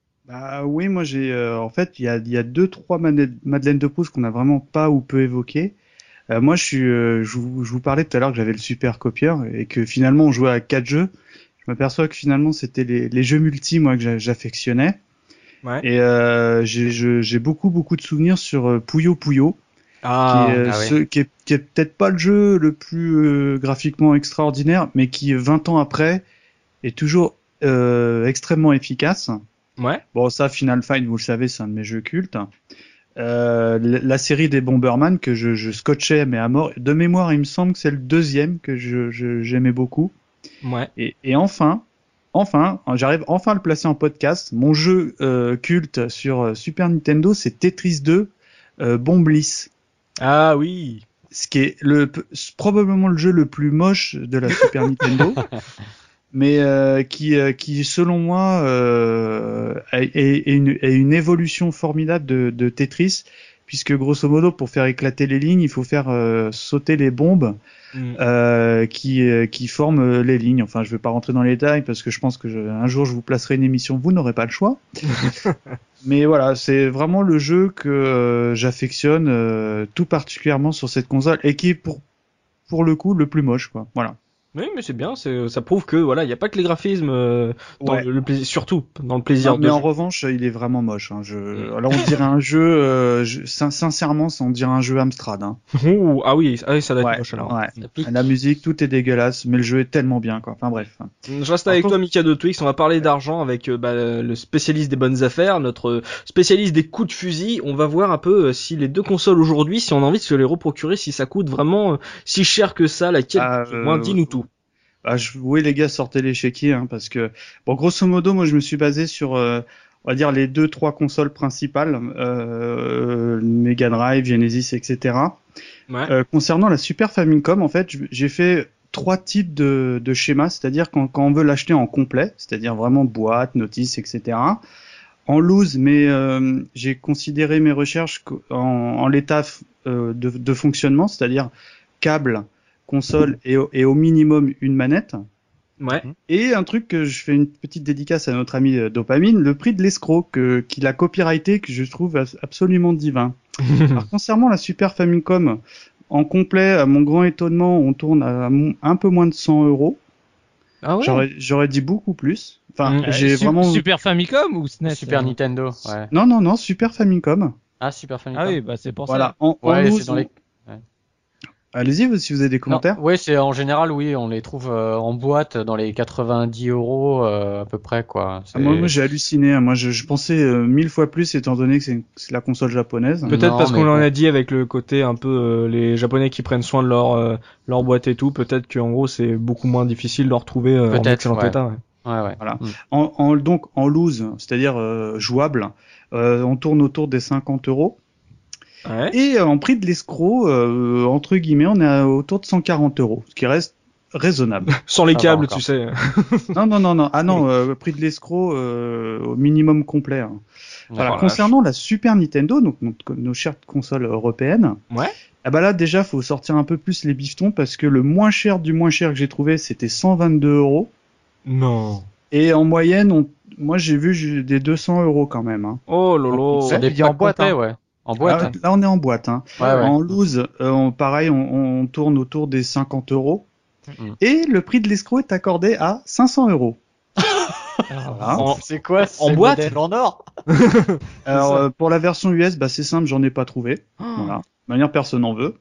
Bah oui, moi j'ai euh, en fait il y a il y a deux trois madeleines de Proust qu'on a vraiment pas ou peu évoquées. Euh, moi, je suis, euh, je, vous, je vous parlais tout à l'heure que j'avais le super copieur et que finalement on jouait à quatre jeux. Je m'aperçois que finalement c'était les, les jeux multi moi que j'affectionnais. Ouais. Et euh, j'ai, j'ai beaucoup beaucoup de souvenirs sur euh, Puyo Puyo, ah, qui est, ah ce, ouais. qui est, qui est peut-être pas le jeu le plus euh, graphiquement extraordinaire, mais qui vingt ans après est toujours euh, extrêmement efficace. Ouais. Bon, ça, Final Fight, vous le savez, c'est un de mes jeux cultes. Euh, la série des Bomberman que je, je scotchais mais à mort. De mémoire, il me semble que c'est le deuxième que je, je j'aimais beaucoup. Ouais. Et, et enfin, enfin, j'arrive enfin à le placer en podcast. Mon jeu euh, culte sur Super Nintendo, c'est Tetris deux euh, Bombliss. Ah oui. Ce qui est le probablement le jeu le plus moche de la Super Nintendo. Mais euh, qui, euh, qui selon moi euh, est, est, une, est une évolution formidable de, de Tetris, puisque grosso modo pour faire éclater les lignes, il faut faire euh, sauter les bombes mm. euh, qui, euh, qui forment les lignes. Enfin, je ne vais pas rentrer dans les détails parce que je pense que je, un jour je vous placerai une émission, vous n'aurez pas le choix. Mais voilà, c'est vraiment le jeu que euh, j'affectionne euh, tout particulièrement sur cette console et qui est pour pour le coup le plus moche, quoi. Voilà. Oui, mais c'est bien, c'est, ça prouve que voilà, il n'y a pas que les graphismes euh, dans ouais. le, le plaisir, surtout dans le plaisir. Non, de mais jeu. En revanche, il est vraiment moche. Hein. Je... Mm. Là, on dirait un jeu. Euh, je... Sincèrement, on dirait un jeu Amstrad. Hein. Ouh, ah oui, ah oui, ça doit être ouais, moche alors. Ouais. La musique, tout est dégueulasse, mais le jeu est tellement bien, quoi. Enfin bref. Je reste avec toi, Mika de Twix. On va parler d'argent avec euh, bah, le spécialiste des bonnes affaires, notre spécialiste des coups de fusil. On va voir un peu euh, si les deux consoles aujourd'hui, si on a envie de se les reprocurer, si ça coûte vraiment euh, si cher que ça, laquelle. Ah, euh... Moins, dis-nous tout. Ah, je, oui, les gars, sortez l'échiquier, hein, parce que, bon, grosso modo, moi, je me suis basé sur, euh, on va dire, les deux, trois consoles principales, euh, Mega Drive, Genesis, et cetera. Ouais. Euh, concernant la Super Famicom, en fait, j'ai fait trois types de, de schémas, c'est-à-dire quand, quand on veut l'acheter en complet, c'est-à-dire vraiment boîte, notice, et cetera. En loose, mais euh, j'ai considéré mes recherches en, en l'état euh, de, de fonctionnement, c'est-à-dire câble, console et au, et au minimum une manette. Ouais. Et un truc que je fais une petite dédicace à notre ami Dopamine, le prix de l'escroc que qu'il a copyrighté, que je trouve absolument divin. Alors concernant la Super Famicom, en complet, à mon grand étonnement, on tourne à un peu moins de cent euros. Ah ouais. J'aurais j'aurais dit beaucoup plus. Enfin, mmh. j'ai euh, vraiment Super Famicom ou S N E S. Super euh... Nintendo. Ouais. Non non non, Super Famicom. Ah Super Famicom. Ah oui, bah c'est pour voilà. ça. En, ouais, en c'est dans les... Allez-y, si vous avez des commentaires. Non, ouais, c'est en général, oui, on les trouve euh, en boîte dans les quatre-vingt-dix euros euh, à peu près, quoi. Ah, moi, moi, j'ai halluciné. Moi, je, je pensais euh, mille fois plus, étant donné que c'est, c'est la console japonaise. Peut-être non, parce qu'on bon. en a dit avec le côté un peu euh, les Japonais qui prennent soin de leur euh, leur boîte et tout. Peut-être qu'en gros, c'est beaucoup moins difficile de leur trouver euh, en excellent ouais. état. Ouais. Ouais, ouais. Voilà. Mm. En, en donc en loose, c'est-à-dire euh, jouable, euh, on tourne autour des cinquante euros. Ouais. Et euh, en prix de l'escroc, euh, entre guillemets, on est à, autour de cent quarante euros, ce qui reste raisonnable. Sans les câbles, tu sais. non, non, non, non. Ah non, euh, prix de l'escroc euh, au minimum complet. Hein. Voilà. Oh, concernant la Super Nintendo, donc notre, nos chères consoles européennes, ouais. Ah bah là déjà, faut sortir un peu plus les bifetons parce que le moins cher du moins cher que j'ai trouvé, c'était cent vingt-deux euros. Non. Et en moyenne, on... moi j'ai vu des deux cents euros quand même. Hein. Oh lolo. Ça dépend en boîte, hein. ouais. En boîte. Là, là, on est en boîte. Hein. Ouais, ouais. En loose, euh, on, pareil, on, on tourne autour des cinquante euros. Mmh. Et le prix de l'escroc est accordé à cinq cents euros. Voilà. En, c'est quoi en boîte en or. Alors euh, pour la version U S, bah c'est simple, j'en ai pas trouvé. Oh. Voilà. De manière personne n'en veut.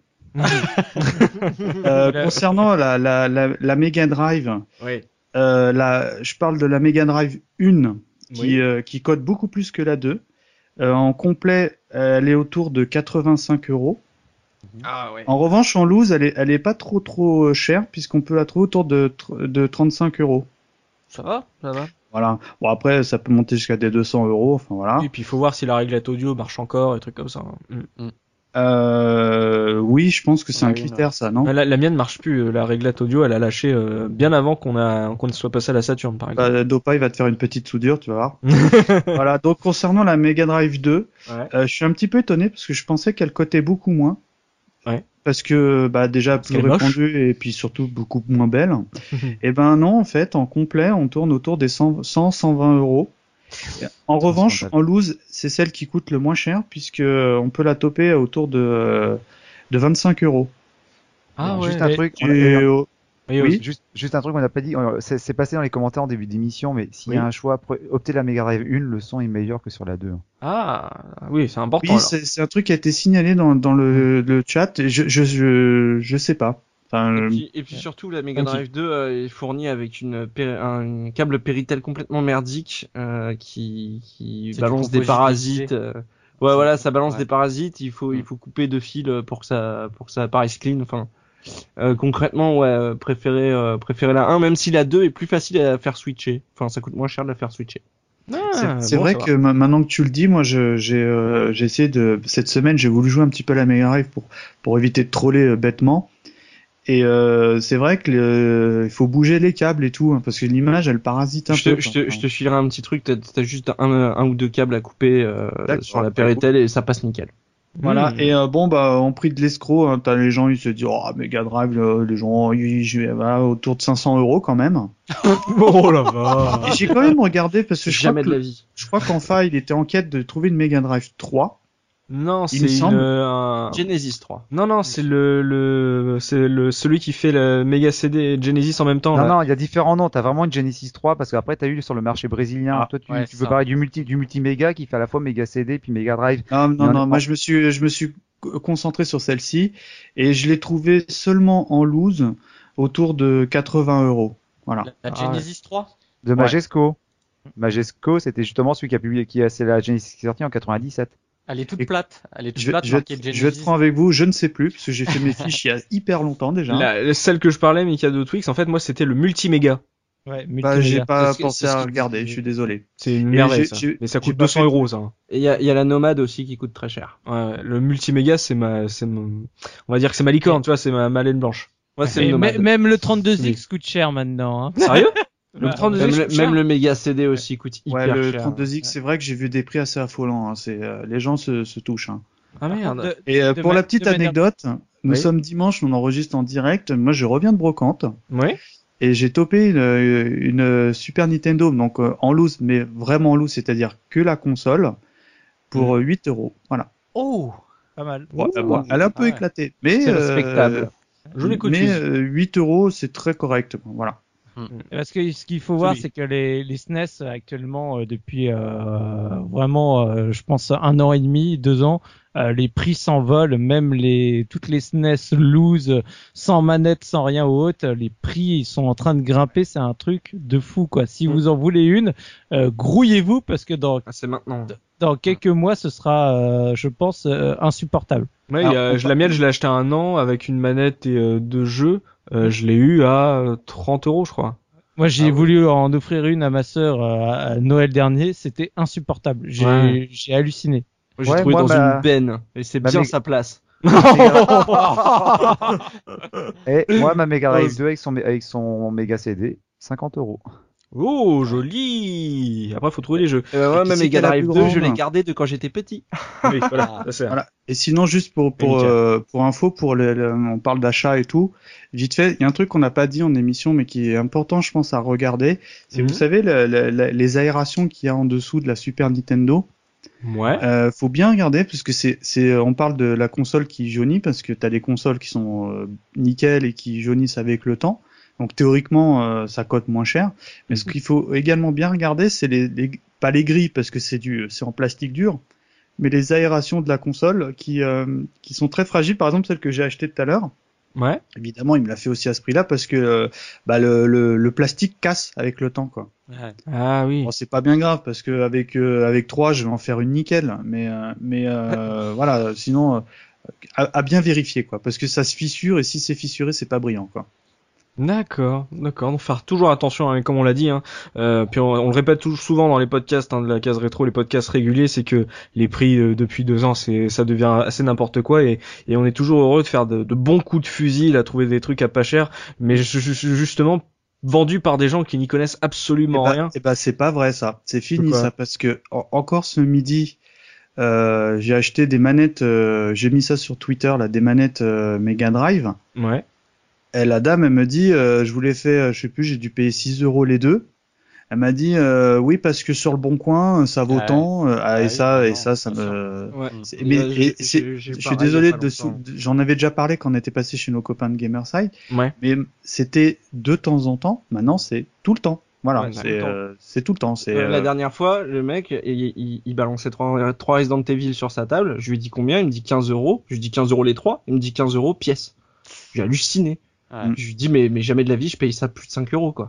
euh, concernant la la la, la Mega Drive, oui. euh, la, je parle de la Mega Drive un qui oui. euh, qui cote beaucoup plus que la deux. Euh, en complet, elle est autour de quatre-vingt-cinq euros. Ah ouais. En revanche, en loose, elle est, elle est pas trop trop chère puisqu'on peut la trouver autour de, de trente-cinq euros. Ça va, ça va. Voilà. Bon après, ça peut monter jusqu'à des deux cents euros. Enfin voilà. Et puis il faut voir si la réglette audio marche encore et trucs comme ça. Mm. Euh, oui, je pense que c'est ouais, un oui, critère, non. ça, non? La, la mienne marche plus. La réglette audio, elle a lâché euh, bien avant qu'on a qu'on soit passé à la Saturn, par exemple. Bah, Dopa, il va te faire une petite soudure, tu vas voir. Voilà. Donc concernant la Mega Drive deux, ouais. euh, je suis un petit peu étonné parce que je pensais qu'elle cotait beaucoup moins. Ouais. Parce que bah déjà plus répandue et puis surtout beaucoup moins belle. Et ben non, en fait, en complet, on tourne autour des cent, cent vingt euros. En revanche, en loose, c'est celle qui coûte le moins cher puisque on peut la toper autour de de vingt-cinq euros. Ah ouais. Juste un mais... truc. Et... Euh... Oui, oui. Juste, juste un truc, on n'a pas dit. C'est, c'est passé dans les commentaires en début d'émission, mais s'il oui. y a un choix, optez la Mega Drive un, le son est meilleur que sur la deux. Ah oui, c'est important. Oui, c'est, c'est un truc qui a été signalé dans dans le, le chat. Et je je je je sais pas. Enfin, et, puis, et puis surtout, la Mega Drive deux euh, est fournie avec une péri- un câble Péritel complètement merdique euh, qui, qui balance des parasites. Euh... Ouais, voilà, ça balance Ouais. des parasites. Il faut, Mm. il faut couper deux fils pour que ça, pour que ça apparaisse clean. Enfin, euh, concrètement, ouais, euh, préférer, euh, préférer la un, même si la deux est plus facile à faire switcher. Enfin, ça coûte moins cher de la faire switcher. Ah, C'est c'est bon, vrai ça va. que ma- maintenant que tu le dis, moi, je- j'ai euh, j'ai essayé de cette semaine, j'ai voulu jouer un petit peu à la Mega Drive pour pour éviter de troller euh, bêtement. Et euh, c'est vrai que le- il faut bouger les câbles et tout, hein, parce que l'image elle parasite un Je peu. te, je quoi. te, je te filerai un petit truc. T'as, t'as juste un, un ou deux câbles à couper euh, D'accord. sur la Péritel et ça passe nickel. Voilà. Mmh. Et euh, bon bah en prix de l'escroc, hein, t'as les gens ils se disent oh Mega Drive, là, les gens ils je vais voilà, autour de cinq cents euros quand même. Oh la vache. Et j'ai quand même regardé parce que je crois Jamais que de la vie. je crois qu'enfin il était en quête de trouver une Mega Drive trois. Non, Il c'est me semble. une, un... Genesis trois. Non, non, c'est le, le, c'est le, celui qui fait le Mega C D et Genesis en même temps. Non, là. non, il y a différents noms. T'as vraiment une Genesis trois parce qu'après t'as eu sur le marché brésilien. Ah, Toi, tu, ouais, tu veux ça. parler du multi, du multiméga qui fait à la fois Mega C D puis Mega Drive. Non, Il y non, en a non, pas. moi je me suis, je me suis concentré sur celle-ci et je l'ai trouvée seulement en loose autour de quatre-vingts euros. Voilà. La, la Ah ouais. Genesis trois. De Majesco. Majesco, c'était justement celui qui a publié, qui a, c'est la Genesis qui est sortie en quatre-vingt-dix-sept. Elle est toute Et- plate. Elle est toute Je vais, plate, je, vais marquée être, Genesis. je vais être franc avec vous, je ne sais plus parce que j'ai fait mes fiches il y a hyper longtemps déjà. La- celle que je parlais, Mikado Twix, en fait, moi, c'était le multiméga. Ouais, Bah, j'ai multimédia. pas C'est ce que- pensé c'est ce à qui- regarder, je suis désolé. C'est une Et merveille, j'ai- ça. j'ai- Mais ça j'ai coûte pas deux cents fait- euros, ça. Et il y a, il y a la Nomade aussi qui coûte très cher. Ouais, ouais, le multiméga, c'est ma, c'est mon, on va dire que c'est ma licorne, tu vois, c'est ma, ma laine blanche. Ouais, c'est Et le mê- Nomade. même le trente-deux X coûte cher maintenant. Hein. Sérieux? Le Bah, trente-deux Même, X le, coûte cher. même le Mega C D aussi coûte Ouais, hyper le cher. trente-deux X, c'est vrai que j'ai vu des prix assez affolants. Hein. C'est euh, les gens se, se touchent. Hein. Ah merde. De- Et euh, de pour ma- la petite de manière- anecdote, nous Oui. sommes dimanche, on enregistre en direct. Moi, je reviens de brocante. Ouais. Et j'ai topé une, une Super Nintendo, donc euh, en loose, mais vraiment en loose, c'est-à-dire que la console, pour euh, huit euros. Voilà. Oh. Pas mal. Ouais, euh, bon, elle a un peu Ah ouais. éclaté, mais C'est euh, respectable. Joli coup de mais fusil. euh, huit euros, c'est très correct. Voilà. Parce que ce qu'il faut voir, Celui. c'est que les, les S N E S actuellement, euh, depuis euh, vraiment, euh, je pense un an et demi, deux ans, euh, les prix s'envolent. Même les toutes les S N E S loose, sans manette, sans rien ou autre, les prix ils sont en train de grimper. C'est un truc de fou, quoi. Si vous en voulez une, euh, grouillez-vous parce que dans Ah, c'est maintenant. dans quelques mois, ce sera, euh, je pense, euh, insupportable. Ouais, Alors, il y a- on je, va- la mienne, je l'ai acheté à un an avec une manette et euh, deux jeux. Euh, je l'ai eu à euh, trente euros, je crois. Moi, j'ai Ah oui. voulu en offrir une à ma sœur euh, à Noël dernier. C'était insupportable. J'ai Ouais. j'ai halluciné. Moi, j'ai Ouais, trouvé moi, dans ma- une benne. Et c'est ma bien mé- sa place. Et moi, ma Mega Drive deux avec son, avec son Mega C D, cinquante euros. Oh, joli. Après, faut trouver les jeux. Euh, ouais, qui ma c'est Mega qui a la Drive plus deux, je grande l'ai gardé de quand j'étais petit. Oui, voilà, ça sert. Voilà. Et sinon, juste pour pour Nickel. euh, pour info, pour le, le- on parle d'achat et tout. Vite fait, il y a un truc qu'on n'a pas dit en émission, mais qui est important, je pense, à regarder. C'est Mhm. vous savez le- le- le- les aérations qu'il y a en dessous de la Super Nintendo. Ouais. Euh, faut bien regarder parce que c'est c'est on parle de la console qui jaunit parce que t'as des consoles qui sont euh, nickel et qui jaunissent avec le temps. Donc théoriquement, euh, ça coûte moins cher. Mais ce qu'il faut également bien regarder, c'est les, les pas les grilles parce que c'est du c'est en plastique dur, mais les aérations de la console qui euh, qui sont très fragiles. Par exemple, celle que j'ai achetée tout à l'heure. Ouais. Évidemment, il me l'a fait aussi à ce prix-là parce que euh, bah le, le le plastique casse avec le temps quoi. Ah oui. Bon, c'est pas bien grave parce que avec euh, avec trois, je vais en faire une nickel, mais euh, mais euh, voilà, sinon euh, à, à bien vérifier quoi, parce que ça se fissure et si c'est fissuré, c'est pas brillant quoi. D'accord, d'accord. Donc faire toujours attention, hein, comme on l'a dit. Hein. Euh, puis on, on le répète toujours souvent dans les podcasts hein, de la case rétro, les podcasts réguliers, c'est que les prix euh, depuis deux ans, c'est ça devient assez n'importe quoi et, et on est toujours heureux de faire de, de bons coups de fusil, à trouver des trucs à pas cher, mais ju- ju- justement vendus par des gens qui n'y connaissent absolument et bah, rien. et bah c'est pas vrai ça, c'est fini Pourquoi ça parce que en- encore ce midi. Euh, j'ai acheté des manettes, euh, j'ai mis ça sur Twitter là, des manettes euh, Mega Drive. Ouais. Et la dame, elle me dit, euh, je vous l'ai fait, euh, je sais plus, j'ai dû payer six euros les deux. Elle m'a dit, euh, oui, parce que sur le bon coin, ça vaut Ah tant. euh, ah, Ah et oui, ça, bah et non, ça, ça bien me. Ouais. c'est- Et Mais là, et j'ai- c'est- j'ai- j'ai je suis pareil, désolé il y a pas de, longtemps. sou- j'en avais déjà parlé quand on était passé chez nos copains de Gamerside, Ouais. mais c'était de temps en temps. Maintenant, c'est tout le temps. Voilà, Ouais, tout c'est le temps. euh, c'est tout le temps. C'est Euh, La euh, dernière fois, le mec, il, il, il balançait trois, trois Resident Evil sur sa table. Je lui ai dit combien? Il me dit quinze euros. Je lui dis quinze euros les trois. Il me dit quinze euros pièce. J'ai halluciné. Ouais. Je lui dis mais, mais jamais de la vie, je paye ça plus de cinq euros, quoi.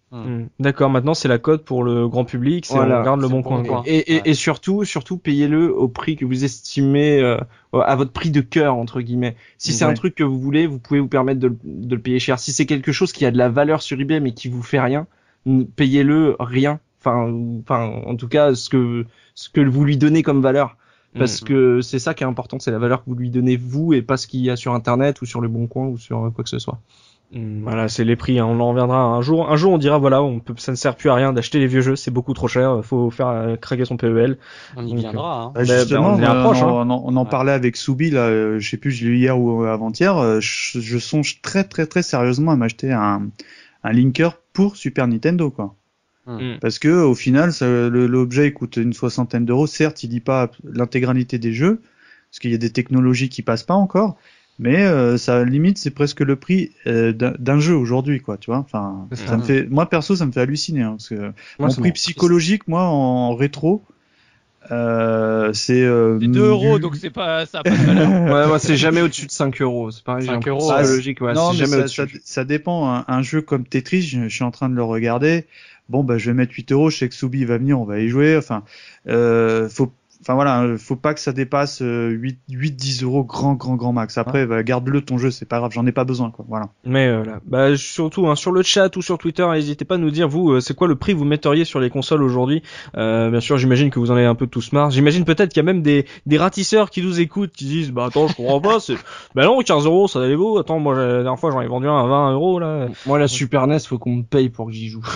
Mmh. D'accord, maintenant c'est la cote pour le grand public, c'est Voilà, on regarde le c'est bon pour coin. le quoi. coin. Et, et, Ouais. et surtout, surtout, payez-le au prix que vous estimez, euh, à votre prix de cœur, entre guillemets. Si c'est Ouais. un truc que vous voulez, vous pouvez vous permettre de, le- de le payer cher. Si c'est quelque chose qui a de la valeur sur eBay mais qui vous fait rien, n- payez-le rien. Enfin, ou- enfin, en tout cas, ce que, ce que vous lui donnez comme valeur. Parce Mmh. que c'est ça qui est important, c'est la valeur que vous lui donnez vous et pas ce qu'il y a sur Internet ou sur le Bon Coin ou sur quoi que ce soit. Mmh, Voilà, c'est les prix, hein, on en reviendra un jour. Un jour, on dira voilà, on peut, ça ne sert plus à rien d'acheter les vieux jeux, c'est beaucoup trop cher, faut faire euh, craquer son P E L. On y Donc, viendra. Hein. Bah, bah, justement, on y euh, approche, on, hein. on en- on en Ouais. parlait avec Soubi, là, euh, je sais plus, je l'ai eu hier ou avant-hier, euh, je, je songe très très très sérieusement à m'acheter un, un linker pour Super Nintendo, quoi. Mmh. Parce que au final, ça, le- l'objet il coûte une soixantaine d'euros. Certes, il dit pas l'intégralité des jeux, parce qu'il y a des technologies qui passent pas encore, mais euh, ça limite c'est presque le prix euh, d'un d'un jeu aujourd'hui, quoi. Tu vois. Enfin, C'est ça ça. me fait, moi perso, ça me fait halluciner, hein, parce que Moi, mon ça prix m'en- psychologique, moi en rétro, euh, c'est euh, C'est deux euros, du- donc c'est pas, ça a pas de valeur. Ouais, moi, c'est jamais au-dessus de cinq euros. C'est pareil, j'ai un cinq prix euros, psychologique, ouais, non, c'est mais jamais ça, au-dessus. ça, ça dépend. Un, un jeu comme Tetris, je, je suis en train de le regarder. Bon, bah, je vais mettre huit euros. Je sais que Soubi va venir, on va y jouer. Enfin, euh, faut, enfin voilà, faut pas que ça dépasse euh, huit, dix euros grand, grand, grand max. Après, bah, garde-le ton jeu, c'est pas grave, j'en ai pas besoin, quoi. Voilà. Mais euh, là, bah surtout hein, sur le chat ou sur Twitter, n'hésitez pas à nous dire vous, euh, c'est quoi le prix que vous metteriez sur les consoles aujourd'hui. Euh, bien sûr, j'imagine que vous en avez un peu tous marre. J'imagine peut-être qu'il y a même des des ratisseurs qui nous écoutent, qui disent bah attends, je comprends pas, c'est bah non, quinze euros, ça allait beau. Attends, moi la dernière fois j'en ai vendu un à vingt euros là. Moi, la Super N E S, faut qu'on me paye pour que j'y joue.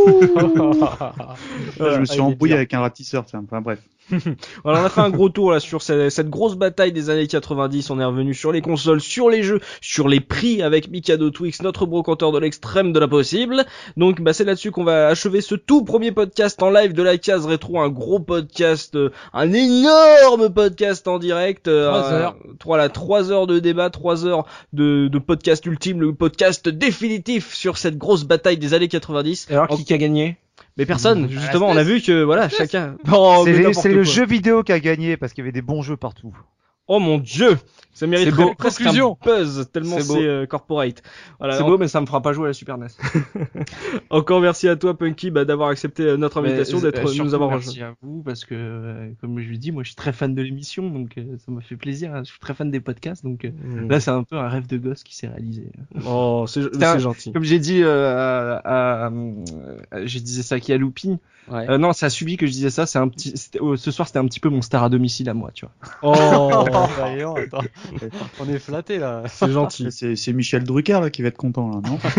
Là, je me suis ah, il est embrouillé dur. avec un ratisseur, tiens. Enfin, bref. Voilà, on a fait un gros tour là sur cette, cette grosse bataille des années quatre-vingt-dix. On est revenu sur les consoles, sur les jeux, sur les prix avec Mikado Twix, notre brocanteur de l'extrême de l'impossible. Donc bah c'est là-dessus qu'on va achever ce tout premier podcast en live de la case rétro, un gros podcast, euh, un énorme podcast en direct. euh, Trois un- heures. Trois là, trois heures de débat, trois heures de, de podcast ultime, le podcast définitif sur cette grosse bataille des années quatre-vingt-dix. Et alors, qui a gagné? Mais personne, Mmh. justement, Ah, on a vu que voilà, chacun. Oh, c'est mais les- n'importe c'est le quoi. jeu vidéo qui a gagné parce qu'il y avait des bons jeux partout. Oh mon dieu, ça mériterait beau. presque Conclusion. un buzz tellement C'est c'est beau. euh, corporate. Voilà, C'est en- beau, mais ça me fera pas jouer à la Super N E S. Encore merci à toi Punky bah, d'avoir accepté euh, notre invitation, Mais, d'être euh, nous surtout, avoir merci à vous parce que, euh, comme je lui dis, moi, je suis très fan de l'émission, donc euh, ça m'a fait plaisir. hein. Je suis très fan des podcasts, donc euh, rejoint. là, c'est un peu un rêve de gosse qui s'est réalisé. Oh, c'est C'est un- c'est gentil. Comme j'ai dit, euh, à, à- à- je disais ça qui a Loupine. Ouais. Euh, non, ça a subi que je disais ça. C'est un petit. c'était- oh, ce soir, c'était un petit peu mon star à domicile à moi, tu vois. Oh, bah, et non, attends. On est flatté là. c'est gentil. C'est, c'est Michel Drucker, là, qui va être content, là, non?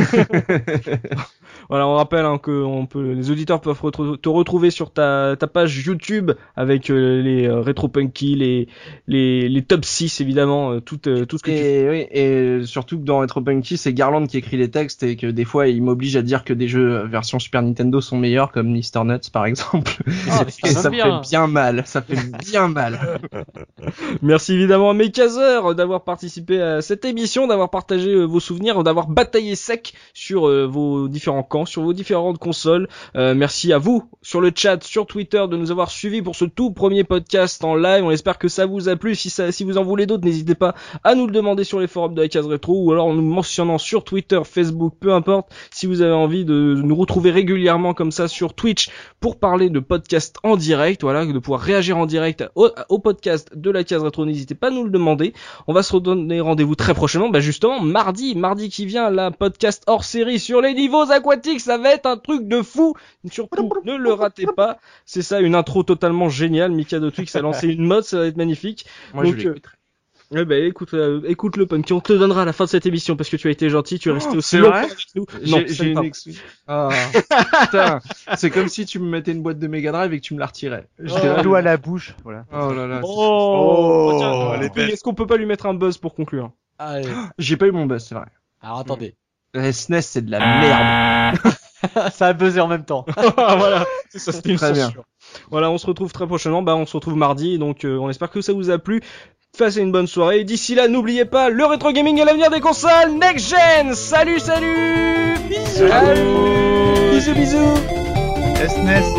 Voilà, on rappelle hein, que on peut, les auditeurs peuvent retro- te retrouver sur ta, ta page YouTube avec euh, les euh, Retro Punky, les, les, les top six évidemment, euh, tout, euh, tout ce que tu fais. Et oui, et surtout que dans Retro Punky, c'est Garland qui écrit les textes et que des fois, il m'oblige à dire que des jeux version Super Nintendo sont meilleurs, comme Mister Nuts par exemple. Ah, Et ça ça sonne bien. fait bien mal. Ça fait bien mal. Merci évidemment à mes caseurs d'avoir participé à cette émission, d'avoir partagé euh, vos souvenirs, d'avoir bataillé sec sur euh, vos différents camps, sur vos différentes consoles. Euh, merci à vous sur le chat, sur Twitter, de nous avoir suivis pour ce tout premier podcast en live. On espère que ça vous a plu. Si ça, si vous en voulez d'autres, n'hésitez pas à nous le demander sur les forums de la case rétro ou alors en nous mentionnant sur Twitter, Facebook, peu importe. Si vous avez envie de nous retrouver régulièrement comme ça sur Twitch pour parler de podcast en direct, voilà, de pouvoir réagir en direct au, au podcast de la case rétro, n'hésitez pas à nous le demander. On va se redonner rendez-vous très prochainement, bah justement mardi, mardi qui vient, la podcast hors série sur les niveaux aquatiques, ça va être un truc de fou. Surtout, ne le ratez pas. C'est ça, une intro totalement géniale. Mikado Twix a lancé une mode, ça va être magnifique. Moi, Donc, je l'écouterai. Eh ben écoute, euh, écoute le Punky, on te le donnera à la fin de cette émission parce que tu as été gentil, tu es resté aussi c'est longtemps vrai avec nous. Non, J'ai c'est j'ai pas une excuse. Ah, putain. C'est comme si tu me mettais une boîte de Mega Drive et que tu me la retirais. J'étais là, L'eau à la bouche, voilà. Oh là là. Oh, tiens, Oh, on peut- est-ce qu'on peut pas lui mettre un buzz pour conclure? Allez. J'ai pas eu mon buzz, c'est vrai. Alors attendez. La S N E S, c'est de la merde. Ça a buzzé en même temps. Voilà, c'est ça, c'était une Très bien. censure. Voilà, on se retrouve très prochainement, bah on se retrouve mardi, donc euh, on espère que ça vous a plu. Passez une bonne soirée, d'ici là n'oubliez pas, le rétro gaming est l'avenir des consoles next gen. Salut, salut, bisous, salut. Bisous, bisous. S N E S.